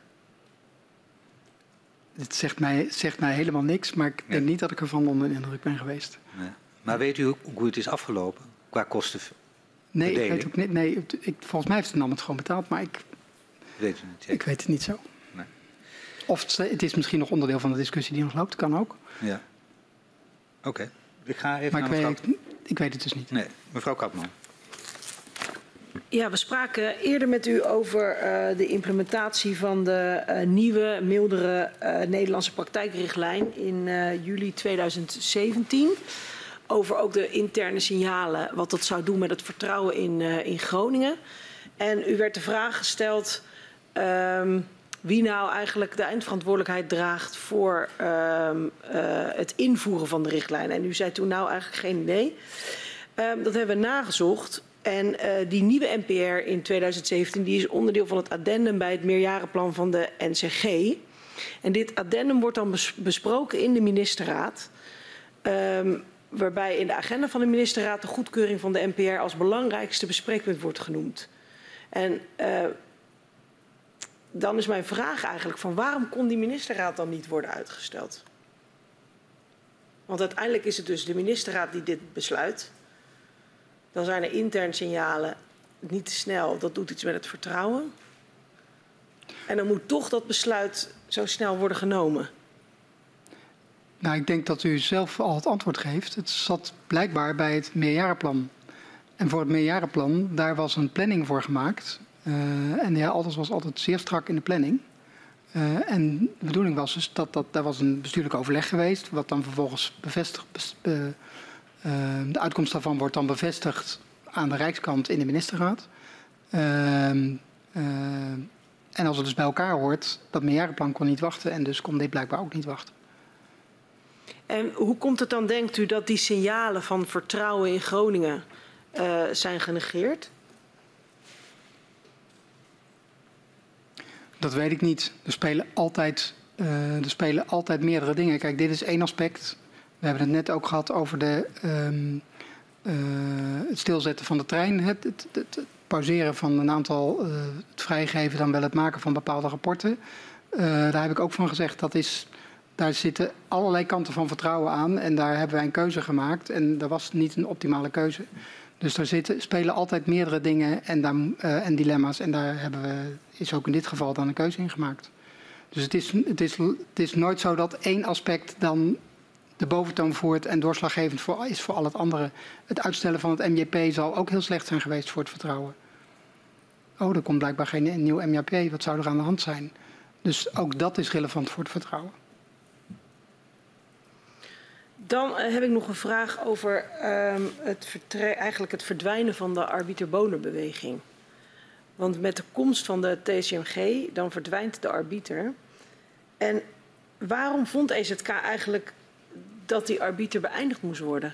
Het zegt mij helemaal niks, maar ik denk niet dat ik ervan onder de indruk ben geweest. Nee. Maar weet u hoe het is afgelopen qua kosten? Nee, ik weet ook niet. Nee, volgens mij heeft de NAM het gewoon betaald, maar ik weet het niet. Ik weet het niet zo. Nee. Of het is misschien nog onderdeel van de discussie die nog loopt, kan ook. Ja. Oké. Ik ga even naar mevrouw... ik weet het dus niet. Nee, mevrouw Kapman. Ja, we spraken eerder met u over de implementatie van de nieuwe, mildere Nederlandse praktijkrichtlijn in juli 2017. Over ook de interne signalen, wat dat zou doen met het vertrouwen in Groningen. En u werd de vraag gesteld wie nou eigenlijk de eindverantwoordelijkheid draagt voor het invoeren van de richtlijn. En u zei toen nou eigenlijk geen idee. Dat hebben we nagezocht. En die nieuwe NPR in 2017 die is onderdeel van het addendum bij het meerjarenplan van de NCG. En dit addendum wordt dan besproken in de ministerraad. Waarbij in de agenda van de ministerraad de goedkeuring van de NPR als belangrijkste bespreekpunt wordt genoemd. En dan is mijn vraag eigenlijk van waarom kon die ministerraad dan niet worden uitgesteld? Want uiteindelijk is het dus de ministerraad die dit besluit. Dan zijn er intern signalen niet te snel. Dat doet iets met het vertrouwen. En dan moet toch dat besluit zo snel worden genomen. Nou, ik denk dat u zelf al het antwoord geeft. Het zat blijkbaar bij het meerjarenplan. En voor het meerjarenplan, daar was een planning voor gemaakt. En ja, alles was altijd zeer strak in de planning. En de bedoeling was dus dat daar was een bestuurlijk overleg geweest, wat dan vervolgens bevestigd. De uitkomst daarvan wordt dan bevestigd aan de Rijkskant in de ministerraad. En als het dus bij elkaar hoort, dat meerjarenplan kon niet wachten en dus kon dit blijkbaar ook niet wachten. En hoe komt het dan, denkt u, dat die signalen van vertrouwen in Groningen zijn genegeerd? Dat weet ik niet. Er spelen altijd meerdere dingen. Kijk, dit is één aspect. We hebben het net ook gehad over het stilzetten van de trein. Het pauzeren van een aantal, het vrijgeven, dan wel het maken van bepaalde rapporten. Daar heb ik ook van gezegd, daar zitten allerlei kanten van vertrouwen aan. En daar hebben wij een keuze gemaakt. En dat was niet een optimale keuze. Dus daar spelen altijd meerdere dingen en dilemma's. En daar is ook in dit geval dan een keuze in gemaakt. Dus het is nooit zo dat één aspect dan de boventoon voert en doorslaggevend is voor al het andere. Het uitstellen van het MJP zal ook heel slecht zijn geweest voor het vertrouwen. Oh, er komt blijkbaar geen nieuw MJP. Wat zou er aan de hand zijn? Dus ook dat is relevant voor het vertrouwen. Dan heb ik nog een vraag over eigenlijk het verdwijnen van de arbiter-Bonen-beweging. Want met de komst van de TCMG, dan verdwijnt de arbiter. En waarom vond EZK eigenlijk dat die arbiter beëindigd moest worden?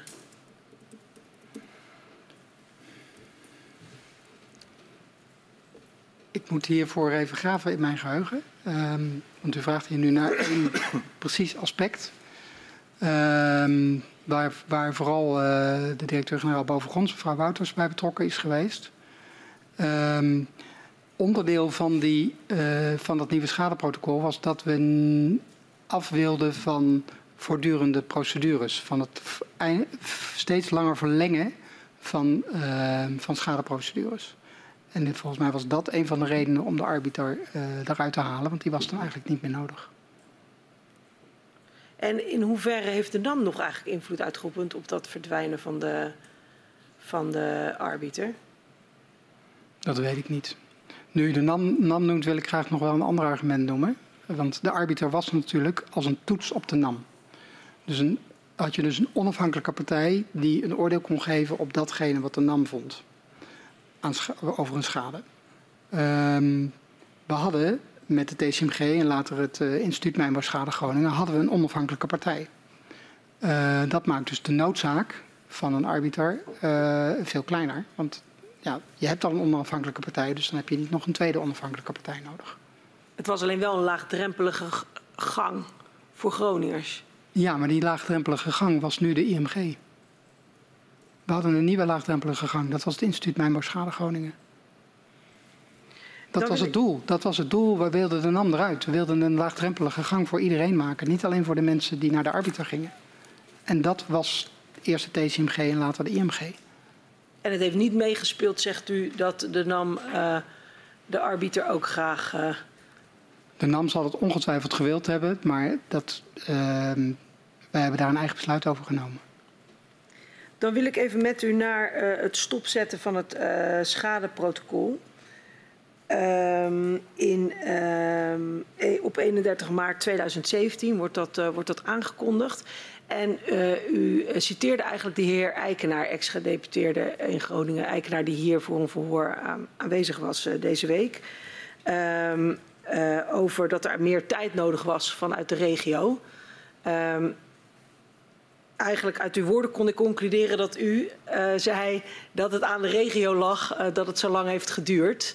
Ik moet hiervoor even graven in mijn geheugen. Want u vraagt hier nu naar één precies aspect. Waar vooral de directeur-generaal bovengronds, mevrouw Wouters, bij betrokken is geweest. Onderdeel van dat nieuwe schadeprotocol was dat we af wilden van voortdurende procedures. Van het steeds langer verlengen van schadeprocedures. En volgens mij was dat een van de redenen om de arbiter eruit te halen, want die was dan eigenlijk niet meer nodig. En in hoeverre heeft de NAM nog eigenlijk invloed uitgeoefend op dat verdwijnen van de arbiter? Dat weet ik niet. Nu u de NAM noemt, wil ik graag nog wel een ander argument noemen. Want de arbiter was natuurlijk als een toets op de NAM. Dus had je dus een onafhankelijke partij die een oordeel kon geven op datgene wat de NAM vond. Over een schade. We hadden met de TCMG en later het Instituut Mijnbouwschade Groningen hadden we een onafhankelijke partij. Dat maakt dus de noodzaak van een arbiter veel kleiner. Want ja, je hebt al een onafhankelijke partij, dus dan heb je niet nog een tweede onafhankelijke partij nodig. Het was alleen wel een laagdrempelige gang voor Groningers. Ja, maar die laagdrempelige gang was nu de IMG. We hadden een nieuwe laagdrempelige gang. Dat was het Instituut Mijnbouwschade Groningen. Dat was het doel. We wilden de NAM eruit. We wilden een laagdrempelige gang voor iedereen maken. Niet alleen voor de mensen die naar de arbiter gingen. En dat was eerst de TCMG en later de IMG. En het heeft niet meegespeeld, zegt u, dat de NAM de arbiter ook graag... De NAM zal het ongetwijfeld gewild hebben, maar wij hebben daar een eigen besluit over genomen. Dan wil ik even met u naar het stopzetten van het schadeprotocol. Op 31 maart 2017 wordt dat aangekondigd. En u citeerde eigenlijk de heer Eikenaar, ex-gedeputeerde in Groningen, Eikenaar die hier voor een verhoor aanwezig was deze week. Over dat er meer tijd nodig was vanuit de regio. Eigenlijk uit uw woorden kon ik concluderen dat u zei dat het aan de regio lag, dat het zo lang heeft geduurd.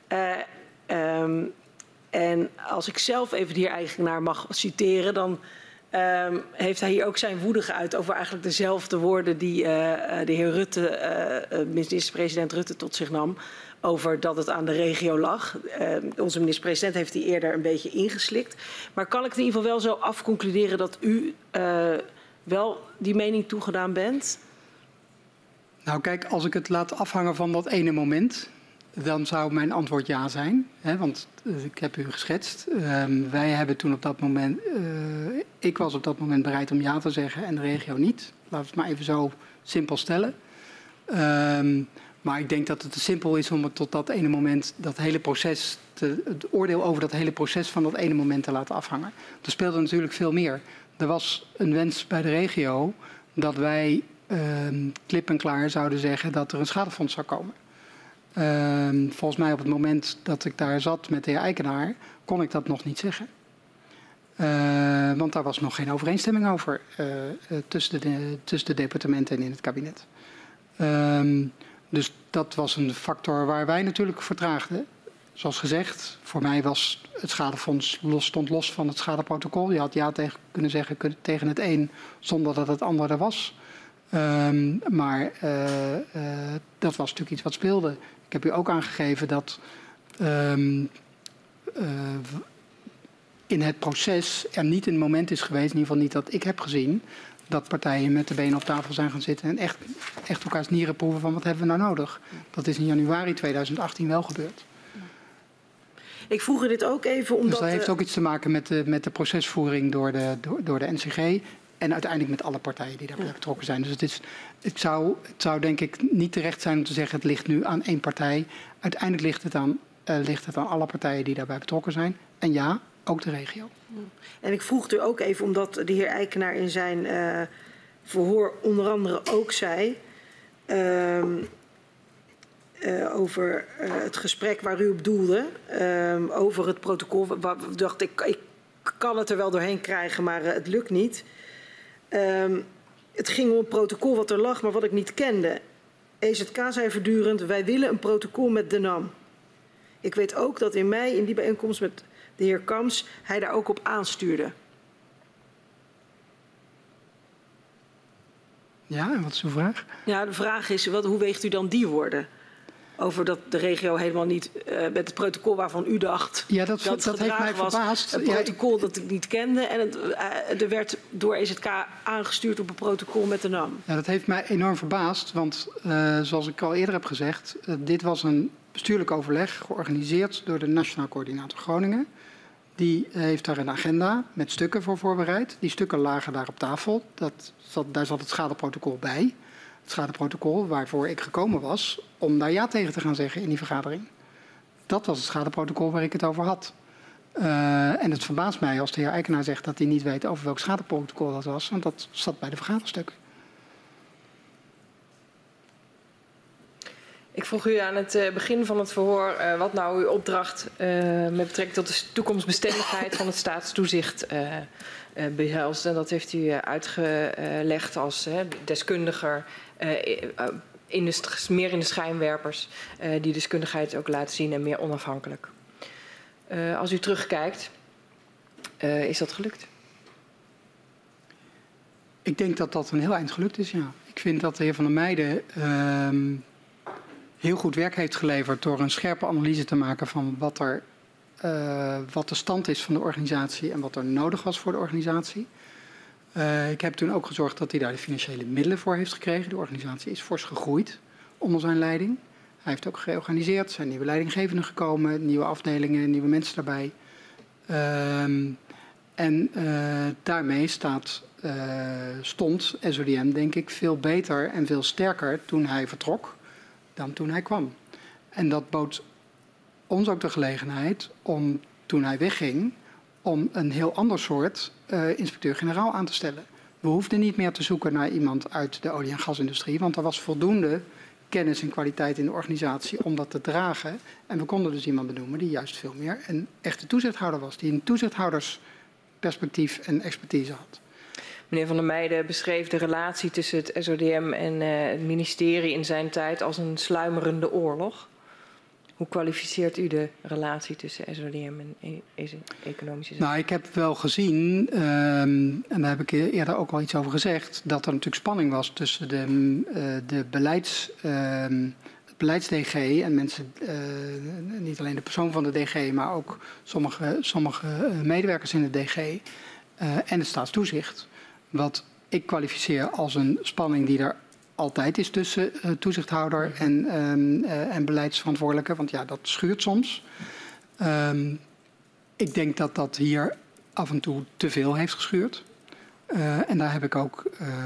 En als ik zelf even de heer Eikenaar mag citeren, dan heeft hij hier ook zijn woede geuit over eigenlijk dezelfde woorden die de heer Rutte, minister-president Rutte tot zich nam, over dat het aan de regio lag. Onze minister-president heeft die eerder een beetje ingeslikt. Maar kan ik in ieder geval wel zo afconcluderen dat u wel die mening toegedaan bent? Nou kijk, als ik het laat afhangen van dat ene moment, dan zou mijn antwoord ja zijn. Hè, want ik heb u geschetst. Wij hebben toen op dat moment, ik was op dat moment bereid om ja te zeggen en de regio niet. Laten we het maar even zo simpel stellen. Maar ik denk dat het te simpel is om het tot dat ene moment, dat hele proces, het oordeel over dat hele proces van dat ene moment te laten afhangen. Er speelde natuurlijk veel meer. Er was een wens bij de regio dat wij klip en klaar zouden zeggen dat er een schadefonds zou komen. Volgens mij op het moment dat ik daar zat met de heer Eikenaar, kon ik dat nog niet zeggen. Want daar was nog geen overeenstemming over tussen de departementen en in het kabinet. Dus dat was een factor waar wij natuurlijk vertraagden. zoals gezegd, voor mij was het schadefonds stond los van het schadeprotocol. Je had ja kunnen zeggen tegen het een zonder dat het ander er was. Maar dat was natuurlijk iets wat speelde. Ik heb u ook aangegeven dat in het proces er niet een moment is geweest, in ieder geval niet dat ik heb gezien, dat partijen met de benen op tafel zijn gaan zitten en echt elkaars nieren proeven van wat hebben we nou nodig. Dat is in januari 2018 wel gebeurd. Ik vroeg u dit ook even omdat... Dus dat heeft ook iets te maken met de procesvoering door de NCG en uiteindelijk met alle partijen die daarbij betrokken zijn. Dus het zou denk ik niet terecht zijn om te zeggen het ligt nu aan één partij. Uiteindelijk ligt het aan alle partijen die daarbij betrokken zijn. En ja, ook de regio. En ik vroeg u ook even omdat de heer Eikenaar in zijn verhoor onder andere ook zei over het gesprek waar u op doelde, over het protocol. Ik dacht, ik kan het er wel doorheen krijgen, maar het lukt niet. Het ging om een protocol wat er lag, maar wat ik niet kende. EZK zei voortdurend, wij willen een protocol met de NAM. Ik weet ook dat in mei, in die bijeenkomst met de heer Kamps, hij daar ook op aanstuurde. Ja, en wat is uw vraag? Ja, de vraag is, hoe weegt u dan die woorden? Over dat de regio helemaal niet met het protocol waarvan u dacht dat heeft mij verbaasd. Een protocol dat ik niet kende en er werd door EZK aangestuurd op een protocol met de NAM. Ja, dat heeft mij enorm verbaasd, want zoals ik al eerder heb gezegd, dit was een bestuurlijk overleg georganiseerd door de Nationaal Coördinator Groningen. Die heeft daar een agenda met stukken voor voorbereid. Die stukken lagen daar op tafel. Daar zat het schadeprotocol bij. Het schadeprotocol waarvoor ik gekomen was om daar ja tegen te gaan zeggen in die vergadering. Dat was het schadeprotocol waar ik het over had. En het verbaast mij als de heer Eikenaar zegt dat hij niet weet over welk schadeprotocol dat was, want dat zat bij de vergaderstukken. Ik vroeg u aan het begin van het verhoor wat nou uw opdracht met betrekking tot de toekomstbestendigheid van het staatstoezicht behelst. En dat heeft u uitgelegd als deskundiger, meer in de schijnwerpers, die deskundigheid ook laten zien en meer onafhankelijk. Als u terugkijkt, is dat gelukt? Ik denk dat dat een heel eind gelukt is, ja. Ik vind dat de heer Van der Meijden heel goed werk heeft geleverd door een scherpe analyse te maken van wat de stand is van de organisatie en wat er nodig was voor de organisatie. Ik heb toen ook gezorgd dat hij daar de financiële middelen voor heeft gekregen. De organisatie is fors gegroeid onder zijn leiding. Hij heeft ook gereorganiseerd, er zijn nieuwe leidinggevenden gekomen, nieuwe afdelingen, nieuwe mensen daarbij. Daarmee stond SODM denk ik veel beter en veel sterker toen hij vertrok dan toen hij kwam. En dat bood ons ook de gelegenheid om, toen hij wegging, om een heel ander soort inspecteur-generaal aan te stellen. We hoefden niet meer te zoeken naar iemand uit de olie- en gasindustrie, want er was voldoende kennis en kwaliteit in de organisatie om dat te dragen. En we konden dus iemand benoemen die juist veel meer een echte toezichthouder was, die een toezichthoudersperspectief en expertise had. Meneer Van der Meijden beschreef de relatie tussen het SODM en het ministerie in zijn tijd als een sluimerende oorlog. Hoe kwalificeert u de relatie tussen SODM en economische zaken? Nou, ik heb wel gezien, en daar heb ik eerder ook al iets over gezegd, dat er natuurlijk spanning was tussen de beleids-DG en mensen, niet alleen de persoon van de DG, maar ook sommige medewerkers in de DG en het staatstoezicht. Wat ik kwalificeer als een spanning die er altijd is tussen toezichthouder en beleidsverantwoordelijke. Want ja, dat schuurt soms. Ik denk dat dat hier af en toe te veel heeft geschuurd. En daar heb ik ook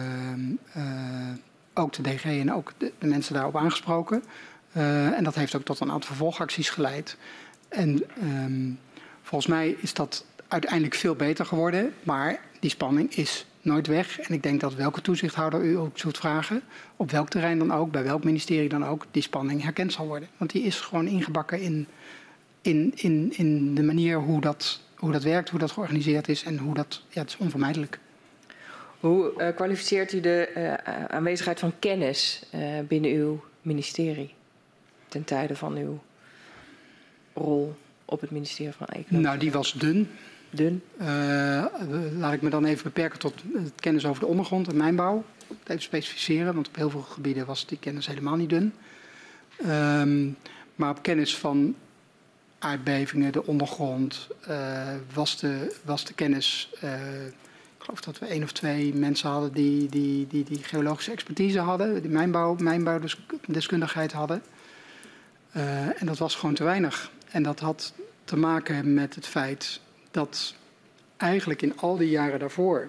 de DG en ook de mensen daarop aangesproken. En dat heeft ook tot een aantal vervolgacties geleid. En volgens mij is dat uiteindelijk veel beter geworden. Maar die spanning is nooit weg. En ik denk dat welke toezichthouder u ook zult vragen, op welk terrein dan ook, bij welk ministerie dan ook, die spanning herkend zal worden. Want die is gewoon ingebakken in de manier hoe dat werkt, hoe dat georganiseerd is en hoe dat, ja, het is onvermijdelijk. Hoe kwalificeert u de aanwezigheid van kennis binnen uw ministerie ten tijde van uw rol op het ministerie van Economie? Nou, die was dun. Laat ik me dan even beperken tot het kennis over de ondergrond en mijnbouw. Even specificeren, want op heel veel gebieden was die kennis helemaal niet dun. Maar op kennis van aardbevingen, de ondergrond, was de kennis... ik geloof dat we 1 of 2 mensen hadden die geologische expertise hadden, die mijnbouwdeskundigheid hadden. En dat was gewoon te weinig. En dat had te maken met het feit dat eigenlijk in al die jaren daarvoor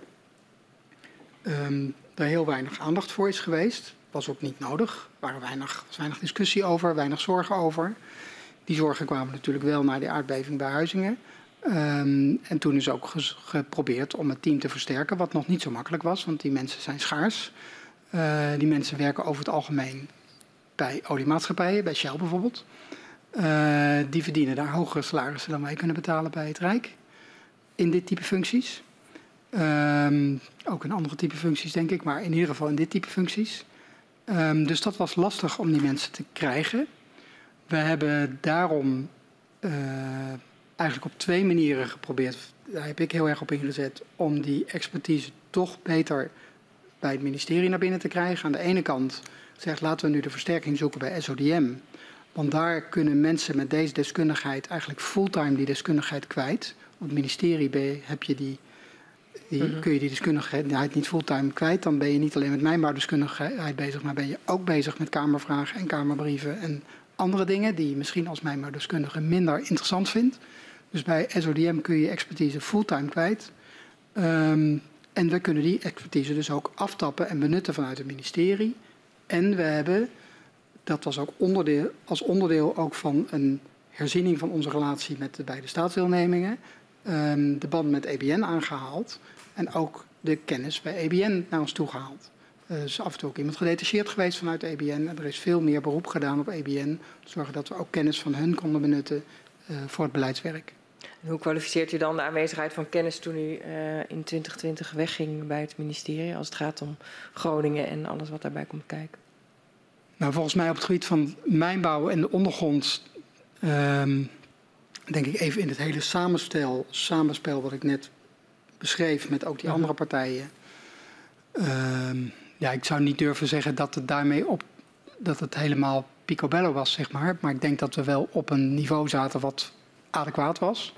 er heel weinig aandacht voor is geweest. Was ook niet nodig. Er was weinig discussie over, weinig zorgen over. Die zorgen kwamen natuurlijk wel na die aardbeving bij Huizingen. En toen is ook geprobeerd om het team te versterken, wat nog niet zo makkelijk was, want die mensen zijn schaars. Die mensen werken over het algemeen bij oliemaatschappijen, bij Shell bijvoorbeeld. Die verdienen daar hogere salarissen dan wij kunnen betalen bij het Rijk in dit type functies. Ook in andere type functies denk ik, maar in ieder geval in dit type functies. Dus dat was lastig om die mensen te krijgen. We hebben daarom eigenlijk op 2 manieren geprobeerd, daar heb ik heel erg op ingezet, om die expertise toch beter bij het ministerie naar binnen te krijgen. Aan de ene kant zegt, laten we nu de versterking zoeken bij SODM. Want daar kunnen mensen met deze deskundigheid eigenlijk fulltime die deskundigheid kwijt. Op het ministerie heb je kun je die deskundigheid niet fulltime kwijt. Dan ben je niet alleen met mijnbouwdeskundigheid bezig, maar ben je ook bezig met kamervragen en kamerbrieven en andere dingen die je misschien als mijnbouwdeskundige minder interessant vindt. Dus bij SODM kun je expertise fulltime kwijt. En we kunnen die expertise dus ook aftappen en benutten vanuit het ministerie. En we hebben, dat was ook onderdeel ook van een herziening van onze relatie met de beide staatsdeelnemingen, de band met EBN aangehaald en ook de kennis bij EBN naar ons toe gehaald. Er is af en toe ook iemand gedetacheerd geweest vanuit EBN. En er is veel meer beroep gedaan op EBN. Om te zorgen dat we ook kennis van hun konden benutten voor het beleidswerk. En hoe kwalificeert u dan de aanwezigheid van kennis toen u in 2020 wegging bij het ministerie, als het gaat om Groningen en alles wat daarbij komt kijken? Nou, volgens mij op het gebied van mijnbouw en de ondergrond, denk ik even in het hele samenspel wat ik net beschreef met ook die andere partijen. Ja, ik zou niet durven zeggen dat het daarmee dat het helemaal picobello was, zeg maar. Maar ik denk dat we wel op een niveau zaten wat adequaat was.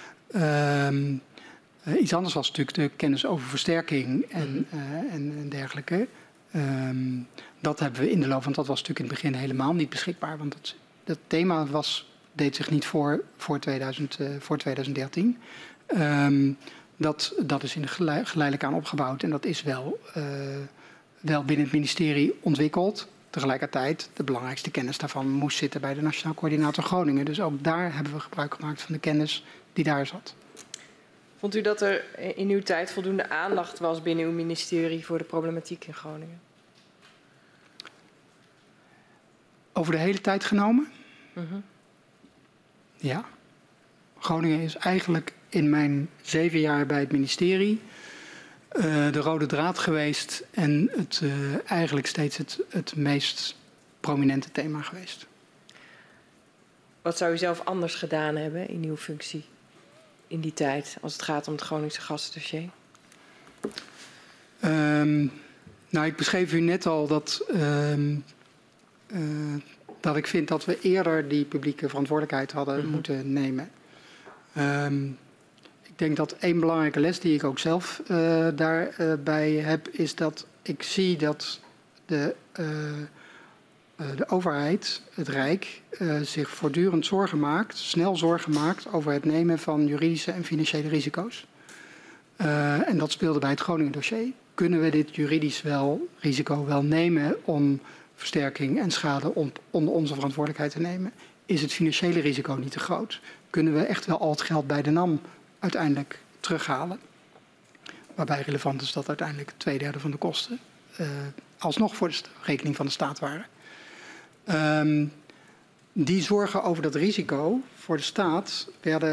Iets anders was natuurlijk de kennis over versterking en dergelijke. Dat hebben we in de loop, want dat was natuurlijk in het begin helemaal niet beschikbaar. Want dat thema deed zich niet voor 2013. Dat is geleidelijk aan opgebouwd en dat is wel binnen het ministerie ontwikkeld. Tegelijkertijd, de belangrijkste kennis daarvan moest zitten bij de Nationaal Coördinator Groningen. Dus ook daar hebben we gebruik gemaakt van de kennis die daar zat. Vond u dat er in uw tijd voldoende aandacht was binnen uw ministerie voor de problematiek in Groningen? Over de hele tijd genomen? Ja. Groningen is eigenlijk in mijn 7 jaar bij het ministerie de rode draad geweest en eigenlijk steeds het meest prominente thema geweest. Wat zou u zelf anders gedaan hebben in uw functie in die tijd als het gaat om het Groningse gasdossier? Nou, ik beschreef u net al dat ik vind dat we eerder die publieke verantwoordelijkheid hadden moeten nemen. Ik denk dat één belangrijke les die ik ook zelf daarbij heb, is dat ik zie dat de overheid, het Rijk, zich voortdurend snel zorgen maakt over het nemen van juridische en financiële risico's. En dat speelde bij het Groningen dossier. Kunnen we dit juridisch risico wel nemen om versterking en schade onder onze verantwoordelijkheid te nemen? Is het financiële risico niet te groot? Kunnen we echt wel al het geld bij de NAM uiteindelijk terughalen? Waarbij relevant is dat uiteindelijk 2/3 van de kosten alsnog voor de rekening van de staat waren. Die zorgen over dat risico voor de staat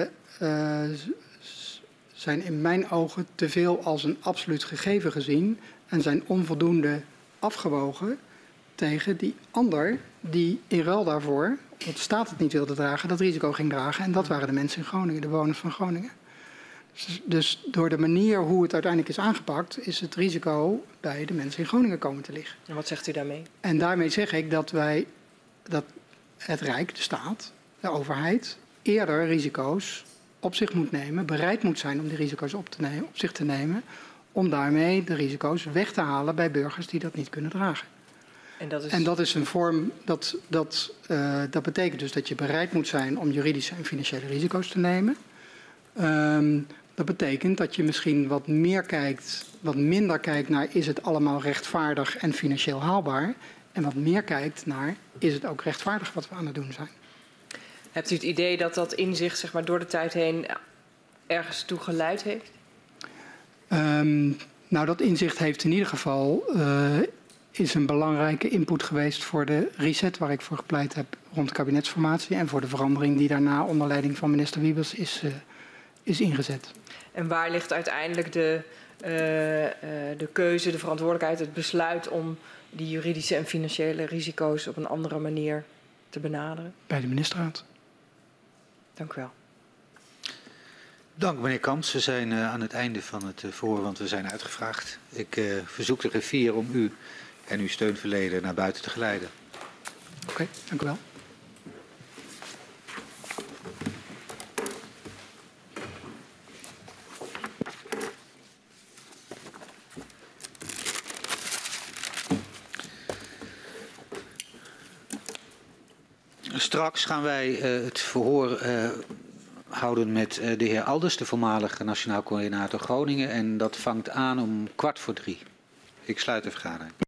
zijn in mijn ogen te veel als een absoluut gegeven gezien en zijn onvoldoende afgewogen tegen die ander die in ruil daarvoor, omdat de staat het niet wilde dragen, dat risico ging dragen. En dat waren de mensen in Groningen, de bewoners van Groningen. Dus door de manier hoe het uiteindelijk is aangepakt, is het risico bij de mensen in Groningen komen te liggen. En wat zegt u daarmee? En daarmee zeg ik dat het Rijk, de staat, de overheid, eerder risico's op zich moet nemen, bereid moet zijn om die risico's op zich te nemen, om daarmee de risico's weg te halen bij burgers die dat niet kunnen dragen. En dat is een vorm, dat betekent dus dat je bereid moet zijn om juridische en financiële risico's te nemen. Dat betekent dat je misschien wat minder kijkt naar is het allemaal rechtvaardig en financieel haalbaar. En wat meer kijkt naar is het ook rechtvaardig wat we aan het doen zijn. Hebt u het idee dat dat inzicht zeg maar, door de tijd heen ergens toe geleid heeft? Nou, dat inzicht heeft in ieder geval is een belangrijke input geweest voor de reset waar ik voor gepleit heb rond de kabinetsformatie en voor de verandering die daarna onder leiding van minister Wiebes is ingezet. En waar ligt uiteindelijk de keuze, de verantwoordelijkheid, het besluit om die juridische en financiële risico's op een andere manier te benaderen? Bij de ministerraad. Dank u wel. Dank meneer Kamps. We zijn aan het einde van het verhoor, want we zijn uitgevraagd. Ik verzoek de griffier om u en uw steunverleden naar buiten te geleiden. Oké, dank u wel. Straks gaan wij het verhoor houden met de heer Alders, de voormalige Nationaal Coördinator Groningen. En dat vangt aan om 14:15. Ik sluit de vergadering.